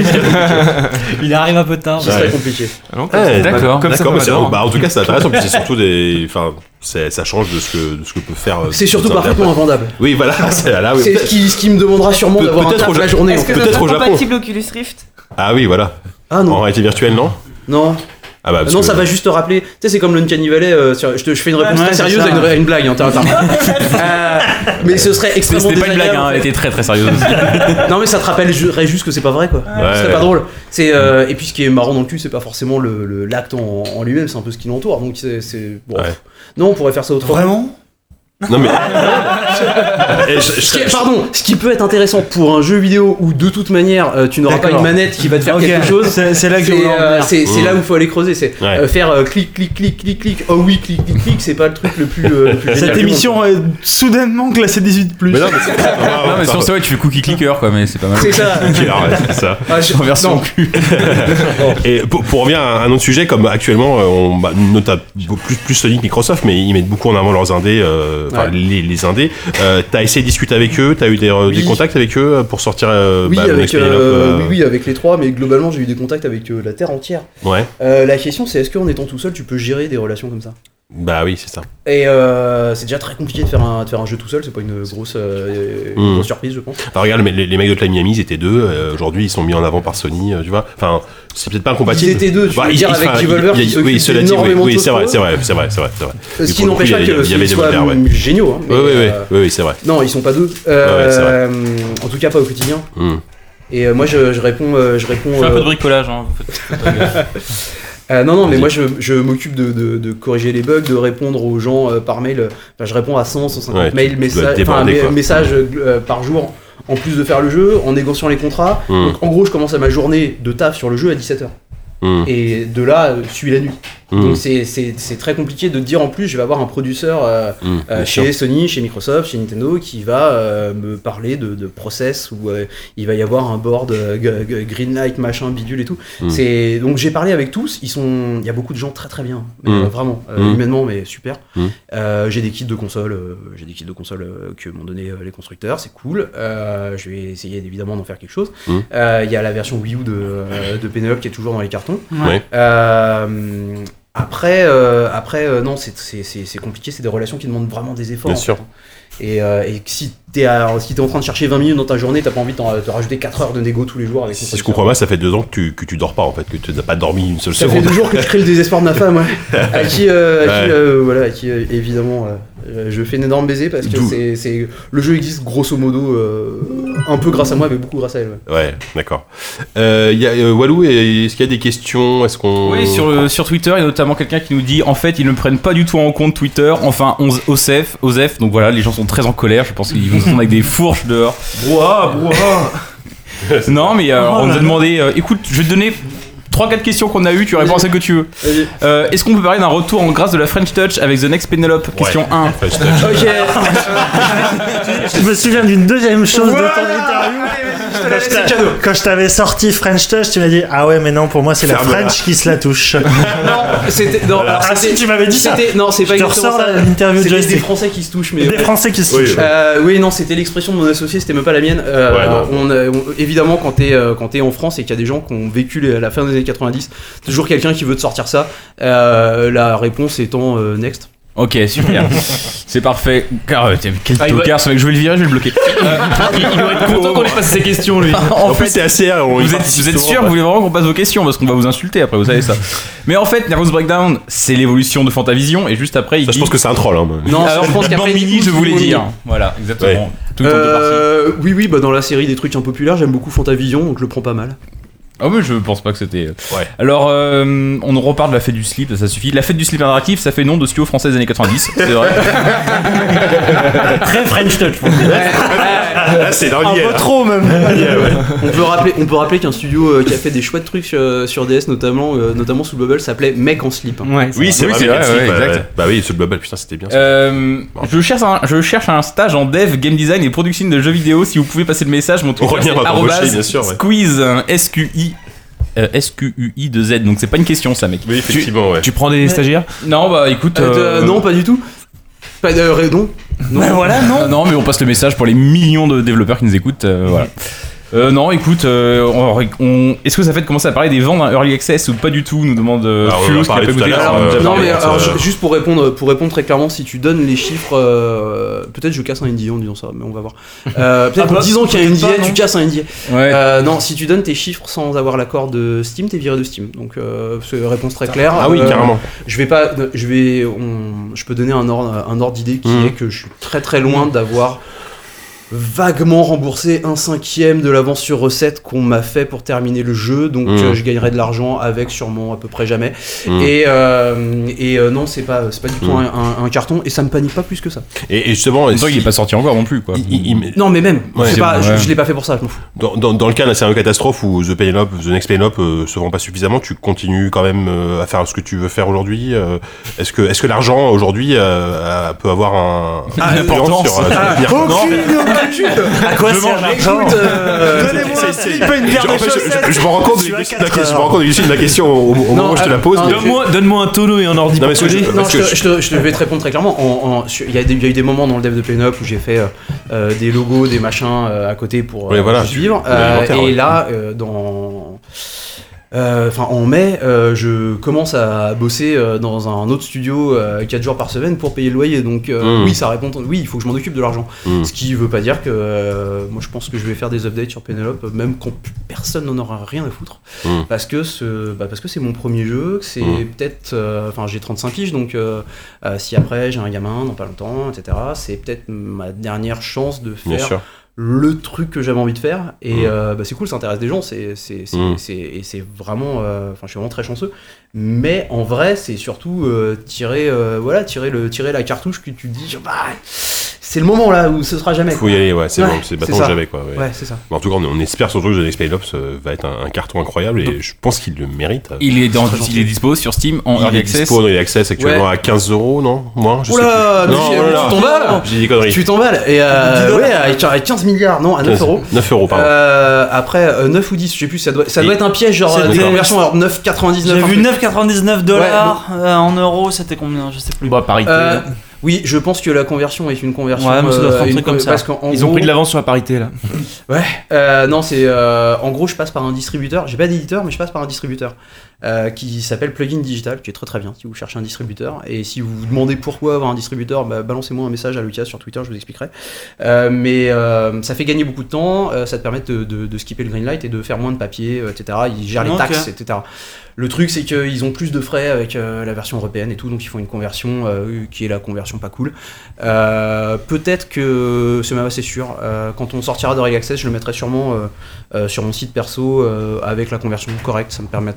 Speaker 5: Il arrive un peu tard.
Speaker 2: qui serait
Speaker 1: Ouais.
Speaker 2: compliqué.
Speaker 1: Ouais,
Speaker 4: D'accord.
Speaker 7: Comme ça,
Speaker 1: D'accord, mais c'est-
Speaker 7: j'adore.
Speaker 1: bah, en tout cas, c'est intéressant. Puis c'est surtout des. Enfin, c'est- ça change de ce que, de ce que peut faire. euh,
Speaker 2: C'est surtout
Speaker 1: d'autres
Speaker 2: parfaitement
Speaker 1: interprètes.
Speaker 2: invendable.
Speaker 1: Oui, voilà. C'est là. Oui,
Speaker 2: C'est ce
Speaker 1: peut-être-
Speaker 2: qui, ce qui me demandera sûrement
Speaker 1: Peut-
Speaker 2: d'avoir un
Speaker 1: peut-être
Speaker 2: taf
Speaker 1: au
Speaker 2: la
Speaker 1: Japon.
Speaker 2: journée. en
Speaker 6: Est-ce que
Speaker 2: fait.
Speaker 6: ça
Speaker 1: Peut-être
Speaker 6: sera
Speaker 1: au Japon.
Speaker 6: compatible Oculus Rift?
Speaker 1: Ah oui, voilà.
Speaker 2: Ah
Speaker 1: En
Speaker 2: non,
Speaker 1: réalité virtuelle, non
Speaker 2: non.
Speaker 1: Ah bah, parce
Speaker 2: Non,
Speaker 1: que-
Speaker 2: ça va juste te rappeler. Tu sais, c'est comme l'Uncanny Valley. euh, sur- je, te, je fais une réponse
Speaker 3: Ouais,
Speaker 2: très
Speaker 3: c'est
Speaker 2: sérieuse
Speaker 3: ça.
Speaker 2: à une, à une blague. Hein, t'as- t'as- Euh, mais ce serait
Speaker 4: C'était
Speaker 2: extrêmement
Speaker 4: c'était pas une blague,
Speaker 2: désagréable,
Speaker 4: hein,
Speaker 2: en
Speaker 4: elle
Speaker 2: fait.
Speaker 4: était très très sérieuse aussi.
Speaker 2: Non, mais ça te rappellerait juste que c'est pas vrai, quoi.
Speaker 1: Ouais.
Speaker 2: Ce serait pas drôle. C'est euh, et puis ce qui est marrant dans le cul, c'est pas forcément le le- l'acte en, en lui-même, c'est un peu ce qui l'entoure. Donc c'est c'est- bon.
Speaker 1: Ouais.
Speaker 2: Non, on pourrait faire ça autrement.
Speaker 3: Vraiment?
Speaker 1: Non, mais. Eh, je- je-
Speaker 2: Ce qui est- pardon, ce qui peut être intéressant pour un jeu vidéo où de toute manière euh, tu n'auras pas
Speaker 3: D'accord.
Speaker 2: une manette qui va te faire
Speaker 3: Ok,
Speaker 2: quelque chose.
Speaker 3: c'est c'est là que je
Speaker 2: C'est
Speaker 3: voulais en
Speaker 2: euh,
Speaker 3: venir.
Speaker 2: c'est- c'est
Speaker 1: Mmh.
Speaker 2: là où il faut aller creuser. C'est
Speaker 1: Ouais.
Speaker 2: euh, faire euh, clic, clic, clic, clic, clic. Oh oui, clic, clic, clic. C'est pas le truc le plus. euh, le plus génial
Speaker 3: Cette
Speaker 2: du
Speaker 3: émission est soudainement classée dix-huit plus.
Speaker 1: Mais non, mais c'est.
Speaker 4: Non, mais sinon, c'est vrai, tu fais cookie clicker quoi, mais c'est pas mal.
Speaker 2: monde. C'est ça.
Speaker 1: Ok, alors, ouais, c'est ça.
Speaker 2: Ah, je-
Speaker 4: En version
Speaker 2: non.
Speaker 4: cul.
Speaker 1: Et pour, pour revenir à un autre sujet, comme actuellement, euh, on bah, note à- plus, plus Sony que Microsoft, mais ils mettent beaucoup en avant leurs indés, euh, enfin,
Speaker 2: Ouais.
Speaker 1: les, les indés. Euh, t'as essayé de discuter avec eux, t'as eu des, euh,
Speaker 2: Oui.
Speaker 1: des contacts avec eux pour sortir euh,
Speaker 2: Oui,
Speaker 1: bah, le
Speaker 2: avec,
Speaker 1: Next Penelope,
Speaker 2: euh,
Speaker 1: euh,
Speaker 2: oui, oui, avec les trois, mais globalement j'ai eu des contacts avec euh, la Terre entière.
Speaker 1: Ouais,
Speaker 2: Euh, la question c'est est-ce qu'en étant tout seul tu peux gérer des relations comme ça?
Speaker 1: bah oui, c'est ça.
Speaker 2: Et euh, c'est déjà très compliqué de faire un, de faire un jeu tout seul, c'est pas une grosse, euh, une
Speaker 1: Mm.
Speaker 2: grosse surprise je pense.
Speaker 1: Alors regarde, les, les mecs de Hotline Miami, ils étaient deux, euh, aujourd'hui ils sont mis en avant par Sony, euh, tu vois. Enfin, c'est peut-être pas incompatible.
Speaker 2: Ils étaient deux, tu
Speaker 1: Bah,
Speaker 2: veux
Speaker 1: ils-
Speaker 2: dire,
Speaker 1: ils-
Speaker 2: avec
Speaker 1: enfin,
Speaker 2: Devolver
Speaker 1: il y a-
Speaker 2: qui s'occupe
Speaker 1: oui, cela dit, oui,
Speaker 2: énormément de
Speaker 1: oui,
Speaker 2: choses
Speaker 1: c'est vrai,
Speaker 2: pour eux.
Speaker 1: c'est vrai, c'est vrai, c'est vrai, c'est vrai.
Speaker 2: Ce
Speaker 1: Et
Speaker 2: qui
Speaker 1: pour le coup,
Speaker 2: n'empêche
Speaker 1: il y
Speaker 2: pas
Speaker 1: avait-
Speaker 2: que
Speaker 1: il y avait
Speaker 2: qu'ils
Speaker 1: des
Speaker 2: soient
Speaker 1: Volver, ouais.
Speaker 2: géniaux, hein, mais,
Speaker 1: Oui, oui, oui,
Speaker 2: euh,
Speaker 1: oui, oui, c'est vrai.
Speaker 2: non ils sont pas deux,
Speaker 1: ouais, c'est
Speaker 2: Euh, en tout cas pas au quotidien.
Speaker 1: Mm.
Speaker 2: Et euh, moi je, je réponds, euh, je réponds.
Speaker 4: Fais un peu
Speaker 2: euh,
Speaker 4: de bricolage, hein. vous faites- faites pas gaffe.
Speaker 2: Euh, non, non, mais
Speaker 1: Vas-y.
Speaker 2: moi je, je m'occupe de, de, de corriger les bugs, de répondre aux gens euh, par mail. Enfin, je réponds à cent, cent cinquante
Speaker 1: Ouais, tu-
Speaker 2: mails,
Speaker 1: tu dois être
Speaker 2: messages, enfin,
Speaker 1: débordé,
Speaker 2: mé-
Speaker 1: quoi.
Speaker 2: messages euh, par jour, en plus de faire le jeu, en négociant les contrats.
Speaker 1: Mm.
Speaker 2: Donc en gros, je commence à ma journée de taf sur le jeu à dix-sept heures.
Speaker 1: Mm.
Speaker 2: Et de là, euh, suit la nuit.
Speaker 1: Mm.
Speaker 2: Donc c'est- c'est c'est très compliqué de dire en plus, je vais avoir un producteur euh,
Speaker 1: Mm,
Speaker 2: euh,
Speaker 1: bien
Speaker 2: chez
Speaker 1: sûr.
Speaker 2: Sony, chez Microsoft, chez Nintendo qui va euh, me parler de, de process où euh, il va y avoir un board euh, g- g- greenlight machin bidule et tout.
Speaker 1: Mm.
Speaker 2: C'est donc j'ai parlé avec tous, ils sont il y a beaucoup de gens très très bien, mais,
Speaker 1: Mm.
Speaker 2: euh, vraiment euh,
Speaker 1: Mm.
Speaker 2: humainement mais super.
Speaker 1: Mm.
Speaker 2: Euh, j'ai des kits de consoles, euh, j'ai des kits de consoles euh, que m'ont donné euh, les constructeurs, c'est cool. Euh, je vais essayer évidemment d'en faire quelque chose.
Speaker 1: Mm.
Speaker 2: Euh, Il y a la version Wii U de, euh, de Penelope qui est toujours dans les cartons.
Speaker 1: Ouais.
Speaker 2: Euh, après, euh, après euh, non, c'est- c'est c'est- c'est compliqué, c'est des relations qui demandent vraiment des efforts.
Speaker 1: Bien
Speaker 2: en
Speaker 1: sûr.
Speaker 2: fait, hein. Et, euh, et que si t'es à- si t'es en train de chercher vingt minutes dans ta journée, t'as pas envie de t'en- de rajouter quatre heures de négo tous les jours avec ton
Speaker 1: Si je
Speaker 2: producteur.
Speaker 1: comprends pas, ça fait deux ans que tu, que tu dors pas en fait, que tu n'as pas dormi une seule
Speaker 2: Ça fait
Speaker 1: seconde.
Speaker 2: deux jours que je crée le désespoir de ma femme, ouais. à qui, euh, à qui,
Speaker 1: Ouais.
Speaker 2: euh, voilà, à qui euh, évidemment, euh, je fais un énorme baiser parce que
Speaker 1: D'où-
Speaker 2: c'est, c'est le jeu existe grosso modo euh, un peu grâce à moi, mais beaucoup grâce à elle. Ouais.
Speaker 1: Ouais, d'accord. Euh, il y a, euh, Walou, est-ce qu'il y a des questions? Est-ce qu'on...
Speaker 4: Oui, sur, euh, sur Twitter, il y a notamment quelqu'un qui nous dit en fait, ils ne prennent pas du tout en compte Twitter, enfin, onze- Osef, Osef, donc voilà, les gens sont très en colère, je pense qu'ils vont se rendre avec des fourches dehors.
Speaker 7: Brouhaha, brouhaha.
Speaker 4: Non, mais euh, on nous a demandé, euh, écoute, je vais te donner trois quatre questions qu'on a eues, tu réponds à celle que tu veux.
Speaker 2: Vas-y.
Speaker 4: Euh, Est-ce qu'on peut parler d'un retour en grâce de la French Touch avec The Next Penelope? Question un.
Speaker 1: Enfin, je te-
Speaker 2: Ok.
Speaker 8: Je me souviens d'une deuxième chose de ton interview.
Speaker 2: je te la laisse, c'est cadeau.
Speaker 8: Quand je t'avais sorti French Touch, tu m'as dit ah ouais mais non pour moi c'est la
Speaker 1: Ferme-la.
Speaker 8: French qui se la touche.
Speaker 2: Non, c'était non, alors,
Speaker 8: Ah si
Speaker 2: c'était-
Speaker 8: tu m'avais dit ça.
Speaker 2: c'était- non, c'est pas
Speaker 8: Je te
Speaker 2: exactement
Speaker 8: ressors
Speaker 2: ça.
Speaker 8: la- l'interview de
Speaker 2: C'était des
Speaker 8: joystick.
Speaker 2: Français qui se touchent, mais
Speaker 8: Des
Speaker 2: ouais.
Speaker 8: Français qui se
Speaker 1: Oui,
Speaker 8: touchent.
Speaker 1: oui.
Speaker 2: Euh, oui, non, c'était l'expression de mon associé, c'était même pas la mienne. Euh,
Speaker 1: Ouais, non.
Speaker 2: on, a- on- évidemment, quand t'es euh, quand t'es en France et qu'il y a des gens qui ont vécu les- la fin des années quatre-vingt-dix, toujours quelqu'un qui veut te sortir ça. Euh, la réponse étant euh, next.
Speaker 4: Ok, super. C'est parfait. Car, euh, tiens, quel
Speaker 2: Ah, il
Speaker 4: tocard, ce mec, je vais le virer, je vais le bloquer. Euh,
Speaker 7: Il, il doit être content qu'on ait passé ces questions, lui.
Speaker 4: en
Speaker 1: En plus,
Speaker 4: fait,
Speaker 1: c'est assez. on y
Speaker 4: vous êtes,
Speaker 1: participe
Speaker 4: vous êtes
Speaker 1: souvent,
Speaker 4: sûr,
Speaker 1: ouais.
Speaker 4: vous voulez vraiment qu'on passe vos questions parce qu'on va vous insulter après, vous savez ça. Mais en fait, Nervous Breakdown, c'est l'évolution de Fantavision et juste après, il
Speaker 1: Ça, je
Speaker 4: dit.
Speaker 1: pense que c'est un troll. Hein.
Speaker 2: Non,
Speaker 4: Alors,
Speaker 2: je pense
Speaker 4: Blood
Speaker 2: qu'après
Speaker 4: Band Mini,
Speaker 2: il-
Speaker 4: je voulais
Speaker 2: il-
Speaker 4: dire. Voilà, exactement.
Speaker 1: Ouais.
Speaker 4: Tout le temps de partie.
Speaker 2: Euh, oui, oui, bah dans la série des trucs un peu populaires, j'aime beaucoup Fantavision, donc je le prends pas mal.
Speaker 4: Ah oui, je pense pas que c'était.
Speaker 1: Ouais.
Speaker 4: Alors, euh, on nous reparle de la fête du slip, ça suffit. La fête du slip interactif, ça fait nom de studio français des années quatre-vingt-dix, c'est vrai.
Speaker 5: Très French Touch. pour le coup.
Speaker 1: Ah, c'est dans
Speaker 8: Un
Speaker 1: l'I A,
Speaker 8: peu
Speaker 1: là.
Speaker 8: trop même.
Speaker 2: On peut rappeler, on peut rappeler qu'un studio euh, qui a fait des chouettes trucs sur, sur D S, notamment, euh, notamment sous Bubble, s'appelait Mec en slip.
Speaker 5: Ouais,
Speaker 1: Oui, c'est
Speaker 4: Oui,
Speaker 1: vrai,
Speaker 4: c'est
Speaker 1: mais
Speaker 4: vrai,
Speaker 1: Red Slip,
Speaker 4: ouais,
Speaker 1: ouais,
Speaker 4: exact.
Speaker 1: ouais. Bah oui, ce Bubble, putain, c'était bien ça.
Speaker 4: Euh, je, cherche un, je cherche un stage en dev, game design et production de jeux vidéo. Si vous pouvez passer le message, mon
Speaker 1: On
Speaker 4: Twitter
Speaker 1: revient
Speaker 4: c'est
Speaker 1: pas t'embaucher,
Speaker 4: arrobase
Speaker 1: bien sûr, ouais.
Speaker 4: squeeze, hein, S Q I. euh, S Q U I de Z, donc c'est pas une question ça, mec.
Speaker 1: Oui, effectivement, ouais.
Speaker 7: Tu prends des stagiaires?
Speaker 4: Non, bah écoute.
Speaker 2: Euh, de-
Speaker 4: euh,
Speaker 2: non, pas du tout. Pas de raison. Non.
Speaker 5: Bah voilà, non.
Speaker 4: euh, non, mais on passe le message pour les millions de développeurs qui nous écoutent. euh, voilà. Euh, non, écoute, euh, on- on- est-ce que ça fait de commencer à parler des ventes d'un Early Access ou pas du tout, nous demande euh,
Speaker 1: Alors, on en a
Speaker 4: Fulous qui a
Speaker 1: parlé
Speaker 4: pas
Speaker 1: tout à
Speaker 4: écouté.
Speaker 1: l'heure,
Speaker 4: Alors,
Speaker 1: euh,
Speaker 4: déjà
Speaker 2: Non
Speaker 4: parlé.
Speaker 2: mais
Speaker 1: euh,
Speaker 2: alors
Speaker 1: ça-
Speaker 2: ju- juste pour répondre pour répondre très clairement, si tu donnes les chiffres, euh, peut-être je casse un N D A en disant ça, mais on va voir. Euh, peut-être
Speaker 5: Ah bah,
Speaker 2: en disant qu'il y a un N D A,
Speaker 5: peut-être pas,
Speaker 2: tu
Speaker 5: non.
Speaker 2: casses un N D A.
Speaker 4: Ouais.
Speaker 2: Euh, non, si tu donnes tes chiffres sans avoir l'accord de Steam, t'es viré de Steam. Donc euh, c'est une réponse très claire.
Speaker 1: Ah oui,
Speaker 2: Euh,
Speaker 1: carrément.
Speaker 2: Je vais pas, je vais, on- je peux donner un ordre, un ordre d'idée qui
Speaker 1: Mhm.
Speaker 2: est que je suis très très loin d'avoir vaguement remboursé un cinquième de l'avance sur recette qu'on m'a fait pour terminer le jeu, donc
Speaker 1: Mhm.
Speaker 2: euh, je gagnerai de l'argent avec sûrement à peu près jamais.
Speaker 1: Mhm.
Speaker 2: Et, euh, et euh, non, c'est pas, c'est pas du tout
Speaker 1: Mhm.
Speaker 2: un, un- un carton et ça me panique pas plus que ça.
Speaker 1: Et, et justement,
Speaker 4: En même temps,
Speaker 1: si-
Speaker 4: il est pas sorti encore non plus, quoi.
Speaker 1: il- il- il-
Speaker 2: Non, mais même,
Speaker 1: Ouais,
Speaker 2: c'est
Speaker 4: c'est
Speaker 2: pas,
Speaker 4: bon,
Speaker 2: je,
Speaker 4: ouais.
Speaker 2: je l'ai pas fait pour ça, je m'en fous.
Speaker 1: dans, dans, dans le cas d'un scénario catastrophe où The Penelope, The Next Penelope euh, se vend pas suffisamment, tu continues quand même euh, à faire ce que tu veux faire aujourd'hui. euh, Est-ce que, est-ce que l'argent aujourd'hui euh, a- peut avoir un,
Speaker 4: Ah,
Speaker 1: une influence
Speaker 4: importance.
Speaker 1: sur, euh, sur l'avenir Non,
Speaker 8: À quoi sert l'argent
Speaker 2: Donnez-moi
Speaker 8: C'est-
Speaker 2: un
Speaker 8: c'est-
Speaker 2: slip et une paire
Speaker 1: je,
Speaker 2: de
Speaker 1: en fait, je-
Speaker 2: chaussettes.
Speaker 1: je- je me rends compte
Speaker 8: Tu
Speaker 1: de
Speaker 8: as
Speaker 1: de la
Speaker 8: quatre
Speaker 1: question, je me
Speaker 8: heures.
Speaker 1: rends compte de la question au, au moment
Speaker 2: Non,
Speaker 1: où je te la
Speaker 2: ah,
Speaker 1: pose.
Speaker 2: non,
Speaker 1: mais-
Speaker 7: Donne-moi donne-moi un tonneau et un ordi
Speaker 1: Non,
Speaker 7: pour
Speaker 1: mais ce que je-
Speaker 7: coder.
Speaker 2: Non,
Speaker 1: parce
Speaker 2: je,
Speaker 1: que
Speaker 2: te- je te- je te vais te répondre très clairement. En- en- sur- Il y, a des- il y a eu des moments dans le dev de Penup où j'ai fait euh, euh, des logos, des machins euh, à côté pour euh,
Speaker 1: Oui, voilà,
Speaker 2: juste
Speaker 1: tu-
Speaker 2: vivre.
Speaker 1: de l'alimentaire,
Speaker 2: et
Speaker 1: ouais.
Speaker 2: là, euh, dans. euh, Enfin, en mai, euh, je commence à bosser euh, dans un autre studio euh, quatre jours par semaine pour payer le loyer. Donc, euh,
Speaker 1: Mm.
Speaker 2: oui, ça répond. Oui, il faut que je m'en occupe de l'argent.
Speaker 1: Mm.
Speaker 2: Ce qui veut pas dire que euh, moi, je pense que je vais faire des updates sur Penelope, même quand personne n'en aura rien à foutre.
Speaker 1: Mm.
Speaker 2: Parce que ce, bah, parce que c'est mon premier jeu, que c'est
Speaker 1: Mm.
Speaker 2: peut-être, euh, enfin j'ai trente-cinq piges, donc euh, euh, si après j'ai un gamin dans pas longtemps, et cetera, c'est peut-être ma dernière chance de
Speaker 1: Bien
Speaker 2: faire
Speaker 1: sûr.
Speaker 2: le truc que j'avais envie de faire. Et
Speaker 1: Mm.
Speaker 2: euh, bah, c'est cool, ça intéresse des gens, c'est, c'est, c'est,
Speaker 1: Mm.
Speaker 2: c'est- et c'est vraiment, euh, enfin je suis vraiment très chanceux. Mais en vrai, c'est surtout euh, tirer, euh, voilà, tirer le, tirer la cartouche que tu te dis, bah, c'est le moment là où ce sera jamais.
Speaker 1: Faut
Speaker 2: quoi.
Speaker 1: y aller, ouais, c'est
Speaker 2: Ouais,
Speaker 1: bon, c'est
Speaker 2: c'est
Speaker 1: maintenant
Speaker 2: ça.
Speaker 1: ou jamais, quoi. ouais.
Speaker 2: Ouais, c'est ça.
Speaker 1: Bon, en tout cas, on, on espère surtout que The Next Penelope euh, va être un, un carton incroyable et je pense qu'il le mérite.
Speaker 4: Il est, dans,
Speaker 2: Très gentil.
Speaker 4: il est dispo sur Steam en
Speaker 1: Il
Speaker 4: Early
Speaker 1: est
Speaker 4: Access.
Speaker 1: dispo dans les Access actuellement
Speaker 2: Ouais.
Speaker 1: à quinze euros, non Moins je sais
Speaker 2: Oula,
Speaker 1: plus.
Speaker 2: mais
Speaker 1: Non,
Speaker 2: tu-
Speaker 1: oh là là.
Speaker 2: tu t'emballes.
Speaker 1: J'ai dit des conneries.
Speaker 2: Tu t'emballes. Et euh, ouais, avec avec quinze milliards, non, à neuf euros.
Speaker 1: neuf euros, pardon.
Speaker 2: Euh, après euh, neuf ou dix, je sais plus, ça doit, ça doit
Speaker 1: Et-
Speaker 2: être un piège, genre
Speaker 5: C'est
Speaker 2: euh, des
Speaker 5: des-
Speaker 2: conversions alors neuf quatre-vingt-dix-neuf.
Speaker 3: J'ai
Speaker 2: un
Speaker 3: vu
Speaker 2: truc.
Speaker 3: neuf virgule quatre-vingt-dix-neuf dollars euh, en euros, c'était combien? Je sais plus.
Speaker 7: Bah, parité.
Speaker 2: Euh, oui, je pense que la conversion est une conversion.
Speaker 3: Ouais, mais ça doit être un
Speaker 2: une
Speaker 3: truc
Speaker 2: co-
Speaker 3: comme ça.
Speaker 2: Parce qu'en en
Speaker 7: Ils ont
Speaker 2: gros,
Speaker 7: pris de l'avance sur la parité là.
Speaker 2: Ouais, euh, non, c'est euh, en gros, je passe par un distributeur. J'ai pas d'éditeur, mais je passe par un distributeur euh, qui s'appelle Plugin Digital, qui est très très bien si vous cherchez un distributeur. Et si vous vous demandez pourquoi avoir un distributeur, bah, balancez-moi un message à Lucas sur Twitter, je vous expliquerai. Euh, mais euh, ça fait gagner beaucoup de temps, euh, ça te permet de, de, de skipper le greenlight et de faire moins de papier, euh, et cetera. Ils gèrent les
Speaker 3: Ok.
Speaker 2: taxes, et cetera. Le truc, c'est qu'ils ont plus de frais avec euh, la version européenne et tout, donc ils font une conversion euh, qui est la conversion pas cool. Euh, peut-être que, c'est même assez sûr, euh, quand on sortira de Early Access, je le mettrai sûrement euh, euh, sur mon site perso euh, avec la conversion correcte. Ça me permet, ce-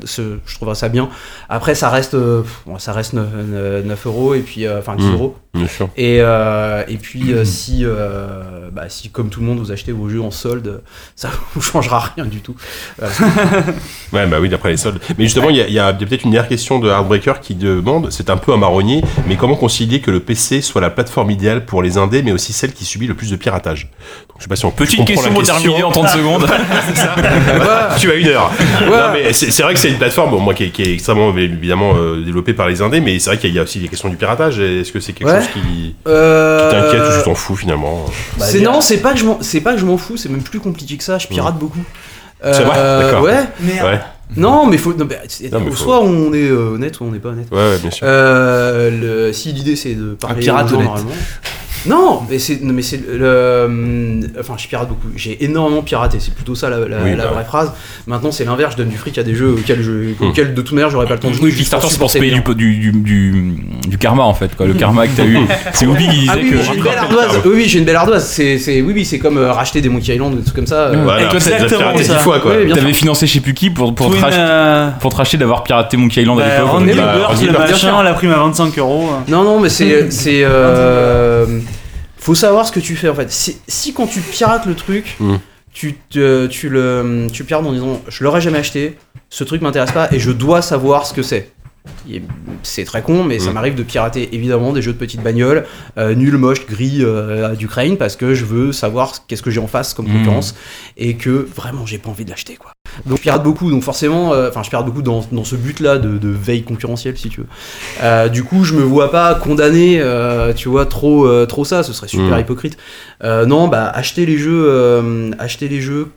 Speaker 2: je trouverais ça bien. Après, ça reste, euh, bon, ça reste neuf euros et puis, enfin euh, dix euros.
Speaker 1: Bien sûr.
Speaker 2: Et, euh, et puis, euh, si, euh, bah, si, comme tout le monde, vous achetez vos jeux en solde, ça vous changera rien du tout. Euh,
Speaker 1: ouais, bah oui, d'après les soldes. Mais justement, il y a, y a peut-être une dernière question de Heartbreaker qui demande, c'est un peu un marronnier, mais comment concilier que le P C soit la plateforme idéale pour les indés, mais aussi celle qui subit le plus de piratage? Donc, je sais pas si on peut.
Speaker 4: Petite question pour terminer en trente secondes.
Speaker 1: C'est ça. Tu as une heure. Ouais. Non, mais c'est, c'est vrai que c'est une plateforme, bon, moi, qui est, qui est extrêmement évidemment euh, développée par les indés, mais c'est vrai qu'il y a aussi des questions du piratage. Est-ce que c'est quelque
Speaker 2: ouais.
Speaker 1: chose qui,
Speaker 2: euh...
Speaker 1: qui t'inquiète ou tu t'en fous finalement?
Speaker 2: Bah, c'est non, c'est pas que je m'en, c'est pas que je m'en fous, c'est même plus compliqué que ça. Je pirate mmh. beaucoup.
Speaker 1: Euh, c'est vrai, d'accord.
Speaker 2: Ouais.
Speaker 6: Merde.
Speaker 1: Ouais.
Speaker 2: Non, mais faut. Non, mais, non, mais
Speaker 1: faut...
Speaker 2: soit on est euh, honnête, soit on n'est pas honnête.
Speaker 1: Ouais, ouais, bien sûr.
Speaker 2: Euh, le, si l'idée c'est de parler
Speaker 3: un pirate
Speaker 2: aux gens,
Speaker 3: honnête.
Speaker 2: normalement. Non, mais c'est, non, mais c'est le. Enfin, je pirate beaucoup. J'ai énormément piraté. C'est plutôt ça la, la,
Speaker 1: oui,
Speaker 2: la
Speaker 1: bah.
Speaker 2: vraie phrase. Maintenant, c'est l'inverse. Je donne du fric à des jeux auxquels, je,
Speaker 1: hum.
Speaker 2: auxquels de toute manière, j'aurais pas le temps de jouer.
Speaker 4: Oui, Kickstarter, c'est pour se payer du, du, du, du, du karma en fait. Quoi. Le karma que t'as eu. C'est Obi qui disait
Speaker 2: ah, oui,
Speaker 4: que.
Speaker 2: Oui, j'ai une belle ardoise. Oui, oui, j'ai une belle ardoise. C'est, c'est, oui, oui, c'est comme euh, racheter des Monkey Island ou des trucs comme ça. Euh,
Speaker 1: voilà,
Speaker 4: et toi,
Speaker 1: t'as piraté dix fois quoi.
Speaker 2: Oui,
Speaker 4: t'avais financé chez Puki pour, pour,
Speaker 3: Twin,
Speaker 4: te racheter,
Speaker 3: euh...
Speaker 4: pour te racheter d'avoir piraté Monkey Island à
Speaker 3: bah,
Speaker 4: l'époque.
Speaker 3: on est
Speaker 1: bah,
Speaker 3: le
Speaker 1: on est
Speaker 3: machin, la prime à vingt-cinq euros.
Speaker 2: Non, non, mais c'est. c'est euh, faut savoir ce que tu fais en fait. Si, si quand tu pirates le truc, mm. tu, te, tu, le, tu pirates en disant je l'aurais jamais acheté, ce truc m'intéresse pas et je dois savoir ce que c'est. C'est très con, mais mmh. ça m'arrive de pirater évidemment des jeux de petites bagnoles, euh, nul, moche, gris euh, d'Ukraine parce que je veux savoir qu'est-ce que j'ai en face comme concurrence mmh. et que vraiment j'ai pas envie de l'acheter quoi. Donc je pirate beaucoup, donc forcément, enfin euh, je pirate beaucoup dans, dans ce but-là de, de veille concurrentielle si tu veux. Euh, du coup je me vois pas condamner, euh, tu vois, trop, euh, trop ça, ce serait super mmh. hypocrite. Euh, non, bah acheter les jeux, euh, acheter les jeux.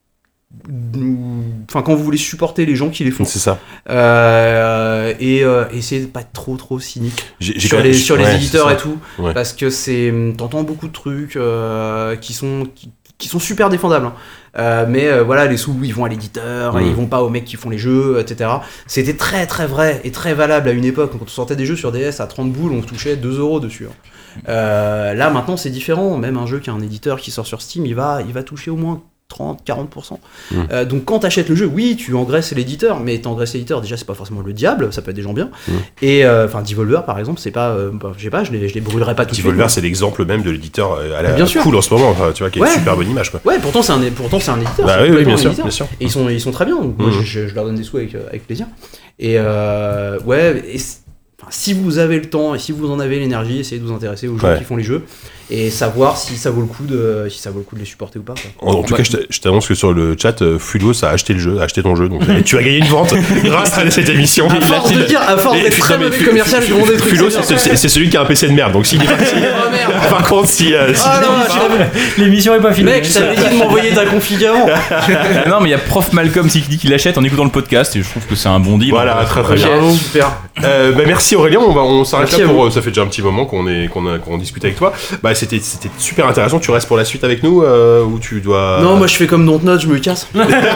Speaker 2: Enfin, quand vous voulez supporter les gens qui les font,
Speaker 1: c'est ça.
Speaker 2: Euh, et euh, essayer de pas être trop trop cynique
Speaker 1: j'ai, j'ai
Speaker 2: sur les sur
Speaker 1: ouais,
Speaker 2: les éditeurs et tout,
Speaker 1: ouais.
Speaker 2: parce que c'est t'entends beaucoup de trucs euh, qui sont qui, qui sont super défendables. Hein. Euh, mais euh, voilà, les sous ils vont à l'éditeur, mmh. et ils vont pas aux mecs qui font les jeux, et cetera. C'était très très vrai et très valable à une époque. Quand on sortait des jeux sur D S à trente boules, on touchait deux euros dessus. Hein. Euh, là maintenant c'est différent. Même un jeu qui a un éditeur qui sort sur Steam, il va il va toucher au moins trente à quarante pour cent. Mmh. Euh, donc quand t'achètes le jeu, oui, tu engraisses l'éditeur, mais t'engraisses l'éditeur, déjà c'est pas forcément le diable, ça peut être des gens bien. Mmh. Et enfin, euh, Devolver par exemple, c'est pas, euh, bah, je sais pas, je les, je les brûlerai pas tout de suite.
Speaker 1: Devolver, c'est l'exemple même de l'éditeur à la
Speaker 2: bien sûr.
Speaker 1: Cool en ce moment, tu vois, qui a
Speaker 2: ouais.
Speaker 1: une super bonne image quoi.
Speaker 2: Ouais, pourtant c'est un, pourtant c'est un éditeur.
Speaker 1: Bah
Speaker 2: c'est
Speaker 1: oui, oui, bien sûr,
Speaker 2: éditeur.
Speaker 1: bien sûr.
Speaker 2: Et ils sont, ils sont très bien. Donc, mmh. moi, je, je leur donne des sous avec, avec plaisir. Et euh, ouais. Et si vous avez le temps et si vous en avez l'énergie, essayez de vous intéresser aux gens ouais. qui font les jeux et savoir si ça vaut le coup de, si ça vaut le coup de les supporter ou pas. Quoi.
Speaker 1: En, en tout bah, cas, je t'annonce que sur le chat, Fulos a acheté le jeu, a acheté ton jeu, donc tu as gagné une vente grâce à cette émission.
Speaker 2: À force de dire, à force d'être très mauvais commercial, je vends des trucs.
Speaker 1: Fulos, c'est, c'est, c'est celui qui a un P C de merde, donc s'il est parti. Oh merde. Par contre, si, euh, si
Speaker 2: oh non,
Speaker 5: l'émission est pas finie.
Speaker 2: Mec, je t'avais dit de m'envoyer ta config avant.
Speaker 4: Non, mais il y a Prof Malcolm qui dit qu'il l'achète en écoutant le podcast et je trouve que c'est un bon deal.
Speaker 1: Voilà, très très bien.
Speaker 2: Super.
Speaker 1: Euh, bah, merci Aurélien, on va on s'arrête là pour. Ça fait déjà un petit moment qu'on est qu'on a qu'on discute avec toi. Bah c'était c'était super intéressant. Tu restes pour la suite avec nous euh, ou tu dois.
Speaker 2: Non, moi je fais comme Dontnod, je me casse.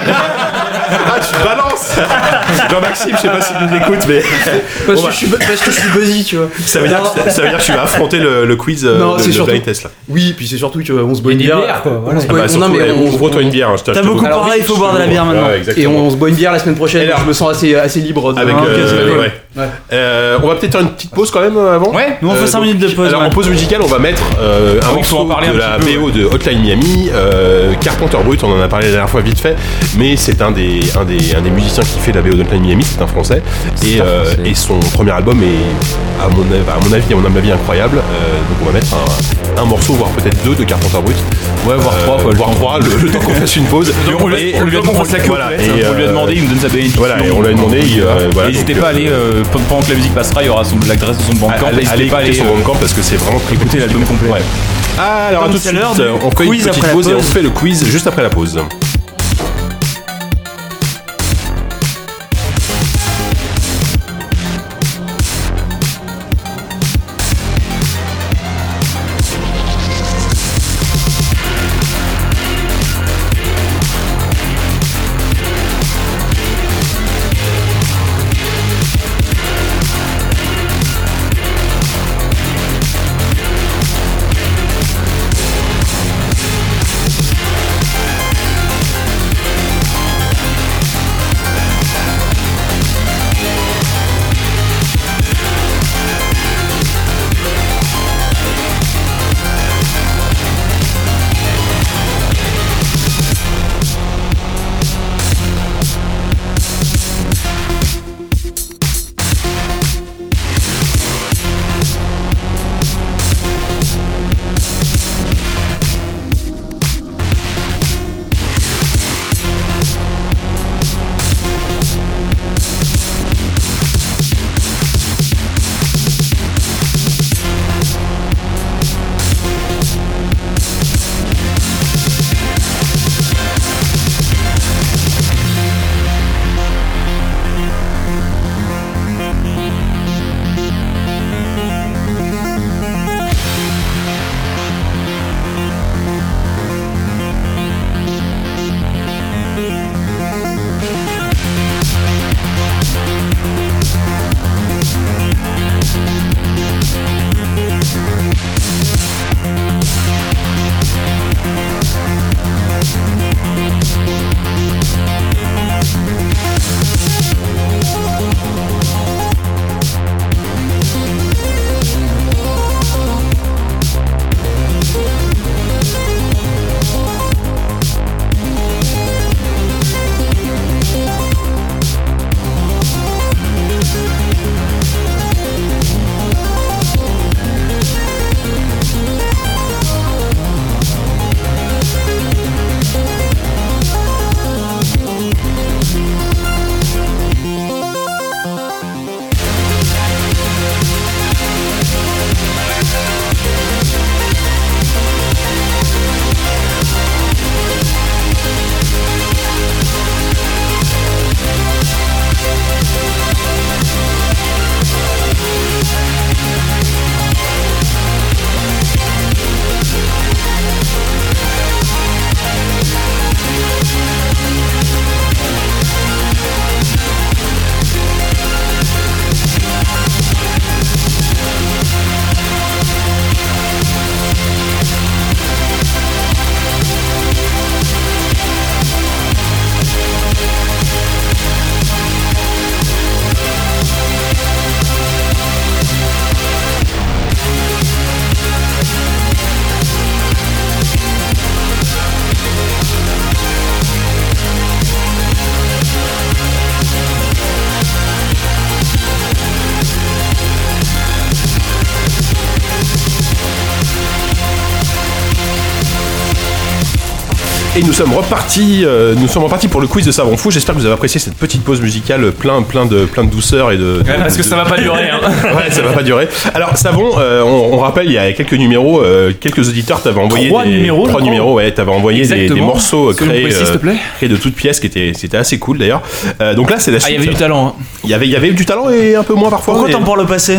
Speaker 1: Ah, tu balances. Jean-Maxime, je sais pas s'il nous écoute, mais
Speaker 2: parce, bon, que, je suis, parce que je suis buzzy, tu vois.
Speaker 1: Ça veut dire que, ça veut dire que tu vas affronter le, le quiz euh,
Speaker 2: non,
Speaker 1: de,
Speaker 2: c'est
Speaker 1: de
Speaker 2: surtout...
Speaker 1: blind test là.
Speaker 2: Oui, puis c'est surtout qu'on se boit une bière.
Speaker 5: bière quoi, voilà.
Speaker 1: Ah bah, surtout, non, mais on, ouvre-toi une bière.
Speaker 3: T'as beaucoup parlé, il faut boire de la bière maintenant.
Speaker 1: Ouais,
Speaker 2: et on, on se boit une bière la semaine prochaine. Alors, je me sens assez assez libre.
Speaker 1: Avec
Speaker 2: ah,
Speaker 1: euh,
Speaker 2: okay,
Speaker 1: ouais. Ouais. Euh, on va peut-être faire une petite pause quand même avant.
Speaker 4: Ouais.
Speaker 3: Nous on fait cinq minutes de pause.
Speaker 1: Alors en pause musicale, on va mettre euh, un morceau de la B O de Hotline Miami, euh, Carpenter Brut. On en a parlé la dernière fois vite fait, mais c'est un des un des un des musiciens qui fait la B O d'Hotline Miami. C'est un français et euh, et son premier album est à mon à mon avis à mon avis incroyable. Euh, donc on va mettre un, un morceau, voire peut-être deux de Carpenter Brut.
Speaker 4: Ouais, voire trois,
Speaker 1: euh, voire trois. Le, le temps qu'on fasse une pause.
Speaker 4: Et on, lui, on, lui a, on, voilà, et on lui a demandé, il nous donne sa bénédiction.
Speaker 1: Voilà, et on lui a demandé. Il, euh, voilà,
Speaker 4: n'hésitez pas à aller euh, pendant que la musique passera, il y aura son, l'adresse de son bandcamp.
Speaker 1: Allez écouter son bandcamp parce que c'est vraiment très
Speaker 4: écouter l'album complet.
Speaker 1: Ouais. Ah, alors à tout de suite. On fait une petite pause et on fait le quiz juste après la pause. et nous sommes repartis, euh, nous sommes repartis pour le quiz de Savant Fou. J'espère que vous avez apprécié cette petite pause musicale plein, plein de, plein de douceur et de. de
Speaker 4: Ouais, parce
Speaker 1: de,
Speaker 4: que ça va pas durer. Hein.
Speaker 1: Ouais, ça va pas durer. Alors Savon, euh, on, on rappelle, il y a quelques numéros, euh, quelques auditeurs t'avaient envoyé
Speaker 7: Trois
Speaker 1: des,
Speaker 7: numéros,
Speaker 1: trois
Speaker 7: je crois.
Speaker 1: numéros, ouais, t'avais envoyé des, des morceaux
Speaker 7: Est-ce que vous
Speaker 1: créés,
Speaker 7: précisez, s'il te plaît
Speaker 1: créés de toutes pièces, qui étaient, c'était assez cool d'ailleurs. Euh, donc là, c'est la
Speaker 4: Ah,
Speaker 1: suite.
Speaker 4: il y avait du talent. Hein.
Speaker 1: Il y avait, il y avait du talent et un peu moins parfois.
Speaker 3: Pourquoi
Speaker 1: mais-
Speaker 3: t'en parles au passé?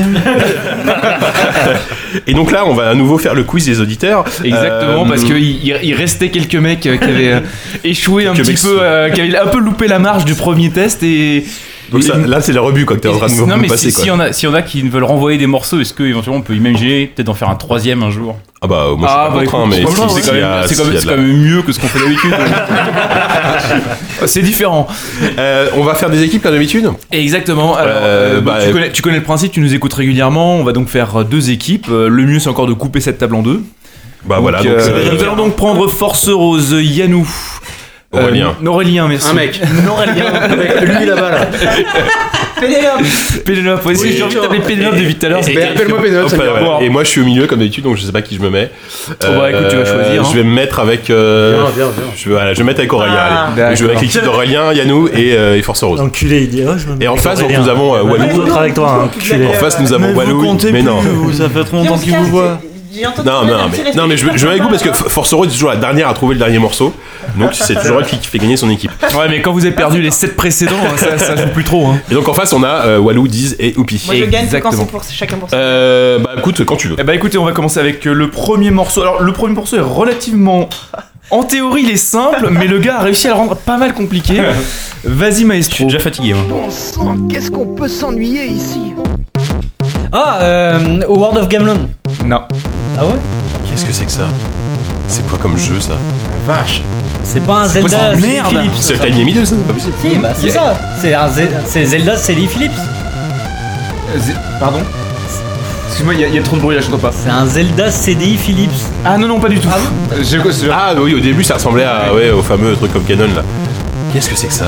Speaker 1: Et donc là, on va à nouveau faire le quiz des auditeurs.
Speaker 7: Exactement,
Speaker 1: Euh,
Speaker 7: parce qu'il il, il restait quelques mecs euh, qui avaient euh, échoué un
Speaker 1: Quelques
Speaker 7: petit
Speaker 1: mecs
Speaker 7: peu, euh, qui avaient un peu loupé la marge du premier test et.
Speaker 1: Donc ça, là, c'est le rebut quoi, que t'es en train de nous
Speaker 4: non mais
Speaker 1: passer.
Speaker 4: si-
Speaker 1: quoi.
Speaker 4: s'il y en a, s'il y en a qui veulent renvoyer des morceaux, est-ce qu'éventuellement on peut imaginer peut-être d'en faire un troisième un jour?
Speaker 1: Ah bah moi je suis
Speaker 7: Ah,
Speaker 1: pas
Speaker 7: bah,
Speaker 1: contre, hein,
Speaker 7: écoute,
Speaker 1: mais
Speaker 7: franchement,
Speaker 1: si-
Speaker 4: c'est quand
Speaker 1: s'il y
Speaker 4: même,
Speaker 1: a-
Speaker 4: c'est quand
Speaker 1: s'il y
Speaker 4: même,
Speaker 1: a
Speaker 4: c'est
Speaker 1: de
Speaker 4: quand
Speaker 1: la-
Speaker 4: même mieux que ce qu'on fait d'habitude.
Speaker 7: C'est différent.
Speaker 1: Euh, on va faire des équipes comme d'habitude.
Speaker 7: Exactement. Alors,
Speaker 1: Euh,
Speaker 7: euh, donc,
Speaker 1: bah,
Speaker 7: tu,
Speaker 1: euh,
Speaker 7: connais, tu connais le principe, tu nous écoutes régulièrement. On va donc faire deux équipes. Euh, Le mieux, c'est encore de couper cette table en deux.
Speaker 1: Bah
Speaker 7: Donc,
Speaker 1: voilà. Donc,
Speaker 7: euh,
Speaker 1: c'est-
Speaker 7: nous allons donc prendre Force Rose, Yanou.
Speaker 1: Aurélien.
Speaker 7: Euh, Aurélien, merci.
Speaker 2: Un mec. Non, lui là-bas là.
Speaker 7: Pénélope. Ouais, si j'ai envie de t'appeler Pénélope depuis tout à l'heure.
Speaker 1: Et-
Speaker 7: c'est-
Speaker 2: Ben, appelle-moi Pénélope, ça me
Speaker 1: Enfin,
Speaker 2: vient.
Speaker 1: voilà. Et moi je suis au milieu comme d'habitude, donc je sais pas qui je me mets.
Speaker 7: Oh, bah, écoute, tu vas choisir, hein.
Speaker 1: Je vais me mettre avec. euh,
Speaker 2: Viens, viens, viens.
Speaker 1: Je vais, voilà, je vais me mettre avec Aurélien.
Speaker 6: Ah.
Speaker 1: Allez. Donc, je vais avec l'équipe d'Aurélien, Yanou et, euh, et Force Rose.
Speaker 8: Enculé, il dit. Oh, je me mets
Speaker 1: Et en
Speaker 8: avec
Speaker 1: face, donc,
Speaker 8: Aurélien.
Speaker 1: nous avons, euh, Walou.
Speaker 8: Même autre avec toi, hein, enculé.
Speaker 1: En face, nous avons
Speaker 3: Mais vous
Speaker 1: Walou.
Speaker 3: comptez
Speaker 1: Mais
Speaker 3: plus,
Speaker 1: non.
Speaker 3: vous, ça fait trop longtemps qu'il vous voit.
Speaker 1: Non, non, mais, non, mais je, vais- je vais avec vous parce que F- Force Rose est toujours la dernière à trouver le dernier morceau. Donc c'est toujours elle qui, qui fait gagner son équipe.
Speaker 7: Ouais, mais quand vous avez perdu les sept précédents, ça, ça joue plus trop. Hein.
Speaker 1: Et donc en face, on a euh, Walou, Diz et Oupi.
Speaker 6: Moi je gagne que quand
Speaker 7: Exactement.
Speaker 6: c'est pour chacun pour ça.
Speaker 1: Euh, bah écoute, quand tu veux.
Speaker 7: Eh bah écoutez, on va commencer avec euh, le premier morceau. Alors, le premier morceau est relativement. En théorie, il est simple, mais le gars a réussi à le rendre pas mal compliqué. Vas-y,
Speaker 4: Je suis
Speaker 7: maestro.
Speaker 4: déjà fatigué. Moi.
Speaker 9: Bon sang, qu'est-ce qu'on peut s'ennuyer ici?
Speaker 5: Ah, euh, World of Gamelon.
Speaker 7: Non.
Speaker 5: Ah ouais?
Speaker 1: Qu'est-ce que c'est que ça? C'est quoi comme jeu ça?
Speaker 2: Vache.
Speaker 5: C'est pas un
Speaker 7: quoi,
Speaker 5: Zelda.
Speaker 7: c'est une
Speaker 5: Célie
Speaker 7: merde.
Speaker 5: Phillips.
Speaker 1: C'est le Tiny Emi deux, ça? C'est pas possible.
Speaker 5: Si, bah c'est ça. C'est un Ze- c'est Zelda Célie Phillips.
Speaker 7: Euh, zé- Pardon Excuse-moi, il y, a- il y a trop de bruit là, je t'entends pas.
Speaker 5: C'est un Zelda C D I Phillips.
Speaker 7: Ah non, non, pas du tout. Euh, j'ai- j'ai-
Speaker 1: Ah oui, au début ça ressemblait à, ouais, au fameux truc comme Canon là. Qu'est-ce que c'est que ça?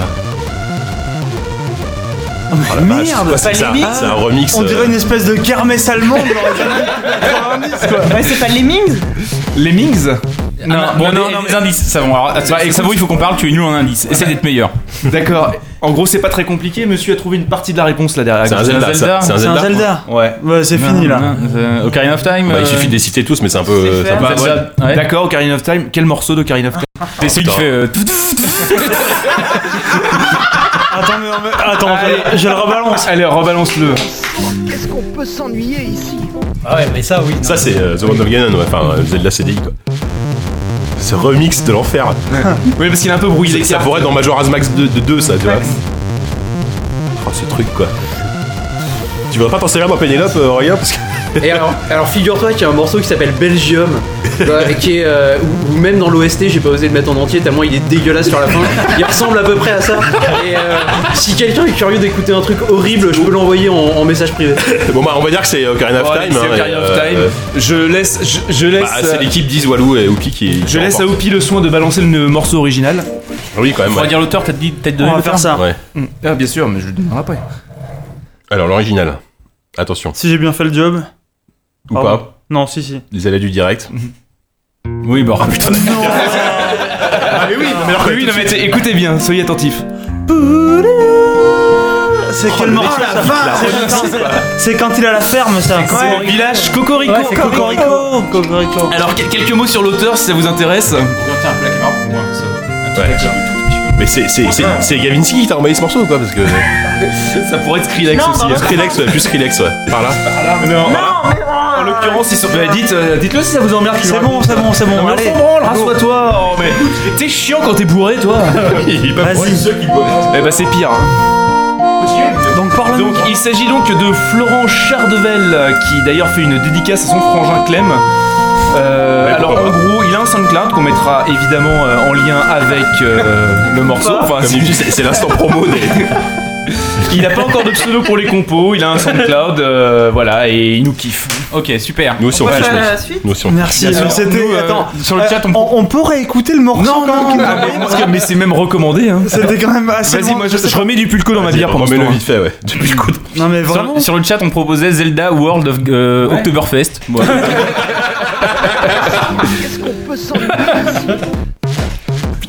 Speaker 1: Oh, la vache, c'est quoi, c'est
Speaker 6: pas
Speaker 1: ça
Speaker 6: les mix.
Speaker 1: C'est un remix.
Speaker 3: On dirait
Speaker 1: euh,
Speaker 3: une espèce de kermesse allemande dans les années quatre-vingt-dix, quoi.
Speaker 6: Ouais, c'est pas Lemmings?
Speaker 7: Les Mings
Speaker 4: Non, bon,
Speaker 7: non,
Speaker 4: non,
Speaker 7: non,
Speaker 4: non,
Speaker 7: mais-
Speaker 4: les indices, ça va. Alors,
Speaker 7: Bah,
Speaker 4: ça vaut, il faut qu'on parle, tu es nul en indices. Essaie d'être meilleur.
Speaker 7: D'accord. En gros, c'est pas très compliqué. Monsieur a trouvé une partie de la réponse là derrière.
Speaker 1: C'est un
Speaker 7: à gauche.
Speaker 1: Zelda, ça. C'est un
Speaker 3: C'est un
Speaker 1: Zelda.
Speaker 3: Zelda.
Speaker 7: Ouais.
Speaker 3: Ouais, c'est fini là.
Speaker 4: Euh, Ocarina of Time.
Speaker 1: Bah, il
Speaker 4: euh,
Speaker 1: suffit de les citer tous, mais c'est un peu.
Speaker 6: C'est
Speaker 1: c'est un peu
Speaker 6: fait.
Speaker 1: facile.
Speaker 4: Zelda, ouais.
Speaker 7: D'accord, Ocarina of Time. Quel morceau d'Ocarina of Time
Speaker 4: C'est celui qui fait. euh, tout, tout, tout, tout.
Speaker 3: Attends, mais on me- attends, je le rebalance.
Speaker 7: Allez, rebalance-le.
Speaker 9: Qu'est-ce qu'on peut s'ennuyer ici?
Speaker 5: Ah ouais, mais ça oui. non.
Speaker 1: Ça c'est euh, The Wand of Ganon, ouais. Enfin euh, Zelda C D I quoi. Ce remix de l'enfer.
Speaker 7: Oui, parce qu'il est un peu brouillé.
Speaker 1: Ça,
Speaker 7: les
Speaker 1: ça
Speaker 7: cartes.
Speaker 1: pourrait être dans Majora's Max deux, de deux ça, tu vois. Oh ce truc quoi. Tu voudrais pas t'en servir dans Pénélope, euh, Aurélien, parce que.
Speaker 2: Et alors, alors figure-toi qu'il y a un morceau qui s'appelle Belgium, euh, qui est, euh, ou, ou même dans l'O S T, j'ai pas osé le mettre en entier tellement il est dégueulasse sur la fin. Il ressemble à peu près à ça. Et euh, si quelqu'un est curieux d'écouter un truc horrible, je peux l'envoyer en, en message privé.
Speaker 1: Bon bah on va dire que c'est Ocarina of
Speaker 7: Ouais,
Speaker 1: Time.
Speaker 7: c'est
Speaker 1: hein,
Speaker 7: Ocarina
Speaker 1: et,
Speaker 7: of
Speaker 1: euh,
Speaker 7: Time. Je laisse, je, je laisse,
Speaker 1: Bah, c'est l'équipe Diz, Walou et Oupi qui.
Speaker 7: je
Speaker 1: qui
Speaker 7: laisse à
Speaker 1: remporte.
Speaker 7: Oupi le soin de balancer le morceau original.
Speaker 1: Oui quand même.
Speaker 4: On va
Speaker 1: Ouais.
Speaker 4: dire l'auteur, t'as dit peut-être de
Speaker 3: On va faire ça.
Speaker 1: Ouais.
Speaker 7: Ah, bien sûr, mais je le donnerai après.
Speaker 1: Alors l'original. Attention.
Speaker 3: Si j'ai bien fait le job.
Speaker 1: Ou
Speaker 3: Pardon.
Speaker 1: pas.
Speaker 3: Non, si, si.
Speaker 1: Les allées du direct.
Speaker 4: Oui, bah, oh, putain.
Speaker 7: Ah, mais oui, mais alors que oui, non, mais t'sais, écoutez bien, soyez attentifs.
Speaker 3: C'est quel morceau C'est quand il a la ferme, ça.
Speaker 7: C'est le village Cocorico.
Speaker 5: Ouais, c'est
Speaker 3: Cocorico. Cocorico.
Speaker 7: Alors, que- quelques mots sur l'auteur si ça vous intéresse.
Speaker 1: Ouais. Mais c'est c'est c'est c'est Gavinsky qui t'a envoyé ce morceau ou quoi? Parce que
Speaker 7: Ça pourrait être Skrillex
Speaker 6: Non,
Speaker 7: aussi.
Speaker 6: non,
Speaker 7: hein.
Speaker 1: Skrillex, ouais, plus Skrillex, ouais. Par là.
Speaker 7: Non, en l'occurrence, ils sont. Bah, dites, euh, dites-le si ça vous emmerde.
Speaker 3: C'est bon, c'est bon, c'est bon. Allez.
Speaker 7: Rassois-toi. Oh, mais t'es chiant quand t'es bourré, toi.
Speaker 3: Vas-y.
Speaker 7: Eh bah, c'est pire. hein.
Speaker 3: Donc parle
Speaker 7: Donc, il s'agit donc de Florent Chardevel, euh, qui d'ailleurs fait une dédicace à son frangin Clem. Euh,
Speaker 1: Ouais,
Speaker 7: alors
Speaker 1: pourquoi
Speaker 7: en
Speaker 1: pas.
Speaker 7: gros, il a un SoundCloud qu'on mettra évidemment euh, en lien avec euh, le morceau. Enfin,
Speaker 1: Comme
Speaker 7: si-
Speaker 1: d'habitude, c'est c'est l'instant promo des.
Speaker 7: il n'a pas encore de pseudo pour les compos, il a un SoundCloud, euh, voilà, et il nous kiffe.
Speaker 4: Ok, super.
Speaker 1: Nous aussi on
Speaker 6: On
Speaker 1: kiffe.
Speaker 6: passe à
Speaker 1: mec.
Speaker 6: la suite.
Speaker 1: Nous aussi on
Speaker 3: Merci.
Speaker 7: Bien sûr.
Speaker 3: C'était.
Speaker 7: Nous, euh,
Speaker 3: Attends.
Speaker 4: sur le chat, on-
Speaker 3: on, on peut réécouter le morceau
Speaker 7: Non,
Speaker 3: quand
Speaker 7: non,
Speaker 3: même qu'il nous a
Speaker 7: mais,
Speaker 3: envoyé, parce
Speaker 7: parce que- mais c'est même recommandé. Hein.
Speaker 3: que C'était quand même assez.
Speaker 7: Vas-y,
Speaker 3: loin.
Speaker 7: moi je, je remets du pulco dans ma bière pendant ce
Speaker 1: Remets-le
Speaker 7: temps.
Speaker 1: vite fait, ouais. Depuis le coup. de-
Speaker 3: Non mais
Speaker 4: Sur,
Speaker 3: vraiment.
Speaker 4: sur le chat, on proposait Zelda World of euh, Oktoberfest. Bon,
Speaker 9: Qu'est-ce qu'on peut s'ennuyer ici?
Speaker 1: Putain,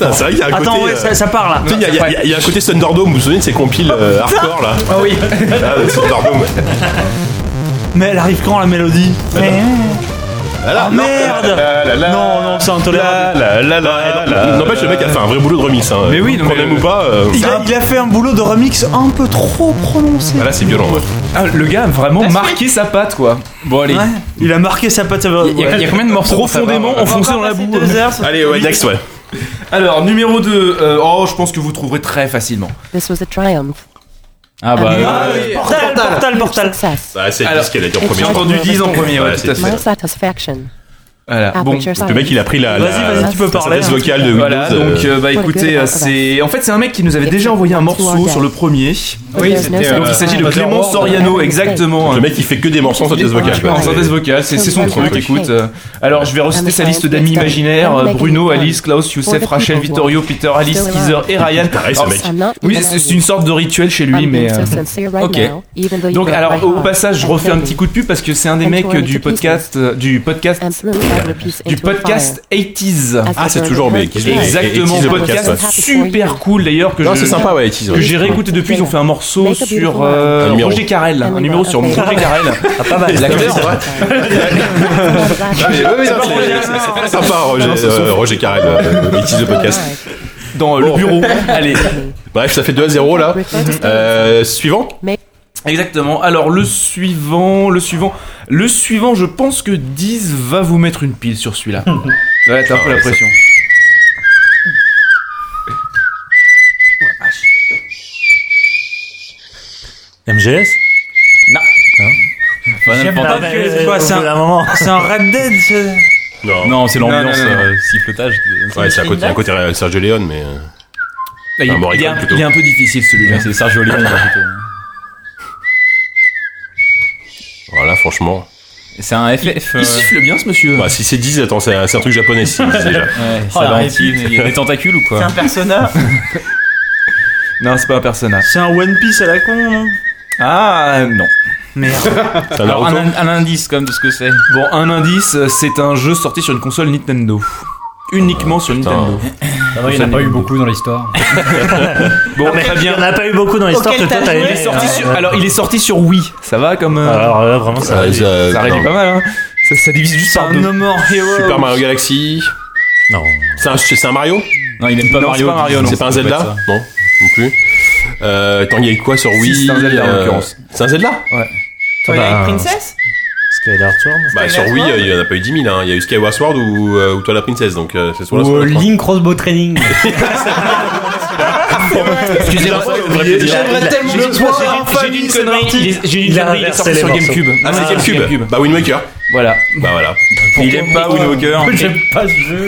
Speaker 1: Putain, c'est vrai qu'il y a un côté.
Speaker 3: Attends, ouais,
Speaker 1: euh,
Speaker 3: ça, ça part là.
Speaker 1: tu sais, il y, a- il y a- il y a- il y a un côté Thunderdome, vous vous souvenez de ces compiles euh, hardcore là
Speaker 3: Ah oui.
Speaker 1: Ah, ouais, Thunderdome.
Speaker 3: Mais elle arrive quand la mélodie?
Speaker 1: Ah,
Speaker 3: Oh merde. Non, non, c'est intolérable.
Speaker 1: La, la, la, la, la, N'empêche, le mec a fait un vrai boulot de remix. Hein.
Speaker 7: Mais oui, non,
Speaker 1: qu'on
Speaker 7: mais-
Speaker 1: aime ou pas. euh,
Speaker 3: Il a, il a fait un boulot de remix un peu trop prononcé.
Speaker 1: ah, là, c'est violent. Ouais.
Speaker 7: Ah, le gars a vraiment marqué sa patte, quoi.
Speaker 4: Bon, allez.
Speaker 3: Ouais, il a marqué sa patte.
Speaker 4: Il y, a- il y a combien de morceaux pour
Speaker 7: Profondément
Speaker 4: savoir
Speaker 7: enfoncé dans la boue.
Speaker 6: Deux heures, ça
Speaker 1: Allez,
Speaker 6: fait
Speaker 1: ouais,
Speaker 6: vite.
Speaker 1: next, ouais.
Speaker 7: Alors, numéro deux. euh, oh, je pense que vous trouverez très facilement.
Speaker 10: This was a triumph.
Speaker 4: Ah bah.
Speaker 10: Ah,
Speaker 3: Ah,
Speaker 2: oui.
Speaker 3: portal, portal, portal.
Speaker 10: Success.
Speaker 1: Ah, c'est
Speaker 7: Alors,
Speaker 1: ce qu'elle a dit en
Speaker 10: j'ai
Speaker 1: premier.
Speaker 7: J'ai entendu dix en premier, ouais,
Speaker 1: Ouais,
Speaker 7: tout à
Speaker 1: c'est-
Speaker 7: fait.
Speaker 10: My satisfaction.
Speaker 7: Voilà. Bon,
Speaker 10: Aperture
Speaker 1: Le mec, il a pris la. la-
Speaker 3: Vas-y, vas-y, tu peux
Speaker 1: la
Speaker 3: parler.
Speaker 1: synthèse vocale de Windows.
Speaker 7: voilà, donc euh, bah écoutez, euh, c'est en fait c'est un mec qui nous avait déjà envoyé un morceau sur le premier.
Speaker 10: Oui,
Speaker 1: c'était,
Speaker 7: Donc il s'agit de Clément Soriano, exactement.
Speaker 1: Le mec, il fait que des morceaux en synthèse vocale.
Speaker 7: En synthèse vocale, c'est c'est son truc, écoute. euh, alors je vais reciter sa liste d'amis imaginaires euh, Bruno, Alice, Klaus, Youssef, Rachel, Vittorio, Peter, Alice, Teaser et Ryan.
Speaker 1: Pareil, ce
Speaker 7: Alors,
Speaker 1: mec.
Speaker 7: oui, c'est c'est une sorte de rituel chez lui, mais. euh, ok. Donc alors au passage, je refais un petit coup de pub parce que c'est un des mecs du podcast, euh, du podcast, du podcast eighties.
Speaker 1: Ah, c'est toujours, mais qui-
Speaker 7: Exactement,
Speaker 1: et- et- et-
Speaker 7: podcast
Speaker 1: podcast, ouais.
Speaker 7: super cool d'ailleurs que
Speaker 1: Non,
Speaker 7: je-
Speaker 1: c'est sympa, ouais, teaser.
Speaker 7: que j'ai réécouté depuis. Ils ont fait un morceau sur euh,
Speaker 1: Un numéro.
Speaker 7: Roger Carrel, un numéro sur Roger Carrel.
Speaker 3: Ah, pas mal.
Speaker 7: L'acteur.
Speaker 1: Ah, mais oui, oui, non, c'est- c'est c'est très sympa, Roger, euh, Roger Carrel, euh, il tease le podcast.
Speaker 7: Dans euh, le bureau. Allez.
Speaker 1: Bref, ça fait deux à zéro là. Euh, suivant.
Speaker 7: Exactement. Alors le suivant, le suivant, le suivant, je pense que Diz va vous mettre une pile sur celui-là. Ouais, t'as un peu la pression.
Speaker 8: M G S
Speaker 4: Final
Speaker 3: J'aime
Speaker 4: Fantasy.
Speaker 3: pas que- c'est quoi, c'est un-
Speaker 8: Au bout d'un moment.
Speaker 3: C'est un Red Dead. c'est-
Speaker 1: Non.
Speaker 4: Non, c'est l'ambiance,
Speaker 7: Non, non, non, non.
Speaker 4: euh, siffletage.
Speaker 1: Ouais, c'est un côté, un côté euh, Sergio Leone, mais. euh,
Speaker 7: Là, il,
Speaker 1: Un
Speaker 7: il
Speaker 1: Morricone,
Speaker 7: est un,
Speaker 1: plutôt.
Speaker 7: il est un peu difficile celui-là.
Speaker 4: C'est Sergio Leone plutôt.
Speaker 1: Voilà, franchement.
Speaker 4: C'est un F F.
Speaker 7: Il
Speaker 4: euh,
Speaker 7: siffle bien ce monsieur.
Speaker 1: Bah, si c'est dix, attends, c'est un, c'est un truc japonais, si, déjà.
Speaker 4: Ouais,
Speaker 3: Oh,
Speaker 4: ça
Speaker 3: la
Speaker 4: va
Speaker 3: répite.
Speaker 4: Il y a des tentacules ou
Speaker 6: C'est
Speaker 4: quoi
Speaker 6: un persona.
Speaker 7: Non, c'est pas un personnage.
Speaker 3: C'est un One Piece à la con, non?
Speaker 7: Ah non.
Speaker 3: Merde.
Speaker 1: C'est un
Speaker 4: Alors,
Speaker 1: Naruto.
Speaker 4: un, un indice comme de ce que c'est.
Speaker 7: Bon, un indice, c'est un jeu sorti sur une console Nintendo. Uniquement sur
Speaker 1: putain.
Speaker 7: Nintendo.
Speaker 5: Il n'y en a pas eu beaucoup dans l'histoire.
Speaker 7: Bon, très
Speaker 8: Il n'y
Speaker 7: bien.
Speaker 8: en a pas eu beaucoup dans l'histoire que
Speaker 6: Auquel
Speaker 8: toi
Speaker 6: t'as
Speaker 8: t'as
Speaker 6: joué
Speaker 8: aimé.
Speaker 7: Il est sorti
Speaker 8: hein.
Speaker 7: sur- Alors, il est sorti sur Wii. Ça va comme. euh,
Speaker 8: Alors là, vraiment, ça
Speaker 1: Euh,
Speaker 8: réduit.
Speaker 1: euh,
Speaker 7: ça réduit
Speaker 1: non.
Speaker 7: pas mal, hein. Ça, ça divise juste
Speaker 3: C'est
Speaker 7: par
Speaker 3: un
Speaker 7: deux.
Speaker 3: No More Hero.
Speaker 1: Super Mario Galaxy.
Speaker 8: Non.
Speaker 1: C'est un, c'est un Mario
Speaker 4: Non, il aime pas
Speaker 7: Non,
Speaker 4: Mario.
Speaker 7: c'est pas Mario, non.
Speaker 1: C'est pas un
Speaker 4: Ça peut être
Speaker 1: Zelda
Speaker 4: ça.
Speaker 1: Non, non plus. Euh, attends, il y a eu quoi sur Wii
Speaker 7: Si, c'est un Zelda, en
Speaker 1: euh,
Speaker 7: l'occurrence.
Speaker 1: C'est un Zelda
Speaker 6: Twilight
Speaker 8: bah,
Speaker 6: Princess.
Speaker 8: Skyward Sword.
Speaker 1: Bah, sur Wii, euh, il y en a pas eu dix mille, hein. Il y a eu Skyward Sword ou, euh, ou Twilight Princess, donc euh, c'est soit là,
Speaker 5: Ou
Speaker 1: soit
Speaker 5: euh,
Speaker 1: l'autre, hein.
Speaker 5: Link Crossbow Training.
Speaker 7: Excusez-moi,
Speaker 2: J'aimerais tellement le voir.
Speaker 7: j'ai dit une connerie. Il est- J'ai dit une
Speaker 8: Il a
Speaker 7: connerie, il est
Speaker 8: inversé
Speaker 7: sorti
Speaker 8: les
Speaker 7: sur
Speaker 8: morceaux.
Speaker 7: GameCube.
Speaker 1: Ah, c'est
Speaker 7: sur
Speaker 1: GameCube.
Speaker 7: GameCube.
Speaker 1: Bah, Wind Waker.
Speaker 7: Voilà.
Speaker 1: Bah, voilà.
Speaker 7: Il aime pas Wind Walker.
Speaker 5: J'aime pas ce jeu.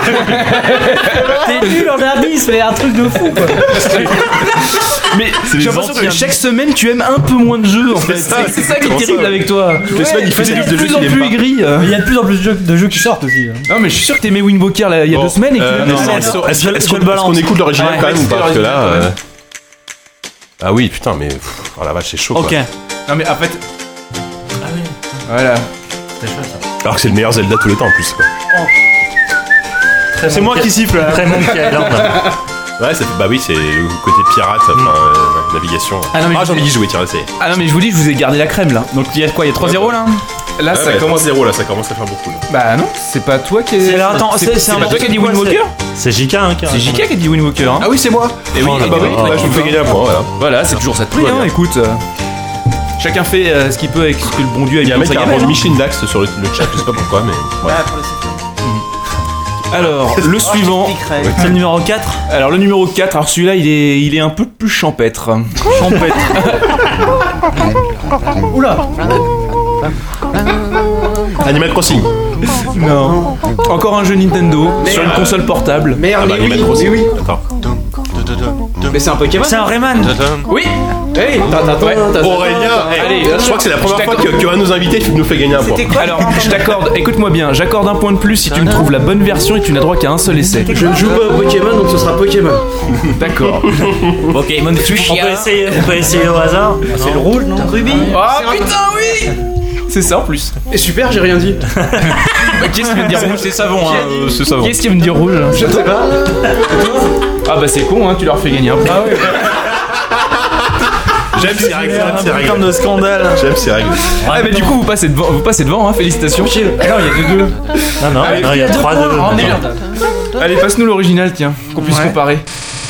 Speaker 5: T'es nul en indice, mais un truc de fou quoi.
Speaker 7: Mais j'ai l'impression que chaque semaine tu aimes un peu moins de jeux en fait.
Speaker 1: ça,
Speaker 7: C'est c'est ça qui est
Speaker 1: comment
Speaker 7: terrible
Speaker 1: ça
Speaker 7: avec toi.
Speaker 1: Toutes les semaines, il fait
Speaker 7: C'est
Speaker 1: des
Speaker 7: de
Speaker 1: listes de jeux
Speaker 7: plus en
Speaker 1: qu'il aime
Speaker 7: plus
Speaker 1: pas.
Speaker 7: aigri.
Speaker 5: Mais il y a de plus en plus de jeux, de jeux qui sortent aussi. hein.
Speaker 7: Non mais je suis sûr que t'aimais Wind Walker là, il y a
Speaker 1: Bon,
Speaker 7: deux semaines et que
Speaker 1: euh,
Speaker 7: tu
Speaker 1: non,
Speaker 7: l'as
Speaker 1: non,
Speaker 7: laissé.
Speaker 1: est-ce- est-ce
Speaker 3: je-
Speaker 1: est-ce
Speaker 3: je
Speaker 1: qu'on
Speaker 3: le balance.
Speaker 1: est-ce qu'on écoute l'original
Speaker 7: Ouais,
Speaker 1: quand même ou
Speaker 7: écoutez
Speaker 1: pas Parce que là.
Speaker 7: l'original,
Speaker 1: euh, Ah oui, putain, mais. pff, Oh la vache, c'est chaud
Speaker 3: Ok.
Speaker 1: quoi.
Speaker 7: Non mais en fait. Voilà.
Speaker 1: Alors que c'est le meilleur Zelda de tous les temps en plus. Quoi.
Speaker 3: C'est moi qui siffle. là.
Speaker 8: Très Monkey Island.
Speaker 1: Ouais, ça- bah oui, c'est le côté pirate, enfin, euh, navigation.
Speaker 7: Ah non, mais
Speaker 1: Ah,
Speaker 7: je-
Speaker 1: j'ai envie d'y jouer, tiens, c'est.
Speaker 7: Ah non mais je vous dis, je vous ai gardé la crème là.
Speaker 4: Donc il y a quoi Il y a trois zéro là
Speaker 7: Là
Speaker 1: Ah,
Speaker 7: ça
Speaker 1: ouais,
Speaker 7: commence.
Speaker 1: trois zéro là, ça commence à faire beaucoup là.
Speaker 7: Bah non, c'est pas toi qui.
Speaker 3: C'est là, attends, c'est- c'est
Speaker 7: c'est
Speaker 3: un
Speaker 7: pas toi
Speaker 3: morceau
Speaker 7: qui a dit
Speaker 3: de quoi,
Speaker 7: Wind Walker.
Speaker 8: C'est J K, hein, qui a
Speaker 7: C'est
Speaker 8: raison.
Speaker 7: J K qui a dit Wind Walker. Hein.
Speaker 1: Ah oui, c'est moi
Speaker 7: Et oui,
Speaker 8: Oh là
Speaker 7: bah oui,
Speaker 8: là.
Speaker 7: bah,
Speaker 1: Je vous fais gagner un point, voilà.
Speaker 7: Voilà, c'est toujours ça de prix,
Speaker 1: Tout va
Speaker 7: hein,
Speaker 1: bien.
Speaker 7: écoute. euh, Chacun fait euh, ce qu'il peut avec ce que le bon Dieu a
Speaker 1: Il y a un
Speaker 7: mis
Speaker 1: mec
Speaker 7: dans
Speaker 1: qui
Speaker 7: sa
Speaker 1: a
Speaker 7: gamelle,
Speaker 1: répondu
Speaker 7: hein.
Speaker 1: Micheline Dax sur le, le chat, je sais pas pourquoi, mais. Ouais.
Speaker 6: Ah, pour le sifflet.
Speaker 7: Alors, le suivant.
Speaker 6: Piquerait.
Speaker 3: C'est le numéro quatre.
Speaker 7: Alors, le numéro quatre, alors celui-là, il est, il est un peu plus champêtre. Champêtre.
Speaker 5: Oula.
Speaker 1: Animal Crossing.
Speaker 7: Non. Encore un jeu Nintendo sur une console portable.
Speaker 2: Merde,
Speaker 1: Ah bah,
Speaker 2: mais
Speaker 1: Animal
Speaker 2: oui,
Speaker 1: Crossing.
Speaker 2: mais oui.
Speaker 1: Attends.
Speaker 2: Mais c'est un Pokémon.
Speaker 3: C'est un Rayman.
Speaker 7: Oui.
Speaker 2: Hey, t'attends, t'attends.
Speaker 1: Aurélien,
Speaker 7: Allez,
Speaker 1: je crois que c'est la première
Speaker 7: je
Speaker 1: fois
Speaker 7: t'accorde.
Speaker 1: que- qu'un de nos invités nous fait gagner un point.
Speaker 6: C'était quoi
Speaker 7: Alors, je t'accorde, écoute-moi bien, j'accorde un point de plus si tu me trouves la bonne version et tu n'as droit qu'à un seul essai.
Speaker 2: Je ne joue pas au Pokémon, donc ce sera Pokémon.
Speaker 7: D'accord.
Speaker 4: Pokémon
Speaker 5: On peut essayer, on peut essayer au hasard. C'est le rouge, non
Speaker 6: Ruby.
Speaker 7: Ah putain, oui. C'est ça en plus.
Speaker 2: Et super, j'ai rien dit.
Speaker 7: Qu'est-ce qui vient de dire rouge?
Speaker 4: C'est savon, hein, euh, c'est savon.
Speaker 7: Qu'est-ce qui vient de dire rouge?
Speaker 2: Je sais pas.
Speaker 7: Ah bah c'est con, hein, tu leur fais gagner un point.
Speaker 3: Ah ouais.
Speaker 1: J'aime ces règles, j'aime ces
Speaker 3: Putain
Speaker 1: règles.
Speaker 3: de scandale.
Speaker 1: J'aime ces règles.
Speaker 7: Ah bah du coup vous passez devant, vous passez devant, hein, félicitations.
Speaker 5: Alors, il y a deux deux.
Speaker 8: Non, non, non, il y a trois deux.
Speaker 5: Oh merde.
Speaker 7: Allez, passe-nous l'original, tiens, qu'on puisse
Speaker 3: Ouais.
Speaker 7: comparer.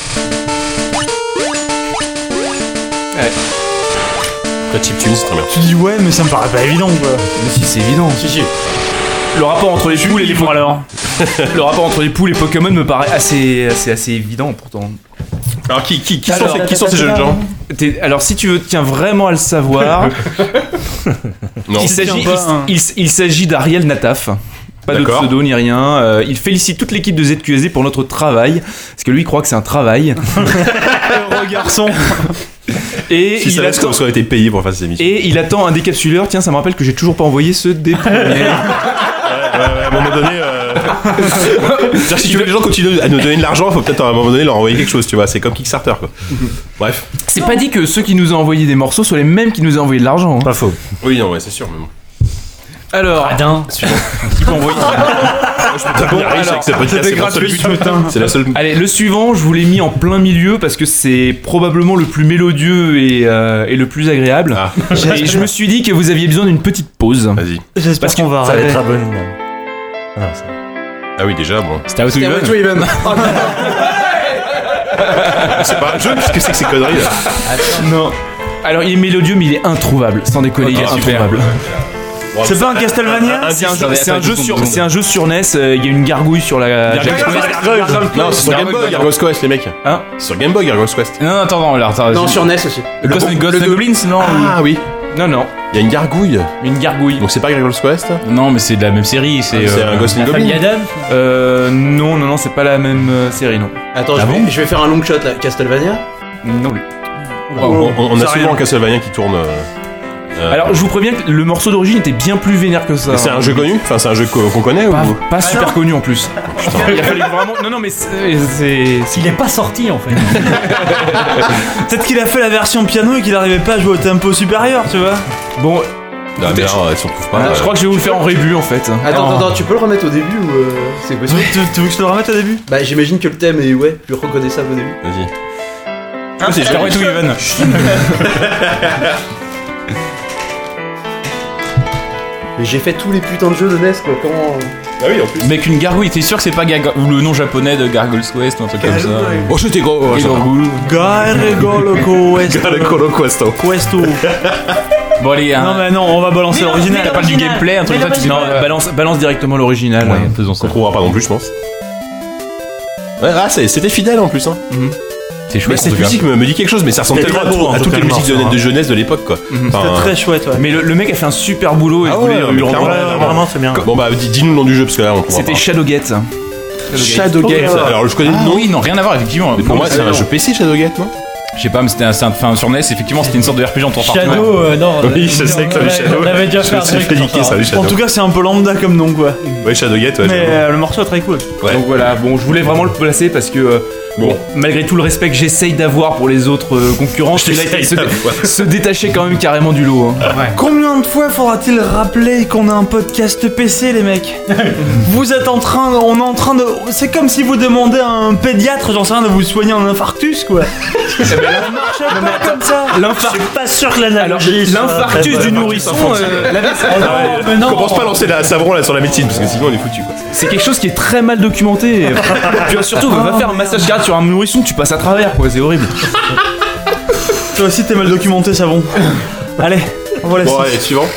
Speaker 1: La chiptune, c'est très bien.
Speaker 3: Tu dis ouais, mais ça me paraît pas évident quoi.
Speaker 7: Mais si, c'est évident.
Speaker 3: Si, si.
Speaker 7: Le rapport entre les poules et les
Speaker 3: Bon, alors.
Speaker 7: Le rapport entre les poules et Pokémon me paraît assez, assez, assez évident pourtant.
Speaker 1: Alors, qui, qui, qui,
Speaker 7: Alors,
Speaker 1: sont, ces, qui sont ces jeunes gens?
Speaker 7: T'es- alors si tu veux, tiens vraiment à le savoir,
Speaker 1: Non.
Speaker 7: il s'agit,
Speaker 3: Tiens pas, hein.
Speaker 7: il, il- il s'agit d'Ariel Nataf. Pas de
Speaker 1: D'accord.
Speaker 7: pseudo ni rien. Euh, il félicite toute l'équipe de Z Q S D pour notre travail, parce que lui il croit que c'est un travail.
Speaker 3: Heureux garçon.
Speaker 7: Et
Speaker 1: Si
Speaker 7: il
Speaker 1: ça reste
Speaker 7: attend,
Speaker 1: comme si on était payé pour faire ces émissions.
Speaker 7: et il attend un décapsuleur. Tiens, ça me rappelle que j'ai toujours pas envoyé ce des premiers.
Speaker 1: Ouais, ouais, à un moment donné. Euh... C'est-à-dire, si tu veux que les gens continuent à nous donner de l'argent, faut peut-être à un moment donné leur envoyer quelque chose, tu vois. C'est comme Kickstarter, quoi. Bref.
Speaker 7: C'est pas dit que ceux qui nous ont envoyé des morceaux soient les mêmes qui nous ont envoyé de l'argent. hein.
Speaker 8: Pas faux.
Speaker 1: Oui, non, ouais, c'est sûr. Mais bon.
Speaker 7: Alors,
Speaker 5: Radin.
Speaker 7: qui peut envoyer
Speaker 1: Je peux devenir riche
Speaker 7: alors,
Speaker 1: avec ce podcast,
Speaker 3: c'était
Speaker 1: c'est mon seul
Speaker 3: gratuit,
Speaker 1: but.
Speaker 3: putain.
Speaker 1: C'est la seule.
Speaker 7: Allez, le suivant, je vous l'ai mis en plein milieu parce que c'est probablement le plus mélodieux et, euh, et le plus agréable.
Speaker 1: Ah,
Speaker 7: Et je me suis dit que vous aviez besoin d'une petite pause.
Speaker 1: vas-y.
Speaker 3: J'espère
Speaker 7: Parce
Speaker 3: qu'on va
Speaker 8: Ça va
Speaker 3: arrêter.
Speaker 8: être abominable. Ah non, ça-
Speaker 1: Ah oui, déjà, bon.
Speaker 4: C'était Out to
Speaker 2: Stairway to
Speaker 4: Heaven.
Speaker 2: Heaven. Oh,
Speaker 1: C'est pas un jeu, qu'est-ce que c'est que ces conneries là?
Speaker 7: Non. Alors, il est mélodieux, mais il est introuvable. Sans déconner, il est
Speaker 1: Ok, super.
Speaker 7: introuvable.
Speaker 3: C'est pas un Castlevania?
Speaker 7: C'est un, jeu-
Speaker 4: ça va
Speaker 7: c'est un
Speaker 4: être
Speaker 7: jeu
Speaker 4: tout
Speaker 7: sur,
Speaker 4: le monde.
Speaker 7: c'est un jeu sur N E S. euh, Il y a une gargouille sur la.
Speaker 1: Non, c'est sur Game Boy, Gargoyle's Quest, les mecs.
Speaker 7: Hein
Speaker 1: C'est sur Game Boy, Gargoyle's Quest.
Speaker 4: Non, non, attends, non, alors, attends.
Speaker 2: Non,
Speaker 4: je-
Speaker 2: sur N E S aussi.
Speaker 4: Le Ghost and
Speaker 1: Bon,
Speaker 4: Ghost
Speaker 7: Le
Speaker 4: and
Speaker 7: Goblins, non
Speaker 1: Ah oui,
Speaker 7: Non, non.
Speaker 1: il y a une gargouille.
Speaker 7: Une gargouille.
Speaker 1: Donc c'est pas Gargoyle's Quest.
Speaker 4: Non, mais c'est de la même série. C'est
Speaker 1: C'est
Speaker 4: euh,
Speaker 1: un Ghost and
Speaker 5: Famille
Speaker 1: Goblin.
Speaker 5: Adam.
Speaker 7: Euh. Non, non, non, c'est pas la même euh, série, non.
Speaker 2: Attends,
Speaker 4: Ah
Speaker 2: je, vais,
Speaker 4: bon
Speaker 2: je vais faire un long shot là. Castlevania.
Speaker 7: Non plus.
Speaker 1: On, on- on a
Speaker 3: Ça
Speaker 1: souvent
Speaker 3: rien.
Speaker 1: un Castlevania qui tourne. euh, euh,
Speaker 7: Alors, je vous préviens que le morceau d'origine était bien plus vénère que ça.
Speaker 1: mais c'est un jeu connu? Enfin, c'est un jeu qu'on qu'on connaît
Speaker 7: Pas,
Speaker 1: ou?
Speaker 7: pas super connu en plus. Il a fallu vraiment. Non, non, mais c'est. c'est-
Speaker 5: Il est pas sorti en fait.
Speaker 3: Peut-être qu'il a fait la version piano et qu'il arrivait pas à jouer au tempo supérieur, tu vois.
Speaker 7: Bon,
Speaker 1: Ah, mais alors, si on trouve pas.
Speaker 7: je
Speaker 1: euh,
Speaker 7: crois que je vais vous le faire en rébut en fait.
Speaker 2: Attends, attends, attends, tu peux le remettre au début ou euh, c'est
Speaker 3: Tu,
Speaker 2: possible?
Speaker 3: tu- tu veux que je te le remette au début?
Speaker 2: Bah, j'imagine que le thème est ouais, plus reconnaissable au début.
Speaker 1: Vas-y.
Speaker 4: Ah, c'est Stairway to Heaven.
Speaker 2: Mais j'ai fait tous les putains de jeux de N E S quoi. Comment.
Speaker 1: Ah oui, en plus.
Speaker 4: Mec, une gargouille, t'es sûr que c'est pas Gargo- ou le nom japonais de Gargoyle's Quest ou un truc comme ça?
Speaker 1: Oh, c'était gros. Oh, j'adore.
Speaker 3: Gargolo Questo.
Speaker 1: Gargoyle Questo.
Speaker 3: Questo.
Speaker 4: Bon, allez, un.
Speaker 3: Non mais non, on va balancer l'original.
Speaker 4: T'as pas du gameplay, un truc comme ça, tu
Speaker 7: Non, balance, balance directement l'original.
Speaker 4: Ouais, faisons ça.
Speaker 1: On trouvera pas non plus, je pense. Ouais, ah, c'est- c'était fidèle en plus, hein.
Speaker 4: C'est
Speaker 1: Mais
Speaker 4: chouette. en
Speaker 1: cette
Speaker 4: tout cas.
Speaker 1: musique me, me dit quelque chose, mais ça ressemble
Speaker 8: C'était
Speaker 1: tellement à,
Speaker 8: très beau,
Speaker 1: tout-
Speaker 8: en
Speaker 1: à
Speaker 8: tout
Speaker 1: toutes
Speaker 8: cas,
Speaker 1: les
Speaker 8: le
Speaker 1: musiques de,
Speaker 8: morceau,
Speaker 1: de
Speaker 8: hein.
Speaker 1: jeunesse de l'époque, quoi. Enfin,
Speaker 3: C'était très chouette, ouais.
Speaker 7: Mais le, le mec a fait un super boulot et
Speaker 1: Ah
Speaker 7: je voulais
Speaker 1: ouais,
Speaker 7: lui
Speaker 1: mais
Speaker 7: rendre.
Speaker 1: clairement.
Speaker 8: Ouais, vraiment, c'est bien.
Speaker 1: Bon, bah, dis- dis-nous le nom du jeu, parce que là, on comprend
Speaker 7: C'était
Speaker 1: pas.
Speaker 7: Shadowgate.
Speaker 1: Shadowgate. Alors, je connais le
Speaker 4: Ah
Speaker 1: nom.
Speaker 4: oui, non, rien à voir, effectivement.
Speaker 1: Mais pour moi, c'est un jeu P C, Shadowgate, non?
Speaker 4: Je sais pas, mais c'était un, c'est un- enfin, sur N E S, effectivement, c'était une sorte de R P G en tour par tour.
Speaker 5: Shadow, euh, non.
Speaker 1: Oui, je sais que t'as
Speaker 5: on
Speaker 1: vu
Speaker 5: avait-
Speaker 1: Shadow.
Speaker 5: On avait déjà
Speaker 1: Je
Speaker 5: fait
Speaker 1: me
Speaker 5: un
Speaker 1: suis
Speaker 5: truc.
Speaker 1: fait niquer, ça,
Speaker 5: enfin,
Speaker 1: oui,
Speaker 3: En
Speaker 1: Shadow.
Speaker 3: tout cas, c'est un peu lambda comme nom, quoi.
Speaker 1: Ouais, Shadowgate, ouais.
Speaker 3: Mais
Speaker 1: j'avoue.
Speaker 3: euh, le morceau est très cool.
Speaker 1: Ouais.
Speaker 7: Donc voilà, bon, je voulais vraiment le placer parce que euh, bon, malgré tout le respect que j'essaye d'avoir pour les autres euh, concurrents, celui-là il se,
Speaker 1: d'avoir.
Speaker 7: se détachait quand même carrément du lot. hein.
Speaker 3: Combien de fois faudra-t-il rappeler qu'on a un podcast P C, les mecs? Vous êtes en train, de- on est en train de, c'est comme si vous demandez à un pédiatre, j'en sais rien, de vous soigner un infarctus, quoi. Ça marche pas comme ça.
Speaker 7: L'infar-
Speaker 8: Je suis pas sûr que
Speaker 7: Alors,
Speaker 8: l'analogie. soit
Speaker 7: l'infarctus
Speaker 8: très
Speaker 7: du
Speaker 8: bonne.
Speaker 7: nourrisson, euh, la-
Speaker 5: mais non.
Speaker 1: Commence pas à lancer la savon là sur la médecine, parce que sinon on est foutu, quoi.
Speaker 7: c'est quelque chose qui est très mal documenté. Tu vois, surtout, va faire un massage cardiaque sur un nourrisson, tu passes à travers, quoi, c'est horrible.
Speaker 3: Toi aussi, t'es mal documenté, savon. Allez, on va la
Speaker 1: Bon,
Speaker 3: suite.
Speaker 1: allez, suivant.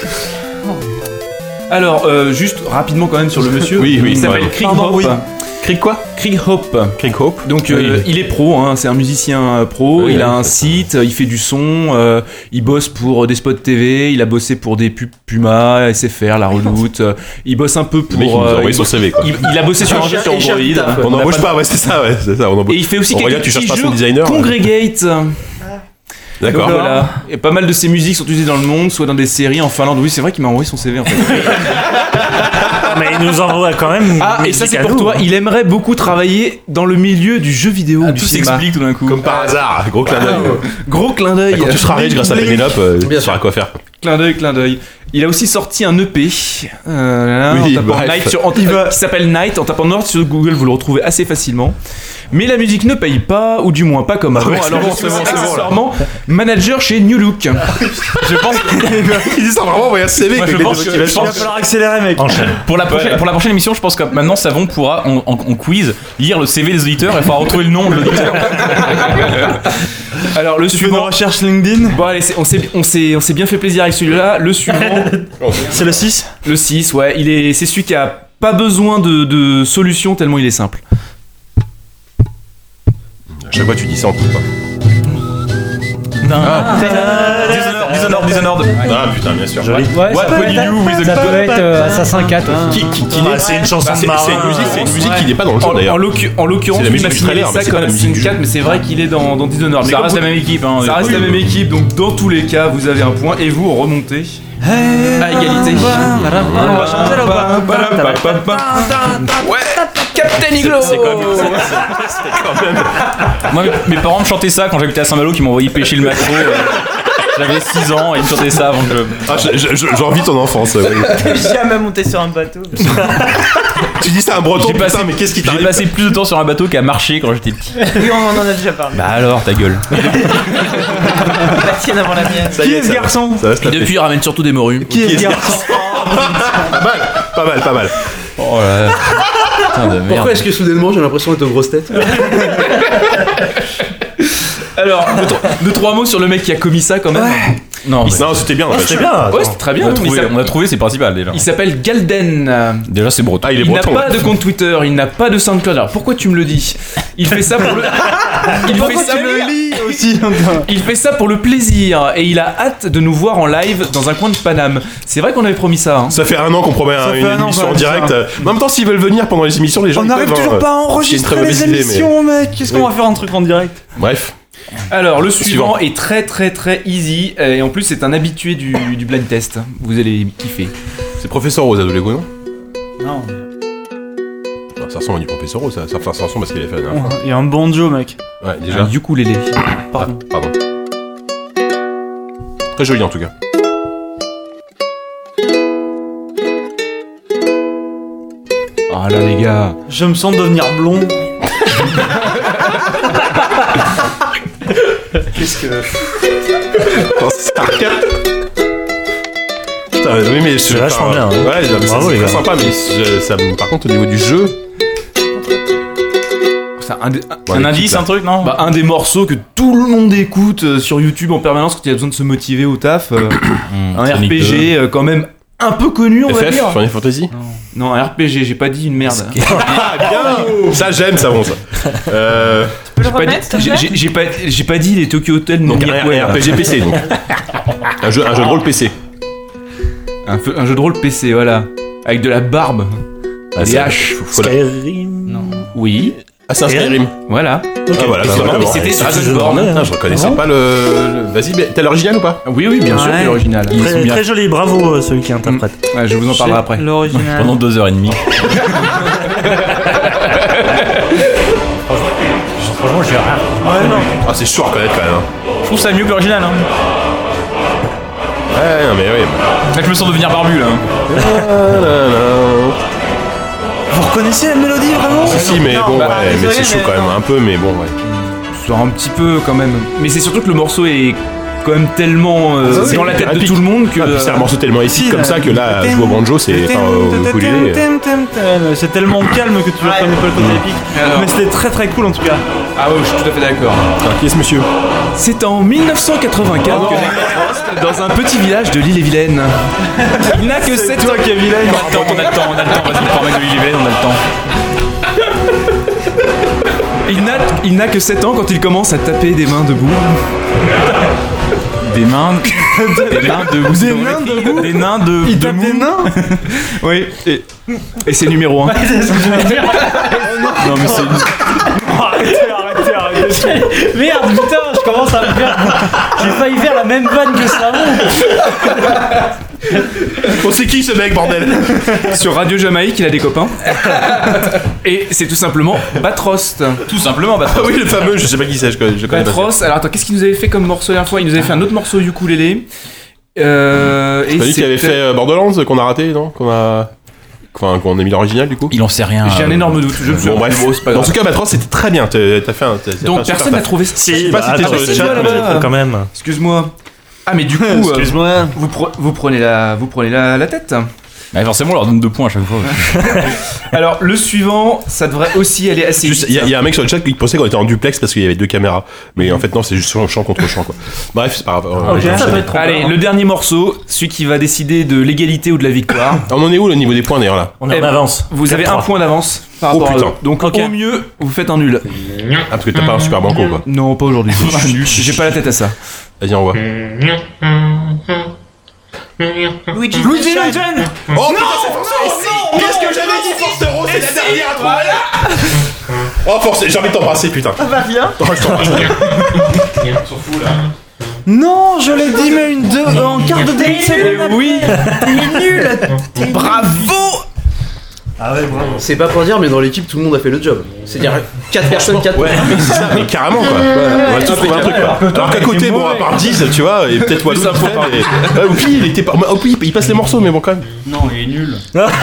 Speaker 7: Alors, euh, juste rapidement quand même sur le monsieur.
Speaker 1: Oui, oui,
Speaker 7: Il s'appelle
Speaker 1: ouais.
Speaker 7: Krieg
Speaker 3: Pardon,
Speaker 7: Hope.
Speaker 3: oui.
Speaker 1: Krieg quoi?
Speaker 7: Krieg Hope.
Speaker 1: Krieg Hope.
Speaker 7: Donc euh,
Speaker 1: Oui.
Speaker 7: il est pro, hein, c'est un musicien euh, pro,
Speaker 1: Oui,
Speaker 7: il a
Speaker 1: oui,
Speaker 7: un
Speaker 1: ça.
Speaker 7: site, il fait du son, euh, il bosse pour euh, des spots T V, il a bossé pour des pubs Puma, S F R, La Redoute, euh, il bosse un peu
Speaker 1: Le mec, il
Speaker 7: pour...
Speaker 1: nous a
Speaker 7: euh,
Speaker 1: envoyé
Speaker 7: il,
Speaker 1: son C V, quoi.
Speaker 7: il- il a bossé sur un jeu sur
Speaker 2: Il cherche du
Speaker 7: Android.
Speaker 2: taf, ouais.
Speaker 1: On
Speaker 7: a
Speaker 1: n'embauche
Speaker 7: pas
Speaker 1: pas, ouais, c'est ça, ouais, c'est ça, on embauche.
Speaker 7: Et il fait aussi
Speaker 1: Aurélien,
Speaker 7: quelques
Speaker 1: tu cherches
Speaker 7: petits
Speaker 1: pas
Speaker 7: jeux.
Speaker 1: son designer? ouais.
Speaker 7: Congregate. Donc
Speaker 1: D'accord.
Speaker 7: voilà. Et pas mal de ses musiques sont utilisées dans le monde, soit dans des séries en Finlande. Oui, c'est vrai qu'il m'a envoyé son C V en fait.
Speaker 8: Mais il nous envoie quand même. une
Speaker 7: Ah, et
Speaker 8: musique
Speaker 7: ça c'est
Speaker 8: à
Speaker 7: pour
Speaker 8: nous,
Speaker 7: toi.
Speaker 8: hein.
Speaker 7: Il aimerait beaucoup travailler dans le milieu du jeu vidéo.
Speaker 4: Ah,
Speaker 7: du
Speaker 4: tout
Speaker 7: cinéma.
Speaker 4: s'explique tout d'un coup.
Speaker 1: Comme par hasard, gros clin d'œil.
Speaker 7: Gros clin d'œil.
Speaker 1: Quand tu seras riche grâce à Penelope, euh, tu
Speaker 2: Bien
Speaker 1: sauras quoi faire.
Speaker 7: Clin d'œil, clin d'œil. Il a aussi sorti un E P euh,
Speaker 1: oui,
Speaker 7: en tapant
Speaker 1: bref.
Speaker 7: Night sur, en, euh, qui s'appelle Night. En tapant Nord sur Google, vous le retrouvez assez facilement. Mais la musique ne paye pas, ou du moins pas comme avant.
Speaker 1: ouais, c'est
Speaker 7: alors
Speaker 1: bon,
Speaker 7: je
Speaker 1: c'est
Speaker 7: suis
Speaker 1: bon, c'est bon,
Speaker 7: accessoirement manager chez New Look. Je pense
Speaker 1: Il dit ça vraiment, envoyer un C V
Speaker 4: Moi,
Speaker 1: avec
Speaker 4: je
Speaker 1: des
Speaker 4: pense que-
Speaker 1: motivations.
Speaker 3: Il va falloir accélérer, mec.
Speaker 4: Pour la, prochaine, pour la prochaine émission, je pense que maintenant Savon pourra, en, en- en quiz, lire le C V des auditeurs et il faudra retrouver le nom de l'auditeur.
Speaker 7: Alors le
Speaker 3: Tu fais une
Speaker 7: suivant.
Speaker 3: recherche LinkedIn.
Speaker 7: Bon allez, c'est- on s'est on s'est on s'est bien fait plaisir avec celui-là. Le suivant,
Speaker 3: C'est le six.
Speaker 7: le six, ouais, il est c'est celui qui a pas besoin de, de solution tellement il est simple.
Speaker 1: À chaque fois, tu dis ça en tout pas.
Speaker 4: Dishonored, Dishonored, Dishonored.
Speaker 1: Ah putain, bien sûr.
Speaker 8: Joli.
Speaker 5: Ouais,
Speaker 4: What
Speaker 5: ça peut
Speaker 4: would
Speaker 5: être,
Speaker 4: you do with a
Speaker 5: ça
Speaker 4: gun?
Speaker 5: peut être euh, Assassin quatre aussi.
Speaker 1: Qui, qui, qui
Speaker 8: Ah,
Speaker 1: n'est-
Speaker 8: c'est une chanson
Speaker 1: Bah,
Speaker 8: de
Speaker 1: c'est-
Speaker 8: marin.
Speaker 1: c'est une musique, c'est une musique qui n'est pas dans le jeu
Speaker 7: En, en,
Speaker 1: d'ailleurs.
Speaker 7: l'occu- en l'occurrence,
Speaker 1: C'est la
Speaker 7: il
Speaker 1: musique
Speaker 7: m'a
Speaker 1: du
Speaker 7: signalé
Speaker 1: trailer, mais
Speaker 7: ça
Speaker 1: c'est pas
Speaker 7: comme
Speaker 1: la musique
Speaker 7: Sin
Speaker 1: du
Speaker 7: quatre,
Speaker 1: jeu.
Speaker 7: mais c'est vrai qu'il est dans, dans Dishonored. Mais
Speaker 4: Ça
Speaker 7: comme
Speaker 4: reste la
Speaker 7: vous-
Speaker 4: même équipe. Hein,
Speaker 7: Ça reste la même équipe, donc dans tous les cas, vous avez un point et vous remontez à égalité.
Speaker 3: On va changer là ou pas?
Speaker 7: Ouais, Captain Iglo.
Speaker 4: C'est quand même. Moi, mes, mes parents me chantaient ça quand j'habitais à Saint-Malo, qui m'ont envoyé pêcher le maquereau. euh, J'avais six ans et ils me chantaient ça avant que je.
Speaker 1: Ah, je- je- je- J'envie ton enfance. ouais.
Speaker 6: T'es jamais monté sur un bateau.
Speaker 1: Tu dis ça à un breton,
Speaker 4: J'ai
Speaker 1: putain,
Speaker 4: passé,
Speaker 1: mais qu'est-ce qui
Speaker 4: j'ai
Speaker 1: t'arrive
Speaker 4: passé plus de temps sur un bateau qu'à marcher quand j'étais petit.
Speaker 6: Oui, on en a déjà parlé.
Speaker 4: Bah alors, ta gueule.
Speaker 6: La tienne avant la mienne.
Speaker 1: Ça
Speaker 3: Qui
Speaker 1: y
Speaker 3: est ce
Speaker 1: ça-
Speaker 3: garçon
Speaker 1: Ça va se
Speaker 4: Et
Speaker 1: taper.
Speaker 4: depuis, il ramène surtout des morues.
Speaker 3: Qui est ce garçon?
Speaker 1: Pas mal, pas mal, pas mal.
Speaker 4: Oh là là. Putain de merde.
Speaker 2: Pourquoi est-ce que soudainement j'ai l'impression d'être aux grosses têtes?
Speaker 7: Alors, deux, trois- deux, trois mots sur le mec qui a commis ça quand même.
Speaker 4: Non, mais-
Speaker 1: Non, c'était bien. en fait.
Speaker 8: C'est bien.
Speaker 7: Ouais, c'était très bien.
Speaker 4: on, a
Speaker 7: mais
Speaker 4: trouvé,
Speaker 7: ça-
Speaker 4: on a trouvé, c'est principal déjà.
Speaker 7: Il s'appelle Galden.
Speaker 4: Déjà, c'est breton.
Speaker 1: Ah, il est
Speaker 7: Il n'a
Speaker 1: breton.
Speaker 7: pas de compte Twitter, il n'a pas de SoundCloud. Alors pourquoi tu me le dis? Il fait ça pour le. Il fait ça.
Speaker 3: lis aussi.
Speaker 7: Il fait ça pour le plaisir et il a hâte de nous voir en live dans un coin de Paname. C'est vrai qu'on avait promis ça. Hein.
Speaker 1: Ça fait un an qu'on promet un-
Speaker 3: Ça fait
Speaker 1: une
Speaker 3: un an,
Speaker 1: émission en
Speaker 3: ouais,
Speaker 1: direct.
Speaker 3: ça.
Speaker 1: euh, Mais en même temps, s'ils veulent venir pendant les émissions, les gens
Speaker 3: On
Speaker 1: ils
Speaker 3: n'arrive
Speaker 1: peuvent,
Speaker 3: toujours
Speaker 1: hein.
Speaker 3: pas à
Speaker 1: C'est une
Speaker 3: enregistrer
Speaker 1: très
Speaker 3: les
Speaker 1: mauvaise idée, mais-
Speaker 3: émissions, mec. Qu'est-ce qu'on va faire un truc en direct?
Speaker 1: Bref.
Speaker 7: Alors le suivant
Speaker 1: Suivant.
Speaker 7: est très très très easy euh, et en plus c'est un habitué du, du blind test. Vous allez kiffer.
Speaker 1: C'est Professeur Rose à Dolego, non
Speaker 3: Non.
Speaker 1: Ah, Ça ressemble à du Professeur Rose, ça. Ça ça ressemble à ce qu'il a fait la dernière fois.
Speaker 3: Il y a un banjo, mec.
Speaker 1: Ouais, déjà.
Speaker 7: Un ukulélé.
Speaker 3: Pardon.
Speaker 1: Ah, pardon. Très joli en tout cas.
Speaker 7: Ah là les gars.
Speaker 3: Je me sens devenir blond.
Speaker 7: Qu'est-ce que.
Speaker 1: Oh, ça rien. Putain, oui, mais
Speaker 8: C'est vachement bien, hein.
Speaker 1: Ouais, non, mais
Speaker 8: Bravo,
Speaker 1: c'est
Speaker 8: les
Speaker 1: très
Speaker 8: gars.
Speaker 1: sympa, mais je- ça, me- par contre, au niveau du jeu,
Speaker 7: C'est un, des-
Speaker 1: bon,
Speaker 4: Un
Speaker 1: les
Speaker 4: indice,
Speaker 1: petites, là.
Speaker 4: un truc, non?
Speaker 7: bah, un des morceaux que tout le monde écoute euh, sur YouTube en permanence quand il a besoin de se motiver au taf. euh,
Speaker 4: Mmh,
Speaker 7: un
Speaker 4: Sonic
Speaker 7: R P G euh, quand même un peu connu on va
Speaker 1: F
Speaker 7: dire.
Speaker 1: F, Final Fantasy.
Speaker 7: Non, un R P G, j'ai pas dit une merde.
Speaker 1: Ah, bien. Ça, j'aime, ça, bon, ça. Euh,
Speaker 6: Tu peux le
Speaker 7: J'ai pas,
Speaker 6: remettre, s'il te
Speaker 7: dit, j'ai-
Speaker 6: plaît
Speaker 7: j'ai- j'ai pas, j'ai pas dit les Tokyo Hotel
Speaker 1: donc,
Speaker 7: Nini
Speaker 1: un,
Speaker 7: Aqua,
Speaker 1: un R P G P C, donc. Un jeu, un jeu de rôle P C.
Speaker 7: Un, feu- un jeu de rôle P C, voilà. Avec de la barbe.
Speaker 1: Ah,
Speaker 7: des
Speaker 1: c'est-
Speaker 7: haches.
Speaker 1: faut- faut la-
Speaker 8: Skyrim.
Speaker 7: Oui,
Speaker 1: Ah, c'est un Skyrim.
Speaker 7: voilà.
Speaker 1: Ah, voilà, bah,
Speaker 7: c'est
Speaker 1: voilà,
Speaker 7: bon, mais
Speaker 1: bon.
Speaker 7: c'était
Speaker 8: c'est
Speaker 7: Dragonborn.
Speaker 8: Dragonborn,
Speaker 1: Putain, je reconnaissais pas le. le- Vas-y, mais t'as l'original ou pas
Speaker 7: Oui, oui, bien sûr,
Speaker 3: Ouais.
Speaker 7: c'est l'original.
Speaker 4: Ils sont
Speaker 8: Très,
Speaker 4: bien.
Speaker 8: très joli, bravo euh, celui qui interprète.
Speaker 7: Ouais, je vous en parlerai après.
Speaker 3: L'original.
Speaker 4: Pendant deux heures et demie.
Speaker 5: Franchement, j'ai rien.
Speaker 3: Ouais, non.
Speaker 1: Ah, c'est chaud à reconnaître quand même. hein.
Speaker 4: Je trouve ça mieux que l'original. Hein.
Speaker 1: Ouais, non, mais oui.
Speaker 4: Là, je me sens devenir barbu là.
Speaker 3: Vous reconnaissez la mélodie vraiment?
Speaker 1: Si, si, mais
Speaker 6: Non,
Speaker 1: bon,
Speaker 6: bah,
Speaker 1: ouais, mais
Speaker 6: désolé,
Speaker 1: c'est chaud
Speaker 6: mais
Speaker 1: quand même,
Speaker 6: non.
Speaker 1: un peu, mais bon, ouais.
Speaker 7: Soit un petit peu quand même. Mais c'est surtout que le morceau est quand même tellement euh,
Speaker 1: Ah, oui,
Speaker 7: dans la tête de
Speaker 1: épique.
Speaker 7: tout le monde que.
Speaker 1: Ah, puis c'est un morceau tellement épique
Speaker 3: Si,
Speaker 1: comme
Speaker 3: là.
Speaker 1: ça que là, jouer au banjo, c'est. Enfin, au ukulélé.
Speaker 3: C'est tellement calme que tu
Speaker 6: Ouais.
Speaker 3: reconnais pas le côté épique.
Speaker 7: Alors.
Speaker 3: Mais c'était très très cool en tout cas.
Speaker 7: Ah ouais, je suis tout à fait d'accord.
Speaker 1: Ah, qui est ce monsieur
Speaker 7: C'est en mille neuf cent quatre-vingt-quatre que naît Frost dans un petit village de l'île-et-Vilaine. Il n'a que sept ans.
Speaker 4: On a le temps, on a le temps, on a le temps. Vas-y, prends mec de Lily on a le temps.
Speaker 7: Il n'a, il n'a que sept ans quand il commence à taper des mains debout.
Speaker 4: Des mains. Des mains de.
Speaker 3: Des mains debout.
Speaker 4: Des nains de.
Speaker 3: Il
Speaker 4: de
Speaker 3: tape
Speaker 4: mou.
Speaker 3: des nains.
Speaker 7: Oui, et, et c'est numéro un.
Speaker 4: Non, mais c'est.
Speaker 3: Arrêtez, arrêtez, arrêtez.
Speaker 5: Merde, putain, je commence à me faire. J'ai failli faire la même vanne que ça.
Speaker 1: Bon, c'est qui ce mec, bordel
Speaker 7: Sur Radio Jamaïque, il a des copains. Et c'est tout simplement Batrost.
Speaker 4: Tout simplement, bah.
Speaker 1: Ah oui, le fameux, je sais pas qui c'est, je connais, je connais pas.
Speaker 7: Batrost, alors attends, qu'est-ce qu'il nous avait fait comme morceau la dernière fois? Il nous avait fait un autre morceau ukulélé. Euh,
Speaker 1: C'est pas lui qui avait fait euh, Borderlands qu'on a raté, non qu'on a... Enfin, qu'on a mis l'original du coup.
Speaker 4: Il en sait rien.
Speaker 7: J'ai un énorme doute. Je me
Speaker 1: bon, bref.
Speaker 7: gros, c'est pas grave.
Speaker 1: En tout cas, Batross, c'était très bien. T'as t'as fait un. T'as, t'as
Speaker 7: Donc
Speaker 1: fait un
Speaker 7: personne n'a trouvé.
Speaker 8: Si,
Speaker 1: je sais pas
Speaker 8: bah,
Speaker 1: si t'es
Speaker 8: attends,
Speaker 1: sur le
Speaker 8: c'est
Speaker 1: chat,
Speaker 8: là,
Speaker 1: peut-être.
Speaker 8: quand même.
Speaker 7: Excuse-moi. Ah mais du coup,
Speaker 3: Excuse-moi.
Speaker 7: euh, vous, pre- vous prenez la, vous prenez la, la tête.
Speaker 4: Bah forcément, on leur donne deux points à chaque fois.
Speaker 7: Alors le suivant, ça devrait aussi aller assez
Speaker 1: Juste,
Speaker 7: vite.
Speaker 1: il y, y a un mec sur le chat qui pensait qu'on était en duplex parce qu'il y avait deux caméras. Mais en fait, non, c'est juste champ contre champ quoi. Bref, c'est pas grave.
Speaker 3: Ok,
Speaker 1: Ouais,
Speaker 3: ça peut être trop
Speaker 7: Allez,
Speaker 3: bien.
Speaker 7: le dernier morceau, celui qui va décider de l'égalité ou de la victoire.
Speaker 1: On en est où le niveau des points d'ailleurs là?
Speaker 8: On est
Speaker 7: Eh
Speaker 8: en
Speaker 7: ben,
Speaker 8: avance.
Speaker 7: Vous avez
Speaker 8: quatre
Speaker 7: un
Speaker 8: trois.
Speaker 7: point d'avance par
Speaker 1: Oh,
Speaker 7: rapport à
Speaker 1: putain.
Speaker 7: eux. Donc
Speaker 3: Ok.
Speaker 7: au mieux, vous faites un nul.
Speaker 1: Ah, parce que t'as pas un super banco quoi.
Speaker 7: Non, pas aujourd'hui. J'ai pas la tête à ça.
Speaker 1: Vas-y, on voit.
Speaker 6: Luigi
Speaker 3: Luigi
Speaker 6: Mansion.
Speaker 3: Mansion.
Speaker 1: Oh putain, c'est Force Hero. Qu'est-ce que j'avais dit, Force Hero, c'est la dernière à trouver. Oh, Force, j'ai envie de t'embrasser, putain.
Speaker 6: Ah bah viens.
Speaker 1: Oh, je t'embrasse. On s'en fout là.
Speaker 3: Non, je l'ai dit, mais une deux en quart de demi.
Speaker 7: Oui.
Speaker 6: Il est nul.
Speaker 7: Bravo.
Speaker 8: Ah ouais, bravo.
Speaker 2: C'est pas pour dire, mais dans l'équipe, tout le monde a fait le job. C'est-à-dire quatre personnes, quatre
Speaker 1: Ouais, mais c'est ça, mais carrément quoi. On va tous trouver un truc quoi. Alors qu'à côté, bon, à part dix, tu vois, et peut-être Walou. Oupi, il était pas. Oupi, il passe les morceaux, mais bon, quand même.
Speaker 5: Non, il est nul.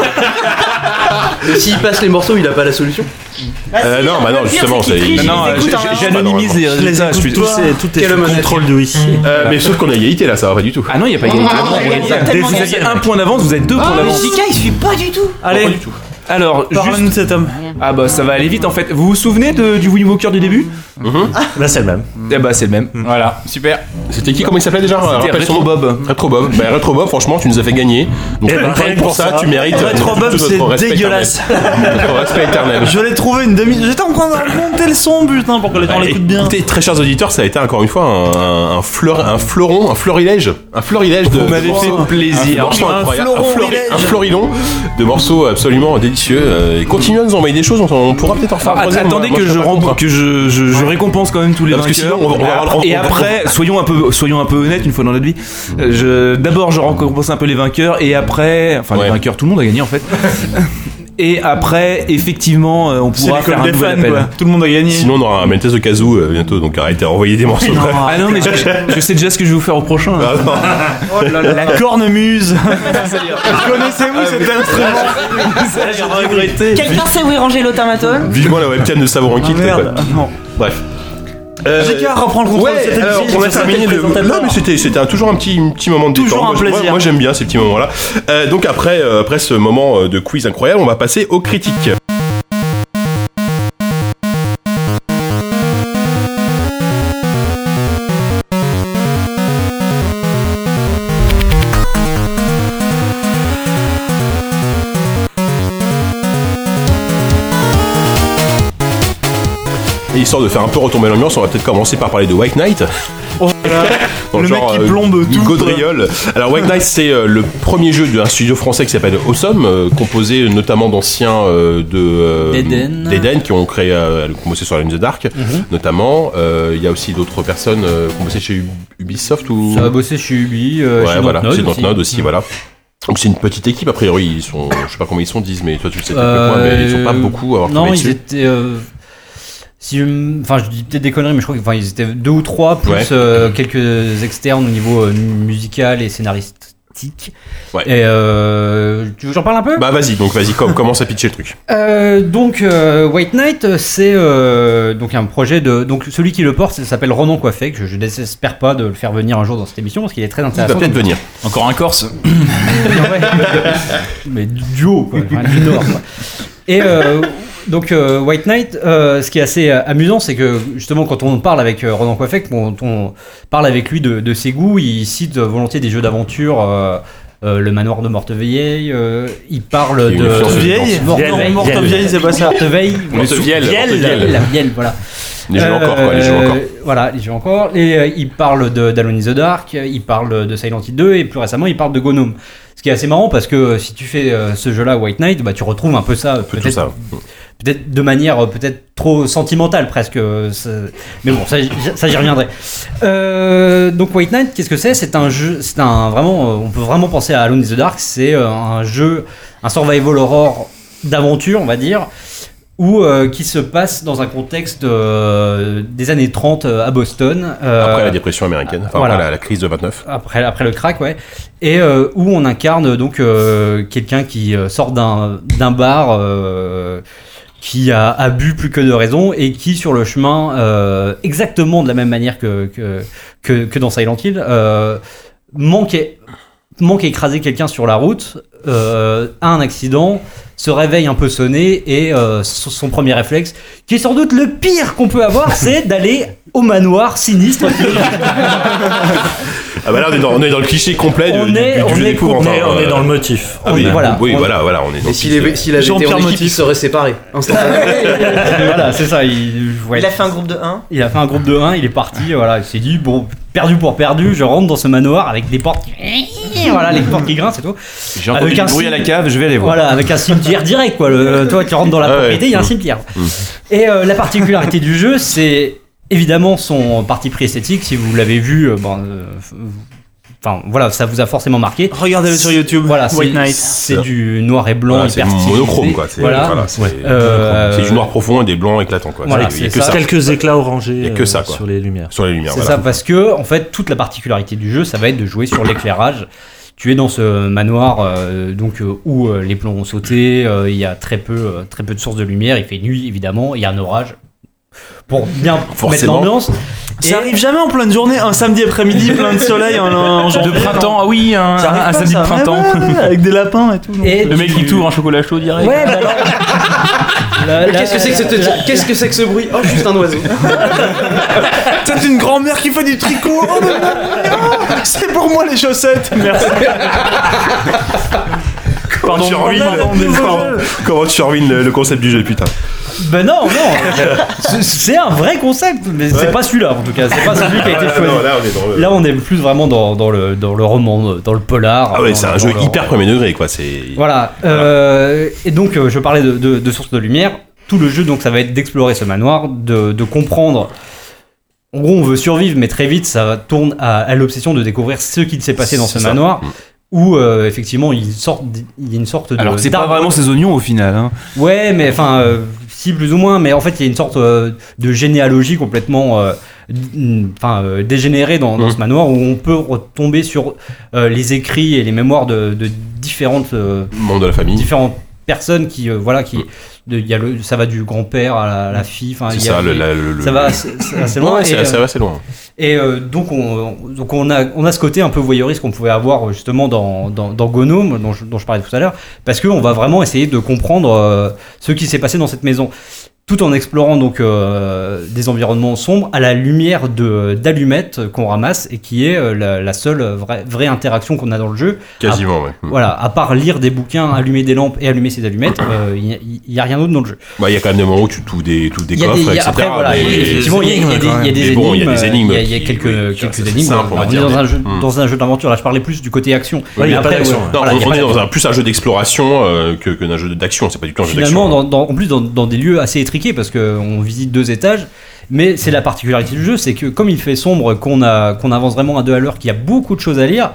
Speaker 2: Et s'il passe les morceaux, il a pas la solution.
Speaker 1: Euh, non, bah non, justement, c'est.
Speaker 7: Non, j'ai- j'ai- j'anonymise les résultats. Je suis
Speaker 8: Tout est, tout est
Speaker 2: Quel
Speaker 8: sous
Speaker 2: homme honnête.
Speaker 8: contrôle de Wissi.
Speaker 1: Euh, mais sauf qu'on a égalité là, ça va pas du tout.
Speaker 7: Ah non, il n'y a pas égalité.
Speaker 6: Ah,
Speaker 7: Non,
Speaker 6: il y a- il y a
Speaker 7: Dès
Speaker 6: tellement
Speaker 7: que vous aviez
Speaker 6: gagné.
Speaker 7: un point d'avance, vous êtes deux points
Speaker 6: Ah, mais
Speaker 7: d'avance.
Speaker 6: J K, il suit pas du tout.
Speaker 3: Allez,
Speaker 1: Pas du tout.
Speaker 7: Alors,
Speaker 3: parle-nous
Speaker 7: juste...
Speaker 3: de cet homme.
Speaker 7: Ah bah ça va aller vite en fait. Vous vous souvenez de, du Willy Walker du début?
Speaker 8: Là, c'est le même.
Speaker 7: Eh bah c'est le même.
Speaker 4: Voilà, super.
Speaker 1: C'était qui? Comment il s'appelait déjà?
Speaker 7: C'était
Speaker 1: Rappelle son
Speaker 7: Retro
Speaker 1: nom.
Speaker 7: Bob.
Speaker 1: Retro Bob. Bah, Retro Bob, franchement, tu nous as fait gagner. Donc,
Speaker 8: Eh ben,
Speaker 1: rien que pour ça, tu mérites. euh,
Speaker 3: Retro
Speaker 1: tout
Speaker 3: Bob,
Speaker 1: notre
Speaker 3: c'est
Speaker 1: respect
Speaker 3: dégueulasse.
Speaker 1: éternel. Notre respect éternel.
Speaker 3: Je l'ai trouvé une demi. J'étais en train de remonter le son, putain, pour que les gens l'écoutent bien.
Speaker 1: Écoutez, très chers auditeurs, ça a été encore une fois un, un, un, fleur, un fleuron, un florilège, un florilège de.
Speaker 7: Vous m'avez fait
Speaker 1: Un
Speaker 7: plaisir.
Speaker 1: morceau
Speaker 3: Un
Speaker 1: incroyable, un,
Speaker 3: floron
Speaker 1: flori-
Speaker 3: rilège.
Speaker 1: un florilon de morceaux absolument délicieux. Euh, et continuez à nous envoyer des choses, on, on pourra peut-être en faire un
Speaker 7: Att-
Speaker 1: troisième.
Speaker 7: Attendez
Speaker 1: Moi,
Speaker 7: que
Speaker 1: je
Speaker 7: je,
Speaker 1: serais pas
Speaker 7: rem-
Speaker 1: contre.
Speaker 7: que je, je, je récompense quand même tous les
Speaker 1: Parce que
Speaker 7: vainqueurs.
Speaker 1: sinon, on va- on va- on va-
Speaker 7: Et après, soyons un peu, soyons un peu honnêtes une fois dans notre vie. Euh, Je, d'abord, je récompense un peu les vainqueurs et après, enfin
Speaker 1: Ouais.
Speaker 7: les vainqueurs, tout le monde a gagné en fait. Et après, effectivement, euh, on
Speaker 3: C'est
Speaker 7: pourra faire
Speaker 3: l'école
Speaker 7: un
Speaker 3: des
Speaker 7: nouvel
Speaker 3: fans,
Speaker 7: appel.
Speaker 3: quoi. Tout le monde a gagné.
Speaker 1: Sinon, on aura un Mentes de Kazoo euh, bientôt, donc arrêtez d'envoyer des morceaux.
Speaker 3: Non.
Speaker 1: bref.
Speaker 7: Ah non, mais je, je sais déjà ce que je vais vous faire au prochain.
Speaker 1: Ah, non.
Speaker 3: Oh là là. La cornemuse. Connaissez-vous cet instrument? Ça, j'ai regretté.
Speaker 6: Quelqu'un sait où est rangé l'automaton?
Speaker 1: Vivement la webcam de Savon en Kit.
Speaker 3: Ah, merde.
Speaker 1: quoi.
Speaker 3: Ah, non.
Speaker 1: Bref. Euh,
Speaker 3: J K reprend le contrôle de
Speaker 1: Ouais,
Speaker 3: cette
Speaker 1: alors,
Speaker 3: émission.
Speaker 1: on a
Speaker 3: sur sa
Speaker 1: terminé
Speaker 3: tête
Speaker 1: le.
Speaker 3: présentateur.
Speaker 1: Non, mais c'était, c'était un- toujours un petit, un petit moment de
Speaker 3: Toujours
Speaker 1: détente.
Speaker 3: un
Speaker 1: Moi, je-
Speaker 3: plaisir.
Speaker 1: Moi, moi, j'aime bien ces petits moments-là. Euh, donc après, euh, après ce moment euh, de quiz incroyable, on va passer aux critiques. Et histoire de faire un peu retomber l'ambiance, on va peut-être commencer par parler de White Knight.
Speaker 3: Oh là là.
Speaker 1: Dans
Speaker 3: Le mec qui
Speaker 1: euh,
Speaker 3: plombe
Speaker 1: du
Speaker 3: tout,
Speaker 1: Gaudriol. Alors White Knight, c'est euh, le premier jeu d'un studio français qui s'appelle Awesome, euh, composé notamment d'anciens euh, de euh,
Speaker 5: d'Eden.
Speaker 1: d'Eden qui ont créé, euh, qui ont bossé sur Alone in the Dark, notamment. Euh, Il y a aussi d'autres personnes euh, qui ont bossé chez Ub- Ubisoft ou.
Speaker 5: Ça a bossé chez Ubi, euh,
Speaker 1: Ouais,
Speaker 5: chez
Speaker 1: voilà,
Speaker 5: Dontnod
Speaker 1: c'est
Speaker 5: aussi.
Speaker 1: Dontnod aussi, voilà. Donc c'est une petite équipe, a priori, ils sont, je sais pas combien ils sont, dix, mais toi tu le sais peut-être mieux que moi, mais ils sont pas beaucoup à avoir
Speaker 5: Non,
Speaker 1: travaillé
Speaker 5: ils
Speaker 1: dessus.
Speaker 5: étaient. euh, si je, enfin, je dis peut-être des conneries, mais je crois qu'ils ils étaient deux ou trois, plus
Speaker 1: Ouais.
Speaker 5: euh, quelques externes au niveau euh, musical et scénaristique.
Speaker 1: Ouais.
Speaker 5: Et euh, tu veux que j'en parle un peu?
Speaker 1: Bah vas-y, donc vas-y, com- commence à pitcher le truc.
Speaker 5: Euh, donc euh, White Knight, c'est euh, donc un projet de donc celui qui le porte, ça s'appelle Ronan Coiffé, que je, je désespère pas de le faire venir un jour dans cette émission parce qu'il est très
Speaker 1: Il va
Speaker 5: intéressant.
Speaker 1: peut-être venir.
Speaker 4: Encore un Corse.
Speaker 5: Mais du duo, quoi, enfin, du Nord, quoi. Et euh, donc euh, White Knight, euh, ce qui est assez euh, amusant, c'est que justement quand on parle avec euh, Ronan Coiffé, quand on parle avec lui de, de ses goûts, il cite volontiers des jeux d'aventure. Euh, euh, le manoir de Mortevieille, euh, il parle
Speaker 1: Il y a
Speaker 5: de
Speaker 1: une influence de
Speaker 3: Vieille,
Speaker 5: Mort-
Speaker 8: Vielle,
Speaker 5: non,
Speaker 8: Vielle.
Speaker 5: Mortevieille, c'est pas ça. Morteveille,
Speaker 1: Mortevielle,
Speaker 5: Vielle,
Speaker 1: Mortevielle.
Speaker 5: la Vielle, voilà.
Speaker 1: Les jeux encore, quoi, les jeux encore.
Speaker 5: Euh, Voilà, les jeux encore. Et euh, il parle de d'Alone in the Dark, il parle de Silent Hill deux et plus récemment il parle de Gnome. Ce qui est assez marrant parce que euh, si tu fais euh, ce jeu-là White Knight, bah tu retrouves un peu ça,
Speaker 1: Un peu tout
Speaker 5: peut-être
Speaker 1: ça.
Speaker 5: peut-être de manière euh, peut-être trop sentimentale presque. euh, ça- Mais bon, ça, j- ça j'y reviendrai. Euh, donc White Knight, qu'est-ce que c'est? C'est un jeu, c'est un vraiment, euh, on peut vraiment penser à Alone in the Dark. C'est euh, un jeu, un survival horror d'aventure, on va dire, Où, euh, qui se passe dans un contexte euh, des années trente euh, à Boston.
Speaker 1: Euh, après la dépression américaine, enfin voilà. après la, la crise de vingt-neuf.
Speaker 5: Après, après le crack, ouais. Et euh, où on incarne donc euh, quelqu'un qui euh, sort d'un, d'un bar, euh, qui a, a bu plus que de raison et qui, sur le chemin, euh, exactement de la même manière que, que, que, que dans Silent Hill, euh, manque, manque à écraser quelqu'un sur la route, euh, a un accident, se réveille un peu sonné et euh, son premier réflexe, qui est sans doute le pire qu'on peut avoir, c'est d'aller au manoir sinistre.
Speaker 1: Ah bah là on est dans, on est dans le cliché complet
Speaker 5: on
Speaker 1: du,
Speaker 5: est,
Speaker 1: du, du
Speaker 5: on
Speaker 1: jeu
Speaker 5: est,
Speaker 1: découvre.
Speaker 8: On est, on est dans le motif.
Speaker 1: Ah oui,
Speaker 5: on, voilà,
Speaker 1: oui
Speaker 5: on,
Speaker 1: voilà, voilà, on est dans
Speaker 2: et s'il, est, s'il avait été en équipe, il serait séparé instantanément.
Speaker 5: Voilà, c'est ça. Il, ouais,
Speaker 6: il a fait un groupe de un.
Speaker 5: Il a fait un groupe de un, il est parti, voilà, il s'est dit, bon, perdu pour perdu, je rentre dans ce manoir avec des portes qui... Voilà, les portes qui grincent et tout.
Speaker 7: J'ai entendu du bruit à la cave, je vais aller voir.
Speaker 5: Voilà, avec un cimetière direct, quoi. Le, toi, tu rentres dans la ah propriété, il ouais. y a un cimetière. Mmh. Et euh, la particularité du jeu, c'est évidemment son parti pris esthétique. Si vous l'avez vu, euh, bon, euh, enfin voilà, ça vous a forcément marqué.
Speaker 3: Regardez-le sur YouTube.
Speaker 5: Voilà,
Speaker 3: White
Speaker 5: c'est,
Speaker 3: Knight.
Speaker 5: c'est du noir et blanc
Speaker 1: voilà,
Speaker 5: hyper
Speaker 1: c'est monochrome, quoi. C'est,
Speaker 5: voilà,
Speaker 1: voilà, c'est,
Speaker 5: ouais. euh,
Speaker 1: c'est du noir profond et des blancs éclatants, quoi.
Speaker 5: Voilà,
Speaker 1: c'est,
Speaker 5: c'est
Speaker 1: que ça.
Speaker 8: Quelques éclats orangés
Speaker 1: et que ça, quoi.
Speaker 8: sur les lumières.
Speaker 1: Sur les lumières.
Speaker 5: C'est
Speaker 1: voilà.
Speaker 5: ça, parce que en fait, toute la particularité du jeu, ça va être de jouer sur l'éclairage. Tu es dans ce manoir euh, donc euh, où euh, les plombs ont sauté, euh, il y a très peu, euh, très peu de sources de lumière, il fait nuit évidemment, il y a un orage pour bien
Speaker 1: Forcément.
Speaker 5: mettre l'ambiance.
Speaker 3: Ça et... arrive jamais en pleine journée, un samedi après-midi plein de soleil en, en
Speaker 4: de printemps, ah oui, un, un, un samedi de printemps
Speaker 3: ouais, ouais, ouais, avec des lapins et tout.
Speaker 5: Et
Speaker 4: le mec qui t'ouvre un chocolat chaud direct.
Speaker 5: Ouais, bah alors...
Speaker 2: La, la, qu'est-ce, que c'est que cette, la, qu'est-ce que c'est que ce bruit? Oh, juste un oiseau.
Speaker 3: C'est une grand-mère qui fait du tricot. Oh, non, non, non. C'est pour moi les chaussettes. Merci.
Speaker 1: Comment tu ruines le, comment tu ruines le, le concept du jeu, putain?
Speaker 5: Ben non, non, c'est un vrai concept, mais ouais. c'est pas celui-là en tout cas, c'est pas celui qui a été choisi.
Speaker 1: Non, là, on est dans le...
Speaker 5: là, on est plus vraiment dans, dans, le, dans le roman, dans le polar.
Speaker 1: Ah ouais, c'est un jeu le... hyper premier degré, quoi. C'est...
Speaker 5: Voilà, voilà. Euh, et donc euh, je parlais de, de, de sources de lumière. Tout le jeu, donc, ça va être d'explorer ce manoir, de, de comprendre. En gros, on veut survivre, mais très vite, ça tourne à, à l'obsession de découvrir ce qui s'est passé dans ce
Speaker 1: ça.
Speaker 5: manoir. Mmh. Où euh, effectivement il, sort, il y a une sorte de.
Speaker 7: Alors que c'est pas vraiment ces oignons au final. Hein.
Speaker 5: Ouais, mais enfin, euh, si plus ou moins, mais en fait il y a une sorte euh, de généalogie complètement euh, enfin, euh, dégénérée dans, dans mmh. ce manoir où on peut retomber sur euh, les écrits et les mémoires de, de différentes. Euh,
Speaker 1: membres de la famille.
Speaker 5: Différentes personnes qui, euh, voilà, qui. De, y a le, ça va du grand-père à la, la fille. Enfin,
Speaker 1: c'est
Speaker 5: y a,
Speaker 1: ça, le,
Speaker 5: y,
Speaker 1: la, le,
Speaker 5: ça va assez, assez loin.
Speaker 1: Ouais,
Speaker 5: et,
Speaker 1: c'est, ça va assez loin.
Speaker 5: Et euh, donc, on, donc on, a, on a ce côté un peu voyeuriste qu'on pouvait avoir justement dans, dans, dans Gnome, dont je, dont je parlais tout à l'heure, parce qu'on va vraiment essayer de comprendre euh, ce qui s'est passé dans cette maison, tout en explorant donc euh, des environnements sombres à la lumière de, d'allumettes qu'on ramasse et qui est euh, la, la seule vraie, vraie interaction qu'on a dans le jeu.
Speaker 1: Quasiment,
Speaker 5: à,
Speaker 1: ouais.
Speaker 5: Voilà, à part lire des bouquins, allumer des lampes et allumer ces allumettes, il euh, n'y a, a rien d'autre dans le jeu.
Speaker 1: Bah, il y a quand même des moments où tu tout des, tout des coffres,
Speaker 5: des,
Speaker 1: et cetera.
Speaker 5: Après, voilà,
Speaker 1: mais...
Speaker 5: effectivement, il y, y, y a des énigmes. Il y a des énigmes. Il y a quelques, oui, quelques énigmes.
Speaker 1: Simple, on,
Speaker 5: on est dans un, jeu, mmh. dans un jeu d'aventure. Là, je parlais plus du côté action.
Speaker 1: Ouais, mais après, ouais, non, voilà, on est dans un, plus un jeu d'exploration euh, que, que d'un jeu d'action. C'est pas du tout un jeu d'action.
Speaker 5: Finalement, en plus, dans, dans des lieux assez étriqués, parce qu'on visite deux étages. Mais c'est la particularité du jeu, c'est que comme il fait sombre, qu'on, a, qu'on avance vraiment à deux à l'heure, qu'il y a beaucoup de choses à lire,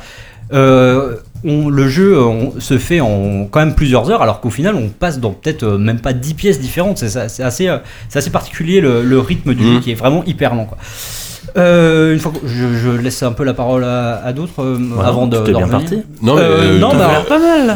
Speaker 5: euh, on, le jeu on, se fait en quand même plusieurs heures, alors qu'au final on passe dans peut-être euh, même pas dix pièces différentes. C'est, c'est, assez, euh, c'est assez particulier le, le rythme du mmh. jeu qui est vraiment hyper lent, quoi. Euh, une fois que je, je laisse un peu la parole à, à d'autres euh, voilà, avant de.
Speaker 8: T'es bien parti.
Speaker 1: Non, mais
Speaker 5: euh, non, bah,
Speaker 3: pas mal.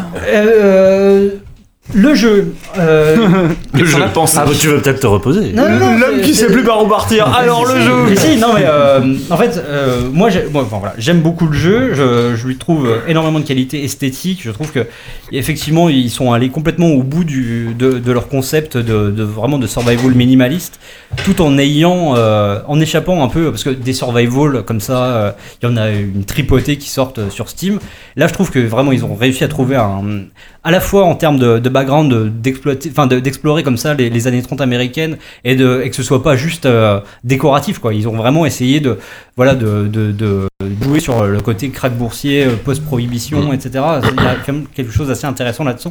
Speaker 5: Euh, Le jeu. Euh,
Speaker 7: le jeu.
Speaker 8: Ah, bah, tu veux peut-être te reposer.
Speaker 5: Non, non, non,
Speaker 3: L'homme qui sait plus par où partir. Alors le jeu.
Speaker 5: Mais si, non, mais euh, en fait, euh, moi, j'ai, moi enfin, voilà, j'aime beaucoup le jeu. Je, je lui trouve énormément de qualité esthétique. Je trouve que effectivement, ils sont allés complètement au bout du, de, de leur concept de, de vraiment de survival minimaliste, tout en ayant, euh, en échappant un peu, parce que des survival comme ça, il euh, y en a une tripotée qui sortent sur Steam. Là, je trouve que vraiment, ils ont réussi à trouver un, à la fois en termes de, de background, de, d'exploiter, enfin de, d'explorer comme ça les, les années trente américaines et, de, et que ce soit pas juste euh, décoratif, quoi. Ils ont vraiment essayé de, voilà, de, de, de jouer sur le côté crack boursier, post-prohibition, et cetera. Il y a quand même quelque chose d'assez intéressant là-dessus.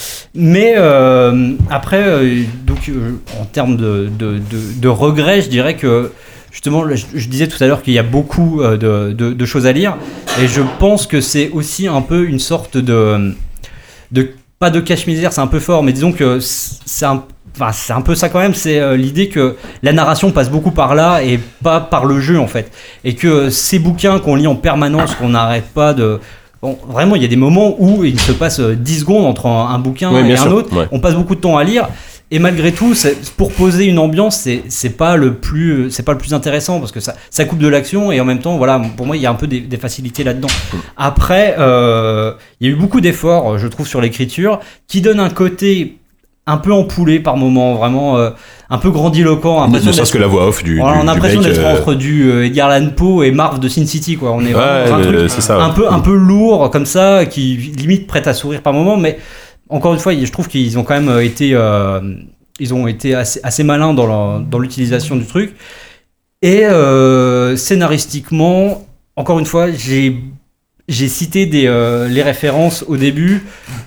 Speaker 5: Mais euh, après, euh, donc, euh, en termes de, de, de, de regrets, je dirais que justement, je, je disais tout à l'heure qu'il y a beaucoup euh, de, de, de choses à lire, et je pense que c'est aussi un peu une sorte de, de pas de cache-misère, c'est un peu fort, mais disons que c'est un, enfin, c'est un peu ça quand même, c'est euh, l'idée que la narration passe beaucoup par là et pas par le jeu en fait. Et que euh, ces bouquins qu'on lit en permanence, qu'on n'arrête pas de... Bon, vraiment, il y a des moments où il se passe euh, dix secondes entre un, un bouquin
Speaker 1: ouais,
Speaker 5: et un
Speaker 1: sûr.
Speaker 5: autre. Ouais. On passe beaucoup de temps à lire. Et malgré tout, c'est, pour poser une ambiance, c'est, c'est pas le plus, c'est pas le plus intéressant parce que ça, ça coupe de l'action et en même temps, voilà, pour moi, il y a un peu des, des facilités là-dedans. Après, euh, il y a eu beaucoup d'efforts, je trouve, sur l'écriture, qui donnent un côté un peu empoulé par moment, vraiment euh, un peu grandiloquent.
Speaker 1: Ne serait-ce que la voix off du.
Speaker 5: Voilà,
Speaker 1: du
Speaker 5: on a l'impression
Speaker 1: du mec,
Speaker 5: d'être
Speaker 1: euh...
Speaker 5: entre du euh, Edgar Allan Poe et Marv de Sin City, quoi. On est vraiment
Speaker 1: ouais,
Speaker 5: dans un
Speaker 1: euh,
Speaker 5: truc
Speaker 1: c'est ça,
Speaker 5: un
Speaker 1: ouais.
Speaker 5: peu, un peu lourd comme ça, qui limite prête à sourire par moment, mais encore une fois, je trouve qu'ils ont quand même été. Euh, Ils ont été assez, assez malins dans, leur, dans l'utilisation du truc. Et euh, scénaristiquement, encore une fois, j'ai, j'ai cité des, euh, les références au début.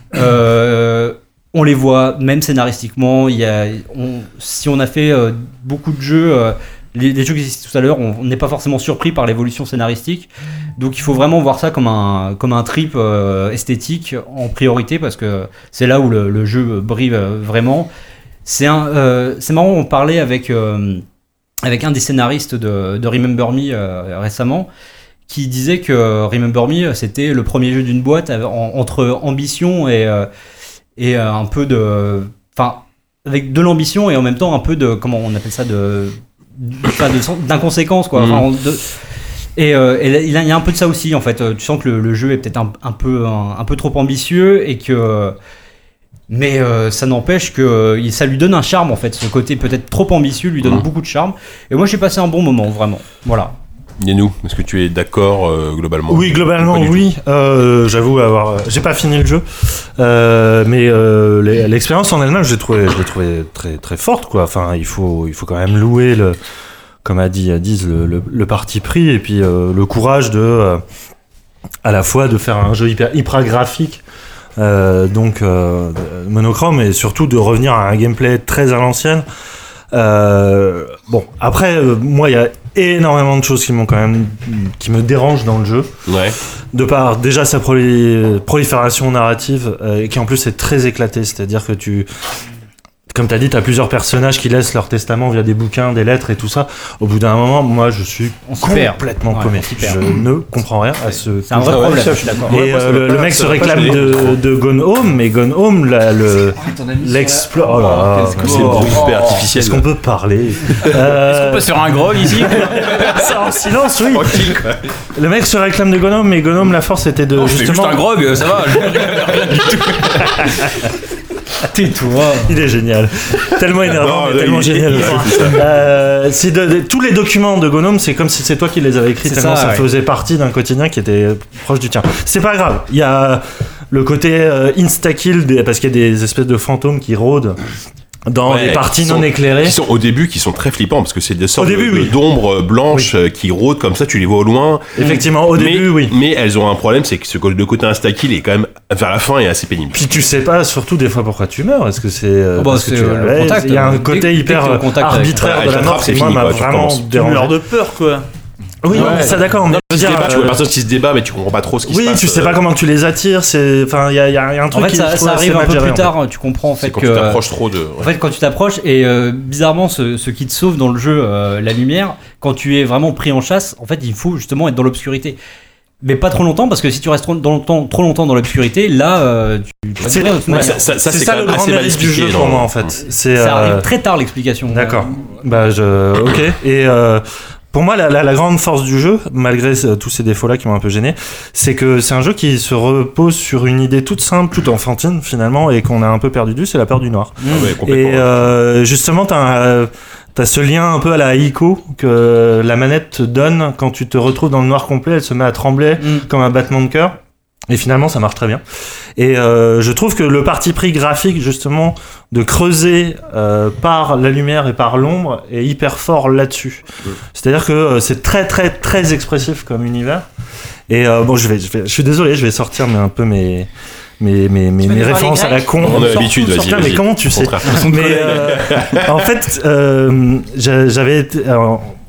Speaker 5: Euh, on les voit, même scénaristiquement. Il y a, on, si on a fait euh, beaucoup de jeux, euh, les, les jeux que j'ai cités tout à l'heure, on n'est pas forcément surpris par l'évolution scénaristique. Donc il faut vraiment voir ça comme un, comme un trip euh, esthétique en priorité, parce que c'est là où le, le jeu brille vraiment. C'est, un, euh, c'est marrant, on parlait avec, euh, avec un des scénaristes de, de Remember Me euh, récemment, qui disait que Remember Me, c'était le premier jeu d'une boîte avec, en, entre ambition et, euh, et euh, un peu de... Enfin, avec de l'ambition et en même temps un peu de... Comment on appelle ça de, de, de, d'inconséquence, quoi. Mmh. Enfin, de, et euh, il y a un peu de ça aussi, en fait. Tu sens que le, le jeu est peut-être un, un, peu, un, un peu trop ambitieux et que... Mais euh, ça n'empêche que euh, ça lui donne un charme en fait, ce côté peut-être trop ambitieux lui donne mmh. beaucoup de charme. Et moi j'ai passé un bon moment vraiment. Voilà.
Speaker 1: Yannou, est-ce que tu es d'accord euh, globalement?
Speaker 8: Oui, globalement oui. Euh, j'avoue avoir, j'ai pas fini le jeu, euh, mais euh, l'expérience en elle-même, je l'ai trouvé, je l'ai trouvé très très forte quoi. Enfin, il faut il faut quand même louer le, comme a dit disent le, le, le parti pris et puis euh, le courage de euh, à la fois de faire un jeu hyper hyper graphique. Euh, donc euh, monochrome et surtout de revenir à un gameplay très à l'ancienne. Euh, bon, après, euh, moi, il y a énormément de choses qui m'ont quand même, qui me dérangent dans le jeu.
Speaker 1: Ouais.
Speaker 8: De par déjà sa proli- prolifération narrative, euh, et qui en plus est très éclatée, c'est-à-dire que tu comme t'as dit, t'as plusieurs personnages qui laissent leur testament via des bouquins, des lettres et tout ça. Au bout d'un moment, moi, je suis complètement paumé. Ouais, je ne comprends rien à ce.
Speaker 5: C'est un vrai problème. Je suis d'accord.
Speaker 8: Et ouais, euh, le, le mec se réclame de, de Gone Home, mais Gone Home, là, le l'explore. Oh là là,
Speaker 1: c'est oh, super artificiel.
Speaker 8: Est-ce qu'on peut parler
Speaker 4: euh... Est-ce qu'on peut se faire un grog ici?
Speaker 8: Ça en silence, oui. Le mec se réclame de Gone Home, mais Gone Home, la force était de
Speaker 4: oh,
Speaker 8: justement.
Speaker 4: Je fais juste un grog, ça va.
Speaker 8: Tais-toi. Il est génial. Tellement énervant, non, mais tellement il, génial. Il, aussi. Euh, c'est de, de, tous les documents de Gone Home, c'est comme si c'est toi qui les avais écrits, c'est tellement ça, ça ouais. faisait partie d'un quotidien qui était proche du tien. C'est pas grave. Il y a le côté euh, insta-kill, des, parce qu'il y a des espèces de fantômes qui rôdent dans ouais, des parties
Speaker 1: sont,
Speaker 8: non éclairées.
Speaker 1: Qui sont au début, qui sont très flippants parce que c'est des sortes
Speaker 8: début,
Speaker 1: de,
Speaker 8: oui.
Speaker 1: d'ombres blanches
Speaker 8: oui.
Speaker 1: qui rôdent comme ça, tu les vois au loin.
Speaker 8: Effectivement, au
Speaker 1: mais,
Speaker 8: début, oui.
Speaker 1: Mais elles ont un problème, c'est que ce le côté insta-kill est quand même vers la fin est assez pénible.
Speaker 8: Puis tu sais pas surtout des fois pourquoi tu meurs. Est-ce que c'est euh,
Speaker 5: oh bah,
Speaker 8: parce
Speaker 5: c'est
Speaker 8: que tu
Speaker 5: le contact.
Speaker 8: Il y a un côté dès, hyper dès arbitraire
Speaker 1: avec...
Speaker 8: de la mort.
Speaker 1: C'est
Speaker 8: moi,
Speaker 1: fini,
Speaker 8: m'a
Speaker 1: quoi,
Speaker 8: vraiment dérangé.
Speaker 3: Tu meurs de peur, quoi.
Speaker 8: Oui, ouais. ça d'accord. Mais
Speaker 1: tu,
Speaker 8: dire,
Speaker 1: débat,
Speaker 8: euh...
Speaker 1: tu vois personne qui se débat, mais tu comprends pas trop ce qui
Speaker 8: oui,
Speaker 1: se passe.
Speaker 8: Oui, tu sais pas comment tu les attires. C'est, enfin, il y, y a un truc
Speaker 5: en fait,
Speaker 8: qui
Speaker 5: ça, ça arrive un peu plus tard. En fait. Tu comprends en fait
Speaker 1: c'est quand
Speaker 5: que.
Speaker 1: tu t'approches trop de. Ouais.
Speaker 5: En fait, quand tu t'approches et euh, bizarrement, ce, ce qui te sauve dans le jeu, euh, la lumière, quand tu es vraiment pris en chasse, en fait, il faut justement être dans l'obscurité. Mais pas trop longtemps, parce que si tu restes trop, dans longtemps, trop longtemps dans l'obscurité, là, euh, tu vas
Speaker 8: c'est,
Speaker 5: mourir,
Speaker 8: ouais, ça, ça, ça, c'est, c'est ça le grand mérite du jeu pour moi, en fait. C'est,
Speaker 5: ça arrive très tard l'explication.
Speaker 8: D'accord. Bah, je. Ok. Et. Euh... Pour moi, la, la, la grande force du jeu, malgré tous ces défauts-là qui m'ont un peu gêné, c'est que c'est un jeu qui se repose sur une idée toute simple, toute enfantine finalement, et qu'on a un peu perdu de vue, c'est la peur du noir.
Speaker 1: Mmh. Ah ouais,
Speaker 8: et euh, justement, t'as, euh, t'as ce lien un peu à la Ico que la manette te donne quand tu te retrouves dans le noir complet, elle se met à trembler mmh. comme un battement de cœur. Et finalement, ça marche très bien. Et euh, je trouve que le parti pris graphique, justement, de creuser euh, par la lumière et par l'ombre est hyper fort là-dessus. Mmh. C'est-à-dire que euh, c'est très, très, très expressif comme univers. Et euh, bon, je vais, je vais, je suis désolé, je vais sortir mais un peu mes... mes, mes, mes, mes références à la con.
Speaker 1: On a l'habitude, vas-y, vas-y.
Speaker 8: Mais comment tu sais mais, euh, en fait, euh, j'avais été... Alors,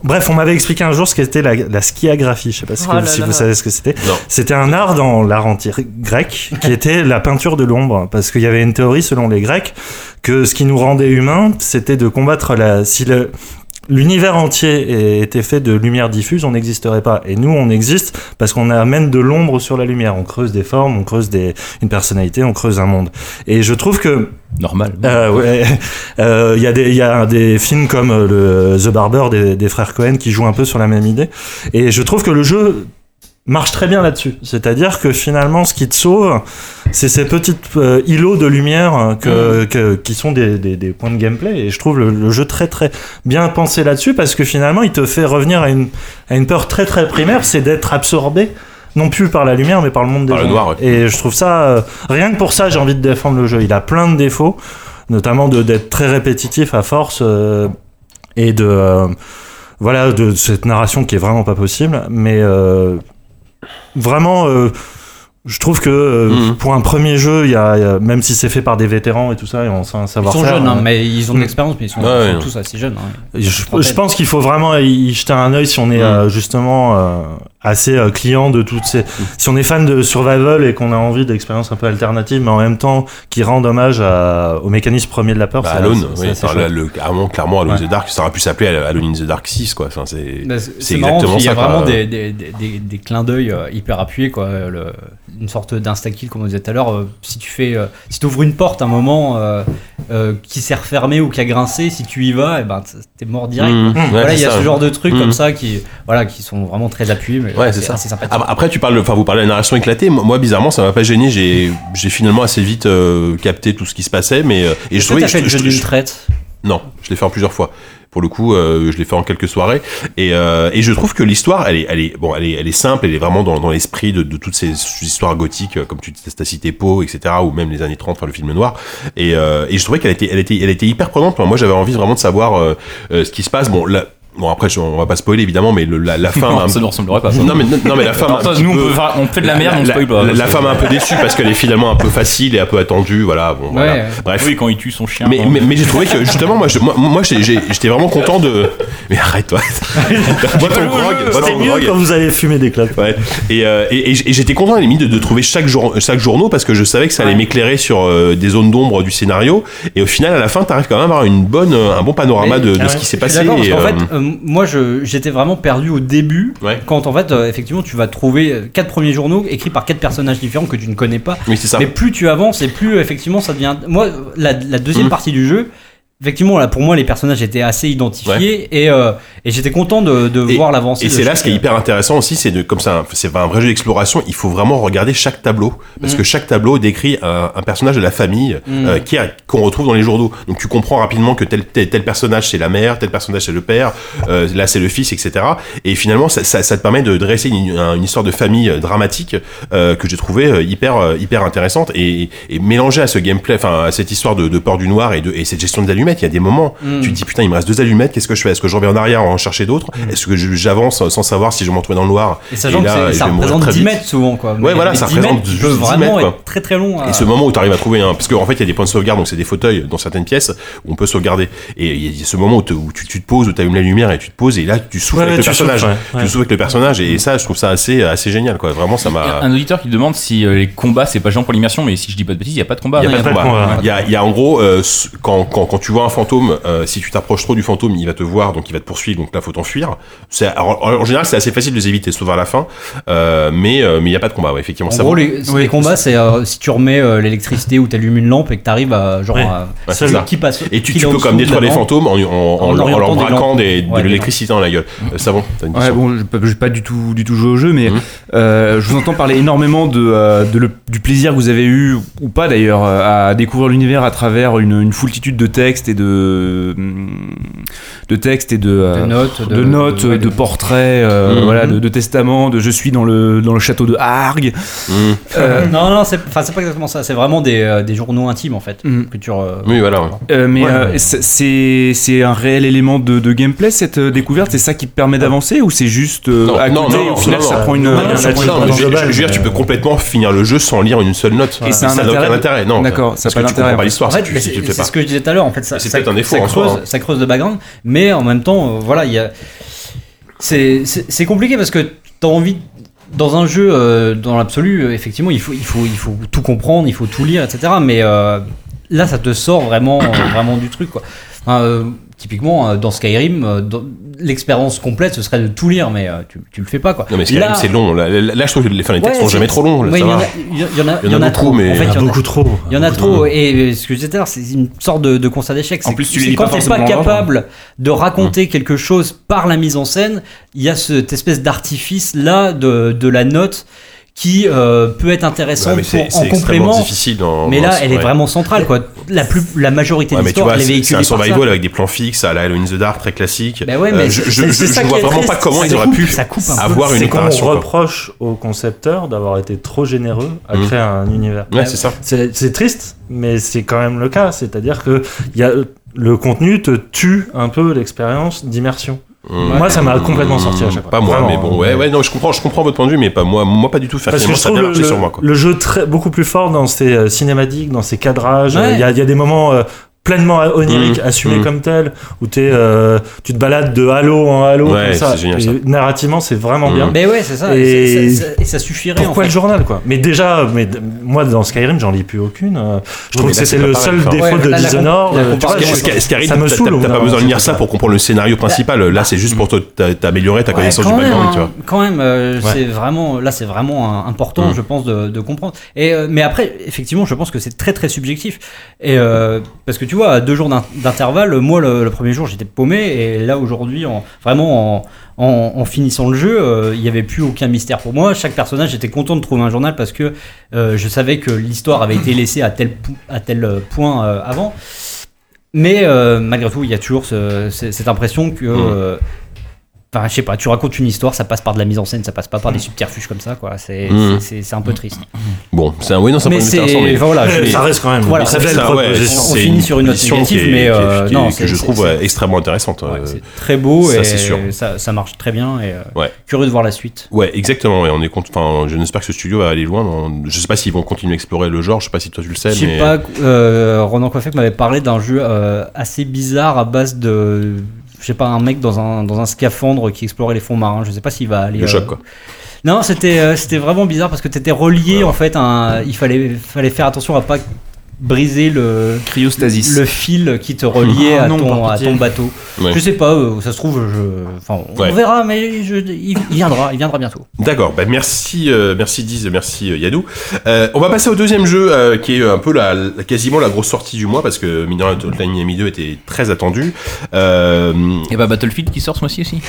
Speaker 8: Bref, on m'avait expliqué un jour ce qu'était la, la skiagraphie. Je sais pas si,
Speaker 6: Oh
Speaker 8: vous,
Speaker 6: là
Speaker 8: si
Speaker 6: là.
Speaker 8: vous savez ce que c'était.
Speaker 1: Non.
Speaker 8: C'était un art dans l'art antique grec qui était la peinture de l'ombre. Parce qu'il y avait une théorie selon les Grecs que ce qui nous rendait humains, c'était de combattre la... Si le, l'univers entier était fait de lumière diffuse, on n'existerait pas. Et nous, on existe parce qu'on amène de l'ombre sur la lumière. On creuse des formes, on creuse des, une personnalité, on creuse un monde. Et je trouve que
Speaker 4: Normal.
Speaker 8: Euh, ouais. Euh, Il y a des, il y a des films comme le The Barber des, des frères Cohen qui jouent un peu sur la même idée. Et je trouve que le jeu marche très bien là-dessus. C'est-à-dire que finalement, ce qui te sauve, c'est ces petites euh, îlots de lumière que, mmh. que, qui sont des, des, des points de gameplay. Et je trouve le, le jeu très très bien pensé là-dessus parce que finalement, il te fait revenir à une, à une peur très très primaire, c'est d'être absorbé. Non plus par la lumière, mais par le monde des
Speaker 1: par
Speaker 8: gens.
Speaker 1: Le noir, ouais.
Speaker 8: Et je trouve ça, euh, rien que pour ça, j'ai envie de défendre le jeu. Il a plein de défauts, notamment de d'être très répétitif à force euh, et de euh, voilà de cette narration qui est vraiment pas possible. Mais euh, vraiment, euh, je trouve que euh, mmh. pour un premier jeu, il y a, il y a même si c'est fait par des vétérans et tout ça, et on sait un savoir-faire.
Speaker 5: Ils sont jeunes, hein,
Speaker 8: euh,
Speaker 5: mais ils ont de l'expérience, mais ils sont,
Speaker 1: ouais,
Speaker 5: ils sont
Speaker 1: ouais.
Speaker 5: tous assez jeunes. Hein.
Speaker 8: Je, je pense qu'il faut vraiment y jeter un œil si on est mmh. euh, justement euh, assez euh, client de toutes ces. Si on est fan de survival et qu'on a envie d'expériences un peu alternatives, mais en même temps qui rendent hommage à, au mécanisme premier de la peur.
Speaker 1: Bah,
Speaker 8: c'est,
Speaker 1: Alone,
Speaker 8: c'est,
Speaker 1: oui,
Speaker 8: c'est
Speaker 1: enfin, le, clairement, clairement Alone
Speaker 8: ouais.
Speaker 1: in the Dark, ça aurait pu s'appeler Alone in the Dark six, quoi. Enfin, c'est,
Speaker 5: bah, c'est,
Speaker 1: c'est,
Speaker 5: c'est
Speaker 1: exactement
Speaker 5: marrant,
Speaker 1: ça.
Speaker 5: Il y a vraiment
Speaker 1: quoi.
Speaker 5: des, des, des, des, des clins d'œil euh, hyper appuyés, quoi. Le, une sorte d'insta-kill, comme on disait tout à l'heure. Euh, si tu fais, euh, si tu ouvres une porte un moment euh, euh, qui s'est refermée ou qui a grincé, si tu y vas, et ben t'es mort direct.
Speaker 1: Mmh,
Speaker 5: voilà,
Speaker 1: ouais,
Speaker 5: il y a
Speaker 1: ça.
Speaker 5: ce genre de trucs
Speaker 1: mmh.
Speaker 5: comme ça qui, voilà, qui sont vraiment très appuyés, mais
Speaker 1: ouais,
Speaker 5: c'est,
Speaker 1: c'est ça.
Speaker 5: assez sympathique.
Speaker 1: Après, tu parles, enfin, vous parlez de la narration éclatée. Moi, bizarrement, ça m'a pas gêné. J'ai, j'ai finalement assez vite euh, capté tout ce qui se passait, mais euh, et
Speaker 5: Est-ce
Speaker 1: je trouvais
Speaker 5: que t'as fait le jeu d'une
Speaker 1: je,
Speaker 5: traite.
Speaker 1: Non, je l'ai fait en plusieurs fois. Pour le coup, euh, je l'ai fait en quelques soirées et, euh, et je trouve que l'histoire, elle est, elle est, bon, elle est, elle est simple, elle est vraiment dans, dans l'esprit de, de toutes ces histoires gothiques, comme tu as cité Poe, et cetera, ou même les années trente, enfin le film noir. Et, euh, et je trouvais qu'elle était, elle était, elle était hyper prenante. Moi, j'avais envie vraiment de savoir euh, euh, ce qui se passe. Bon, là. Bon après je, on va pas spoiler évidemment mais le, la, la fin
Speaker 4: non, ça ne ressemblerait pas ça.
Speaker 1: non mais non mais la fin
Speaker 4: ça, nous on, peut, on fait de la merde
Speaker 1: la,
Speaker 4: on spoil pas
Speaker 1: la, la femme est un peu déçue parce qu'elle est finalement un peu facile et un peu attendue voilà bon voilà
Speaker 5: ouais,
Speaker 1: bref
Speaker 4: oui quand il tue son chien
Speaker 1: mais, mais, mais j'ai trouvé que justement moi je, moi, moi j'ai, j'ai, j'étais vraiment content de mais arrête toi bois ton grog
Speaker 8: c'est mieux grog. Quand vous avez fumé des clopes
Speaker 1: ouais. et, euh, et, et, et j'étais content à la limite de, de trouver chaque jour chaque journaux parce que je savais que ça allait ouais. m'éclairer sur euh, des zones d'ombre du scénario et au final à la fin t'arrives quand même à avoir une bonne un bon panorama mais, de, de ah ce ouais. qui s'est passé
Speaker 5: d'accord,
Speaker 1: et,
Speaker 5: parce qu'en
Speaker 1: euh,
Speaker 5: fait euh, moi je j'étais vraiment perdu au début
Speaker 1: ouais.
Speaker 5: quand en fait euh, effectivement tu vas trouver quatre premiers journaux écrits par quatre personnages différents que tu ne connais pas
Speaker 1: oui, c'est ça.
Speaker 5: Mais plus tu avances et plus effectivement ça devient moi la, la deuxième mmh. partie du jeu effectivement là pour moi les personnages étaient assez identifiés ouais. et, euh, et j'étais content de, de
Speaker 1: et,
Speaker 5: voir l'avancée
Speaker 1: et c'est là ce qui est hyper intéressant aussi c'est de comme ça c'est un vrai jeu d'exploration il faut vraiment regarder chaque tableau parce mmh. que chaque tableau décrit un, un personnage de la famille mmh. euh, qui a, qu'on retrouve dans les journaux donc tu comprends rapidement que tel, tel, tel personnage c'est la mère tel personnage c'est le père euh, là c'est le fils etc et finalement ça, ça, ça te permet de dresser une, une histoire de famille dramatique euh, que j'ai trouvé hyper hyper intéressante et, et mélangée à ce gameplay enfin à cette histoire de, de port du noir et, de, et cette gestion de l'allumette il y a des moments mmh. tu te dis putain il me reste deux allumettes qu'est-ce que je fais est-ce que je reviens en arrière en chercher d'autres mmh. est-ce que je, j'avance sans savoir si je vais m'en trouver dans le noir
Speaker 5: et sachant que c'est, ça représente dix mètres souvent quoi
Speaker 1: ouais voilà ça représente
Speaker 5: dix mètres, vraiment mètres, être très très long à...
Speaker 1: et ce moment où tu arrives à trouver un parce qu'en fait il y a des points de sauvegarde donc c'est des fauteuils dans certaines pièces où on peut sauvegarder et il y a ce moment où, te, où tu, tu te poses où tu allumes la lumière et tu te poses et là tu souffles ouais, avec le personnage souffles, ouais. tu souffles avec le personnage et, et ça je trouve ça assez assez génial quoi vraiment ça m'a
Speaker 4: un auditeur qui demande si euh, les combats c'est pas genre pour l'immersion mais si je dis pas de bêtises il y a pas de combat
Speaker 1: il y a pas de combat il y a il y a en gros euh, quand quand quand tu vois un fantôme euh, si tu t'approches trop du fantôme il va te voir donc il va te poursuivre donc là faut t'enfuir c'est en, en général c'est assez facile de les éviter sauf à la fin euh, mais euh, mais il y a pas de combat ouais, effectivement
Speaker 5: en
Speaker 1: ça
Speaker 5: gros les, oui, les combats c'est euh, si tu remets euh, l'électricité ou t'allumes une lampe et que t'arrives à genre
Speaker 1: ouais.
Speaker 5: à,
Speaker 1: ouais, c'est ça.
Speaker 5: Qui passe
Speaker 1: et tu, tu peux comme détruire les fantômes en, en, en, en leur braquant des,
Speaker 5: ouais,
Speaker 1: de l'électricité dans la gueule euh, ça bon t'as une
Speaker 7: ouais bon je n'ai pas du tout du tout joué au jeu mais mmh. euh, je vous entends parler énormément de, euh, de le, du plaisir que vous avez eu ou pas d'ailleurs à découvrir l'univers à travers une, une foultitude de textes et de de textes et de, euh,
Speaker 5: de notes, de,
Speaker 7: de, notes, de, de, de portraits, euh, mmh. voilà, de, de testaments, de je suis dans le dans le château de Hargue.
Speaker 5: Mmh. Euh, non, non, c'est, enfin, c'est pas exactement ça. C'est vraiment des, euh, des journaux intimes en fait. Mmh. Que tu re...
Speaker 1: Oui, voilà. Ouais.
Speaker 7: Euh, mais ouais, euh, ouais. c'est c'est un réel élément de, de gameplay cette découverte. C'est ça qui te permet d'avancer ou c'est juste euh,
Speaker 1: non,
Speaker 7: à
Speaker 1: non,
Speaker 7: côté
Speaker 1: non,
Speaker 7: au final
Speaker 1: non,
Speaker 7: ça
Speaker 1: non,
Speaker 7: prend une.
Speaker 1: Non, non, non, ça prend une je, je veux dire, tu peux complètement finir le jeu sans lire une seule note.
Speaker 7: Et
Speaker 1: ça n'a aucun intérêt. Non.
Speaker 7: D'accord. Ça
Speaker 1: n'a pas d'intérêt. Pas l'histoire.
Speaker 5: En fait, c'est ce que je disais tout à l'heure. En fait, ça
Speaker 1: creuse,
Speaker 5: ça creuse de background, mais en même temps, voilà, il y a c'est, c'est, c'est compliqué parce que t'as envie. Dans un jeu, euh, dans l'absolu, effectivement, il faut, il, faut, il faut tout comprendre, il faut tout lire, et cetera. Mais euh, là, ça te sort vraiment, vraiment du truc, quoi. Enfin, euh, typiquement, dans Skyrim, euh, dans, l'expérience complète, ce serait de tout lire, mais euh, tu, tu le fais pas, quoi.
Speaker 1: Non, mais Skyrim,
Speaker 5: là,
Speaker 1: c'est long. Là, là, je trouve que les, enfin, les textes
Speaker 5: ouais,
Speaker 1: sont jamais trop longs.
Speaker 5: Ouais, il y, y en a, il y en a, il y en a
Speaker 1: beaucoup,
Speaker 5: trop.
Speaker 1: mais
Speaker 5: en fait,
Speaker 8: il y en a beaucoup trop.
Speaker 5: Il y en a trop. Et ce que je disais tout à l'heure, c'est une sorte de, de constat d'échec.
Speaker 4: En
Speaker 5: c'est
Speaker 4: plus, tu
Speaker 5: c'est
Speaker 4: les lis
Speaker 5: quand
Speaker 4: pas
Speaker 5: t'es pas
Speaker 4: forcément
Speaker 5: capable de raconter mmh. quelque chose par la mise en scène, il y a cette espèce d'artifice là de, de la note qui euh, peut être intéressant
Speaker 1: ouais,
Speaker 5: pour,
Speaker 1: c'est,
Speaker 5: en
Speaker 1: c'est
Speaker 5: complément.
Speaker 1: Difficile dans,
Speaker 5: mais là,
Speaker 1: dans,
Speaker 5: elle
Speaker 1: ouais.
Speaker 5: est vraiment centrale, quoi. La, plus, la majorité
Speaker 1: ouais,
Speaker 5: de l'histoire, elle est véhiculée.
Speaker 1: C'est un survival
Speaker 5: par ça.
Speaker 1: avec des plans fixes à la Alone in the Dark très classique.
Speaker 5: Ben ouais, mais
Speaker 1: euh, je, je, je, je vois vraiment pas comment ils auraient pu avoir une opération.
Speaker 8: On reproche aux concepteurs d'avoir été trop généreux à créer un univers.
Speaker 1: Ouais, c'est ça.
Speaker 8: C'est, c'est triste, mais c'est quand même le cas. C'est-à-dire que y a, le contenu te tue un peu l'expérience d'immersion. Mmh. Moi, ça m'a complètement sorti à chaque fois.
Speaker 1: Pas moi,
Speaker 8: Vraiment,
Speaker 1: mais bon, ouais, ouais, non, je comprends, je comprends votre point de vue, mais pas moi, moi pas du tout.
Speaker 8: Parce que je trouve le, le, sur moi, quoi. le jeu très, beaucoup plus fort dans ses euh, cinématiques, dans ses cadrages. Il ouais. y, y a des moments euh, pleinement oniriques, mmh. assumés mmh. comme tels, où t'es, euh, tu te balades de halo en halo,
Speaker 1: ouais,
Speaker 8: comme ça.
Speaker 1: C'est génial, ça.
Speaker 8: Narrativement, c'est vraiment mmh. bien.
Speaker 5: Mais ouais, c'est ça.
Speaker 8: Et,
Speaker 5: et, ça, ça, et ça suffirait.
Speaker 8: Pourquoi
Speaker 5: en fait.
Speaker 8: le journal, quoi? Mais déjà, mais moi, dans Skyrim, j'en lis plus aucune. Euh, je trouve oui, que c'était le seul pareil, défaut ouais, de Dishonored.
Speaker 1: Skyrim, ça me saoule. T'as pas besoin de lire ça pour comprendre le scénario principal. Là, c'est juste pour t'améliorer ta connaissance du background, tu vois.
Speaker 5: Quand même, c'est vraiment, là, c'est vraiment important, je pense, de comprendre. Et mais après, effectivement, je pense que c'est très très subjectif. Et parce que tu vois, à deux jours d'intervalle, moi le, le premier jour j'étais paumé et là aujourd'hui en, vraiment en, en, en finissant le jeu euh, il n'y avait plus aucun mystère pour moi. Chaque personnage, j'étais content de trouver un journal parce que euh, je savais que l'histoire avait été laissée à tel, à tel point euh, avant, mais euh, malgré tout il y a toujours ce, cette impression que euh, Enfin, je sais pas, tu racontes une histoire, ça passe par de la mise en scène, ça passe pas par des subterfuges comme ça, quoi. C'est, mmh. c'est, c'est un peu triste.
Speaker 1: Bon, c'est un oui, non, ça
Speaker 5: mais c'est, mais voilà,
Speaker 8: je, ça reste quand même.
Speaker 5: Voilà,
Speaker 1: ça, ça, ouais,
Speaker 5: on, on finit sur une note négative,
Speaker 1: qui est,
Speaker 5: mais euh,
Speaker 1: qui est,
Speaker 5: non,
Speaker 1: que je trouve c'est, extrêmement intéressante.
Speaker 5: Ouais, c'est très beau
Speaker 1: ça,
Speaker 5: et
Speaker 1: c'est sûr.
Speaker 5: Ça, ça marche très bien et euh,
Speaker 1: ouais.
Speaker 5: curieux de voir la suite.
Speaker 1: Ouais, exactement. Ouais, on est content. Enfin, je n'espère que ce studio va aller loin. Dans, je sais pas s'ils vont continuer à explorer le genre. Je sais pas si toi tu le sais.
Speaker 5: Je sais
Speaker 1: mais...
Speaker 5: pas. Euh, Ronan Coiffec m'avait parlé d'un jeu euh, assez bizarre à base de. Je sais pas, un mec dans un, dans un scaphandre qui explorait les fonds marins. Je sais pas s'il va aller.
Speaker 1: Le euh... choc, quoi.
Speaker 5: Non, c'était, euh, c'était vraiment bizarre parce que t'étais relié, ouais. en fait. Un, il fallait, fallait faire attention à pas briser le
Speaker 7: cryostasis,
Speaker 5: le fil qui te reliait ah, à,
Speaker 7: non,
Speaker 5: ton, à ton bateau. Ouais. Je sais pas, euh, ça se trouve, je, enfin, on ouais. verra, mais je, il, il viendra, il viendra bientôt.
Speaker 1: D'accord, bah merci, euh, merci Diz, merci euh, Yadou. Euh, on va passer au deuxième jeu euh, qui est un peu la, la, quasiment la grosse sortie du mois parce que mine de rien, Hotline Miami deux était très attendu. Euh...
Speaker 4: Et bah Battlefield qui sort ce mois-ci aussi.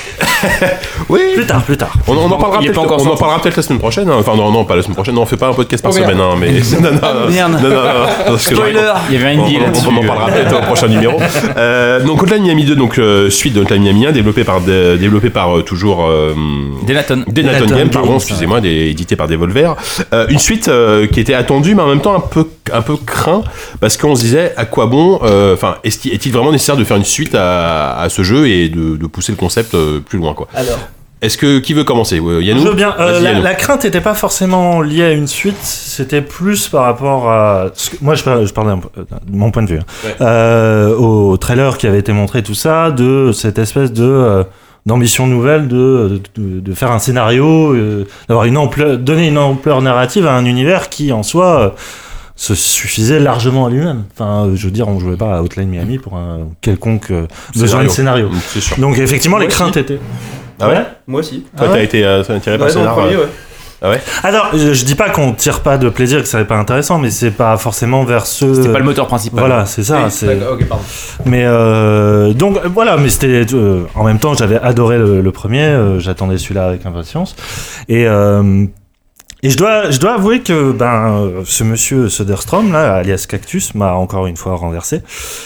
Speaker 1: Oui.
Speaker 8: Plus tard, plus tard.
Speaker 1: On, on en parlera peut-être. On en parlera peut-être la semaine prochaine. Hein. Enfin non, non, pas la semaine prochaine. Non, on fait pas un podcast par oh, semaine, hein, mais non, non, non,
Speaker 4: merde.
Speaker 1: non, non, non, non
Speaker 4: spoiler. Il y avait un deal là-dessus.
Speaker 1: On en parlera peut-être au prochain numéro. Euh, donc Hotline Miami deux, donc euh, suite de Hotline Miami un, développé par de, développé par euh, toujours euh,
Speaker 4: Denaton.
Speaker 1: Denaton Game, pardon, excusez-moi, des, édité par Devolver. Euh, une suite euh, qui était attendue, mais en même temps un peu un peu craint parce qu'on se disait à quoi bon. Enfin, euh, est-il, est-il vraiment nécessaire de faire une suite à, à ce jeu et de, de pousser le concept euh, plus loin, quoi.
Speaker 2: Alors.
Speaker 1: Est-ce que qui veut commencer? Yannou?
Speaker 8: Je veux bien. Euh, la, la crainte n'était pas forcément liée à une suite, c'était plus par rapport à. Moi, je parle, je parle de mon point de vue. Hein. Ouais. Euh, au trailer qui avait été montré, tout ça, de cette espèce de euh, d'ambition nouvelle de, de de faire un scénario, euh, d'avoir une ampleur, donner une ampleur narrative à un univers qui en soi euh, se suffisait largement à lui-même. Enfin, je veux dire, on jouait pas à Hotline Miami pour un quelconque euh, besoin de scénario.
Speaker 1: C'est sûr.
Speaker 8: Donc effectivement,
Speaker 2: Moi
Speaker 8: les craintes
Speaker 2: aussi.
Speaker 8: étaient.
Speaker 2: Ah ouais? Moi aussi.
Speaker 1: Toi,
Speaker 2: ah
Speaker 1: t'as
Speaker 2: ouais.
Speaker 1: été euh, attiré par
Speaker 2: ouais,
Speaker 1: le scénar.
Speaker 2: Premier, ouais.
Speaker 1: Ah ouais.
Speaker 8: Alors, je, je dis pas qu'on tire pas de plaisir, que ça n'est pas intéressant, mais c'est pas forcément vers ce.
Speaker 4: C'était pas le moteur principal.
Speaker 8: Voilà, c'est ça.
Speaker 2: Oui,
Speaker 8: c'est...
Speaker 2: Ok, pardon.
Speaker 8: Mais euh, donc voilà, mais c'était euh, en même temps, j'avais adoré le, le premier, euh, j'attendais celui-là avec impatience, et euh, et je dois je dois avouer que ben ce monsieur Söderström là, alias Cactus, m'a encore une fois renversé,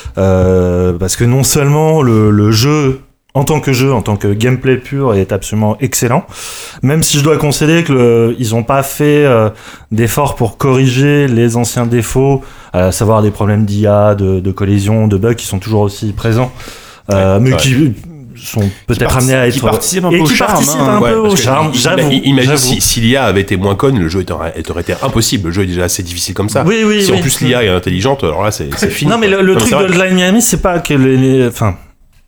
Speaker 8: euh, parce que non seulement le, le jeu en tant que jeu, en tant que gameplay pur, est absolument excellent. Même si je dois concéder que le, ils ont pas fait euh, d'efforts pour corriger les anciens défauts, à savoir des problèmes d'I A, de, de collision, de bugs qui sont sont toujours aussi présents, euh, ouais, mais ouais. qui sont peut-être amenés à être...
Speaker 7: Qui participent un peu
Speaker 8: et
Speaker 7: au
Speaker 8: qui
Speaker 7: charme.
Speaker 8: participent
Speaker 7: Hein.
Speaker 8: un
Speaker 1: ouais,
Speaker 8: peu au charme, j'avoue.
Speaker 1: Imagine
Speaker 8: j'avoue.
Speaker 1: si, si l'I A avait été moins conne, le jeu aurait, aurait été impossible. Le jeu est déjà assez difficile comme ça.
Speaker 8: Oui, oui,
Speaker 1: si
Speaker 8: oui.
Speaker 1: en plus l'I A est intelligente, alors là c'est, c'est fini.
Speaker 8: Non, mais le, le
Speaker 1: non,
Speaker 8: truc de Hotline Miami, c'est pas que les... Enfin...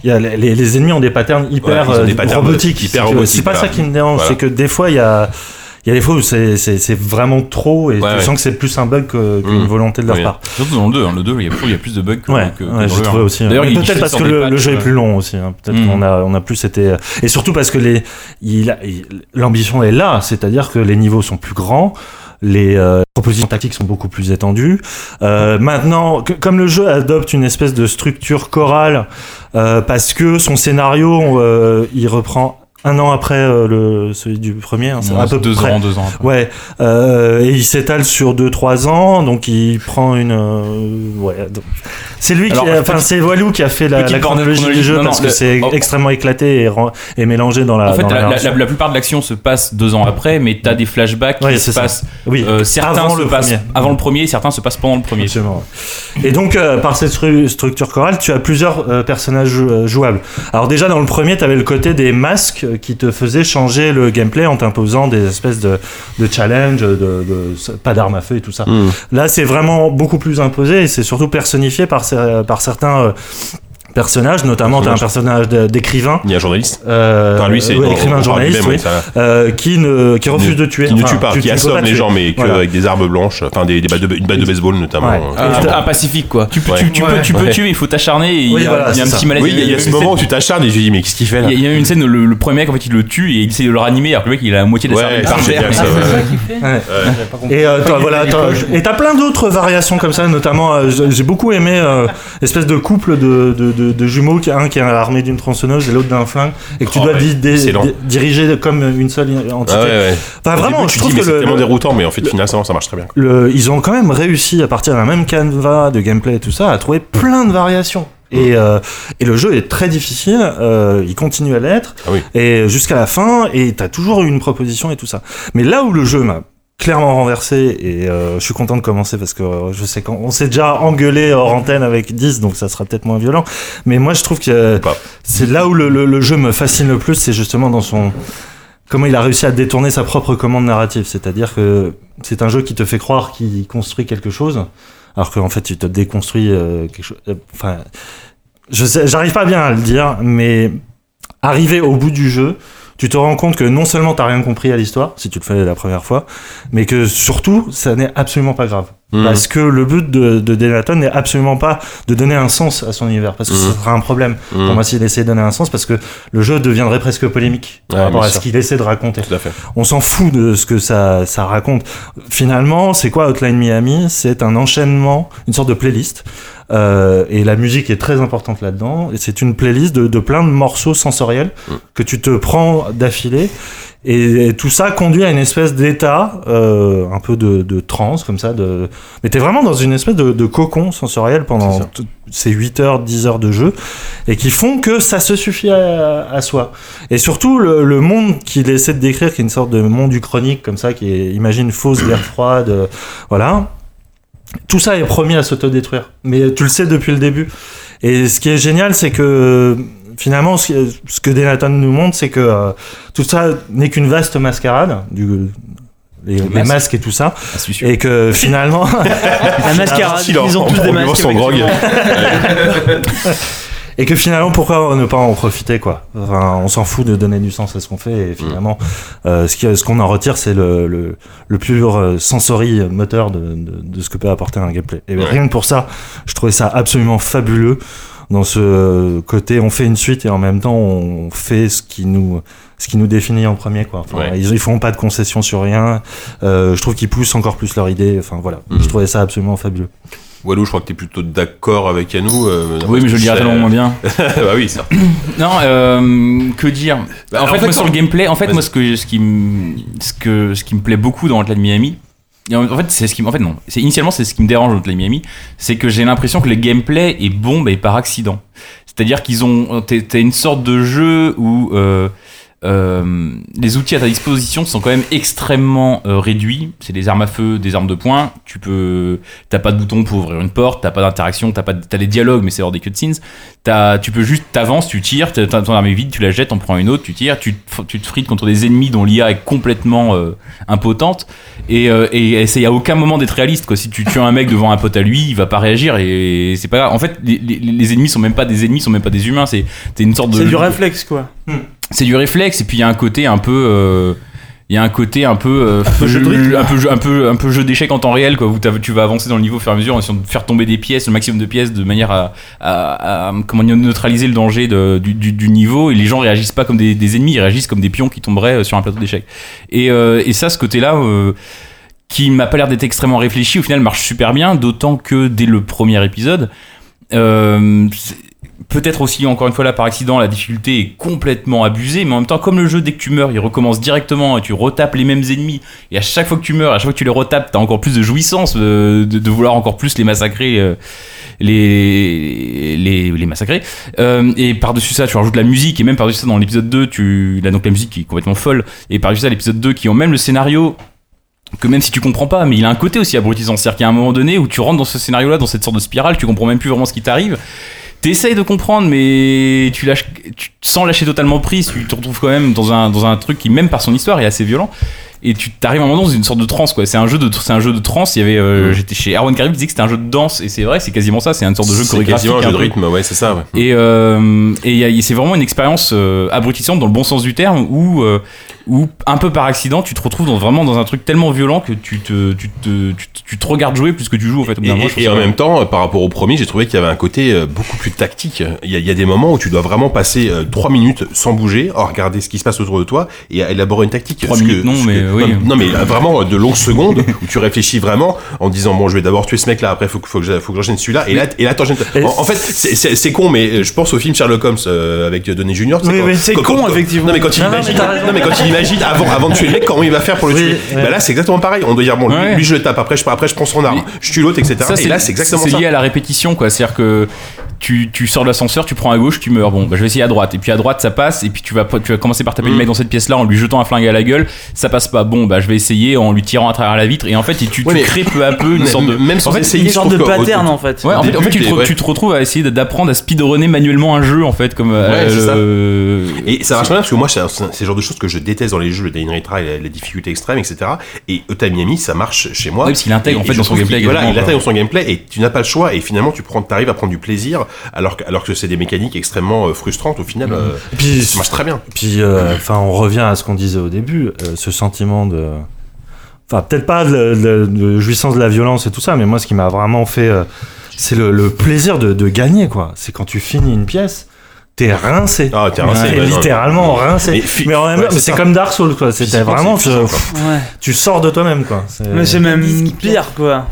Speaker 8: il y a les, les ennemis ont des patterns hyper
Speaker 1: Ouais, ils ont des
Speaker 8: euh,
Speaker 1: patterns
Speaker 8: robotiques.
Speaker 1: hyper
Speaker 8: C'est que-
Speaker 1: robotiques,
Speaker 8: C'est pas
Speaker 1: voilà.
Speaker 8: ça qui me dérange,
Speaker 1: Voilà.
Speaker 8: c'est que des fois il y a il y a des fois où c'est, c'est, c'est vraiment trop et
Speaker 1: Ouais,
Speaker 8: tu
Speaker 1: ouais.
Speaker 8: sens que c'est plus un bug que- qu'une
Speaker 1: Mmh.
Speaker 8: volonté de leur
Speaker 1: Oui.
Speaker 8: part.
Speaker 4: Surtout dans le deux, hein. Le deux, il y a il y a plus de bugs que,
Speaker 8: Ouais,
Speaker 4: que, que
Speaker 8: ouais,
Speaker 4: dans
Speaker 8: j'ai
Speaker 4: le
Speaker 8: trouvé
Speaker 4: un.
Speaker 8: aussi.
Speaker 4: D'ailleurs,
Speaker 8: Mais
Speaker 4: il
Speaker 8: peut-être
Speaker 4: il
Speaker 8: parce
Speaker 4: sort
Speaker 8: que
Speaker 4: des
Speaker 8: le,
Speaker 4: patchs,
Speaker 8: le jeu est
Speaker 4: euh,
Speaker 8: plus long aussi. Hein. Peut-être
Speaker 4: Mm.
Speaker 8: qu'on a, on a plus été. Et surtout parce que les, il, a- il- l'ambition est là, c'est-à-dire que les niveaux sont plus grands. Les euh, propositions tactiques sont beaucoup plus étendues. Euh, maintenant, que- comme le jeu adopte une espèce de structure chorale, euh, parce que son scénario, euh, il reprend un an après euh, le, celui du premier, hein, c'est
Speaker 4: Ouais,
Speaker 8: à peu
Speaker 4: deux
Speaker 8: près.
Speaker 4: ans, deux ans après.
Speaker 8: Ouais, euh, et il s'étale sur deux trois ans, donc il prend une. euh, ouais, donc- c'est lui qui,
Speaker 4: Alors,
Speaker 8: a- enfin
Speaker 4: petite-
Speaker 8: c'est Walou qui a fait la,
Speaker 4: petite
Speaker 8: la chronologie
Speaker 4: chronologie,
Speaker 8: du jeu
Speaker 4: non, non,
Speaker 8: parce que
Speaker 4: le-
Speaker 8: c'est
Speaker 4: oh.
Speaker 8: extrêmement éclaté et, ren- et mélangé dans la.
Speaker 4: En fait,
Speaker 8: dans
Speaker 4: la, la,
Speaker 8: narration.
Speaker 4: la- la plupart de l'action se passe deux ans après, mais t'as des flashbacks
Speaker 8: Ouais,
Speaker 4: qui
Speaker 8: c'est
Speaker 4: se
Speaker 8: ça.
Speaker 4: passent.
Speaker 8: Oui,
Speaker 4: euh, certains
Speaker 8: avant
Speaker 4: se
Speaker 8: le
Speaker 4: passent
Speaker 8: premier.
Speaker 4: avant le premier, certains se passent pendant le premier.
Speaker 8: Absolument. Et donc, euh, par cette stru- structure chorale, tu as plusieurs euh, personnages jou- euh, jouables. Alors déjà, dans le premier, tu avais le côté des masques euh, qui te faisaient changer le gameplay en t'imposant des espèces de, de challenge, de, de- pas d'armes à feu et tout ça.
Speaker 1: Mmh.
Speaker 8: Là, c'est vraiment beaucoup plus imposé et c'est surtout personnifié par, ces- par certains euh, personnages, notamment tu as un personnage de- d'écrivain.
Speaker 1: Il y a un journaliste.
Speaker 8: Euh,
Speaker 1: Enfin, lui, c'est
Speaker 8: ouais,
Speaker 1: on-
Speaker 8: écrivain
Speaker 1: on parle
Speaker 8: journaliste,
Speaker 1: lui-même,
Speaker 8: oui,
Speaker 1: oui, ça-
Speaker 8: euh, qui ne qui refuse de tuer,
Speaker 1: Qui ne
Speaker 8: Enfin,
Speaker 1: tue pas,
Speaker 8: tu-
Speaker 1: qui
Speaker 8: tu peux
Speaker 1: assomme
Speaker 8: pas
Speaker 1: les
Speaker 8: tuer.
Speaker 1: gens, mais
Speaker 8: Voilà.
Speaker 1: qu'avec des armes blanches, enfin des, des battes de, une batte de baseball notamment.
Speaker 8: Ouais.
Speaker 1: Euh,
Speaker 8: Et t'as-
Speaker 7: Un pacifique quoi.
Speaker 4: Tu peux,
Speaker 1: Ouais.
Speaker 4: tu, tu
Speaker 7: Ouais.
Speaker 4: peux, tu peux
Speaker 1: Ouais.
Speaker 4: tuer, mais il faut t'acharner. Et il
Speaker 8: Oui,
Speaker 4: y a,
Speaker 8: voilà,
Speaker 4: il y a un
Speaker 8: c'est
Speaker 4: petit
Speaker 8: ça.
Speaker 4: maladie.
Speaker 1: Oui, il y a, il y a ce moment où tu t'acharnes et je dis mais qu'est-ce qu'il fait là
Speaker 4: Il y a- il y a une scène où le, le premier mec en fait il le tue et il essaie de le ranimer alors que le mec il a la moitié de la
Speaker 1: Ouais,
Speaker 4: cervelle
Speaker 1: c'est
Speaker 4: par terre.
Speaker 1: génial, ça,
Speaker 5: Ah,
Speaker 1: ouais.
Speaker 5: c'est ça qu'il fait.
Speaker 8: Ouais.
Speaker 5: J'avais pas compris.
Speaker 8: Et euh, t'as,
Speaker 5: Il
Speaker 8: voilà,
Speaker 5: fait des
Speaker 8: t'as-
Speaker 5: poches.
Speaker 8: et t'as plein d'autres variations comme ça, notamment euh, j'ai j'ai beaucoup aimé euh, l'espèce de couple de, de, de, de jumeaux, qui un qui est armé d'une tronçonneuse et l'autre d'un flingue, et que tu
Speaker 1: Oh,
Speaker 8: dois
Speaker 1: ouais,
Speaker 8: di- di-
Speaker 1: excellent.
Speaker 8: di- diriger comme une seule entité.
Speaker 1: Ah ouais, ouais.
Speaker 8: Enfin
Speaker 1: Au
Speaker 8: vraiment,
Speaker 1: début,
Speaker 8: je
Speaker 1: tu
Speaker 8: trouve
Speaker 1: dis, mais
Speaker 8: que
Speaker 1: c'est
Speaker 8: le,
Speaker 1: tellement
Speaker 8: le-
Speaker 1: déroutant, mais en fait finalement ça marche très bien.
Speaker 8: le- ils ont quand même réussi à partir d'un même canevas de gameplay et tout ça à trouver plein de variations. Et, euh, et le jeu est très difficile, euh, il continue à l'être,
Speaker 1: Ah oui.
Speaker 8: et jusqu'à la fin, et t'as toujours une proposition et tout ça. Mais là où le jeu m'a clairement renversé, et euh, je suis content de commencer parce que euh, je sais qu'on on s'est déjà engueulé hors antenne avec dix, donc ça sera peut-être moins violent, mais moi je trouve que euh,
Speaker 1: Pas.
Speaker 8: c'est là où le, le, le jeu me fascine le plus, c'est justement dans son... comment il a réussi à détourner sa propre commande narrative, c'est-à-dire que c'est un jeu qui te fait croire qu'il construit quelque chose, alors qu'en fait tu te déconstruis euh, quelque chose... euh, Enfin, je sais, j'arrive pas bien à le dire, mais arrivé au bout du jeu, tu te rends compte que non seulement t'as rien compris à l'histoire, si tu le fais la première fois, mais que surtout, ça n'est absolument pas grave.
Speaker 1: Mmh.
Speaker 8: Parce que le but de, de Dennaton n'est absolument pas de donner un sens à son univers, parce que
Speaker 1: Mmh.
Speaker 8: ce sera un problème
Speaker 1: Mmh.
Speaker 8: pour moi s'il essaie de donner un sens, parce que le jeu deviendrait presque polémique par
Speaker 1: Ouais,
Speaker 8: rapport
Speaker 1: bien
Speaker 8: à ce
Speaker 1: sûr.
Speaker 8: qu'il essaie de raconter.
Speaker 1: Tout à fait.
Speaker 8: On s'en fout de ce que ça, ça raconte. Finalement, c'est quoi Hotline Miami? C'est un enchaînement, une sorte de playlist. Euh, et la musique est très importante là-dedans. Et c'est une playlist de, de plein de morceaux sensoriels
Speaker 1: Mm.
Speaker 8: que tu te prends d'affilée. Et, et tout ça conduit à une espèce d'état, euh, un peu de, de transe, comme ça. De... Mais t'es vraiment dans une espèce de, de cocon sensoriel pendant
Speaker 1: C'est ça.
Speaker 8: t- ces huit heures, dix heures de jeu. Et qui font que ça se suffit à, à soi. Et surtout, le, le monde qu'il essaie de décrire, qui est une sorte de monde uchronique, comme ça, qui est, imagine, fausse guerre froide, euh, voilà. Tout ça est promis à s'autodétruire. Mais tu le sais depuis le début. Et ce qui est génial, c'est que finalement, ce que, ce que Dennaton nous montre, c'est que euh, tout ça n'est qu'une vaste mascarade, du, les, les
Speaker 4: masque.
Speaker 8: masques et tout ça.
Speaker 4: Ah, c'est sûr.
Speaker 8: Et que finalement.
Speaker 3: La mascarade,
Speaker 1: Si, alors,
Speaker 3: ils ont
Speaker 1: en-
Speaker 3: tous
Speaker 1: en
Speaker 3: des
Speaker 1: buvant
Speaker 3: masques.
Speaker 1: son grog.
Speaker 8: Et que finalement, pourquoi ne pas en profiter, quoi. Enfin, on s'en fout de donner du sens à ce qu'on fait, et finalement, euh, ce qui- ce qu'on en retire, c'est le, le, le pur euh, sensory moteur de, de, de ce que peut apporter un gameplay. Et
Speaker 1: Ouais.
Speaker 8: rien que pour ça, je trouvais ça absolument fabuleux, dans ce côté, on fait une suite, et en même temps, on fait ce qui nous, ce qui nous définit en premier, quoi. Enfin,
Speaker 1: Ouais.
Speaker 8: ils, ils font pas de concessions sur rien, euh, je trouve qu'ils poussent encore plus leur idée, enfin voilà.
Speaker 1: Mhm.
Speaker 8: Je trouvais ça absolument fabuleux.
Speaker 1: Walou, je crois que t'es plutôt d'accord avec Yanou. euh,
Speaker 4: Oui, mais je le dirai
Speaker 1: c'est-
Speaker 4: tellement moins bien.
Speaker 1: Bah oui, ça.
Speaker 4: Non, euh, que dire
Speaker 1: Bah,
Speaker 4: En
Speaker 1: en
Speaker 4: fait,
Speaker 1: fait,
Speaker 4: moi, sur
Speaker 1: quand-
Speaker 4: le gameplay, en fait,
Speaker 1: Vas-y.
Speaker 4: moi, ce que, ce qui me, ce que, ce qui me plaît beaucoup dans Hotline Miami, et en en fait, c'est ce qui, en fait, non, c'est initialement, c'est ce qui me dérange dans Hotline Miami, c'est que j'ai l'impression que le gameplay est bon, mais par accident. C'est-à-dire qu'ils ont, t'es, t'es une sorte de jeu où, euh, Euh, les outils à ta disposition sont quand même extrêmement euh, réduits. C'est des armes à feu, des armes de poing. Tu peux, t'as pas de bouton pour ouvrir une porte, t'as pas d'interaction, t'as pas, de, t'as des dialogues, mais c'est hors des cutscenes. T'as, tu peux juste t'avances, tu tires, t'as, ton arme est vide, tu la jettes, t'en prends une autre, tu tires, tu, tu te frites contre des ennemis dont l'I A est complètement euh, impotente. Et, euh, et, et c'est à aucun moment d'être réaliste, quoi. Si tu tues un mec devant un pote à lui, il va pas réagir et, et c'est pas grave. En fait, les, les, les ennemis sont même pas des ennemis, sont même pas des humains. C'est, c'est une sorte de.
Speaker 3: C'est du réflexe, quoi.
Speaker 4: Hmm. C'est du réflexe et puis il y a un côté un peu euh, il y a un côté un peu euh,
Speaker 3: un peu jeu de rythme,
Speaker 4: un peu jeu, un peu un peu jeu d'échecs en temps réel, quoi, où tu vas avancer dans le niveau au fur et à mesure en essayant de faire tomber des pièces, le maximum de pièces, de manière à, à, à comment dire, neutraliser le danger de, du, du, du niveau, et les gens réagissent pas comme des, des ennemis, ils réagissent comme des pions qui tomberaient sur un plateau d'échecs. Et euh, et ça, ce côté-là euh, qui m'a pas l'air d'être extrêmement réfléchi, au final marche super bien, d'autant que dès le premier épisode euh, peut-être aussi, encore une fois là par accident, la difficulté est complètement abusée, mais en même temps, comme le jeu, dès que tu meurs, il recommence directement et tu retapes les mêmes ennemis, et à chaque fois que tu meurs, à chaque fois que tu les retapes, t'as encore plus de jouissance euh, de, de vouloir encore plus les massacrer, euh, les, les, les massacrer. Euh, et par-dessus ça, tu rajoutes la musique, et même par-dessus ça, dans l'épisode deux, tu là, donc la musique qui est complètement folle, et par-dessus ça, l'épisode deux, qui ont même le scénario que même si tu comprends pas, mais il a un côté aussi abrutissant, c'est-à-dire qu'il y a un moment donné où tu rentres dans ce scénario-là, dans cette sorte de spirale, tu comprends même plus vraiment ce qui t'arrive. T'essayes de comprendre, mais tu lâches, tu, sans lâcher totalement prise, tu te retrouves quand même dans un, dans un truc qui, même par son histoire, est assez violent. Et tu t'arrives à un moment dans une sorte de transe, quoi. C'est un jeu de, c'est un jeu de transe. Il y avait, euh, mmh. j'étais chez Erwan Carim, il disait que c'était un jeu de danse, et c'est vrai, c'est quasiment ça. C'est une sorte de jeu
Speaker 1: c'est
Speaker 4: chorégraphique.
Speaker 1: C'est quasiment un jeu de
Speaker 4: peu.
Speaker 1: rythme, ouais, c'est ça. Ouais.
Speaker 4: Et, euh, et, y a, et c'est vraiment une expérience euh, abrutissante dans le bon sens du terme, où, euh, où un peu par accident, tu te retrouves dans, vraiment dans un truc tellement violent que tu te, tu te, tu te, tu te regardes jouer plus que tu joues, en fait.
Speaker 1: Et, moi, et, et en même temps, par rapport au premier, j'ai trouvé qu'il y avait un côté euh, beaucoup plus tactique. Il y, a, il y a des moments où tu dois vraiment passer euh, trois minutes sans bouger, à regarder ce qui se passe autour de toi et à élaborer une tactique.
Speaker 4: Trois minutes,
Speaker 1: que,
Speaker 4: non, mais
Speaker 1: que,
Speaker 4: oui.
Speaker 1: Non, non, mais vraiment de longues secondes où tu réfléchis vraiment en disant bon, je vais d'abord tuer ce mec là, après faut, faut que faut que j'enchaîne celui-là, et là, et là t'enchaînes. En, en fait, c'est, c'est, c'est con, mais je pense au film Sherlock Holmes euh, avec Downey junior
Speaker 3: Oui,
Speaker 1: quand,
Speaker 3: oui, c'est
Speaker 1: quand,
Speaker 3: con,
Speaker 1: quand,
Speaker 3: effectivement.
Speaker 1: Non, mais quand il
Speaker 3: non,
Speaker 1: imagine,
Speaker 3: mais
Speaker 1: non, mais quand il imagine avant, avant de tuer le mec, comment il va faire pour le
Speaker 8: oui,
Speaker 1: tuer.
Speaker 8: ouais.
Speaker 1: Bah là, c'est exactement pareil. On doit dire bon, lui,
Speaker 4: ouais.
Speaker 1: lui je le tape, après je, après je prends son arme, je tue l'autre, et cetera.
Speaker 4: Ça,
Speaker 1: et là, c'est exactement
Speaker 4: c'est
Speaker 1: ça.
Speaker 4: C'est lié à la répétition, quoi. C'est-à-dire que tu, tu sors de l'ascenseur, tu prends à gauche, tu meurs. Bon, bah, je vais essayer à droite. Et puis à droite, ça passe. Et puis tu vas, tu vas commencer par taper mmh. le mec dans cette pièce-là en lui jetant un flingue à la gueule. Ça passe pas. Bon, bah, je vais essayer en lui tirant à travers la vitre. Et en fait, tu,
Speaker 1: ouais,
Speaker 4: tu crées peu à peu une
Speaker 1: mais,
Speaker 4: sorte de.
Speaker 1: Même sans
Speaker 3: en fait,
Speaker 1: essayer,
Speaker 3: une sorte de pattern, en fait.
Speaker 4: Ouais, en fait, en fait tu, te,
Speaker 1: ouais.
Speaker 4: tu te retrouves à essayer d'apprendre à speedrunner manuellement un jeu, en fait, comme.
Speaker 1: Ouais,
Speaker 4: euh,
Speaker 1: c'est ça.
Speaker 4: Euh,
Speaker 1: et ça marche bien parce que moi, c'est, c'est le genre de choses que je déteste dans les jeux, le Dying Retry, la, la difficulté extrême, et cetera. Et Ota Miami, ça marche chez moi.
Speaker 4: Ouais, parce qu'il intègre en fait dans son gameplay.
Speaker 1: Voilà, il intègre dans son gameplay et tu n'as pas le choix. Et finalement, tu prends, t'arrives à prendre du plaisir alors que, alors que c'est des mécaniques extrêmement euh, frustrantes au final. Euh,
Speaker 8: et puis,
Speaker 1: ça marche très bien.
Speaker 8: Puis, enfin, euh, on revient à ce qu'on disait au début, euh, ce sentiment de. Enfin, peut-être pas de, de, de jouissance de la violence et tout ça, mais moi, ce qui m'a vraiment fait, euh, c'est le, le plaisir de, de gagner, quoi. C'est quand tu finis une pièce. T'es rincé.
Speaker 1: Ah, t'es rincé.
Speaker 8: T'es
Speaker 1: ouais,
Speaker 8: littéralement
Speaker 1: non,
Speaker 8: rincé. Mais,
Speaker 1: fi-
Speaker 8: mais en même
Speaker 1: ouais,
Speaker 8: temps,
Speaker 1: c'est,
Speaker 8: c'est
Speaker 1: c'est
Speaker 8: comme Dark Souls, quoi. C'était
Speaker 1: Physiquement,
Speaker 8: vraiment,
Speaker 1: c'est
Speaker 8: tu,
Speaker 1: puissant,
Speaker 8: pff,
Speaker 3: Ouais.
Speaker 8: tu sors de toi-même, quoi. C'est...
Speaker 3: Mais c'est même pire, quoi.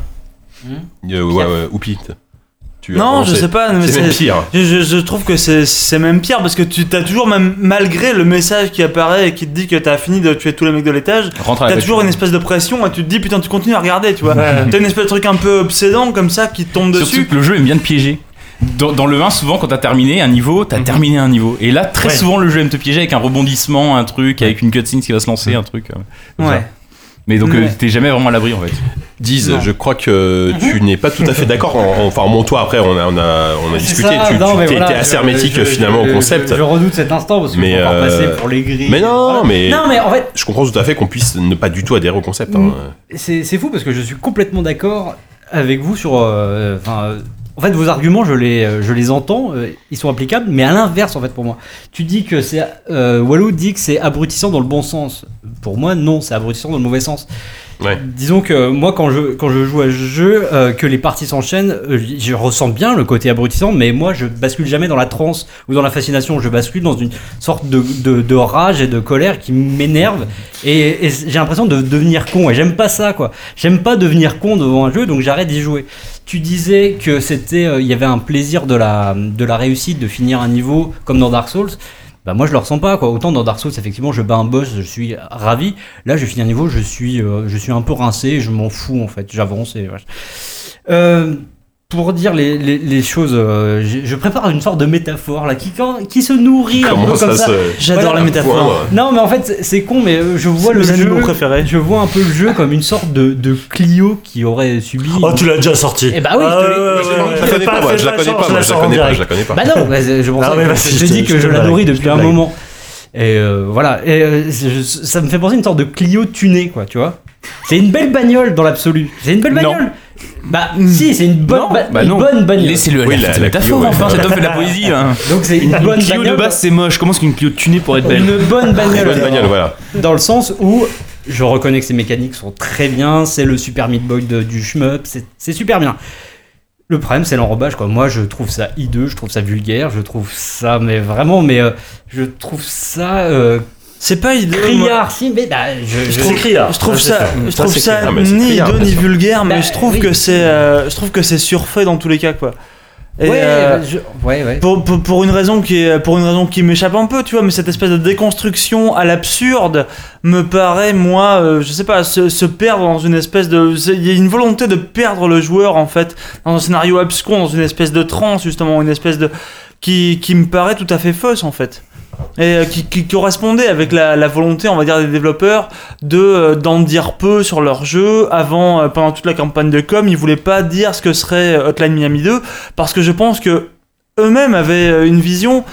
Speaker 1: Euh, ouais, ouais, Oupi. Tu
Speaker 3: non, je
Speaker 1: c'est,
Speaker 3: sais pas, mais
Speaker 1: c'est,
Speaker 3: c'est
Speaker 1: même pire.
Speaker 3: Je, je, je trouve que c'est, c'est même pire parce que tu t'as toujours, même malgré le message qui apparaît et qui te dit que t'as fini de tuer tous les mecs de l'étage, t'as toujours une espèce de pression et tu te dis putain, tu continues à regarder, tu vois. Ouais. T'as une espèce de truc un peu obsédant comme ça qui te tombe
Speaker 4: Surtout
Speaker 3: dessus.
Speaker 4: Que le jeu aime bien te piéger. Dans, dans le un, souvent, quand t'as terminé un niveau, t'as mmh. terminé un niveau. Et là, très ouais. souvent, le jeu aime te piéger avec un rebondissement, un truc, ouais. avec une cutscene qui va se lancer, mmh. un truc. Euh, ouais. Ça. Mais donc, ouais. euh, t'es jamais vraiment à l'abri, en fait.
Speaker 1: Diz, je crois que tu n'es pas tout à fait d'accord. En, enfin, bon, toi, après, on a, on a, on a discuté.
Speaker 5: Ça,
Speaker 1: tu,
Speaker 5: non,
Speaker 1: tu t'es,
Speaker 5: voilà,
Speaker 1: t'es assez
Speaker 5: je,
Speaker 1: hermétique
Speaker 5: je,
Speaker 1: finalement
Speaker 5: je,
Speaker 1: au concept.
Speaker 5: Je, je redoute cet instant parce que
Speaker 1: mais
Speaker 5: je peux
Speaker 1: euh...
Speaker 5: passer pour les grilles.
Speaker 1: Mais non, voilà. mais,
Speaker 5: non, mais en fait,
Speaker 1: je comprends tout à fait qu'on puisse ne pas du tout adhérer au concept. Hein.
Speaker 5: C'est, c'est fou parce que je suis complètement d'accord avec vous sur. Euh, euh, En fait, vos arguments, je les, je les entends, euh, ils sont applicables, mais à l'inverse, en fait, pour moi. Tu dis que c'est... Euh, Walou dit que c'est abrutissant dans le bon sens. Pour moi, non, c'est abrutissant dans le mauvais sens.
Speaker 1: Ouais.
Speaker 5: Disons que moi, quand je, quand je joue à ce jeu, euh, que les parties s'enchaînent, euh, je ressens bien le côté abrutissant, mais moi, je bascule jamais dans la transe ou dans la fascination. Je bascule dans une sorte de, de, de rage et de colère qui m'énerve. Et, et j'ai l'impression de devenir con. Et j'aime pas ça, quoi. J'aime pas devenir con devant un jeu, donc j'arrête d'y jouer. Tu disais que c'était, il euh, y avait un plaisir de la, de la réussite, de finir un niveau comme dans Dark Souls. Bah moi je le ressens pas, quoi. Autant dans Dark Souls, effectivement, je bats un boss, je suis ravi. Là, je finis un niveau, je suis, euh, je suis un peu rincé, je m'en fous en fait. J'avance et. Euh, pour dire les, les, les choses, euh, je, je prépare une sorte de métaphore là qui, quand, qui se nourrit
Speaker 1: Comment
Speaker 5: un peu
Speaker 1: ça
Speaker 5: comme ça.
Speaker 1: se-
Speaker 3: J'adore
Speaker 5: Voilà.
Speaker 3: la métaphore.
Speaker 1: Ouais,
Speaker 5: Non, mais en fait, c'est- c'est con, mais euh, je vois
Speaker 3: C'est
Speaker 5: le
Speaker 3: mes
Speaker 5: jeu.
Speaker 3: animaux préférés.
Speaker 5: Je vois un peu le jeu comme une sorte de, de Clio qui aurait subi.
Speaker 8: Oh, tu l'as déjà sorti.
Speaker 5: Eh bah oui,
Speaker 8: Ah,
Speaker 5: je te l'ai-
Speaker 8: ouais, ouais,
Speaker 1: Je
Speaker 8: ouais,
Speaker 1: la
Speaker 8: ouais.
Speaker 1: connais pas, moi, je la connais pas, moi, je la connais pas, je la connais pas.
Speaker 5: Bah non, bah, c'est- je pense
Speaker 8: Ah,
Speaker 5: que
Speaker 8: mais
Speaker 5: je
Speaker 8: vas-y,
Speaker 5: te
Speaker 8: je te-
Speaker 5: dis que
Speaker 8: je te
Speaker 5: je la
Speaker 8: blague,
Speaker 5: nourris
Speaker 8: je te
Speaker 5: depuis un
Speaker 8: blague.
Speaker 5: moment. Et euh, voilà, et euh, je- ça me fait penser à une sorte de Clio tunée, quoi, tu vois. C'est une belle bagnole dans l'absolu. C'est une belle
Speaker 4: Non.
Speaker 5: bagnole. Bah si, c'est une bonne,
Speaker 4: Non,
Speaker 5: ba-
Speaker 4: bah
Speaker 5: une
Speaker 4: non.
Speaker 5: bonne bagnole.
Speaker 4: Laissez-le
Speaker 1: Oui,
Speaker 4: la,
Speaker 1: la-
Speaker 4: la
Speaker 1: la
Speaker 4: métaphore,
Speaker 1: Clio,
Speaker 4: enfin,
Speaker 1: ouais.
Speaker 4: cet homme fait de la poésie. Hein.
Speaker 5: Donc c'est une bonne
Speaker 7: Une Clio
Speaker 5: bagnole.
Speaker 7: de base c'est moche, comment est-ce qu'une Clio tunée pourrait être belle?
Speaker 5: Une bonne bagnole.
Speaker 1: Bonne bagnole, voilà.
Speaker 5: Dans le sens où je reconnais que ces mécaniques sont très bien, c'est le Super Meat Boy de- du shmup, c'est c'est super bien. Le problème, c'est l'enrobage, quoi. Moi, je trouve ça hideux, je trouve ça vulgaire, je trouve ça, mais vraiment, mais euh, je trouve ça euh,
Speaker 3: C'est pas idée. moi.
Speaker 5: criard, si, mais bah, je, je-
Speaker 8: C'est criard.
Speaker 3: Je trouve
Speaker 8: Ouais, c'est
Speaker 3: ça,
Speaker 8: clair.
Speaker 3: je
Speaker 8: Ça,
Speaker 3: trouve
Speaker 8: c'est
Speaker 3: ça
Speaker 8: clair.
Speaker 1: Ah, mais c'est
Speaker 3: ni
Speaker 1: criard,
Speaker 3: hideux
Speaker 1: bien
Speaker 3: ni
Speaker 1: sûr.
Speaker 3: vulgaire, mais
Speaker 5: Bah,
Speaker 3: je trouve
Speaker 5: oui.
Speaker 3: que c'est, euh, je trouve que c'est surfait dans tous les cas, quoi. Et,
Speaker 5: ouais,
Speaker 3: euh,
Speaker 5: bah, je- ouais, ouais.
Speaker 3: Pour, pour, pour une raison qui est, pour une raison qui m'échappe un peu, tu vois, mais cette espèce de déconstruction à l'absurde me paraît, moi, euh, je sais pas, se, se perdre dans une espèce de, c'est- il y a une volonté de perdre le joueur en fait dans un scénario abscon, dans une espèce de transe justement, une espèce de qui, qui me paraît tout à fait fausse en fait. Et euh, qui, qui correspondait avec la, la volonté, on va dire, des développeurs de euh, d'en dire peu sur leur jeu. Avant, euh, pendant toute la campagne de com, ils voulaient pas dire ce que serait euh, Hotline Miami deux parce que je pense que eux-mêmes avaient euh, une vision,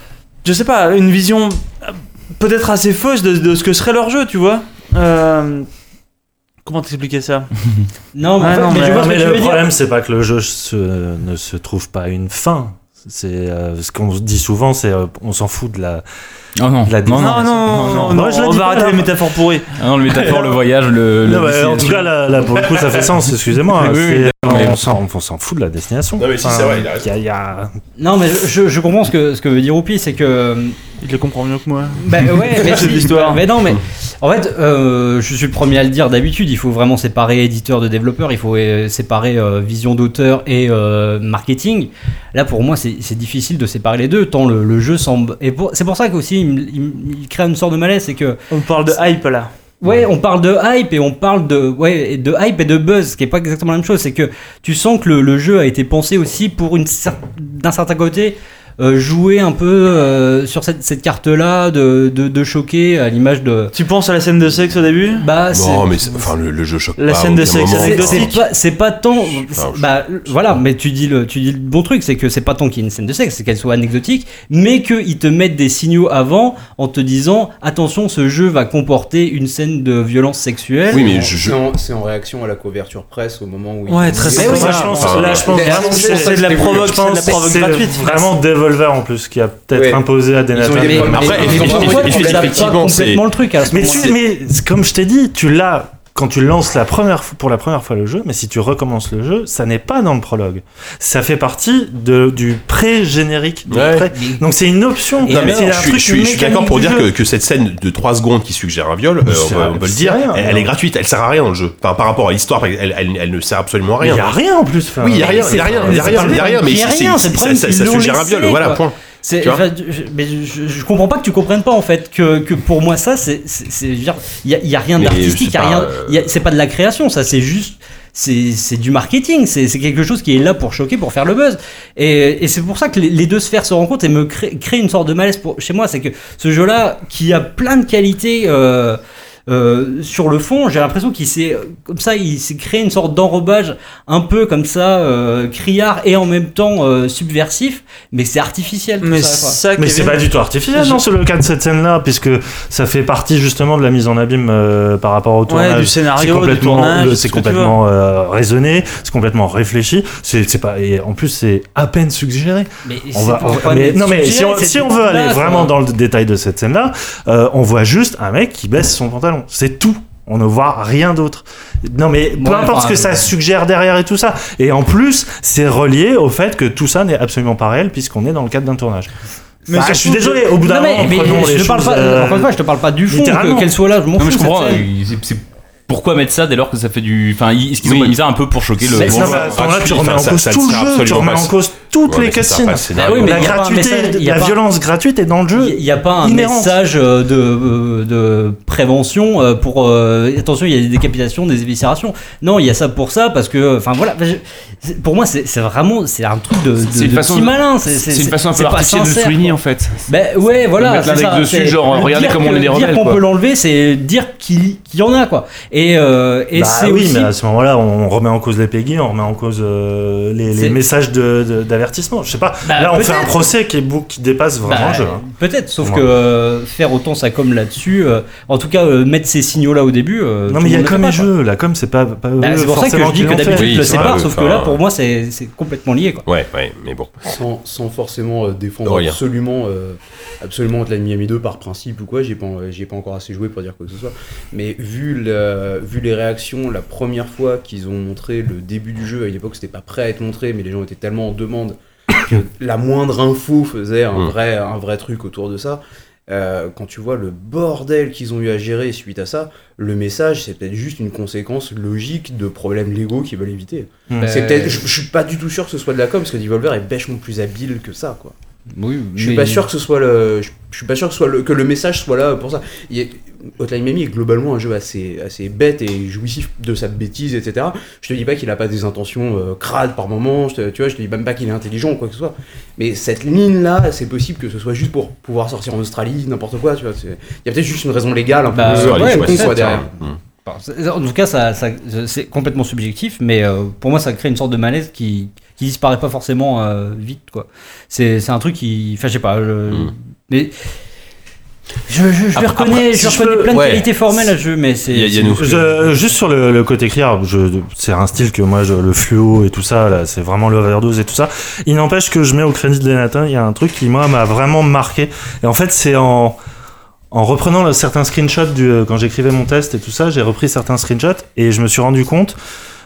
Speaker 3: je sais pas, une vision euh, peut-être assez fausse de, de ce que serait leur jeu, tu vois. Euh, Comment t'expliquer ça?
Speaker 5: Non, mais,
Speaker 3: Ouais,
Speaker 5: en fait,
Speaker 3: non,
Speaker 5: mais
Speaker 3: mais-
Speaker 5: je vois ce
Speaker 8: mais
Speaker 5: que tu
Speaker 8: le
Speaker 5: veux dire.
Speaker 8: problème, c'est pas que le jeu se- ne se trouve pas une fin. C'est euh, ce qu'on dit souvent, c'est euh, on s'en fout de la.
Speaker 4: Oh non,
Speaker 8: de la
Speaker 4: non,
Speaker 3: Non, non, non, non,
Speaker 8: Moi, je la
Speaker 3: on
Speaker 8: dis
Speaker 3: va
Speaker 8: pas,
Speaker 3: arrêter
Speaker 8: là.
Speaker 3: les métaphores pourries.
Speaker 4: Ah non, le métaphore, le voyage, le. le
Speaker 8: Non, bah, en
Speaker 4: destination.
Speaker 8: tout cas, là, là, pour le coup, ça fait sens. Excusez-moi. hein,
Speaker 4: Oui, oui,
Speaker 8: c'est-
Speaker 4: d'accord, mais-
Speaker 8: on s'en on s'en fout de la destination.
Speaker 1: Non, mais si, c'est vrai, il a raison.
Speaker 8: y a- y a-
Speaker 5: Non, mais je, je, je comprends ce que, ce que veut dire Oupi, c'est que.
Speaker 3: Il le comprend mieux que moi.
Speaker 5: Bah ouais, mais
Speaker 3: C'est
Speaker 5: si,
Speaker 3: l'histoire.
Speaker 5: Mais non, mais en fait, euh, je suis le premier à le dire d'habitude. Il faut vraiment séparer éditeur de développeur. Il faut euh, séparer euh, vision d'auteur et euh, marketing. Là, pour moi, c'est c'est difficile de séparer les deux. Tant le, le jeu semble. Et pour- c'est pour ça qu'aussi il, me- il me- il crée une sorte de malaise, c'est que.
Speaker 3: On parle de hype là.
Speaker 5: Ouais, on parle de hype et on parle de ouais et de hype et de buzz, ce qui est pas exactement la même chose. C'est que tu sens que le, le jeu a été pensé aussi pour une cer- d'un certain côté. Euh, jouer un peu euh, sur cette, cette carte-là, de, de, de choquer à l'image de.
Speaker 3: Tu penses à la scène de sexe au début?
Speaker 5: Bah, c'est-
Speaker 1: Non, mais c'est- enfin, le, le jeu choque
Speaker 3: La
Speaker 1: pas.
Speaker 3: scène
Speaker 1: à
Speaker 3: de
Speaker 1: aucun
Speaker 3: sexe
Speaker 1: moment.
Speaker 5: c'est
Speaker 3: anecdotique.
Speaker 5: c'est pas, c'est pas tant.
Speaker 1: Enfin, je-
Speaker 5: Bah, voilà, mais tu dis, le, tu dis le bon truc, c'est que c'est pas tant qu'il y ait une scène de sexe, c'est qu'elle soit anecdotique, mais qu'ils te mettent des signaux avant en te disant attention, ce jeu va comporter une scène de violence sexuelle.
Speaker 1: Oui, mais je. je-
Speaker 2: C'est en, c'est en réaction à la couverture presse au moment où.
Speaker 3: Ouais,
Speaker 2: il-
Speaker 3: très
Speaker 2: Mais
Speaker 3: sympa.
Speaker 2: oui,
Speaker 8: Moi, je pense,
Speaker 1: Enfin,
Speaker 8: là, je pense
Speaker 2: il est
Speaker 8: vraiment que
Speaker 2: annoncé,
Speaker 8: c'est
Speaker 3: c'est de la
Speaker 2: c'était voulu.
Speaker 3: provoque,
Speaker 8: je pense
Speaker 3: c'est de la provoque
Speaker 8: que c'est
Speaker 3: gratuite.
Speaker 8: vraiment Devolver en plus qui a peut-être
Speaker 2: Ouais.
Speaker 8: imposé à
Speaker 2: Ils ont
Speaker 8: Denata.
Speaker 2: été-
Speaker 1: Mais après,
Speaker 2: mais-
Speaker 1: effectivement,
Speaker 2: mais-
Speaker 5: Pourquoi
Speaker 2: mais-
Speaker 5: tu
Speaker 2: mais-
Speaker 5: l'as pas
Speaker 1: effectivement, c'est-
Speaker 5: complètement le truc à ce
Speaker 8: Mais,
Speaker 5: moment-là
Speaker 8: tu, mais comme je t'ai dit, tu l'as quand tu lances la première fois, pour la première fois le jeu, mais si tu recommences le jeu, ça n'est pas dans le prologue. Ça fait partie de, du pré-générique. du
Speaker 1: Ouais.
Speaker 8: pré- Donc c'est une option.
Speaker 5: Et
Speaker 1: Non, mais
Speaker 8: C'est un
Speaker 1: je suis,
Speaker 8: truc
Speaker 1: je suis- je suis d'accord
Speaker 8: mécanique
Speaker 1: pour
Speaker 8: du
Speaker 1: dire
Speaker 8: jeu.
Speaker 1: que, que cette scène de trois secondes qui suggère un viol, euh,
Speaker 8: c'est
Speaker 1: on, va,
Speaker 8: rien,
Speaker 1: on va le
Speaker 8: c'est
Speaker 1: dire,
Speaker 8: rien,
Speaker 1: elle,
Speaker 8: non.
Speaker 1: elle est gratuite, elle sert à rien dans le jeu. Enfin, par rapport à l'histoire, elle, elle, elle ne sert absolument à
Speaker 8: Il
Speaker 1: rien.
Speaker 8: y a rien en plus. enfin,
Speaker 1: Oui, il y a rien,
Speaker 8: c'est-
Speaker 1: il y a rien, il y a
Speaker 5: c'est
Speaker 1: rien,
Speaker 5: pas
Speaker 1: il y a rien, mais
Speaker 5: il y a
Speaker 1: c'est-
Speaker 5: rien,
Speaker 1: c'est-
Speaker 5: c'est le
Speaker 1: ça,
Speaker 5: problème,
Speaker 1: ça,
Speaker 5: ils
Speaker 1: ça
Speaker 5: l'ont
Speaker 1: suggère un
Speaker 5: laissé,
Speaker 1: viol, voilà,
Speaker 5: quoi.
Speaker 1: point.
Speaker 5: C'est-
Speaker 1: Tu vois
Speaker 5: enfin, je, mais je, je comprends pas que tu comprennes pas en fait que, que pour moi ça c'est c'est c'est- je veux dire, il y a, il y a rien
Speaker 1: Mais
Speaker 5: d'artistique,
Speaker 1: je
Speaker 5: il y a
Speaker 1: sais
Speaker 5: rien,
Speaker 1: pas, euh,
Speaker 5: il y a- c'est pas de la création, ça c'est juste c'est c'est du marketing, c'est c'est quelque chose qui est là pour choquer, pour faire le buzz. Et, et c'est pour ça que les, les deux sphères se rencontrent et me créent crée une sorte de malaise pour, chez moi, c'est que ce jeu-là qui a plein de qualités. Euh, euh, sur le fond, j'ai l'impression qu'il s'est comme ça, il s'est créé une sorte d'enrobage un peu comme ça, euh, criard et en même temps euh, subversif, mais c'est artificiel. Tout
Speaker 3: Mais
Speaker 5: ça, quoi.
Speaker 3: ça,
Speaker 8: Mais
Speaker 3: Kevin,
Speaker 8: c'est pas du tout artificiel, non, c'est le cas de cette scène-là, puisque ça fait partie justement de la mise en abîme euh, par rapport au tournage.
Speaker 3: Ouais, du
Speaker 8: C'est
Speaker 3: scénario, du
Speaker 8: complètement,
Speaker 3: tournage,
Speaker 8: le-
Speaker 3: tout
Speaker 8: c'est
Speaker 3: ce que tu
Speaker 8: complètement euh, raisonné, c'est complètement réfléchi. C'est, c'est pas, et en plus, c'est à peine suggéré.
Speaker 5: Mais
Speaker 8: On
Speaker 5: c'est
Speaker 8: va,
Speaker 5: pas
Speaker 8: on-
Speaker 5: un problème
Speaker 8: mais,
Speaker 5: de
Speaker 8: non mais si
Speaker 5: suggérer,
Speaker 8: on,
Speaker 5: c'est
Speaker 8: si
Speaker 5: du
Speaker 8: on veut aller
Speaker 5: là,
Speaker 8: vraiment
Speaker 5: quoi.
Speaker 8: dans le détail de cette scène-là, euh, on voit juste un mec qui baisse son pantalon. C'est tout. On ne voit rien d'autre. Non mais peu
Speaker 5: Ouais,
Speaker 8: importe
Speaker 5: enfin,
Speaker 8: ce que ça suggère derrière et tout ça. Et en plus, c'est relié au fait que tout ça n'est absolument pas réel puisqu'on est dans le cadre d'un tournage.
Speaker 3: Mais
Speaker 8: Bah,
Speaker 3: surtout,
Speaker 8: je suis désolé, au bout d'un
Speaker 5: Non, mais,
Speaker 8: moment,
Speaker 5: mais
Speaker 8: prenons
Speaker 5: je
Speaker 8: les
Speaker 5: te parle
Speaker 8: choses,
Speaker 5: pas,
Speaker 8: euh,
Speaker 5: encore une fois, je te parle pas du fond,
Speaker 8: littéralement.
Speaker 5: que- qu'elle soit là, je m'en
Speaker 4: Non,
Speaker 5: fous.
Speaker 4: mais je
Speaker 5: cette
Speaker 4: comprends.
Speaker 5: scène.
Speaker 4: euh, c'est- c'est- Pourquoi mettre ça dès lors que ça fait du. Enfin, est-ce qu'ils ont
Speaker 5: Oui.
Speaker 4: pas mis ça un peu pour choquer le.
Speaker 5: Mais
Speaker 8: Non,
Speaker 5: ça
Speaker 8: mais
Speaker 5: va,
Speaker 8: à ce moment-là, tu
Speaker 1: enfin,
Speaker 8: remets en
Speaker 1: ça-
Speaker 8: cause
Speaker 1: ça
Speaker 8: tout
Speaker 1: ne
Speaker 8: le
Speaker 1: sert
Speaker 8: jeu, tu
Speaker 1: absolument
Speaker 8: remets
Speaker 1: pas.
Speaker 8: en cause toutes
Speaker 1: Ouais,
Speaker 8: les
Speaker 1: mais ça sert
Speaker 8: cutscenes.
Speaker 1: pas le scénario.
Speaker 5: Ah oui, mais
Speaker 8: la
Speaker 5: il y a pas un
Speaker 8: gratuité,
Speaker 5: message- il y a
Speaker 8: la
Speaker 5: pas-
Speaker 8: violence gratuite est dans le jeu.
Speaker 5: Il n'y a pas un
Speaker 8: inhérente.
Speaker 5: message euh, de, euh, de prévention euh, pour euh, attention, il y a des décapitations, des éviscérations. Non, il y a ça pour ça parce que, enfin voilà, je- c'est- pour moi c'est c'est vraiment c'est un truc de, de,
Speaker 7: C'est une
Speaker 5: de
Speaker 7: façon
Speaker 5: petit
Speaker 7: de-
Speaker 5: malin.
Speaker 7: C'est une façon un peu
Speaker 5: c'est pas
Speaker 7: artificielle de le
Speaker 5: sincère,
Speaker 7: souligner
Speaker 5: quoi.
Speaker 7: en fait.
Speaker 5: Ben ouais, voilà.
Speaker 7: Mettre
Speaker 5: c'est
Speaker 7: l'index
Speaker 5: ça,
Speaker 7: dessus,
Speaker 5: c'est-
Speaker 7: genre,
Speaker 5: le
Speaker 7: regardez
Speaker 5: dire
Speaker 7: comme on
Speaker 5: que-
Speaker 7: est des rebelles,
Speaker 5: Dire qu'on
Speaker 7: quoi.
Speaker 5: peut l'enlever, c'est dire qu'il qu'il y en a quoi. Et euh, et
Speaker 8: Bah
Speaker 5: c'est
Speaker 8: oui,
Speaker 5: aussi.
Speaker 8: mais à ce moment-là, on remet en cause les Peggy, on remet en cause euh, les, les
Speaker 5: C'est-
Speaker 8: messages de- de- d'avertissement. Je sais pas.
Speaker 5: Bah,
Speaker 8: Là, on fait un
Speaker 5: peut-être.
Speaker 8: procès qui, est beau, qui dépasse vraiment
Speaker 5: Bah,
Speaker 8: le jeu. hein.
Speaker 5: Peut-être, sauf
Speaker 8: Ouais.
Speaker 5: que euh, faire autant sa com là-dessus, euh, en tout cas euh, mettre ces signaux là au début. euh,
Speaker 8: Non,
Speaker 5: tout
Speaker 8: mais il y
Speaker 5: le
Speaker 8: a
Speaker 5: monde
Speaker 8: comme
Speaker 5: le
Speaker 8: les
Speaker 5: fait pas,
Speaker 8: jeux. La com, c'est pas, pas
Speaker 5: quoi. Bah,
Speaker 8: eux
Speaker 5: c'est pour ça que
Speaker 8: forcément
Speaker 5: je dis
Speaker 8: qui
Speaker 5: que
Speaker 8: l'ont
Speaker 5: d'habitude
Speaker 8: fait.
Speaker 5: je le
Speaker 1: Oui, c'est
Speaker 5: sépare,
Speaker 1: vrai,
Speaker 5: sauf que
Speaker 1: enfin,
Speaker 5: là pour moi c'est c'est complètement lié quoi.
Speaker 1: Ouais, ouais, mais bon.
Speaker 2: Sans, sans forcément euh, défendre
Speaker 1: Rien.
Speaker 2: absolument, euh, absolument Hotline Miami deux par principe ou quoi, j'ai pas, j'y ai pas encore assez joué pour dire quoi que ce soit. Mais vu, le, vu les réactions, la première fois qu'ils ont montré le début du jeu, à une époque c'était pas prêt à être montré, mais les gens étaient tellement en demande que la moindre info faisait un,
Speaker 1: Mm.
Speaker 2: vrai, un vrai truc autour de ça. Euh, quand tu vois le bordel qu'ils ont eu à gérer suite à ça, le message c'est peut-être juste une conséquence logique de problèmes légaux qu'ils veulent éviter.
Speaker 8: Mm.
Speaker 5: Bah,
Speaker 2: C'est peut-être, je, je suis pas du tout sûr que ce soit de la com parce que Devolver est vachement plus habile que ça quoi.
Speaker 5: Oui,
Speaker 2: Je suis
Speaker 5: mais-
Speaker 2: pas sûr que ce soit le, je, je suis pas sûr que, ce soit le, que le message soit là pour ça. Il y a- Hotline Miami est globalement un jeu assez, assez bête et jouissif de sa bêtise, et cetera. Je te dis pas qu'il a pas des intentions euh, crades par moment, je te, tu vois, je te dis même pas qu'il est intelligent ou quoi que ce soit. Mais cette ligne-là, c'est possible que ce soit juste pour pouvoir sortir en Australie, n'importe quoi, tu vois. c'est- Il y a peut-être juste une raison légale un peu
Speaker 5: Bah,
Speaker 2: euh,
Speaker 1: ouais,
Speaker 2: con,
Speaker 1: ouais,
Speaker 2: quoi,
Speaker 1: c'est
Speaker 2: derrière.
Speaker 1: ça. Mm.
Speaker 5: Enfin, c'est- en tout cas, ça, ça- c'est complètement subjectif, mais euh, pour moi, ça crée une sorte de malaise qui, qui disparaît pas forcément euh, vite, quoi. C'est c'est un truc qui, enfin, je sais pas, je-
Speaker 1: Mm.
Speaker 5: mais je, je, je lui
Speaker 1: Après-
Speaker 5: reconnais,
Speaker 1: après,
Speaker 5: je
Speaker 1: si
Speaker 5: lui
Speaker 1: je
Speaker 5: reconnais
Speaker 1: peux-
Speaker 5: plein de
Speaker 1: ouais.
Speaker 5: qualités formelles à ce jeu, mais c'est.
Speaker 1: Il y a- il y a
Speaker 5: c'est-
Speaker 1: nous-
Speaker 8: Je- juste sur le, le côté criard, je, c'est un style que moi, je, le fluo et tout ça, là, c'est vraiment l'overdose et tout ça. Il n'empêche que je mets au crédit de Nathan, il y a un truc qui, moi, m'a vraiment marqué. Et en fait, c'est en, en reprenant là, certains screenshots du, euh, quand j'écrivais mon test et tout ça, j'ai repris certains screenshots et je me suis rendu compte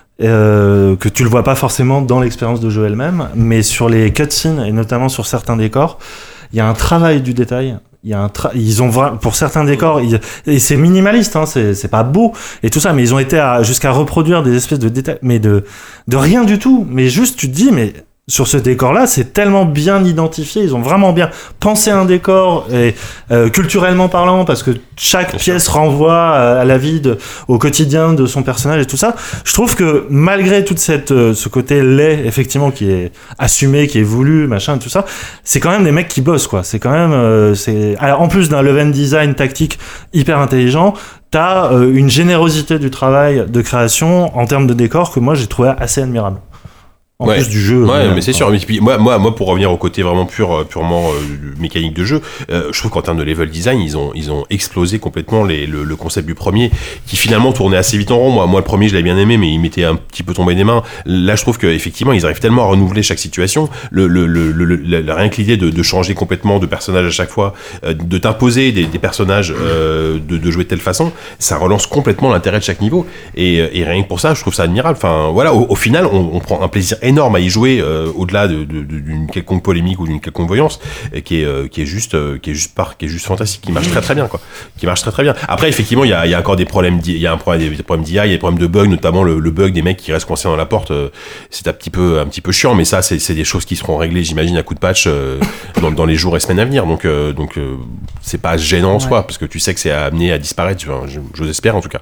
Speaker 8: euh, que tu le vois pas forcément dans l'expérience de jeu elle-même, mais sur les cutscenes et notamment sur certains décors, il y a un travail du détail. Il y a un tra- ils ont vra- pour certains décors ils- et c'est minimaliste hein, c'est c'est pas beau et tout ça, mais ils ont été à, jusqu'à reproduire des espèces de détails, mais de de rien du tout, mais juste tu te dis mais sur ce décor-là, c'est tellement bien identifié, ils ont vraiment bien pensé un décor, et euh, culturellement parlant, parce que chaque
Speaker 1: Bien
Speaker 8: pièce renvoie à, à la vie, de, au quotidien de son personnage et tout ça. Je trouve que malgré toute cette, euh, ce côté laid, effectivement, qui est assumé, qui est voulu, machin, tout ça, c'est quand même des mecs qui bossent, quoi. C'est quand même, euh, c'est, alors en plus d'un level design tactique hyper intelligent, t'as euh, une générosité du travail de création en termes de décor que moi j'ai trouvé assez admirable. En
Speaker 1: Ouais.
Speaker 8: plus du jeu.
Speaker 1: Ouais,
Speaker 8: euh,
Speaker 1: mais c'est sûr. Mais puis, moi, moi, moi, pour revenir au côté vraiment pur, euh, purement euh, mécanique de jeu, euh, je trouve qu'en termes de level design, ils ont, ils ont explosé complètement les, le, le concept du premier, qui finalement tournait assez vite en rond. Moi, moi, le premier, je l'avais bien aimé, mais il m'était un petit peu tombé des mains. Là, je trouve qu'effectivement, ils arrivent tellement à renouveler chaque situation. Le, le, le, le, le- la- rien que l'idée de, de changer complètement de personnage à chaque fois, euh, de t'imposer des, des personnages, euh, de, de jouer de telle façon, ça relance complètement l'intérêt de chaque niveau. Et, et rien que pour ça, je trouve ça admirable. Enfin, voilà, au, au final, on, on prend un plaisir énorme à y jouer. Euh, au-delà de, de, de, d'une quelconque polémique ou d'une quelconque voyance, et qui est euh, qui est juste euh, qui est juste par qui est juste fantastique, qui marche très très bien quoi, qui marche très très bien. Après effectivement il y a il y a encore des problèmes il y a un problème des problèmes d'I A, il y a des problèmes de bugs, notamment le, le bug des mecs qui restent coincés dans la porte, euh, c'est un petit peu un petit peu chiant, mais ça c'est c'est des choses qui seront réglées j'imagine à coup de patch euh, dans, dans les jours et semaines à venir, donc euh, donc euh, c'est pas gênant en
Speaker 5: Ouais.
Speaker 1: soi parce que tu sais que c'est amené à disparaître, enfin, je, j'ose espère en tout cas.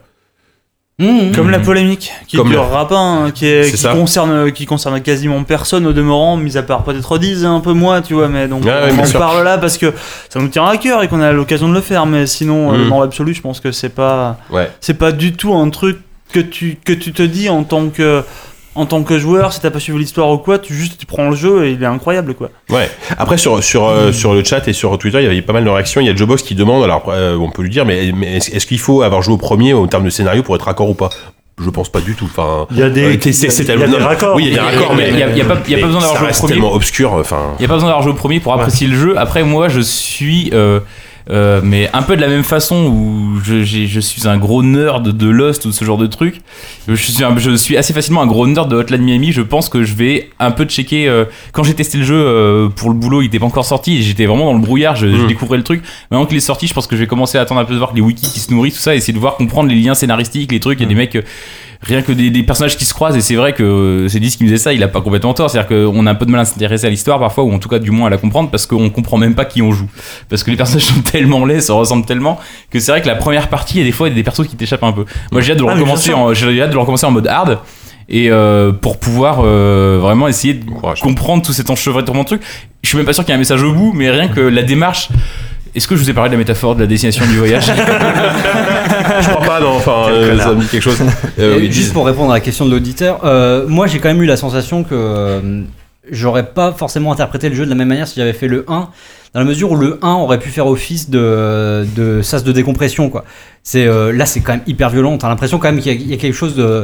Speaker 5: Mmh,
Speaker 3: Comme la polémique qui
Speaker 1: Comme
Speaker 3: durera pas, hein, qui, est,
Speaker 1: C'est
Speaker 3: qui
Speaker 1: ça.
Speaker 3: concerne qui concerne quasiment personne au demeurant, mis à part peut-être Diz et un peu moi, tu vois, mais donc
Speaker 1: Ouais, ouais,
Speaker 3: on
Speaker 1: bien
Speaker 3: en
Speaker 1: sûr.
Speaker 3: parle là parce que ça nous tient à cœur et qu'on a l'occasion de le faire, mais sinon euh,
Speaker 1: Mm.
Speaker 3: dans l'absolu, je pense que c'est pas
Speaker 1: Ouais.
Speaker 3: c'est pas du tout un truc que tu que tu te dis en tant que en tant que joueur, si t'as pas suivi l'histoire ou quoi, tu juste tu prends le jeu et il est incroyable quoi.
Speaker 1: Ouais. Après sur sur euh, sur le chat et sur Twitter, il y avait pas mal de réactions. Il y a Jobox qui demande, alors euh, on peut lui dire, mais, mais est-ce, est-ce qu'il faut avoir joué au premier en termes de scénario pour être raccord ou pas? Je pense pas du tout. Enfin,
Speaker 8: Il y a des,
Speaker 1: euh,
Speaker 8: il y a-
Speaker 1: c'est- c'est
Speaker 8: il y a
Speaker 1: tellement-
Speaker 8: des raccords.
Speaker 1: Oui, il y a des raccords, mais
Speaker 4: il y a- il y a pas- il y a pas
Speaker 1: mais
Speaker 4: besoin d'avoir
Speaker 1: ça
Speaker 4: joué au
Speaker 1: reste
Speaker 4: premier.
Speaker 1: tellement obscur. Enfin,
Speaker 4: Il y a pas besoin d'avoir joué au premier pour apprécier le jeu. Après, moi, je suis, euh, euh, mais un peu de la même façon où je, j'ai- je suis un gros nerd de Lost ou ce genre de truc. Je suis, un- je suis assez facilement un gros nerd de Hotline Miami. Je pense que je vais un peu checker. euh, quand j'ai testé le jeu euh, pour le boulot, il était pas encore sorti et j'étais vraiment dans le brouillard. Je, je
Speaker 1: Mm.
Speaker 4: découvrais le truc. Maintenant qu'il est sorti, je pense que je vais commencer à attendre un peu de voir les wikis qui se nourrissent, tout ça, essayer de voir comprendre les liens scénaristiques, les trucs. Il y a des mecs. euh, rien que des, des personnages qui se croisent, et c'est vrai que c'est Dis qui me disait ça, il a pas complètement tort, c'est-à-dire qu'on a un peu de mal à s'intéresser à l'histoire parfois, ou en tout cas du moins à la comprendre, parce qu'on comprend même pas qui on joue, parce que les personnages sont tellement laids, se ressemblent tellement, que c'est vrai que la première partie, il y a des fois il y a des persos qui t'échappent un peu. Moi j'ai hâte de le
Speaker 8: Ah,
Speaker 4: recommencer, en, j'ai hâte de le recommencer en mode hard, et euh, pour pouvoir euh, vraiment essayer de
Speaker 1: Courage.
Speaker 4: comprendre tout cet enchevêtrement de trucs. Je suis même pas sûr qu'il y ait un message au bout, mais rien que la démarche. Est-ce que je vous ai parlé de la métaphore de la destination du voyage?
Speaker 1: Je crois pas, non, enfin, euh, ça me dit quelque chose. Euh,
Speaker 5: Et
Speaker 1: oui,
Speaker 5: juste
Speaker 1: dis-
Speaker 5: pour répondre à la question de l'auditeur, euh, moi j'ai quand même eu la sensation que euh, j'aurais pas forcément interprété le jeu de la même manière si j'avais fait le un, dans la mesure où le un aurait pu faire office de, de sas de décompression, quoi. C'est, euh, là c'est quand même hyper violent, t'as l'impression quand même qu'il y a, il y a quelque chose de...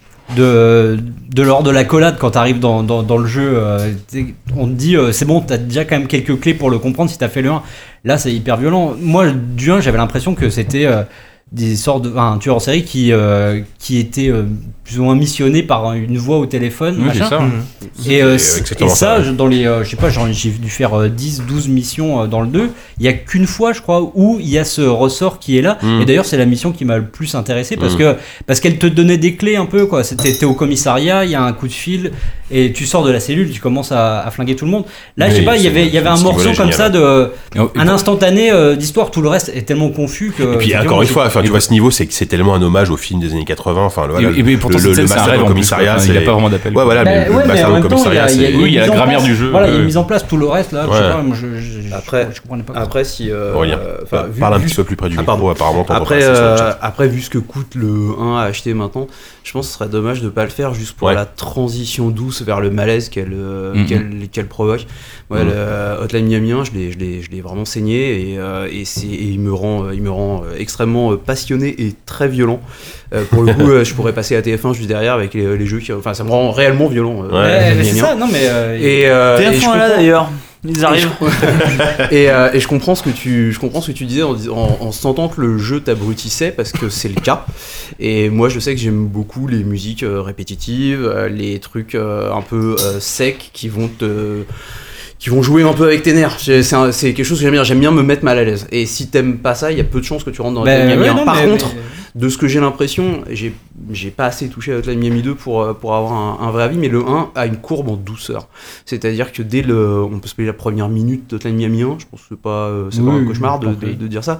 Speaker 5: de, de l'ordre de l'accolade quand t'arrives dans, dans, dans le jeu. Euh, on te dit euh, c'est bon, t'as déjà quand même quelques clés pour le comprendre si t'as fait le un. Là c'est hyper violent. Moi du un j'avais l'impression que c'était euh, des sortes de, enfin, un tueur en série qui, euh, qui était euh, plus ou moins missionné par une voix au téléphone,
Speaker 4: Oui,
Speaker 5: machin.
Speaker 4: c'est ça.
Speaker 5: Et, euh,
Speaker 1: C'est
Speaker 5: et
Speaker 1: exactement
Speaker 5: ça,
Speaker 1: ça,
Speaker 5: je- dans les, euh, je sais pas, genre, j'ai dû faire euh, dix douze missions euh, dans le deux. Il y a qu'une fois, je crois, où il y a ce ressort qui est là.
Speaker 1: Mm.
Speaker 5: Et d'ailleurs, c'est la mission qui m'a le plus intéressé parce
Speaker 1: Mm.
Speaker 5: que parce qu'elle te donnait des clés un peu, quoi. C'était, t'es au commissariat, il y a un coup de fil et tu sors de la cellule, tu commences à, à flinguer tout le monde. Là, je sais
Speaker 1: Oui,
Speaker 5: pas, il y
Speaker 1: c'est-
Speaker 5: avait, il y avait un
Speaker 1: ce
Speaker 5: morceau
Speaker 1: niveau-là est
Speaker 5: comme ça
Speaker 1: génial.
Speaker 5: de
Speaker 4: Et- et-
Speaker 5: un instantané euh, d'histoire. Tout le reste est tellement confus que.
Speaker 1: Et puis encore une fois, enfin, tu vois, ce niveau, c'est que c'est tellement un hommage au film des années quatre-vingts. Enfin, le, voilà,
Speaker 4: Et, et pourtant,
Speaker 1: le,
Speaker 4: cette
Speaker 1: le
Speaker 4: scène, c'est un
Speaker 1: massacre
Speaker 4: rêve
Speaker 1: au
Speaker 4: en plus,
Speaker 1: commissariat,
Speaker 4: quoi.
Speaker 1: c'est
Speaker 4: Il n'y a pas vraiment d'appel.
Speaker 1: Ouais, voilà,
Speaker 5: Bah,
Speaker 1: mais le
Speaker 5: ouais, mais
Speaker 1: massacre
Speaker 5: en
Speaker 1: au
Speaker 5: même temps,
Speaker 1: commissariat,
Speaker 5: il y a-
Speaker 1: c'est.
Speaker 5: il y a
Speaker 4: Oui, il y a la
Speaker 5: une mise en
Speaker 4: grammaire
Speaker 5: place.
Speaker 4: du jeu,
Speaker 5: Voilà, il y a
Speaker 4: euh,
Speaker 5: une mise en place, tout le reste là. Je sais
Speaker 1: Ouais.
Speaker 5: pas, moi, je, je, je-
Speaker 2: Après-
Speaker 5: je comprenais pas.
Speaker 2: Après, si. euh,
Speaker 1: Aurélien,
Speaker 2: enfin, vu-
Speaker 1: parle un
Speaker 2: vu
Speaker 1: petit peu plus près du
Speaker 2: Ah,
Speaker 1: micro,
Speaker 2: pardon.
Speaker 1: apparemment, t'entends
Speaker 2: Après,
Speaker 1: pas assez sur le
Speaker 2: euh,
Speaker 1: chat.
Speaker 2: après, vu ce que coûte le un à acheter maintenant, je pense que ce serait dommage de pas le faire juste pour
Speaker 1: Ouais.
Speaker 2: la transition douce vers le malaise qu'elle euh,
Speaker 4: Mhm.
Speaker 2: qu'elle qu'elle provoque. Ouais,
Speaker 1: Mhm.
Speaker 2: le Hotline Miami un, je l'ai je l'ai je l'ai vraiment saigné et, euh, et c'est et il me rend euh, il me rend euh, extrêmement euh, passionné et très violent. Euh, pour le coup, euh, je pourrais passer à T F un juste derrière avec les, les jeux qui, enfin, ça me rend réellement violent. euh,
Speaker 1: Ouais,
Speaker 5: Ouais, mais c'est
Speaker 2: Miami un.
Speaker 5: ça, non mais. euh,
Speaker 2: Et, euh,
Speaker 6: T'es à
Speaker 2: et je
Speaker 6: fond là
Speaker 2: comprends-
Speaker 6: d'ailleurs. Ils arrivent.
Speaker 2: et, euh, et je comprends ce que tu, je comprends ce que tu disais en, dis- en, en sentant que le jeu t'abrutissait parce que c'est le cas. Et moi, je sais que j'aime beaucoup les musiques euh, répétitives, euh, les trucs euh, un peu euh, secs qui vont te qui vont jouer un peu avec tes nerfs. C'est, c'est, un- c'est quelque chose que j'aime bien. J'aime bien me mettre mal à l'aise. Et si t'aimes pas ça, il y a peu de chances que tu rentres dans
Speaker 5: ben,
Speaker 2: Hotline Miami
Speaker 5: ouais,
Speaker 2: un.
Speaker 5: non,
Speaker 2: Par
Speaker 5: mais-
Speaker 2: contre,
Speaker 5: mais-
Speaker 2: de ce que j'ai l'impression, j'ai, j'ai pas assez touché à Hotline Miami deux pour, euh, pour avoir un, un vrai avis, mais le un a une courbe en douceur. C'est-à-dire que dès le. On peut se payer la première minute d'Hotline Miami un, je pense que c'est pas, euh, c'est pas
Speaker 5: Oui,
Speaker 2: un cauchemar de,
Speaker 5: parfait.
Speaker 2: de, de dire ça.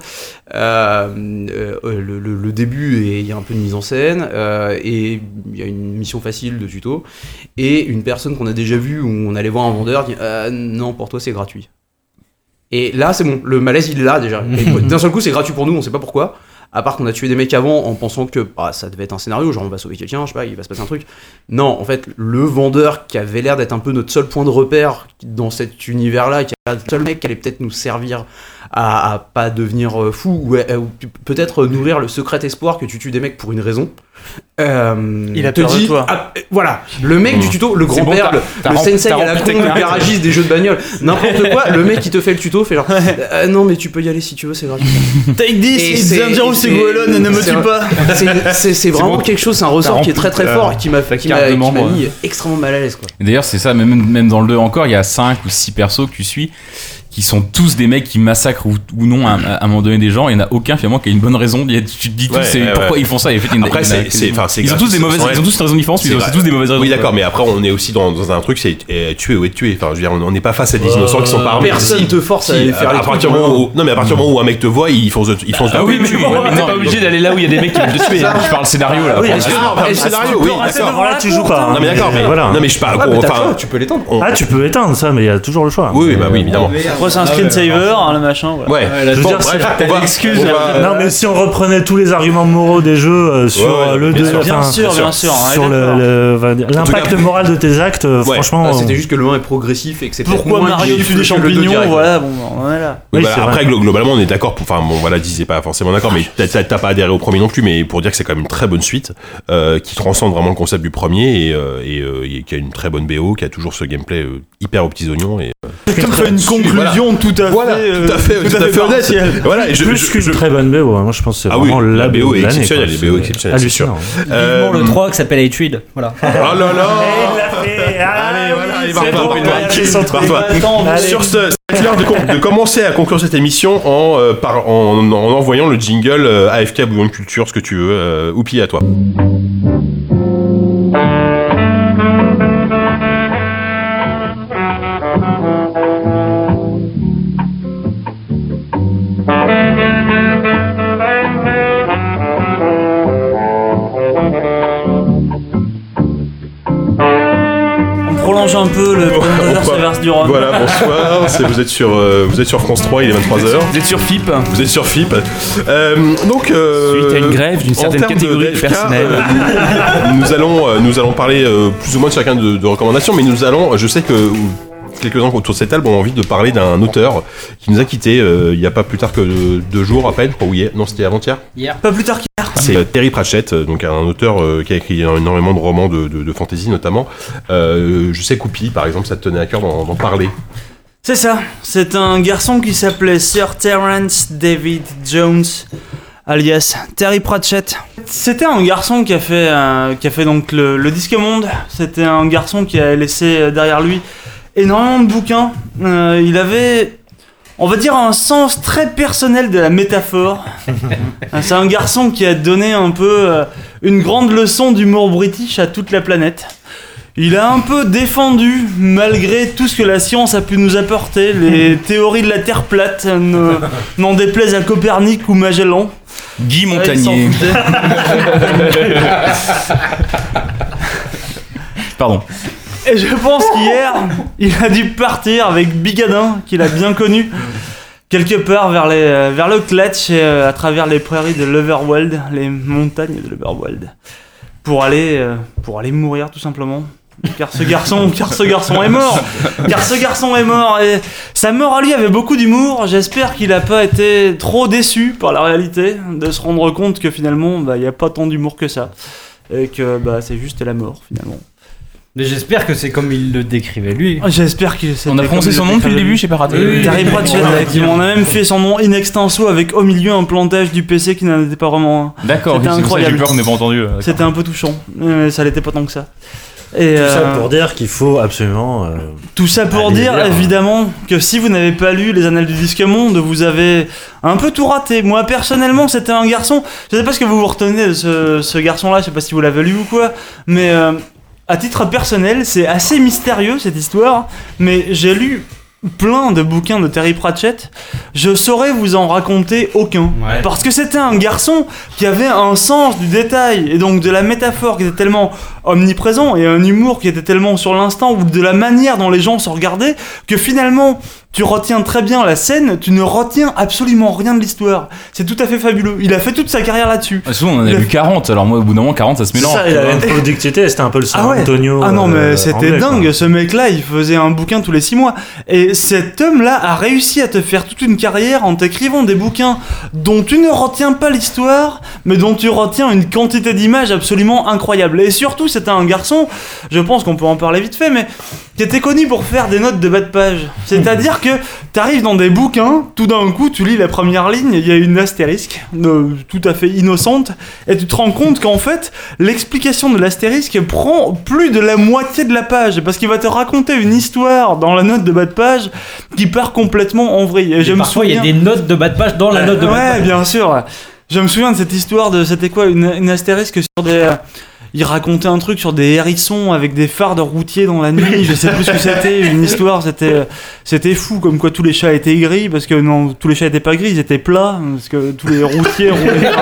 Speaker 2: Euh, euh, le, le- le début, et il y a un peu de mise en scène, euh, et il y a une mission facile de tuto, et une personne qu'on a déjà vue où on allait voir un vendeur dit euh, non, pour toi c'est gratuit. Et là, c'est bon, le malaise il est là déjà. Et d'un seul coup, c'est gratuit pour nous, on sait pas pourquoi. À part qu'on a tué des mecs avant en pensant que bah, ça devait être un scénario, genre on va sauver quelqu'un, je sais pas, il va se passer un truc. Non, en fait, le vendeur qui avait l'air d'être un peu notre seul point de repère dans cet univers-là, qui est le seul mec qui allait peut-être nous servir à, à pas devenir euh, fou, ou, à- ou peut-être nourrir le secret espoir que tu tues des mecs pour une raison. Euh,
Speaker 6: Il a
Speaker 2: te
Speaker 6: peur de
Speaker 2: dit,
Speaker 6: toi.
Speaker 2: ah, euh, voilà, le mec du tuto, le
Speaker 4: C'est bon,
Speaker 2: grand-père,
Speaker 4: t'as-
Speaker 2: le,
Speaker 4: t'as
Speaker 2: le
Speaker 4: rempli-
Speaker 2: sensei
Speaker 4: t'as
Speaker 2: à la
Speaker 4: rempli
Speaker 2: con,
Speaker 4: ta
Speaker 2: le
Speaker 4: carte.
Speaker 2: garagiste des jeux de bagnole, n'importe quoi, le mec qui te fait le tuto fait genre euh, non mais tu peux y aller si tu veux, c'est gratuit.
Speaker 6: Take this,
Speaker 2: Et
Speaker 6: it's
Speaker 2: c'est-
Speaker 6: dangerous, c'est
Speaker 2: c'est-
Speaker 6: Goelon, ne me
Speaker 2: c'est
Speaker 6: tue
Speaker 2: un-
Speaker 6: pas.
Speaker 2: C'est- C'est c'est vraiment
Speaker 4: bon,
Speaker 2: quelque chose, c'est un ressort
Speaker 4: t'as
Speaker 2: qui est très très
Speaker 4: rempli,
Speaker 2: fort
Speaker 4: euh,
Speaker 2: et qui m'a
Speaker 4: ta
Speaker 2: qui m'a
Speaker 4: carte de
Speaker 2: qui m'a
Speaker 4: membre.
Speaker 2: mis extrêmement mal à l'aise quoi.
Speaker 4: Et d'ailleurs, c'est ça, même, même dans le deux encore, il y a cinq ou six persos que tu suis qui sont tous des mecs qui massacrent ou, ou non à, à un moment donné des gens. Il n'y en a aucun finalement qui a une bonne raison. Il y a- tu te dis tous
Speaker 1: Ouais,
Speaker 4: c'est
Speaker 1: ouais,
Speaker 4: pourquoi
Speaker 1: ouais.
Speaker 4: ils font ça. Et en fait, il y en a-
Speaker 1: Après,
Speaker 4: il y en a-
Speaker 1: c'est- c'est- enfin, c'est
Speaker 4: ils ont
Speaker 1: gratuit,
Speaker 4: tous des
Speaker 1: c'est-
Speaker 4: mauvaises,
Speaker 1: c'est-
Speaker 4: ils ont tous une raison différente, mais ils ont
Speaker 1: c'est
Speaker 4: tous des mauvaises raisons.
Speaker 1: Oui, d'accord, mais après, on est aussi dans, dans un truc, c'est euh, tuer ou être tué. Enfin, je veux dire, on on n'est pas face à des innocents qui sont pas armés.
Speaker 2: Personne
Speaker 1: Si,
Speaker 2: te force à
Speaker 1: si,
Speaker 2: aller faire
Speaker 1: à
Speaker 2: les
Speaker 1: partir
Speaker 2: trucs,
Speaker 1: du moment
Speaker 2: hein.
Speaker 1: où, non, mais à partir du moment où un mec te voit, ils font, ils font.
Speaker 4: Ah oui, mais
Speaker 1: tuer.
Speaker 4: bon,
Speaker 1: Ouais,
Speaker 4: t'es pas obligé d'aller là où il y a des mecs qui veulent te tuer. Je parle scénario là.
Speaker 1: Oui,
Speaker 4: Pour-
Speaker 1: excuse-moi, le scénario, oui, d'accord.
Speaker 8: Là, tu joues pas. hein.
Speaker 1: Non, mais d'accord, mais
Speaker 8: voilà.
Speaker 1: non, mais je suis pas.
Speaker 2: Ouais, mais t'as le
Speaker 1: Enfin,
Speaker 2: choix, tu peux l'étendre.
Speaker 1: on-
Speaker 8: Ah, tu peux éteindre ça, mais il y a toujours le choix.
Speaker 1: Oui, oui,
Speaker 8: Mais,
Speaker 1: bah oui,
Speaker 8: euh,
Speaker 1: évidemment.
Speaker 6: Après, c'est un screensaver, hein, le machin. Voilà.
Speaker 1: Ouais.
Speaker 8: Je veux
Speaker 1: Bon,
Speaker 8: dire,
Speaker 1: bref,
Speaker 8: c'est-
Speaker 1: on va-
Speaker 6: l'excuse,
Speaker 1: on
Speaker 6: là.
Speaker 1: va-
Speaker 8: Non, mais si on reprenait tous les arguments moraux des jeux euh, sur
Speaker 1: Ouais, ouais,
Speaker 8: euh, le
Speaker 1: bien
Speaker 8: deux-
Speaker 1: sûr.
Speaker 6: Bien
Speaker 8: enfin,
Speaker 6: sûr, bien sûr.
Speaker 8: sur
Speaker 6: ouais,
Speaker 8: le-
Speaker 6: d'accord.
Speaker 8: le- va dire, l'impact
Speaker 1: cas-
Speaker 8: moral de tes actes, euh,
Speaker 1: Ouais.
Speaker 8: franchement.
Speaker 2: Ah, C'était juste que le un est progressif et que c'est peut-être
Speaker 6: Pourquoi
Speaker 2: moins
Speaker 6: Mario
Speaker 2: gif
Speaker 6: tue des
Speaker 2: que le deux
Speaker 6: champignons
Speaker 2: direct.
Speaker 6: Voilà, bon, on en est là.
Speaker 1: Oui,
Speaker 8: Oui,
Speaker 1: bah,
Speaker 8: c'est
Speaker 1: après,
Speaker 8: vrai.
Speaker 1: glo- globalement, on est d'accord. pour- Enfin, bon, voilà, disait pas forcément d'accord, mais t'as- t'as t'as pas adhéré au premier non plus, mais pour dire que c'est quand même une très bonne suite, euh, qui transcende vraiment le concept du premier et, euh, et, euh, et qui a une très bonne B O, qui a toujours ce gameplay euh, hyper aux petits oignons. Et, euh,
Speaker 6: Tu me fais une conclusion tout à fait.
Speaker 1: voilà,
Speaker 6: euh,
Speaker 1: tout à fait, tout à fait honnête.
Speaker 6: partielle.
Speaker 1: Voilà, et je,
Speaker 8: Plus
Speaker 1: je-
Speaker 8: qu'une
Speaker 1: je-
Speaker 8: très bonne B O, hein. Moi je pense que c'est
Speaker 1: Ah oui,
Speaker 8: vraiment
Speaker 1: la
Speaker 8: la
Speaker 1: B O
Speaker 8: B O
Speaker 1: est
Speaker 8: de l'année,
Speaker 1: exceptionnelle,
Speaker 8: quoi.
Speaker 1: les B O
Speaker 8: C'est
Speaker 1: exceptionnelles, c'est sûr.
Speaker 8: hallucinant.
Speaker 1: Euh,
Speaker 5: Vivement le trois qui s'appelle Hatred. Voilà.
Speaker 1: Oh là là.
Speaker 8: Et il l'a fait. Ah,
Speaker 1: Allez, voilà,
Speaker 8: oui,
Speaker 7: Allez, barre-toi,
Speaker 1: barre-toi. Sur ce, c'est l'heure de, com- de commencer à conclure cette émission en, euh, par, en, en envoyant le jingle euh, A F K Bouillon de Culture, ce que tu veux. Euh, Oupi, à toi.
Speaker 3: Prolonge un peu le traverse du Rhum.
Speaker 1: Voilà, bonsoir. C'est, vous êtes sur, euh, vous êtes sur France trois, il est vingt-trois heures.
Speaker 7: Vous êtes sur F I P.
Speaker 1: Vous êtes sur F I P. Euh, donc, euh,
Speaker 7: suite à une grève d'une certaine catégorie de, de personnel,
Speaker 1: euh, nous allons, euh, nous allons parler euh, plus ou moins de chacun de, de recommandations, mais nous allons, je sais que quelques-uns autour de cette table ont envie de parler d'un auteur qui nous a quittés euh, il n'y a pas plus tard que deux jours à peine. Oh, hier. Non, c'était avant-hier.
Speaker 3: Hier. Pas plus tard qu'hier.
Speaker 1: C'est euh, Terry Pratchett, donc un auteur euh, qui a écrit énormément de romans de, de, de fantasy notamment. Euh, je sais qu'Oupi, par exemple, ça te tenait à cœur d'en, d'en parler.
Speaker 3: C'est ça. C'est un garçon qui s'appelait Sir Terence David Jones, alias Terry Pratchett. C'était un garçon qui a fait, euh, qui a fait donc le, le Disque Monde. C'était un garçon qui a laissé derrière lui énormément de bouquins. Euh, il avait, on va dire, un sens très personnel de la métaphore. C'est un garçon qui a donné un peu euh, une grande leçon d'humour british à toute la planète. Il a un peu défendu, malgré tout ce que la science a pu nous apporter, les théories de la Terre plate, ne, n'en déplaise à Copernic ou Magellan.
Speaker 4: Guy Montagnier. Pardon.
Speaker 3: Et je pense qu'hier, il a dû partir avec Bigadin, qu'il a bien connu, quelque part vers, les, vers le Klatch et euh, à travers les prairies de l'Overworld, les montagnes de l'Overworld, pour aller, euh, pour aller mourir tout simplement. Car ce garçon, car ce garçon est mort, car ce garçon est mort et sa mort à lui avait beaucoup d'humour. J'espère qu'il n'a pas été trop déçu par la réalité, de se rendre compte que finalement, bah, il n'y a pas tant d'humour que ça et que bah, c'est juste la mort finalement.
Speaker 5: Mais j'espère que c'est comme il le décrivait lui.
Speaker 3: J'espère qu'il
Speaker 4: On a prononcé son nom depuis le début, j'ai pas raté.
Speaker 3: Oui, Terry Pratchett, on a même fait son nom in extenso avec au milieu un plantage du P C qui n'en était pas vraiment un.
Speaker 4: D'accord,
Speaker 3: c'était
Speaker 4: c'est
Speaker 3: incroyable.
Speaker 4: J'ai peur qu'on n'ait pas entendu. D'accord.
Speaker 3: C'était un peu touchant, mais ça l'était pas tant que ça. Et
Speaker 8: tout
Speaker 3: euh,
Speaker 8: ça pour dire qu'il faut absolument. Euh,
Speaker 3: tout ça pour dire, lire, évidemment, que si vous n'avez pas lu Les Annales du Disque Monde, vous avez un peu tout raté. Moi, personnellement, c'était un garçon. Je sais pas ce que vous vous retenez de ce, ce garçon-là, je sais pas si vous l'avez lu ou quoi, mais. Euh, À titre personnel, c'est assez mystérieux cette histoire, mais j'ai lu plein de bouquins de Terry Pratchett, je saurais vous en raconter aucun. Ouais. Parce que c'était un garçon qui avait un sens du détail, et donc de la métaphore qui était tellement omniprésent, et un humour qui était tellement sur l'instant, ou de la manière dont les gens se regardaient, que finalement, tu retiens très bien la scène, tu ne retiens absolument rien de l'histoire. C'est tout à fait fabuleux. Il a fait toute sa carrière là-dessus.
Speaker 4: Ah, souvent on en a
Speaker 3: il
Speaker 4: vu
Speaker 3: a...
Speaker 4: quarante, alors moi au bout d'un moment quarante ça se mélange.
Speaker 8: Ça, il avait une productivité, c'était un peu le San
Speaker 3: ah ouais.
Speaker 8: Antonio.
Speaker 3: Ah non mais
Speaker 8: euh,
Speaker 3: c'était
Speaker 8: anglais,
Speaker 3: dingue,
Speaker 8: quoi.
Speaker 3: Ce mec-là il faisait un bouquin tous les six mois. Et cet homme-là a réussi à te faire toute une carrière en t'écrivant des bouquins dont tu ne retiens pas l'histoire, mais dont tu retiens une quantité d'images absolument incroyable. Et surtout c'était un garçon, je pense qu'on peut en parler vite fait, mais qui était connu pour faire des notes de bas de page. C'est-à-dire que t'arrives dans des bouquins, tout d'un coup tu lis la première ligne, il y a une astérisque euh, tout à fait innocente, et tu te rends compte qu'en fait l'explication de l'astérisque prend plus de la moitié de la page, parce qu'il va te raconter une histoire dans la note de bas de page qui part complètement en vrille. Et,
Speaker 5: et
Speaker 3: je me
Speaker 5: parfois
Speaker 3: souviens...
Speaker 5: il y a des notes de bas de page dans la note de bas de page.
Speaker 3: Ouais, bien sûr. Je me souviens de cette histoire de, c'était quoi, une, une astérisque sur des... Euh, il racontait un truc sur des hérissons avec des phares de routiers dans la nuit, je sais plus ce que c'était, une histoire, c'était, c'était fou, comme quoi tous les chats étaient gris, parce que non, tous les chats étaient pas gris, ils étaient plats, parce que tous les routiers roulaient.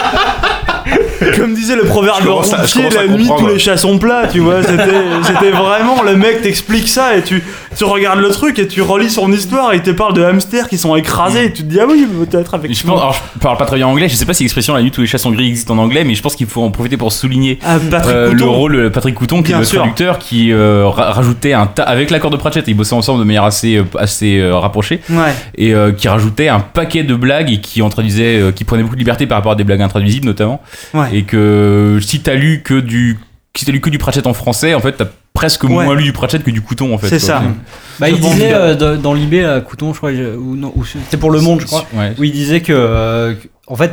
Speaker 3: Comme disait le proverbe routier, la nuit tous les chats sont plats, tu vois, c'était, c'était vraiment, le mec t'explique ça et tu, tu regardes le truc et tu relis son histoire et il te parle de hamsters qui sont écrasés et tu te dis ah oui, peut-être avec.
Speaker 4: Je pense, alors je parle pas très bien anglais, je sais pas si l'expression la nuit tous les chats sont gris existe en anglais, mais je pense qu'il faut en profiter pour souligner
Speaker 3: ah,
Speaker 4: euh, le rôle de Patrick Couton, qui est le traducteur, qui euh, ra- rajoutait un tas, avec l'accord de Pratchett, ils bossaient ensemble de manière assez, assez euh, rapprochée,
Speaker 3: ouais.
Speaker 4: et euh, qui rajoutait un paquet de blagues et qui en traduisait, euh, qui prenait beaucoup de liberté par rapport à des blagues intraduisibles notamment,
Speaker 3: ouais.
Speaker 4: Et que si t'as lu que du si t'as lu que du Pratchett en français, en fait t'as presque ouais. moins lu du Pratchett que du Couton en fait.
Speaker 3: C'est quoi. Ça.
Speaker 5: Bah, il disait euh, dans l'I B, Couton, je crois, ou non, ou c'était pour Le Monde, je crois,
Speaker 4: ouais.
Speaker 5: où il disait que, euh, en fait,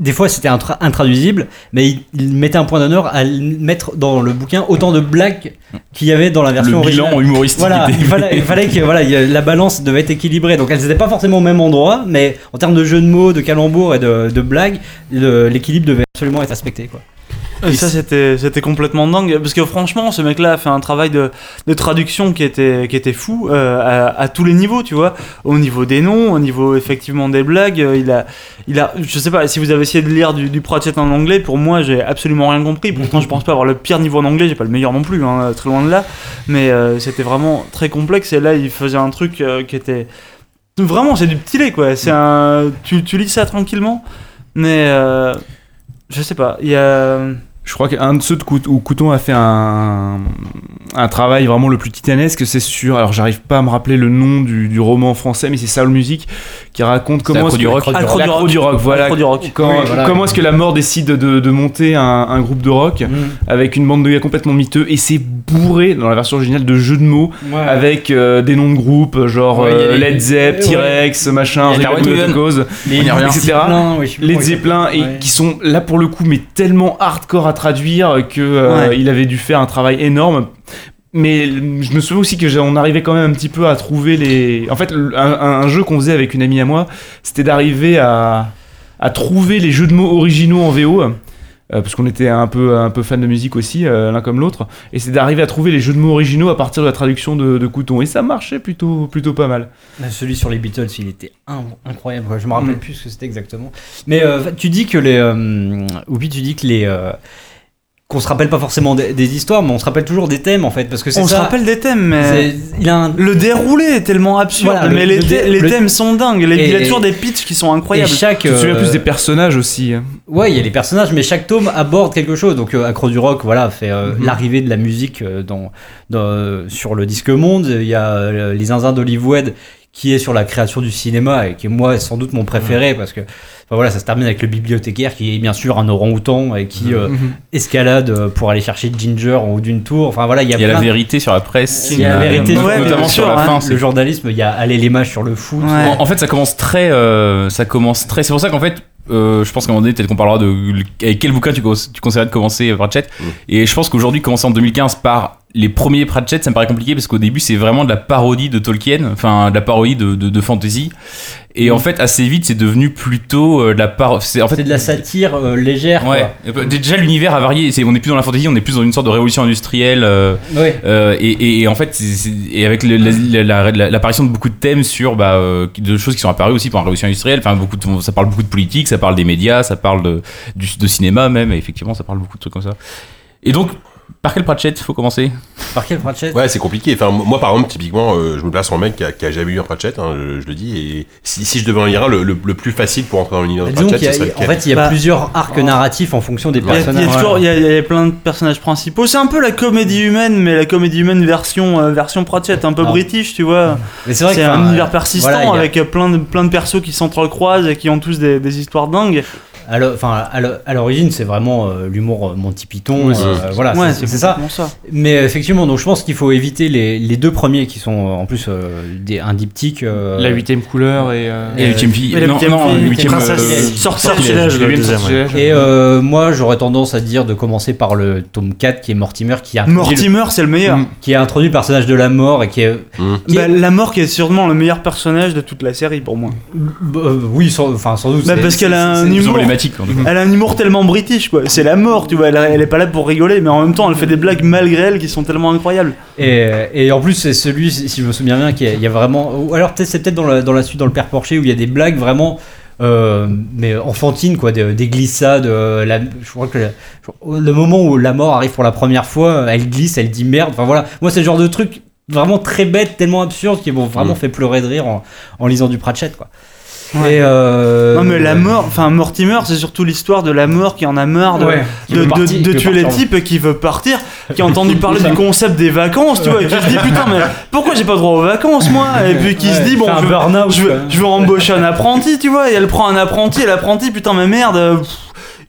Speaker 5: des fois c'était intra- intraduisible, mais il, il mettait un point d'honneur à mettre dans le bouquin autant de blagues qu'il y avait dans la version
Speaker 4: le
Speaker 5: originale.
Speaker 4: bilan humoristique.
Speaker 5: Voilà, il fallait, il fallait que voilà, y a- la balance devait être équilibrée. Donc elles n'étaient pas forcément au même endroit, mais en termes de jeu de mots, de calembours et de, de blagues, le- l'équilibre devait absolument être respecté, quoi.
Speaker 3: Et ça c'était c'était complètement dingue parce que franchement ce mec-là a fait un travail de, de traduction qui était qui était fou euh, à, à tous les niveaux, tu vois, au niveau des noms, au niveau effectivement des blagues, euh, il a il a je sais pas si vous avez essayé de lire du, du Pratchett en anglais, pour moi j'ai absolument rien compris. Pourtant je pense pas avoir le pire niveau en anglais, j'ai pas le meilleur non plus, hein, très loin de là, mais euh, c'était vraiment très complexe et là il faisait un truc euh, qui était vraiment, c'est du petit lait quoi, c'est un tu tu lis ça tranquillement, mais euh, je sais pas, il y a
Speaker 7: Je crois qu'un de ceux de Cout- où Couton a fait un, un travail vraiment le plus titanesque, c'est sur, alors j'arrive pas à me rappeler le nom du, du roman français, mais c'est Soul Music qui raconte comment est-ce que
Speaker 4: L'acro du rock.
Speaker 3: Acro du
Speaker 7: L'acro
Speaker 3: rock.
Speaker 7: du rock, voilà.
Speaker 3: Acro du rock.
Speaker 7: Quand-
Speaker 5: Oui, voilà.
Speaker 7: Comment est-ce que la mort décide de, de monter un, un groupe de rock avec une bande de gars complètement miteux, et c'est bourré dans la version originale de jeux de mots avec euh, des noms de groupes genre
Speaker 5: Ouais, il y a
Speaker 7: euh,
Speaker 5: les-
Speaker 7: Led Zepp,
Speaker 5: ouais.
Speaker 7: T-Rex, machin,
Speaker 4: Il y a
Speaker 7: Rebel
Speaker 4: les
Speaker 7: Without a Cause,
Speaker 5: Les,
Speaker 4: On y revient.
Speaker 7: et cetera.
Speaker 5: Zeppelin, oui, je sais plus
Speaker 7: Les
Speaker 5: comment ils
Speaker 7: Zeppelin, et
Speaker 5: s'appellent.
Speaker 7: qui sont là pour le coup, mais tellement hardcore à traduire que euh,
Speaker 3: Ouais.
Speaker 7: il avait dû faire un travail énorme. Mais je me souviens aussi que j'ai- on arrivait quand même un petit peu à trouver les. En fait, un, un jeu qu'on faisait avec une amie à moi, c'était d'arriver à, à trouver les jeux de mots originaux en V O. Euh, parce qu'on était un peu, un peu fan de musique aussi, euh, l'un comme l'autre, et c'est d'arriver à trouver les jeux de mots originaux à partir de la traduction de, de Couton, et ça marchait plutôt, plutôt pas mal.
Speaker 5: Là, celui sur les Beatles, il était in- incroyable. quoi. Je me rappelle
Speaker 7: Mm.
Speaker 5: plus ce que c'était exactement. Mais euh, tu dis que les, euh, Oupi, tu dis que les, euh, qu'on se rappelle pas forcément des, des histoires, mais on se rappelle toujours des thèmes en fait, parce que c'est
Speaker 3: on
Speaker 5: ça.
Speaker 3: se rappelle des thèmes, mais
Speaker 5: c'est- il a un-
Speaker 3: le déroulé est tellement absurde.
Speaker 5: Voilà, le-
Speaker 3: mais les,
Speaker 5: le dé-
Speaker 3: thè- les
Speaker 5: le-
Speaker 3: thèmes sont dingues. Les,
Speaker 5: Et-
Speaker 3: il y a toujours des pitchs qui sont
Speaker 5: et
Speaker 3: incroyables.
Speaker 5: chaque,
Speaker 7: Tu te souviens
Speaker 5: euh,
Speaker 7: plus des personnages aussi. hein.
Speaker 5: Ouais, il y a les personnages, mais chaque tome aborde quelque chose. Donc, euh, Acro du Rock, voilà, fait euh,
Speaker 7: Mhm.
Speaker 5: l'arrivée de la musique euh, dans, dans, euh, sur le disque monde. Il y a euh, les Zinzins d'Olive Wed qui est sur la création du cinéma et qui est moi sans doute mon préféré parce que enfin, voilà, ça se termine avec le bibliothécaire qui est bien sûr un orang-outan et qui euh,
Speaker 7: Mhm.
Speaker 5: escalade euh, pour aller chercher Ginger en haut d'une tour. Enfin voilà, il y a,
Speaker 4: Il y a la
Speaker 5: plein-
Speaker 4: vérité sur la presse.
Speaker 5: Il y a la vérité,
Speaker 3: Ouais,
Speaker 4: notamment
Speaker 3: bien
Speaker 4: sur
Speaker 3: sûr,
Speaker 4: la
Speaker 3: hein.
Speaker 4: fin.
Speaker 5: le
Speaker 4: c'est-
Speaker 5: journalisme. Il y a aller les mages sur le foot.
Speaker 3: Ouais.
Speaker 4: En, en fait, ça commence très, euh, ça commence très. C'est pour ça qu'en fait, euh, je pense qu'à un moment donné, peut-être qu'on parlera de avec quel bouquin tu, cons- tu conseillerais de commencer Pratchett.
Speaker 1: Mm.
Speaker 4: Et je pense qu'aujourd'hui, commencer en deux mille quinze par les premiers Pratchett, ça me paraît compliqué parce qu'au début, c'est vraiment de la parodie de Tolkien, enfin de la parodie de, de, de fantasy. Et en fait, assez vite, c'est devenu plutôt euh, de la parodie. C'est en fait
Speaker 5: C'est de la satire euh, légère.
Speaker 4: Ouais.
Speaker 5: Quoi.
Speaker 4: Déjà, l'univers a varié. C'est, on n'est plus dans la fantasy, on est plus dans une sorte de révolution industrielle. Euh,
Speaker 5: Ouais.
Speaker 4: euh, et, et, et en fait, c'est, c'est- et avec le- la- la- la- l'apparition de beaucoup de thèmes sur bah, euh, de choses qui sont apparues aussi pendant la révolution industrielle. Enfin, beaucoup de- ça parle beaucoup de politique, ça parle des médias, ça parle de, du, de cinéma même. Et effectivement, ça parle beaucoup de trucs comme ça. Et donc, par quel Pratchett faut commencer?
Speaker 5: Par quel Pratchett?
Speaker 1: Ouais, c'est compliqué. Enfin, moi, par exemple, typiquement, euh, je me place en mec qui a, qui a jamais eu un Pratchett, hein, je, je le dis, et si, si je devais en lire un, le, le, le plus facile pour entrer dans l'univers de
Speaker 5: Disons
Speaker 1: Pratchett,
Speaker 5: qu'il y a-
Speaker 1: ce serait
Speaker 5: en
Speaker 1: lequel
Speaker 5: fait, il y a
Speaker 3: Bah,
Speaker 5: plusieurs arcs narratifs en fonction des
Speaker 3: Il y a, il y a
Speaker 5: personnages.
Speaker 3: toujours il y a, il y a plein de personnages principaux. C'est un peu la comédie humaine, mais la comédie humaine version euh, version Pratchett, un peu
Speaker 5: Ah.
Speaker 3: british, tu vois.
Speaker 5: Mais c'est vrai
Speaker 3: C'est
Speaker 5: que,
Speaker 3: un
Speaker 5: enfin,
Speaker 3: univers
Speaker 5: euh,
Speaker 3: persistant
Speaker 5: voilà, il y a-
Speaker 3: avec plein de plein de persos qui s'entrecroisent et qui ont tous des, des histoires dingues.
Speaker 5: à l'o- enfin, à l'o- à l'origine, c'est vraiment euh, l'humour euh, Monty Python.
Speaker 1: Ouais,
Speaker 5: euh,
Speaker 1: c'est-
Speaker 5: voilà,
Speaker 3: ouais,
Speaker 5: c'est c'est ça.
Speaker 3: complètement ça.
Speaker 5: Mais euh, effectivement, donc je pense qu'il faut éviter les, les deux premiers qui sont euh, en plus euh, des, un diptyque. euh,
Speaker 7: La huitième couleur et. euh,
Speaker 4: Et la huitième fille.
Speaker 3: Et la
Speaker 4: non,
Speaker 3: huitième
Speaker 4: non,
Speaker 3: fille,
Speaker 4: la huitième.
Speaker 8: Princesse.
Speaker 4: euh,
Speaker 3: Sort-
Speaker 8: Sortilège, le deuxième, ouais.
Speaker 5: Et euh, moi, j'aurais tendance à dire de commencer par le tome quatre qui est Mortimer, qui a introduit, le,
Speaker 3: Mortimer, c'est le meilleur.
Speaker 7: Mm.
Speaker 5: qui a introduit le personnage de la mort et qui est.
Speaker 1: Mmh.
Speaker 5: qui
Speaker 3: Bah,
Speaker 5: est-
Speaker 3: la mort qui est sûrement le meilleur personnage de toute la série pour moi.
Speaker 5: euh, oui, sans, enfin, sans doute.
Speaker 3: Bah,
Speaker 5: c'est-
Speaker 3: parce qu'elle a
Speaker 5: c'est-
Speaker 3: un
Speaker 5: c'est-
Speaker 4: plus
Speaker 3: humour.
Speaker 4: emblématique. en tout cas.
Speaker 3: Elle a un humour tellement british quoi. C'est la mort, tu vois. Elle, elle est pas là pour rigoler, mais en même temps, elle fait des blagues malgré elle qui sont tellement incroyables.
Speaker 5: Et, et en plus, c'est celui, si si je me souviens bien, qu'il y a, il y a vraiment. Ou alors, peut-être, c'est peut-être dans la, dans la suite, dans le Père Porcher, où il y a des blagues vraiment. Euh, mais enfantines, quoi, des, des glissades. euh, la, je crois que la- le moment où la mort arrive pour la première fois, elle glisse, elle dit merde. Enfin voilà, moi, c'est le genre de truc vraiment très bête, tellement absurde, qui m'ont vraiment
Speaker 1: Mm.
Speaker 5: fait pleurer de rire en, en lisant du Pratchett, quoi.
Speaker 3: Ouais.
Speaker 5: Et euh,
Speaker 3: Non mais la mort, enfin Mortimer, c'est surtout l'histoire de la mort qui en a marre de,
Speaker 5: Ouais, qui
Speaker 3: de,
Speaker 5: veut
Speaker 3: de-
Speaker 5: partir-
Speaker 3: de
Speaker 5: qui veut
Speaker 3: tuer les
Speaker 5: partir.
Speaker 3: types et qui veut partir, qui a entendu parler du concept des vacances, tu vois, et qui se dit putain mais pourquoi j'ai pas droit aux vacances moi, et puis qui se dit bon
Speaker 5: fait un
Speaker 3: je,
Speaker 5: burn-out,
Speaker 3: je veux,
Speaker 5: quoi.
Speaker 3: je veux embaucher un apprenti, tu vois, et elle prend un apprenti, et l'apprenti putain mais merde, euh, pff,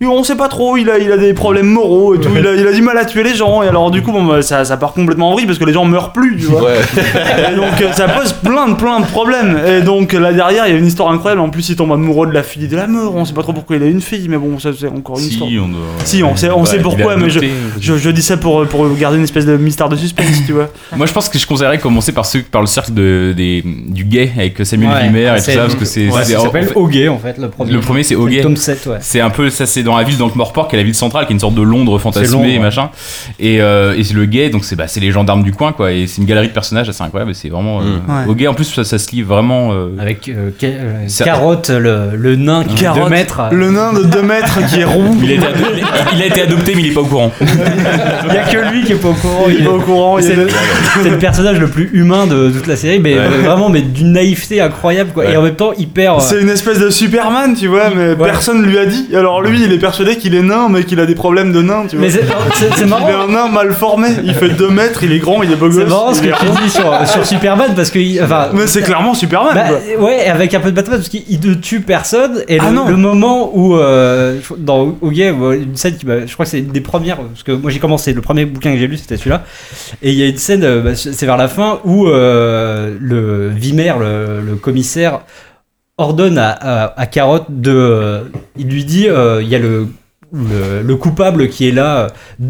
Speaker 3: on sait pas trop, il a, il a des problèmes moraux et tout, il a, il a du mal à tuer les gens, et alors du coup, bon, bah, ça, ça part complètement en vrille parce que les gens meurent plus, tu vois.
Speaker 1: Ouais.
Speaker 3: Et donc euh, ça pose plein de plein de problèmes. Et donc là derrière, il y a une histoire incroyable. En plus, il tombe amoureux de la fille de la mort. On sait pas trop pourquoi il a une fille, mais bon, ça c'est encore une
Speaker 4: Si,
Speaker 3: histoire.
Speaker 4: on doit-
Speaker 3: Si, on sait, on
Speaker 4: Ouais,
Speaker 3: sait
Speaker 4: il
Speaker 3: pourquoi,
Speaker 4: a
Speaker 3: mais je,
Speaker 4: adopté.
Speaker 3: je, je dis ça pour, pour garder une espèce de mystère de suspense, tu vois.
Speaker 4: Moi, je pense que je conseillerais de commencer par, ceux, par le cercle de, des, du gay avec Samuel
Speaker 5: Ouais,
Speaker 4: Wimmer et tout
Speaker 5: c'est-
Speaker 4: ça, parce que c'est.
Speaker 5: Ouais,
Speaker 4: c'est-
Speaker 5: ça
Speaker 4: en
Speaker 5: s'appelle
Speaker 4: fait,
Speaker 5: Hoguet en fait, le premier.
Speaker 4: Le premier, c'est
Speaker 5: C'est le
Speaker 4: Hoguet.
Speaker 5: tome sept, ouais.
Speaker 4: C'est un peu ça, c'est dans la ville d'Ankh-Morpork, qui est la ville centrale, qui est une sorte de Londres fantasmée
Speaker 5: C'est Londres,
Speaker 4: et
Speaker 5: ouais.
Speaker 4: machin. Et, euh, et c'est le gay, donc c'est bah, c'est les gendarmes du coin, quoi. Et c'est une galerie de personnages assez incroyable. Et c'est vraiment euh,
Speaker 3: Ouais.
Speaker 4: Hoguet. En plus, ça, ça se lit vraiment. euh,
Speaker 5: Avec euh, Ca- euh,
Speaker 4: Ça-
Speaker 5: Carotte, le, le nain qui est
Speaker 3: Carotte,
Speaker 5: deux mètres.
Speaker 3: le nain de deux mètres qui est rond.
Speaker 4: il, a été adopté, il a été adopté, mais il est pas au courant.
Speaker 5: Il y a que lui qui est pas au courant.
Speaker 3: Il est pas au courant. il
Speaker 5: C'est
Speaker 3: est-
Speaker 5: le, c'est le personnage le plus humain de toute la série, mais
Speaker 1: Ouais.
Speaker 5: vraiment mais d'une naïveté incroyable quoi.
Speaker 1: Ouais.
Speaker 5: Et en même temps hyper. euh,
Speaker 3: C'est une espèce de Superman, tu vois, mais
Speaker 5: Ouais.
Speaker 3: personne lui a dit. Alors lui, il est persuadé qu'il est nain, mais qu'il a des problèmes de nain, tu vois.
Speaker 5: Mais c'est, c'est, c'est marrant.
Speaker 3: Il est un nain mal formé. Il fait deux mètres, il est grand, il est beau gosse.
Speaker 5: C'est marrant ce
Speaker 3: il
Speaker 5: que
Speaker 3: est
Speaker 5: tu
Speaker 3: rond.
Speaker 5: dis sur, sur Superman parce que il- enfin.
Speaker 3: Mais c'est clairement Superman,
Speaker 5: Bah,
Speaker 3: quoi.
Speaker 5: ouais, avec un peu de Batman parce qu'il il ne tue personne et
Speaker 3: Ah
Speaker 5: le,
Speaker 3: non.
Speaker 5: le moment où euh, dans Hoguet, une scène qui m'a- je crois que c'est une des premières parce que moi j'ai commencé le premier bouquin que j'ai lu c'était celui-là et il y a une scène euh, bah, c'est vers la fin où euh, le Wimmer le, le commissaire ordonne à, à, à Carotte de euh, il lui dit euh, il y a le, le le coupable qui est là euh,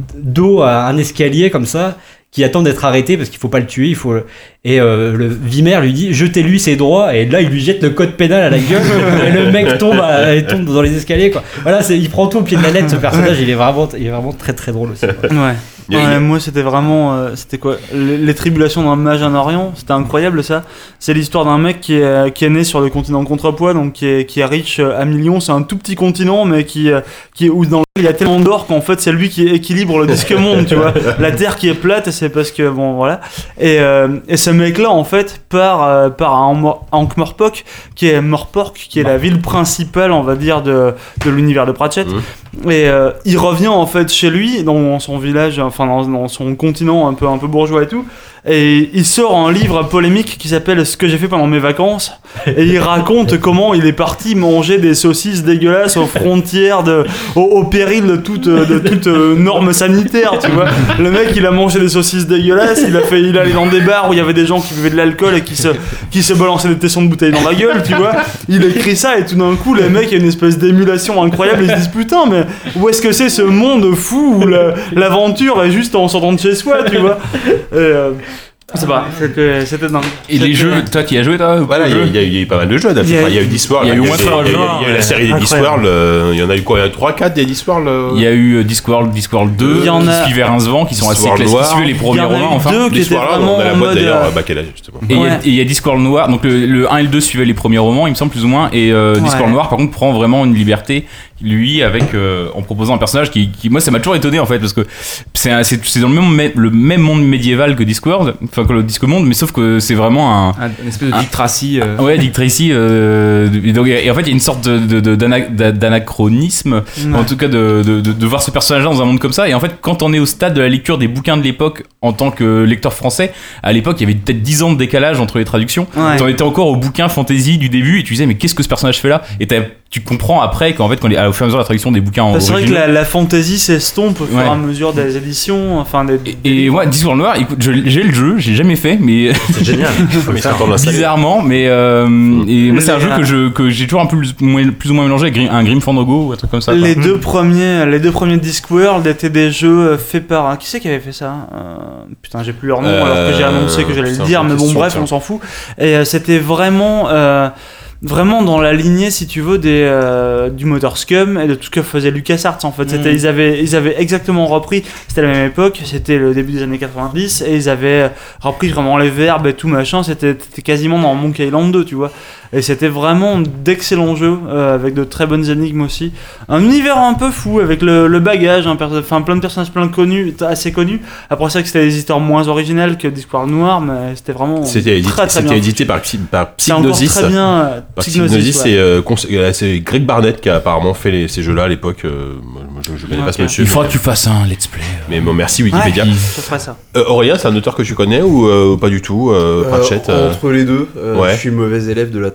Speaker 5: dos à un escalier comme ça qui attend d'être arrêté parce qu'il faut pas le tuer, il faut et euh, le Wimmer lui dit jetez-lui ses droits et là il lui jette le code pénal à la gueule et le mec tombe, à- il tombe dans les escaliers quoi. Voilà, c'est, il prend tout au pied de la lettre ce personnage, il est vraiment il est vraiment très très drôle aussi. Quoi.
Speaker 3: Ouais.
Speaker 1: Il y a-
Speaker 3: Ouais,
Speaker 1: il y a-
Speaker 3: moi c'était vraiment euh, c'était quoi les, les tribulations d'un mage en Orient, c'était incroyable ça. C'est l'histoire d'un mec qui est, qui est né sur le continent contrepoids, donc qui est, qui est riche euh, à millions. C'est un tout petit continent mais qui euh, qui est où dans lequel il y a tellement d'or qu'en fait c'est lui qui équilibre le disque monde, tu vois. La terre qui est plate, c'est parce que bon voilà. Et, euh, et ce mec là en fait part euh, part à Ankh- Ankh-Morpork qui est Morpork qui est la ville principale on va dire de de l'univers de Pratchett. Et euh, il revient en fait chez lui dans son village, enfin dans, dans son continent un peu un peu bourgeois et tout. Et il sort un livre polémique qui s'appelle Ce que j'ai fait pendant mes vacances. Et il raconte comment il est parti manger des saucisses dégueulasses aux frontières, de, au, au péril de toute, de toute euh, norme sanitaire, tu vois. Le mec, il a mangé des saucisses dégueulasses, il a fait, il allait dans des bars où il y avait des gens qui buvaient de l'alcool et qui se, qui se balançaient des tessons de bouteilles dans la gueule, tu vois. Il écrit ça et tout d'un coup, les mecs, il y a une espèce d'émulation incroyable. Ils se disent putain, mais où est-ce que c'est ce monde fou où la- l'aventure est juste en sortant de chez soi, tu vois. Et, euh, c'est pas, c'était, c'était dingue.
Speaker 4: Et les
Speaker 3: C'était-
Speaker 4: jeux, toi, tu y as joué, toi?
Speaker 1: Voilà, il y, a- il y a eu- il y a eu pas mal de jeux.
Speaker 3: Il y a-
Speaker 1: Il y a eu Discworld.
Speaker 4: il y a eu au
Speaker 1: là,
Speaker 4: moins
Speaker 1: il y
Speaker 4: trois
Speaker 1: il y a eu-
Speaker 4: jeux,
Speaker 1: Il y a eu la série des
Speaker 3: incroyable.
Speaker 1: Discworld. euh, Il y en a eu quoi? Il y en a eu trois, quatre des Discworld. euh
Speaker 4: Il y a eu euh, Discworld, Discworld deux,
Speaker 3: Il y en
Speaker 4: qui
Speaker 3: a-
Speaker 4: suivaient Rincevent, qui sont assez
Speaker 1: Discworld
Speaker 4: classiques, qui
Speaker 1: Noir.
Speaker 4: suivaient les
Speaker 3: Il y
Speaker 4: premiers
Speaker 3: en a eu
Speaker 4: romans, enfin.
Speaker 3: deux qui étaient
Speaker 1: Discworld,
Speaker 3: vraiment
Speaker 1: on a la
Speaker 3: en
Speaker 1: boîte
Speaker 3: mode.
Speaker 1: d'ailleurs,
Speaker 3: euh,
Speaker 1: bah, quel âge justement.
Speaker 4: Et il y a-
Speaker 3: Ouais.
Speaker 4: et il y, a Discworld Noir, donc le, le un et le deux suivaient les premiers romans, il me semble plus ou moins, et euh, Discworld
Speaker 3: Ouais.
Speaker 4: Noir par contre prend vraiment une liberté, lui, avec euh, en proposant un personnage qui, qui moi ça m'a toujours étonné en fait, parce que c'est un- c'est c'est dans le même, le même monde médiéval que Discworld, enfin que le Disque Monde, mais sauf que c'est vraiment un,
Speaker 7: Un, une espèce de
Speaker 4: Ah.
Speaker 7: Dick Tracy. euh,
Speaker 4: ouais, Dick Tracy. Euh, et, donc, et en fait, il y a une sorte de, de, de- d'ana- d'a- d'anachronisme,
Speaker 3: Ouais.
Speaker 4: en tout cas, de, de, de, de voir ce personnage-là dans un monde comme ça. Et en fait, quand on est au stade de la lecture des bouquins de l'époque, en tant que lecteur français, à l'époque, il y avait peut-être dix ans de décalage entre les traductions.
Speaker 3: Ouais.
Speaker 4: T'en étais encore au bouquin fantasy du début et tu disais, mais qu'est-ce que ce personnage fait là? Et t'as- tu comprends après qu'en fait, quand les- au fur et à mesure de la traduction des bouquins en
Speaker 3: Bah, c'est vrai que
Speaker 4: originaux-
Speaker 3: la, la fantasy s'estompe au fur et
Speaker 4: Ouais.
Speaker 3: à mesure des éditions, enfin des.
Speaker 4: Et, et moi, Discworld Noir, écoute, je- j'ai le jeu, j'ai jamais fait, mais
Speaker 8: C'est génial.
Speaker 1: Mais c'est temps de l'installer.
Speaker 4: bizarrement, mais euh, et moi, c'est un jeu que je que j'ai toujours un peu plus, moins- plus ou moins mélangé avec Grim- un Grim Fandango ou un truc comme ça. quoi.
Speaker 3: Les deux premiers, les deux premiers Discworld étaient des jeux euh, faits par. hein, Qui c'est qui avait fait ça Euh, Putain, j'ai plus leur nom
Speaker 1: Euh,
Speaker 3: alors que j'ai annoncé que j'allais le
Speaker 1: c'est
Speaker 3: dire,
Speaker 1: une
Speaker 3: mais bon,
Speaker 1: question,
Speaker 3: bref,
Speaker 1: ça.
Speaker 3: on s'en fout. Et euh, c'était vraiment. euh, Vraiment dans la lignée, si tu veux, des, euh, du moteur Scum et de tout ce que faisait LucasArts en fait. C'était,
Speaker 5: Mm.
Speaker 3: ils, avaient, ils avaient exactement repris, c'était la même époque, c'était le début des années quatre-vingt-dix, et ils avaient repris vraiment les verbes et tout machin, c'était, c'était quasiment dans Monkey Island deux, tu vois. Et c'était vraiment d'excellents jeux, euh, avec de très bonnes énigmes aussi. Un univers un peu fou, avec le, le bagage, un perso- enfin plein de personnages plein de connus, assez connus. Après ça, que c'était des histoires moins originales que Discworld Noir, mais c'était vraiment
Speaker 1: C'était édité,
Speaker 3: très très
Speaker 1: c'était
Speaker 3: bien.
Speaker 1: édité par, Psy- par
Speaker 3: C'est encore
Speaker 1: Psygnosis.
Speaker 3: très bien. euh,
Speaker 1: Par
Speaker 3: Psygnosis,
Speaker 1: Psygnosis,
Speaker 3: ouais.
Speaker 1: c'est euh, cons- euh, c'est Greg Barnett qui a apparemment fait les- ces jeux-là à l'époque. euh, moi, je, je connais pas ce
Speaker 3: Ok.
Speaker 1: monsieur.
Speaker 4: Il faudra
Speaker 1: mais-
Speaker 4: que tu fasses un let's play.
Speaker 1: Mais bon, merci Wikipédia.
Speaker 3: Ouais, je ferai ça.
Speaker 1: Euh, Aurélien, c'est un auteur que tu connais ou euh, pas du tout euh, Pratchett
Speaker 2: Euh,
Speaker 1: euh,
Speaker 2: entre les deux, euh,
Speaker 1: ouais.
Speaker 2: je suis mauvais élève de la table.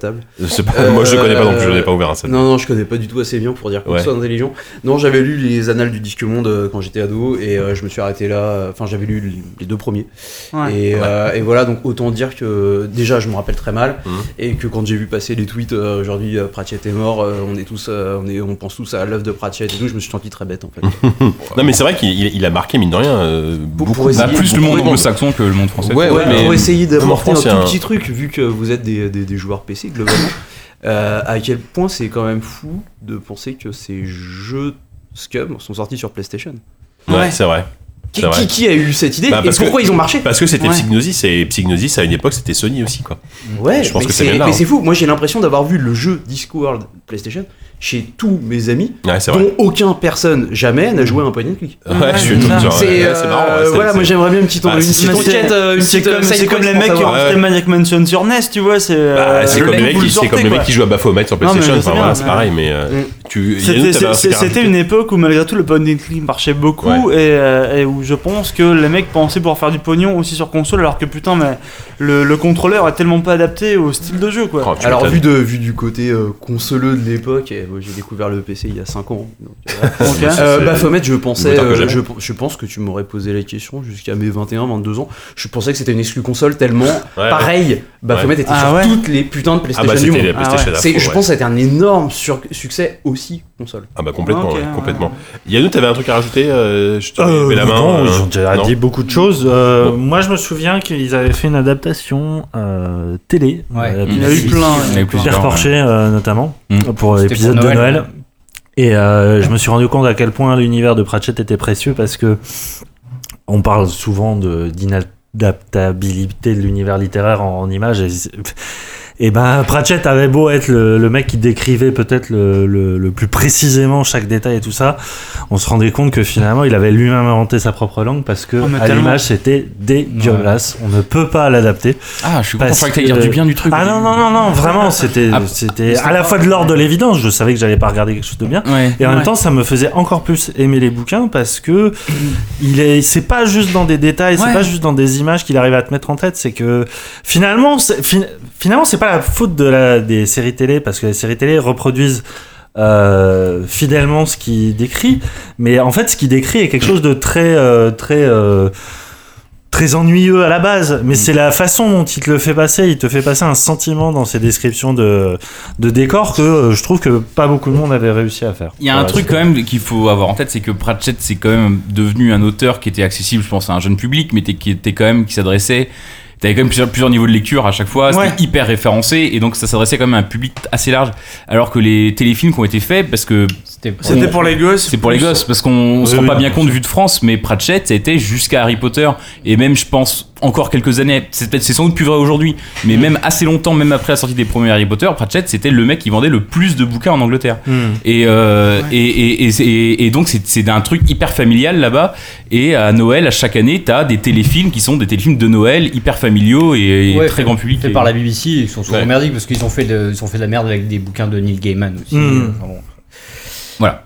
Speaker 2: table.
Speaker 1: C'est pas- Moi, je connais pas non plus, je n'ai pas ouvert un set.
Speaker 2: Non, non, je connais pas du tout assez bien pour dire quoi que
Speaker 1: Ouais.
Speaker 2: ce soit intelligent. Non, j'avais lu les annales du Disque Monde euh, quand j'étais ado et euh, je me suis arrêté là. Enfin, j'avais lu les deux premiers.
Speaker 3: Ouais.
Speaker 2: Et,
Speaker 1: Ouais.
Speaker 2: euh, et voilà, donc autant dire que déjà, je me rappelle très mal
Speaker 1: Mhm.
Speaker 2: et que quand j'ai vu passer les tweets euh, aujourd'hui, euh, Pratchett est mort, euh, on est tous, euh, on est, on pense tous à l'œuvre de Pratchett et tout. Je me suis senti très bête en fait.
Speaker 1: Non, mais c'est vrai qu'il il- il a marqué, mine de rien, euh, beaucoup.
Speaker 2: pour essayer-
Speaker 4: Bah, plus le
Speaker 1: beaucoup
Speaker 4: monde
Speaker 1: de
Speaker 4: anglo-saxon que le monde français.
Speaker 1: Ouais,
Speaker 2: Ouais,
Speaker 1: mais
Speaker 2: pour essayer
Speaker 1: même en
Speaker 2: d'apporter un
Speaker 1: France, il y
Speaker 2: tout
Speaker 1: a un-
Speaker 2: petit truc, vu que vous êtes des, des, des joueurs P C globalement, euh, à quel point c'est quand même fou de penser que ces jeux Scum sont sortis sur PlayStation.
Speaker 1: Ouais,
Speaker 3: Ouais.
Speaker 1: c'est vrai.
Speaker 2: Qui,
Speaker 1: C'est vrai.
Speaker 2: qui, qui a eu cette idée
Speaker 1: Bah,
Speaker 2: et
Speaker 1: parce que-
Speaker 2: pourquoi ils ont marché?
Speaker 1: Parce que c'était
Speaker 3: Ouais.
Speaker 1: Psygnosis et Psygnosis à une époque c'était Sony aussi quoi.
Speaker 2: Ouais,
Speaker 1: je pense
Speaker 2: mais
Speaker 1: que c'est
Speaker 2: c'est
Speaker 1: bien là,
Speaker 2: mais
Speaker 1: hein.
Speaker 2: c'est fou. Moi j'ai l'impression d'avoir vu le jeu Discworld PlayStation chez tous mes amis,
Speaker 1: Ouais, c'est
Speaker 2: dont
Speaker 1: vrai.
Speaker 2: aucun personne jamais n'a joué à un point and click.
Speaker 1: Ouais, je suis
Speaker 3: c'est
Speaker 1: tout
Speaker 3: ça.
Speaker 1: genre.
Speaker 2: C'est
Speaker 1: ouais,
Speaker 2: euh,
Speaker 1: c'est marrant. ouais, c'est-
Speaker 2: voilà,
Speaker 1: c'est-
Speaker 2: moi j'aimerais bien une petite,
Speaker 1: Bah,
Speaker 2: une
Speaker 1: c'est-
Speaker 2: petite
Speaker 1: c'est-
Speaker 2: enquête, euh, une
Speaker 3: C'est
Speaker 2: petite
Speaker 3: comme,
Speaker 2: side
Speaker 3: c'est comme
Speaker 2: quest
Speaker 3: les
Speaker 2: pour
Speaker 3: mecs qui ont
Speaker 2: savoir.
Speaker 1: Ouais.
Speaker 3: fait Maniac Mansion sur N E S, tu vois. C'est
Speaker 1: Bah,
Speaker 3: euh,
Speaker 1: c'est
Speaker 3: le
Speaker 1: comme les
Speaker 3: mec,
Speaker 1: mecs
Speaker 3: vous
Speaker 1: qui
Speaker 3: le
Speaker 1: c'est comme
Speaker 3: sortez,
Speaker 1: les mecs
Speaker 3: quoi.
Speaker 1: qui jouent à Baphomet sur
Speaker 3: Non, mais
Speaker 1: PlayStation.
Speaker 3: je sais
Speaker 1: Enfin voilà,
Speaker 3: bien,
Speaker 1: c'est
Speaker 3: mais-
Speaker 1: pareil, mais euh,
Speaker 2: Mm.
Speaker 1: tu.
Speaker 3: C'était-
Speaker 1: Yannou, t'avais un truc
Speaker 3: c'est-
Speaker 1: à
Speaker 3: C'était
Speaker 1: rajouter
Speaker 3: une époque où malgré tout le point and click marchait beaucoup
Speaker 1: Ouais.
Speaker 3: et, euh, et où je pense que les mecs pensaient pouvoir faire du pognon aussi sur console alors que putain mais le, le contrôleur est tellement pas adapté au style de jeu quoi.
Speaker 1: Oh, tu
Speaker 2: Alors
Speaker 1: m'étonnes.
Speaker 2: vu, de, vu du côté euh, consoleux de l'époque, et, moi, j'ai découvert le P C il y a cinq ans. Donc, euh,
Speaker 3: Ok.
Speaker 2: Euh,
Speaker 1: c'est-
Speaker 2: Baphomet, je pensais,
Speaker 1: moteur que
Speaker 2: euh,
Speaker 1: jamais.
Speaker 2: je, je pense que tu m'aurais posé la question jusqu'à mes vingt et un, vingt-deux ans. Je pensais que c'était une exclu console tellement
Speaker 1: Ouais,
Speaker 2: pareil. Baphomet était
Speaker 3: Ah
Speaker 2: sur
Speaker 3: ouais.
Speaker 2: toutes les putains de
Speaker 1: Ah
Speaker 2: PlayStation
Speaker 1: bah
Speaker 2: du
Speaker 1: c'était
Speaker 2: monde.
Speaker 1: la PlayStation.
Speaker 3: Ah
Speaker 2: C'est-
Speaker 1: à
Speaker 2: je
Speaker 1: fond,
Speaker 2: pense que ça a été un énorme sur- succès aussi console.
Speaker 1: Ah bah complètement,
Speaker 3: Ok,
Speaker 1: ouais,
Speaker 3: ouais.
Speaker 1: complètement. Yannou, t'avais un truc à rajouter euh, Je te
Speaker 8: Euh,
Speaker 1: levais la main.
Speaker 8: non,
Speaker 1: euh,
Speaker 8: ils ont déjà
Speaker 1: non
Speaker 8: dit beaucoup de choses. Euh,
Speaker 1: Bon.
Speaker 8: Moi, je me souviens qu'ils avaient fait une adaptation euh, télé.
Speaker 5: Ouais.
Speaker 8: euh,
Speaker 3: Il y en a eu plein.
Speaker 4: Il y en a eu plusieurs.
Speaker 8: Pierre
Speaker 4: ouais.
Speaker 8: Porcher euh, notamment
Speaker 4: Mm.
Speaker 8: pour
Speaker 5: C'était
Speaker 8: l'épisode
Speaker 5: pour
Speaker 8: de
Speaker 5: Noël.
Speaker 8: Noël. Et euh, je me suis rendu compte à quel point l'univers de Pratchett était précieux parce que on parle souvent de d'inadaptabilité de l'univers littéraire en, en images. Et, et ben Pratchett avait beau être le, le mec qui décrivait peut-être le, le, le plus précisément chaque détail et tout ça, on se rendait compte que finalement il avait lui-même inventé sa propre langue parce que
Speaker 3: Oh, mais
Speaker 8: à
Speaker 3: tellement.
Speaker 8: l'image c'était dégueulasse. On ne peut pas l'adapter.
Speaker 4: Ah, je suis content
Speaker 8: Parce
Speaker 4: que t'ailles dire
Speaker 8: que-
Speaker 4: du bien du truc.
Speaker 8: Ah non non non non vraiment c'était
Speaker 4: Ah,
Speaker 8: c'était
Speaker 4: c'est
Speaker 8: à la
Speaker 4: pas-
Speaker 8: fois de l'ordre de l'évidence. Je savais que j'allais pas regarder quelque chose de bien.
Speaker 4: Ouais.
Speaker 8: Et en même
Speaker 3: Ouais.
Speaker 8: temps, ça me faisait encore plus aimer les bouquins parce que il est, c'est pas juste dans des détails, c'est
Speaker 3: Ouais.
Speaker 8: pas juste dans des images qu'il arrive à te mettre en tête, c'est que finalement, c'est, fin- finalement, c'est pas la faute de la, des séries télé parce que les séries télé reproduisent euh, fidèlement ce qu'il décrit, mais en fait, ce qu'il décrit est quelque chose de très, euh, très euh, très ennuyeux à la base, mais c'est la façon dont il te le fait passer. Il te fait passer un sentiment dans ses descriptions de, de décors que euh, je trouve que pas beaucoup de monde avait réussi à faire.
Speaker 4: Il y a un
Speaker 8: Voilà,
Speaker 4: truc
Speaker 8: c'est-
Speaker 4: quand même qu'il faut avoir en tête, c'est que Pratchett c'est quand même devenu un auteur qui était accessible, je pense, à un jeune public, mais qui était quand même qui s'adressait. T'avais quand même plusieurs, plusieurs niveaux de lecture à chaque fois, c'était
Speaker 3: Ouais.
Speaker 4: hyper référencé et donc ça s'adressait quand même à un public assez large. Alors que les téléfilms qui ont été faits, parce que
Speaker 5: C'était pour-
Speaker 3: C'était pour les gosses.
Speaker 4: c'est pour les gosses, parce qu'on se
Speaker 8: Oui,
Speaker 4: rend
Speaker 8: oui,
Speaker 4: pas bien
Speaker 8: bien
Speaker 4: compte
Speaker 8: sûr.
Speaker 4: vu de France, mais Pratchett ça a été jusqu'à Harry Potter et même je pense encore quelques années, c'est peut-être c'est sans doute plus vrai aujourd'hui, mais même assez longtemps, même après la sortie des premiers Harry Potter, Pratchett c'était le mec qui vendait le plus de bouquins en Angleterre.
Speaker 8: Hmm.
Speaker 4: Et, euh,
Speaker 3: Ouais.
Speaker 4: et, et, et, et- et donc c'est, c'est un truc hyper familial là-bas. Et à Noël, à chaque année, t'as des téléfilms qui sont des téléfilms de Noël hyper familiaux et, et
Speaker 5: Ouais,
Speaker 4: très
Speaker 5: fait-
Speaker 4: grand public.
Speaker 5: Fait
Speaker 4: Et-
Speaker 5: par la B B C, ils sont souvent
Speaker 1: Ouais.
Speaker 5: merdiques parce qu'ils ont fait de, ils ont fait de la merde avec des bouquins de Neil Gaiman aussi.
Speaker 8: Mm.
Speaker 5: Enfin bon.
Speaker 4: Voilà.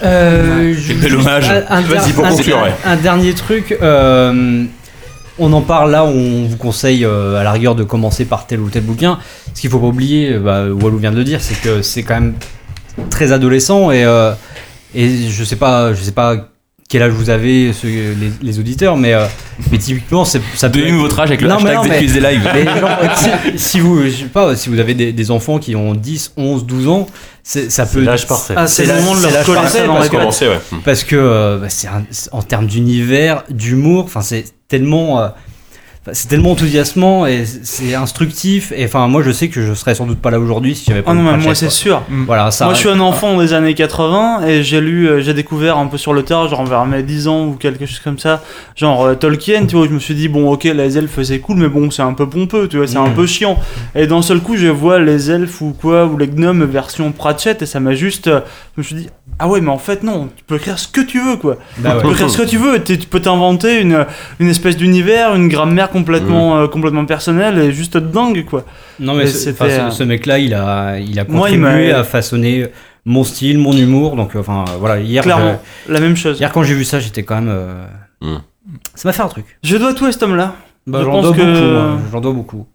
Speaker 5: Euh,
Speaker 4: Quel
Speaker 5: je-
Speaker 4: bel
Speaker 5: juste
Speaker 4: hommage.
Speaker 5: Un, un
Speaker 1: Vas-y,
Speaker 5: der-
Speaker 1: pour
Speaker 5: un-
Speaker 1: conclure, ouais.
Speaker 5: un dernier truc. euh, on en parle là, on vous conseille euh, à la rigueur de commencer par tel ou tel bouquin. Ce qu'il faut pas oublier, bah, Walou vient de le dire, c'est que c'est quand même très adolescent et euh, et je sais pas, je sais pas quel âge vous avez, ceux- les, les auditeurs, mais euh, mais typiquement c'est ça peut
Speaker 4: Donnez-nous
Speaker 5: être-
Speaker 4: votre âge avec le
Speaker 5: Non, mais
Speaker 4: hashtag
Speaker 5: non, mais-
Speaker 4: Z Q S D Live.
Speaker 5: mais genre, si, si vous, je sais pas, si vous avez des, des enfants qui ont dix, onze, douze ans, c'est, ça
Speaker 8: C'est
Speaker 5: peut.
Speaker 8: l'âge parfait.
Speaker 3: Ah, c'est le
Speaker 5: l'âge-
Speaker 3: moment de
Speaker 5: c'est
Speaker 3: leur
Speaker 5: l'âge
Speaker 3: coller
Speaker 5: parfait
Speaker 3: ça dans
Speaker 5: parce
Speaker 3: la
Speaker 5: que-
Speaker 1: Commencer, ouais.
Speaker 5: Parce que euh, bah, c'est un- c'est- en termes d'univers, d'humour, enfin c'est tellement, euh, enfin, c'est tellement enthousiasmant et c'est- c'est instructif. Et enfin moi je sais que je serais sans doute pas là aujourd'hui si j'avais pas.
Speaker 3: Ah non,
Speaker 5: lu
Speaker 3: mais
Speaker 5: Pratchett,
Speaker 3: moi c'est
Speaker 5: quoi.
Speaker 3: sûr.
Speaker 5: Voilà, ça.
Speaker 3: Moi je suis un enfant des années quatre-vingts et j'ai lu, euh, j'ai découvert un peu sur le tard, genre vers mes dix ans ou quelque chose comme ça, genre euh, Tolkien, tu vois, je me suis dit bon ok les elfes c'est cool mais bon c'est un peu pompeux, tu vois, c'est un peu chiant. Et d'un seul coup je vois les elfes ou quoi, ou les gnomes version Pratchett et ça m'a juste, euh, je me suis dit ah ouais mais en fait non, tu peux écrire ce que tu veux quoi.
Speaker 5: Bah
Speaker 3: Tu peux
Speaker 5: ouais.
Speaker 3: écrire ce que tu veux, et tu tu peux t'inventer une, une espèce d'univers, une grammaire complètement, euh, complètement personnelle et juste dingue quoi.
Speaker 5: Non mais
Speaker 3: Et
Speaker 5: ce,
Speaker 3: c'était,
Speaker 5: enfin, ce-
Speaker 3: euh,
Speaker 5: ce mec-là, il a, il a
Speaker 3: Moi, il
Speaker 5: contribué
Speaker 3: m'a-
Speaker 5: à façonner mon style, mon humour. Donc euh, enfin voilà, hier.
Speaker 3: Clairement, la même
Speaker 5: je-
Speaker 3: chose.
Speaker 5: hier quand j'ai vu ça, j'étais quand même. euh,
Speaker 1: Mm.
Speaker 5: Ça m'a fait un truc.
Speaker 3: Je dois tout à cet homme-là.
Speaker 5: Bah,
Speaker 3: Je
Speaker 5: j'en
Speaker 3: pense
Speaker 5: dois
Speaker 3: que-
Speaker 5: beaucoup. moi, J'en dois beaucoup.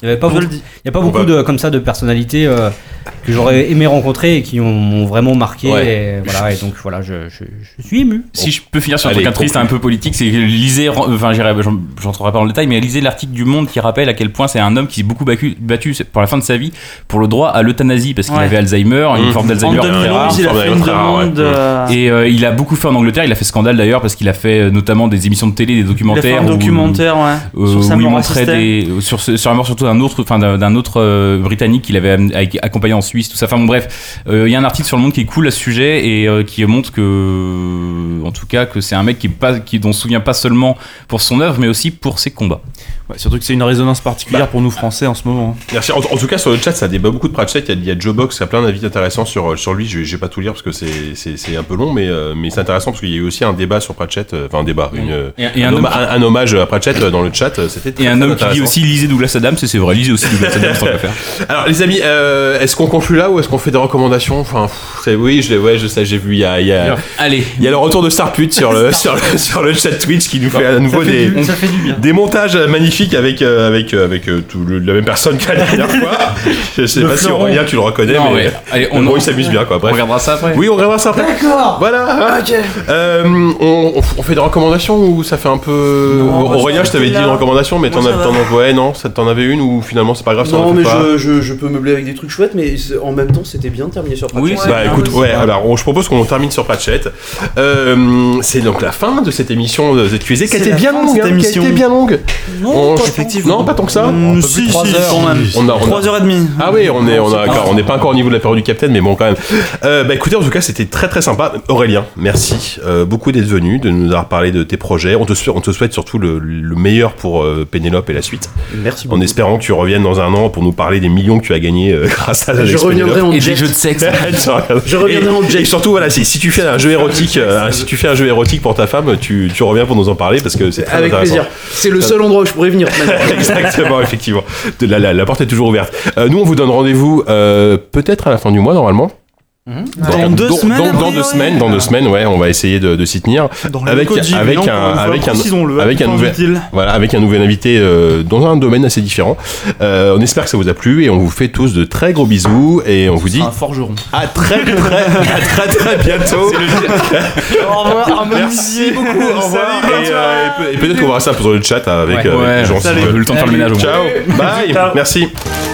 Speaker 5: Il n'y avait pas beaucoup, il y a pas beaucoup de comme ça de personnalités euh, que j'aurais aimé rencontrer et qui ont, m'ont vraiment marqué.
Speaker 4: Ouais.
Speaker 5: Et voilà, et donc voilà, je, je, je suis ému.
Speaker 4: Si je peux finir sur un
Speaker 1: Allez,
Speaker 4: truc triste, un peu politique, c'est que lisez, enfin, j'irai, j'en- j'entrerai pas dans le détail, mais lisez l'article du Monde qui rappelle à quel point c'est un homme qui s'est beaucoup battu, battu pour la fin de sa vie pour le droit à l'euthanasie parce qu'il
Speaker 3: Ouais.
Speaker 4: avait Alzheimer, une
Speaker 1: Mmh.
Speaker 4: forme
Speaker 3: En
Speaker 4: d'Alzheimer très rare.
Speaker 3: deux mille onze, il a
Speaker 1: Très
Speaker 3: fait
Speaker 1: rare,
Speaker 3: une
Speaker 1: très rare, ouais.
Speaker 3: demande. euh,
Speaker 4: Et euh, il a beaucoup fait en Angleterre, il a fait scandale d'ailleurs parce qu'il a fait euh, notamment des émissions de télé, des
Speaker 3: Il a fait
Speaker 4: documentaires.
Speaker 3: un
Speaker 4: où-
Speaker 3: documentaire, ouais,
Speaker 4: euh,
Speaker 3: sur sa
Speaker 4: où il
Speaker 3: mort
Speaker 4: montrait
Speaker 3: assistée.
Speaker 4: des sur, ce- sur la mort surtout d'un autre enfin d'un, d'un autre euh, britannique qu'il avait am- avec- accompagné en Suisse tout ça enfin bon bref euh, il y a un article sur le Monde qui est cool à ce sujet et euh, qui montre que en tout cas que c'est un mec qui est pas qui dont on se souvient pas seulement pour son œuvre mais aussi pour ses combats.
Speaker 7: Ouais, surtout que c'est une résonance particulière
Speaker 1: Bah.
Speaker 7: pour nous Français en ce moment.
Speaker 1: Merci. En, en tout cas, sur le chat, ça débat beaucoup de Pratchett. Il y a, il y a Joe Box qui a plein d'avis intéressants sur, sur lui. Je vais, je vais pas tout lire parce que c'est, c'est, c'est un peu long, mais, euh, mais c'est intéressant parce qu'il y a eu aussi un débat sur Pratchett. euh, Enfin, un débat, une,
Speaker 4: Et, et
Speaker 1: un,
Speaker 4: un, homme
Speaker 1: homa- un- un hommage à Pratchett euh, dans le chat. euh, C'était très,
Speaker 4: et un
Speaker 1: très
Speaker 4: homme qui dit
Speaker 1: intéressant.
Speaker 4: aussi lisez Douglas Adams et c'est vrai lisez aussi Douglas Adams tant qu'à faire.
Speaker 1: Alors, les amis, euh, est-ce qu'on conclut là ou est-ce qu'on fait des recommandations? Enfin, pff, c'est- oui, je, l'ai- ouais, je sais, j'ai vu. Il y a, il y a,
Speaker 4: Allez,
Speaker 1: il y a le retour de Starput sur le, sur le, sur le chat Twitch qui nous fait à nouveau
Speaker 5: Ça fait,
Speaker 1: des.
Speaker 5: du, ça fait du bien.
Speaker 1: Des montages magnifiques avec euh, avec euh, avec euh, tout le- la même personne qu'à la dernière fois. Je sais
Speaker 5: Le
Speaker 1: pas si
Speaker 5: fleuron.
Speaker 1: Aurélien tu le reconnais,
Speaker 4: Non,
Speaker 1: mais
Speaker 4: ouais. Allez,
Speaker 1: on,
Speaker 4: on-
Speaker 1: bon, il s'amuse bien quoi.
Speaker 4: on
Speaker 1: Bref.
Speaker 4: regardera ça après.
Speaker 1: Oui, on regardera ça après.
Speaker 5: D'accord.
Speaker 1: Voilà.
Speaker 2: Ok.
Speaker 1: Euh, on, on- on fait des recommandations ou ça fait un peu.
Speaker 2: Non, moi,
Speaker 1: Aurélien,
Speaker 2: je
Speaker 1: je t'avais dit
Speaker 2: là.
Speaker 1: une recommandation, mais
Speaker 2: Moi,
Speaker 1: t'en,
Speaker 2: ça
Speaker 1: as,
Speaker 2: va.
Speaker 1: t'en, ouais, non, ça, t'en avais une ou finalement c'est pas grave, ça
Speaker 2: Non,
Speaker 1: en fait
Speaker 2: mais
Speaker 1: pas.
Speaker 2: je, je, je peux meubler avec des trucs chouettes, mais c'est- en même temps, c'était bien de terminer sur Pratchett.
Speaker 4: Oui, c'est-
Speaker 1: Bah
Speaker 6: Ouais,
Speaker 1: écoute,
Speaker 6: non,
Speaker 1: ouais,
Speaker 6: mais
Speaker 1: alors on- je propose qu'on termine sur Pratchett. Euh, c'est donc la fin de cette émission de Z Q Z qui a
Speaker 3: C'est
Speaker 1: été
Speaker 3: la
Speaker 1: bien
Speaker 3: fin de
Speaker 1: longue,
Speaker 3: cette
Speaker 1: hein, qui a
Speaker 3: émission.
Speaker 1: été bien longue.
Speaker 5: Non,
Speaker 1: On-
Speaker 5: pas
Speaker 3: effectivement.
Speaker 1: Non, pas tant que ça.
Speaker 3: Mmh,
Speaker 5: peu
Speaker 3: si,
Speaker 5: plus de trois
Speaker 3: si,
Speaker 5: heures.
Speaker 3: quand même.
Speaker 1: On a- on a-
Speaker 3: trois heures et demie.
Speaker 1: Ah oui, on est, on a, d'accord, on n'est pas encore au niveau de la période du Capitaine, mais bon quand même. Euh, bah écoutez, en tout cas, c'était très très sympa. Aurélien, merci euh, beaucoup d'être venu, de nous avoir parlé de tes projets. On te, sou- on te souhaite surtout le, le meilleur pour euh, Pénélope et la suite.
Speaker 2: Merci
Speaker 1: En
Speaker 2: beaucoup.
Speaker 1: espérant que tu reviennes dans un an pour nous parler des millions que tu as gagnés euh, grâce à la
Speaker 2: Je reviendrai en
Speaker 4: Et
Speaker 2: jet.
Speaker 4: des jeux de sexe.
Speaker 2: Je reviendrai
Speaker 1: et,
Speaker 2: en jet.
Speaker 1: et surtout voilà, si, si tu fais un jeu érotique, euh, si tu fais un jeu érotique pour ta femme, tu, tu reviens pour nous en parler parce que c'est très
Speaker 2: Avec
Speaker 1: intéressant.
Speaker 2: plaisir. C'est le seul endroit où je pourrais venir. maintenant.
Speaker 1: Exactement, effectivement. De la, la, la porte est toujours ouverte. Euh, nous, on vous donne rendez-vous euh, peut-être à la fin du mois normalement.
Speaker 3: Dans deux
Speaker 1: dans,
Speaker 3: semaines,
Speaker 1: dans,
Speaker 3: a
Speaker 1: dans
Speaker 3: priori.
Speaker 1: deux semaines, dans deux semaines, ouais, on va essayer de, de s'y tenir.
Speaker 3: Dans le
Speaker 1: Avec-
Speaker 3: code
Speaker 1: avec
Speaker 3: J V,
Speaker 1: un-
Speaker 3: encore une fois,
Speaker 1: avec un-
Speaker 3: précisons-le,
Speaker 1: avec un
Speaker 3: point
Speaker 1: nouvel-
Speaker 3: utile.
Speaker 1: Voilà, avec un nouvel invité euh, dans un domaine assez différent. Euh, on espère que ça vous a plu et on vous fait tous de très gros bisous et on vous dit
Speaker 7: Un forgeron.
Speaker 1: à très très à très très bientôt.
Speaker 3: Au revoir,
Speaker 1: Merci beaucoup. Au revoir. Et, euh, et peut- et peut-être qu'on verra ça sur le chat avec,
Speaker 5: Ouais.
Speaker 1: euh, avec
Speaker 4: Ouais,
Speaker 1: les gens.
Speaker 4: salut.
Speaker 1: s'ils veulent.
Speaker 4: Le temps de faire le ménage au moins.
Speaker 1: Ciao. Bye.
Speaker 3: Ciao.
Speaker 1: Merci.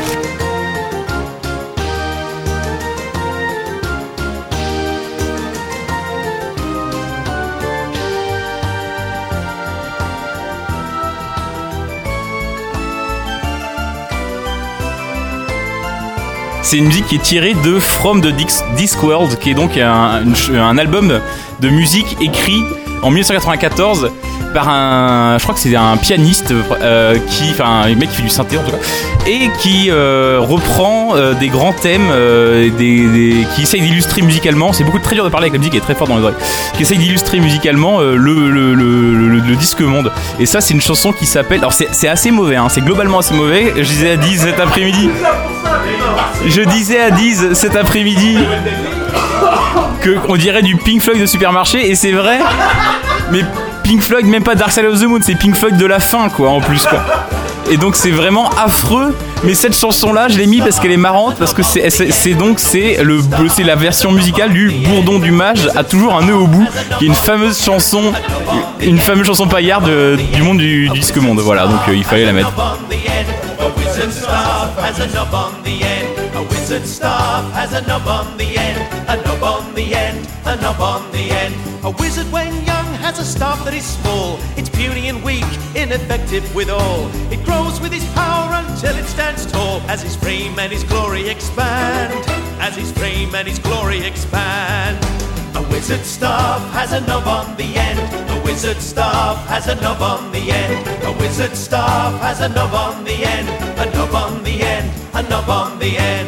Speaker 4: C'est une musique qui est tirée de From the Disc- Discworld, qui est donc un, une ch- un album de musique écrit en dix-neuf cent quatre-vingt-quatorze par un, je crois que c'est un pianiste euh, qui, enfin un mec qui fait du synthé en tout cas, et qui euh, reprend euh, des grands thèmes, euh, des, des- qui essaye d'illustrer musicalement. C'est beaucoup très dur de parler avec la musique, qui est très fort dans les oreilles. Qui essaye d'illustrer musicalement euh, le, le, le, le, le disque monde. Et ça, c'est une chanson qui s'appelle. Alors c'est c'est assez mauvais, hein, c'est globalement assez mauvais. Je disais à Diz cet après-midi. Je disais à Diz cet après-midi que on dirait du Pink Floyd de supermarché, et c'est vrai. Mais Pink Floyd, même pas Dark Side of the Moon, c'est Pink Floyd de la fin, quoi, en plus, quoi. Et donc c'est vraiment affreux. Mais cette chanson-là, je l'ai mis parce qu'elle est marrante, parce que c'est, c'est, c'est donc c'est le, c'est la version musicale du Bourdon du Mage a toujours un nœud au bout, qui est une fameuse chanson, une fameuse chanson paillarde de- du monde du, du disque monde. Voilà, donc euh, il fallait la mettre.
Speaker 11: Wizard staff has a knob on the end. A wizard staff has a knob on the end. A knob on the end. A knob on the end. A wizard when young has a staff that is small. It's puny and weak, ineffective withal. It grows with his power until it stands tall. As his frame and his glory expand. As his frame and his glory expand. A wizard staff has a knob on the end. A wizard staff has a knob on the end. A wizard staff has a knob on the end. A knob on the end. A knob on the end.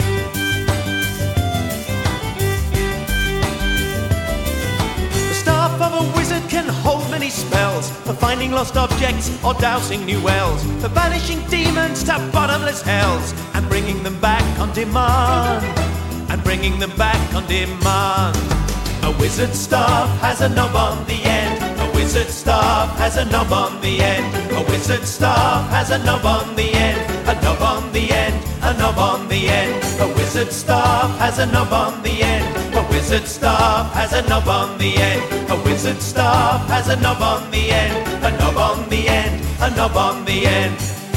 Speaker 11: The staff of a wizard can hold many spells for finding lost objects or dousing new wells, for banishing demons to bottomless hells and bringing them back on demand. And bringing them back on demand. A wizard staff has a knob on the end. A wizard wizard staff has a knob on the end. A wizard staff has a knob on the end. A knob on the end. A knob on the end. A wizard staff has a knob on the end. A wizard staff has a knob on the end. A wizard staff has a knob on the end. A knob on the end. A knob on the end.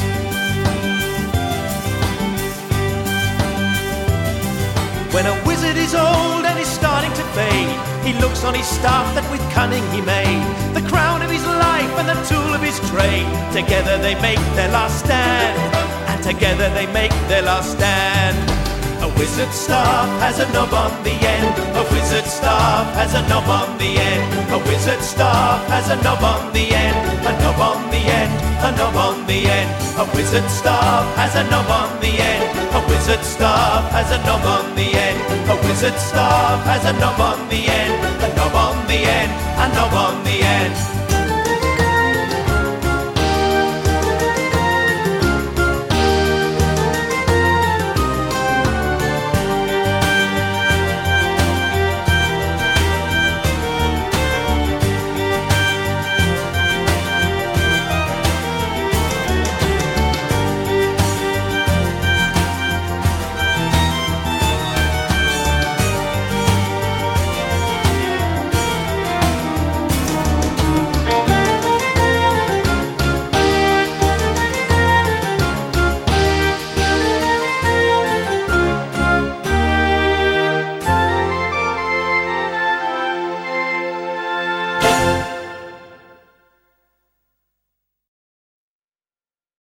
Speaker 11: When a wizard is old and is starting to fade, he looks on his staff that with cunning he made the crown of his life and the tool of his trade. Together they make their last stand, and together they make their last stand. A wizard staff has a knob on the end. A wizard staff has a knob on the end. A wizard staff has a knob on the end. A knob on the end. A knob on the end. A wizard staff has a knob on the end. A wizard staff has a knob on the end. A wizard staff has a knob on the end. A knob on the end. A knob on the end.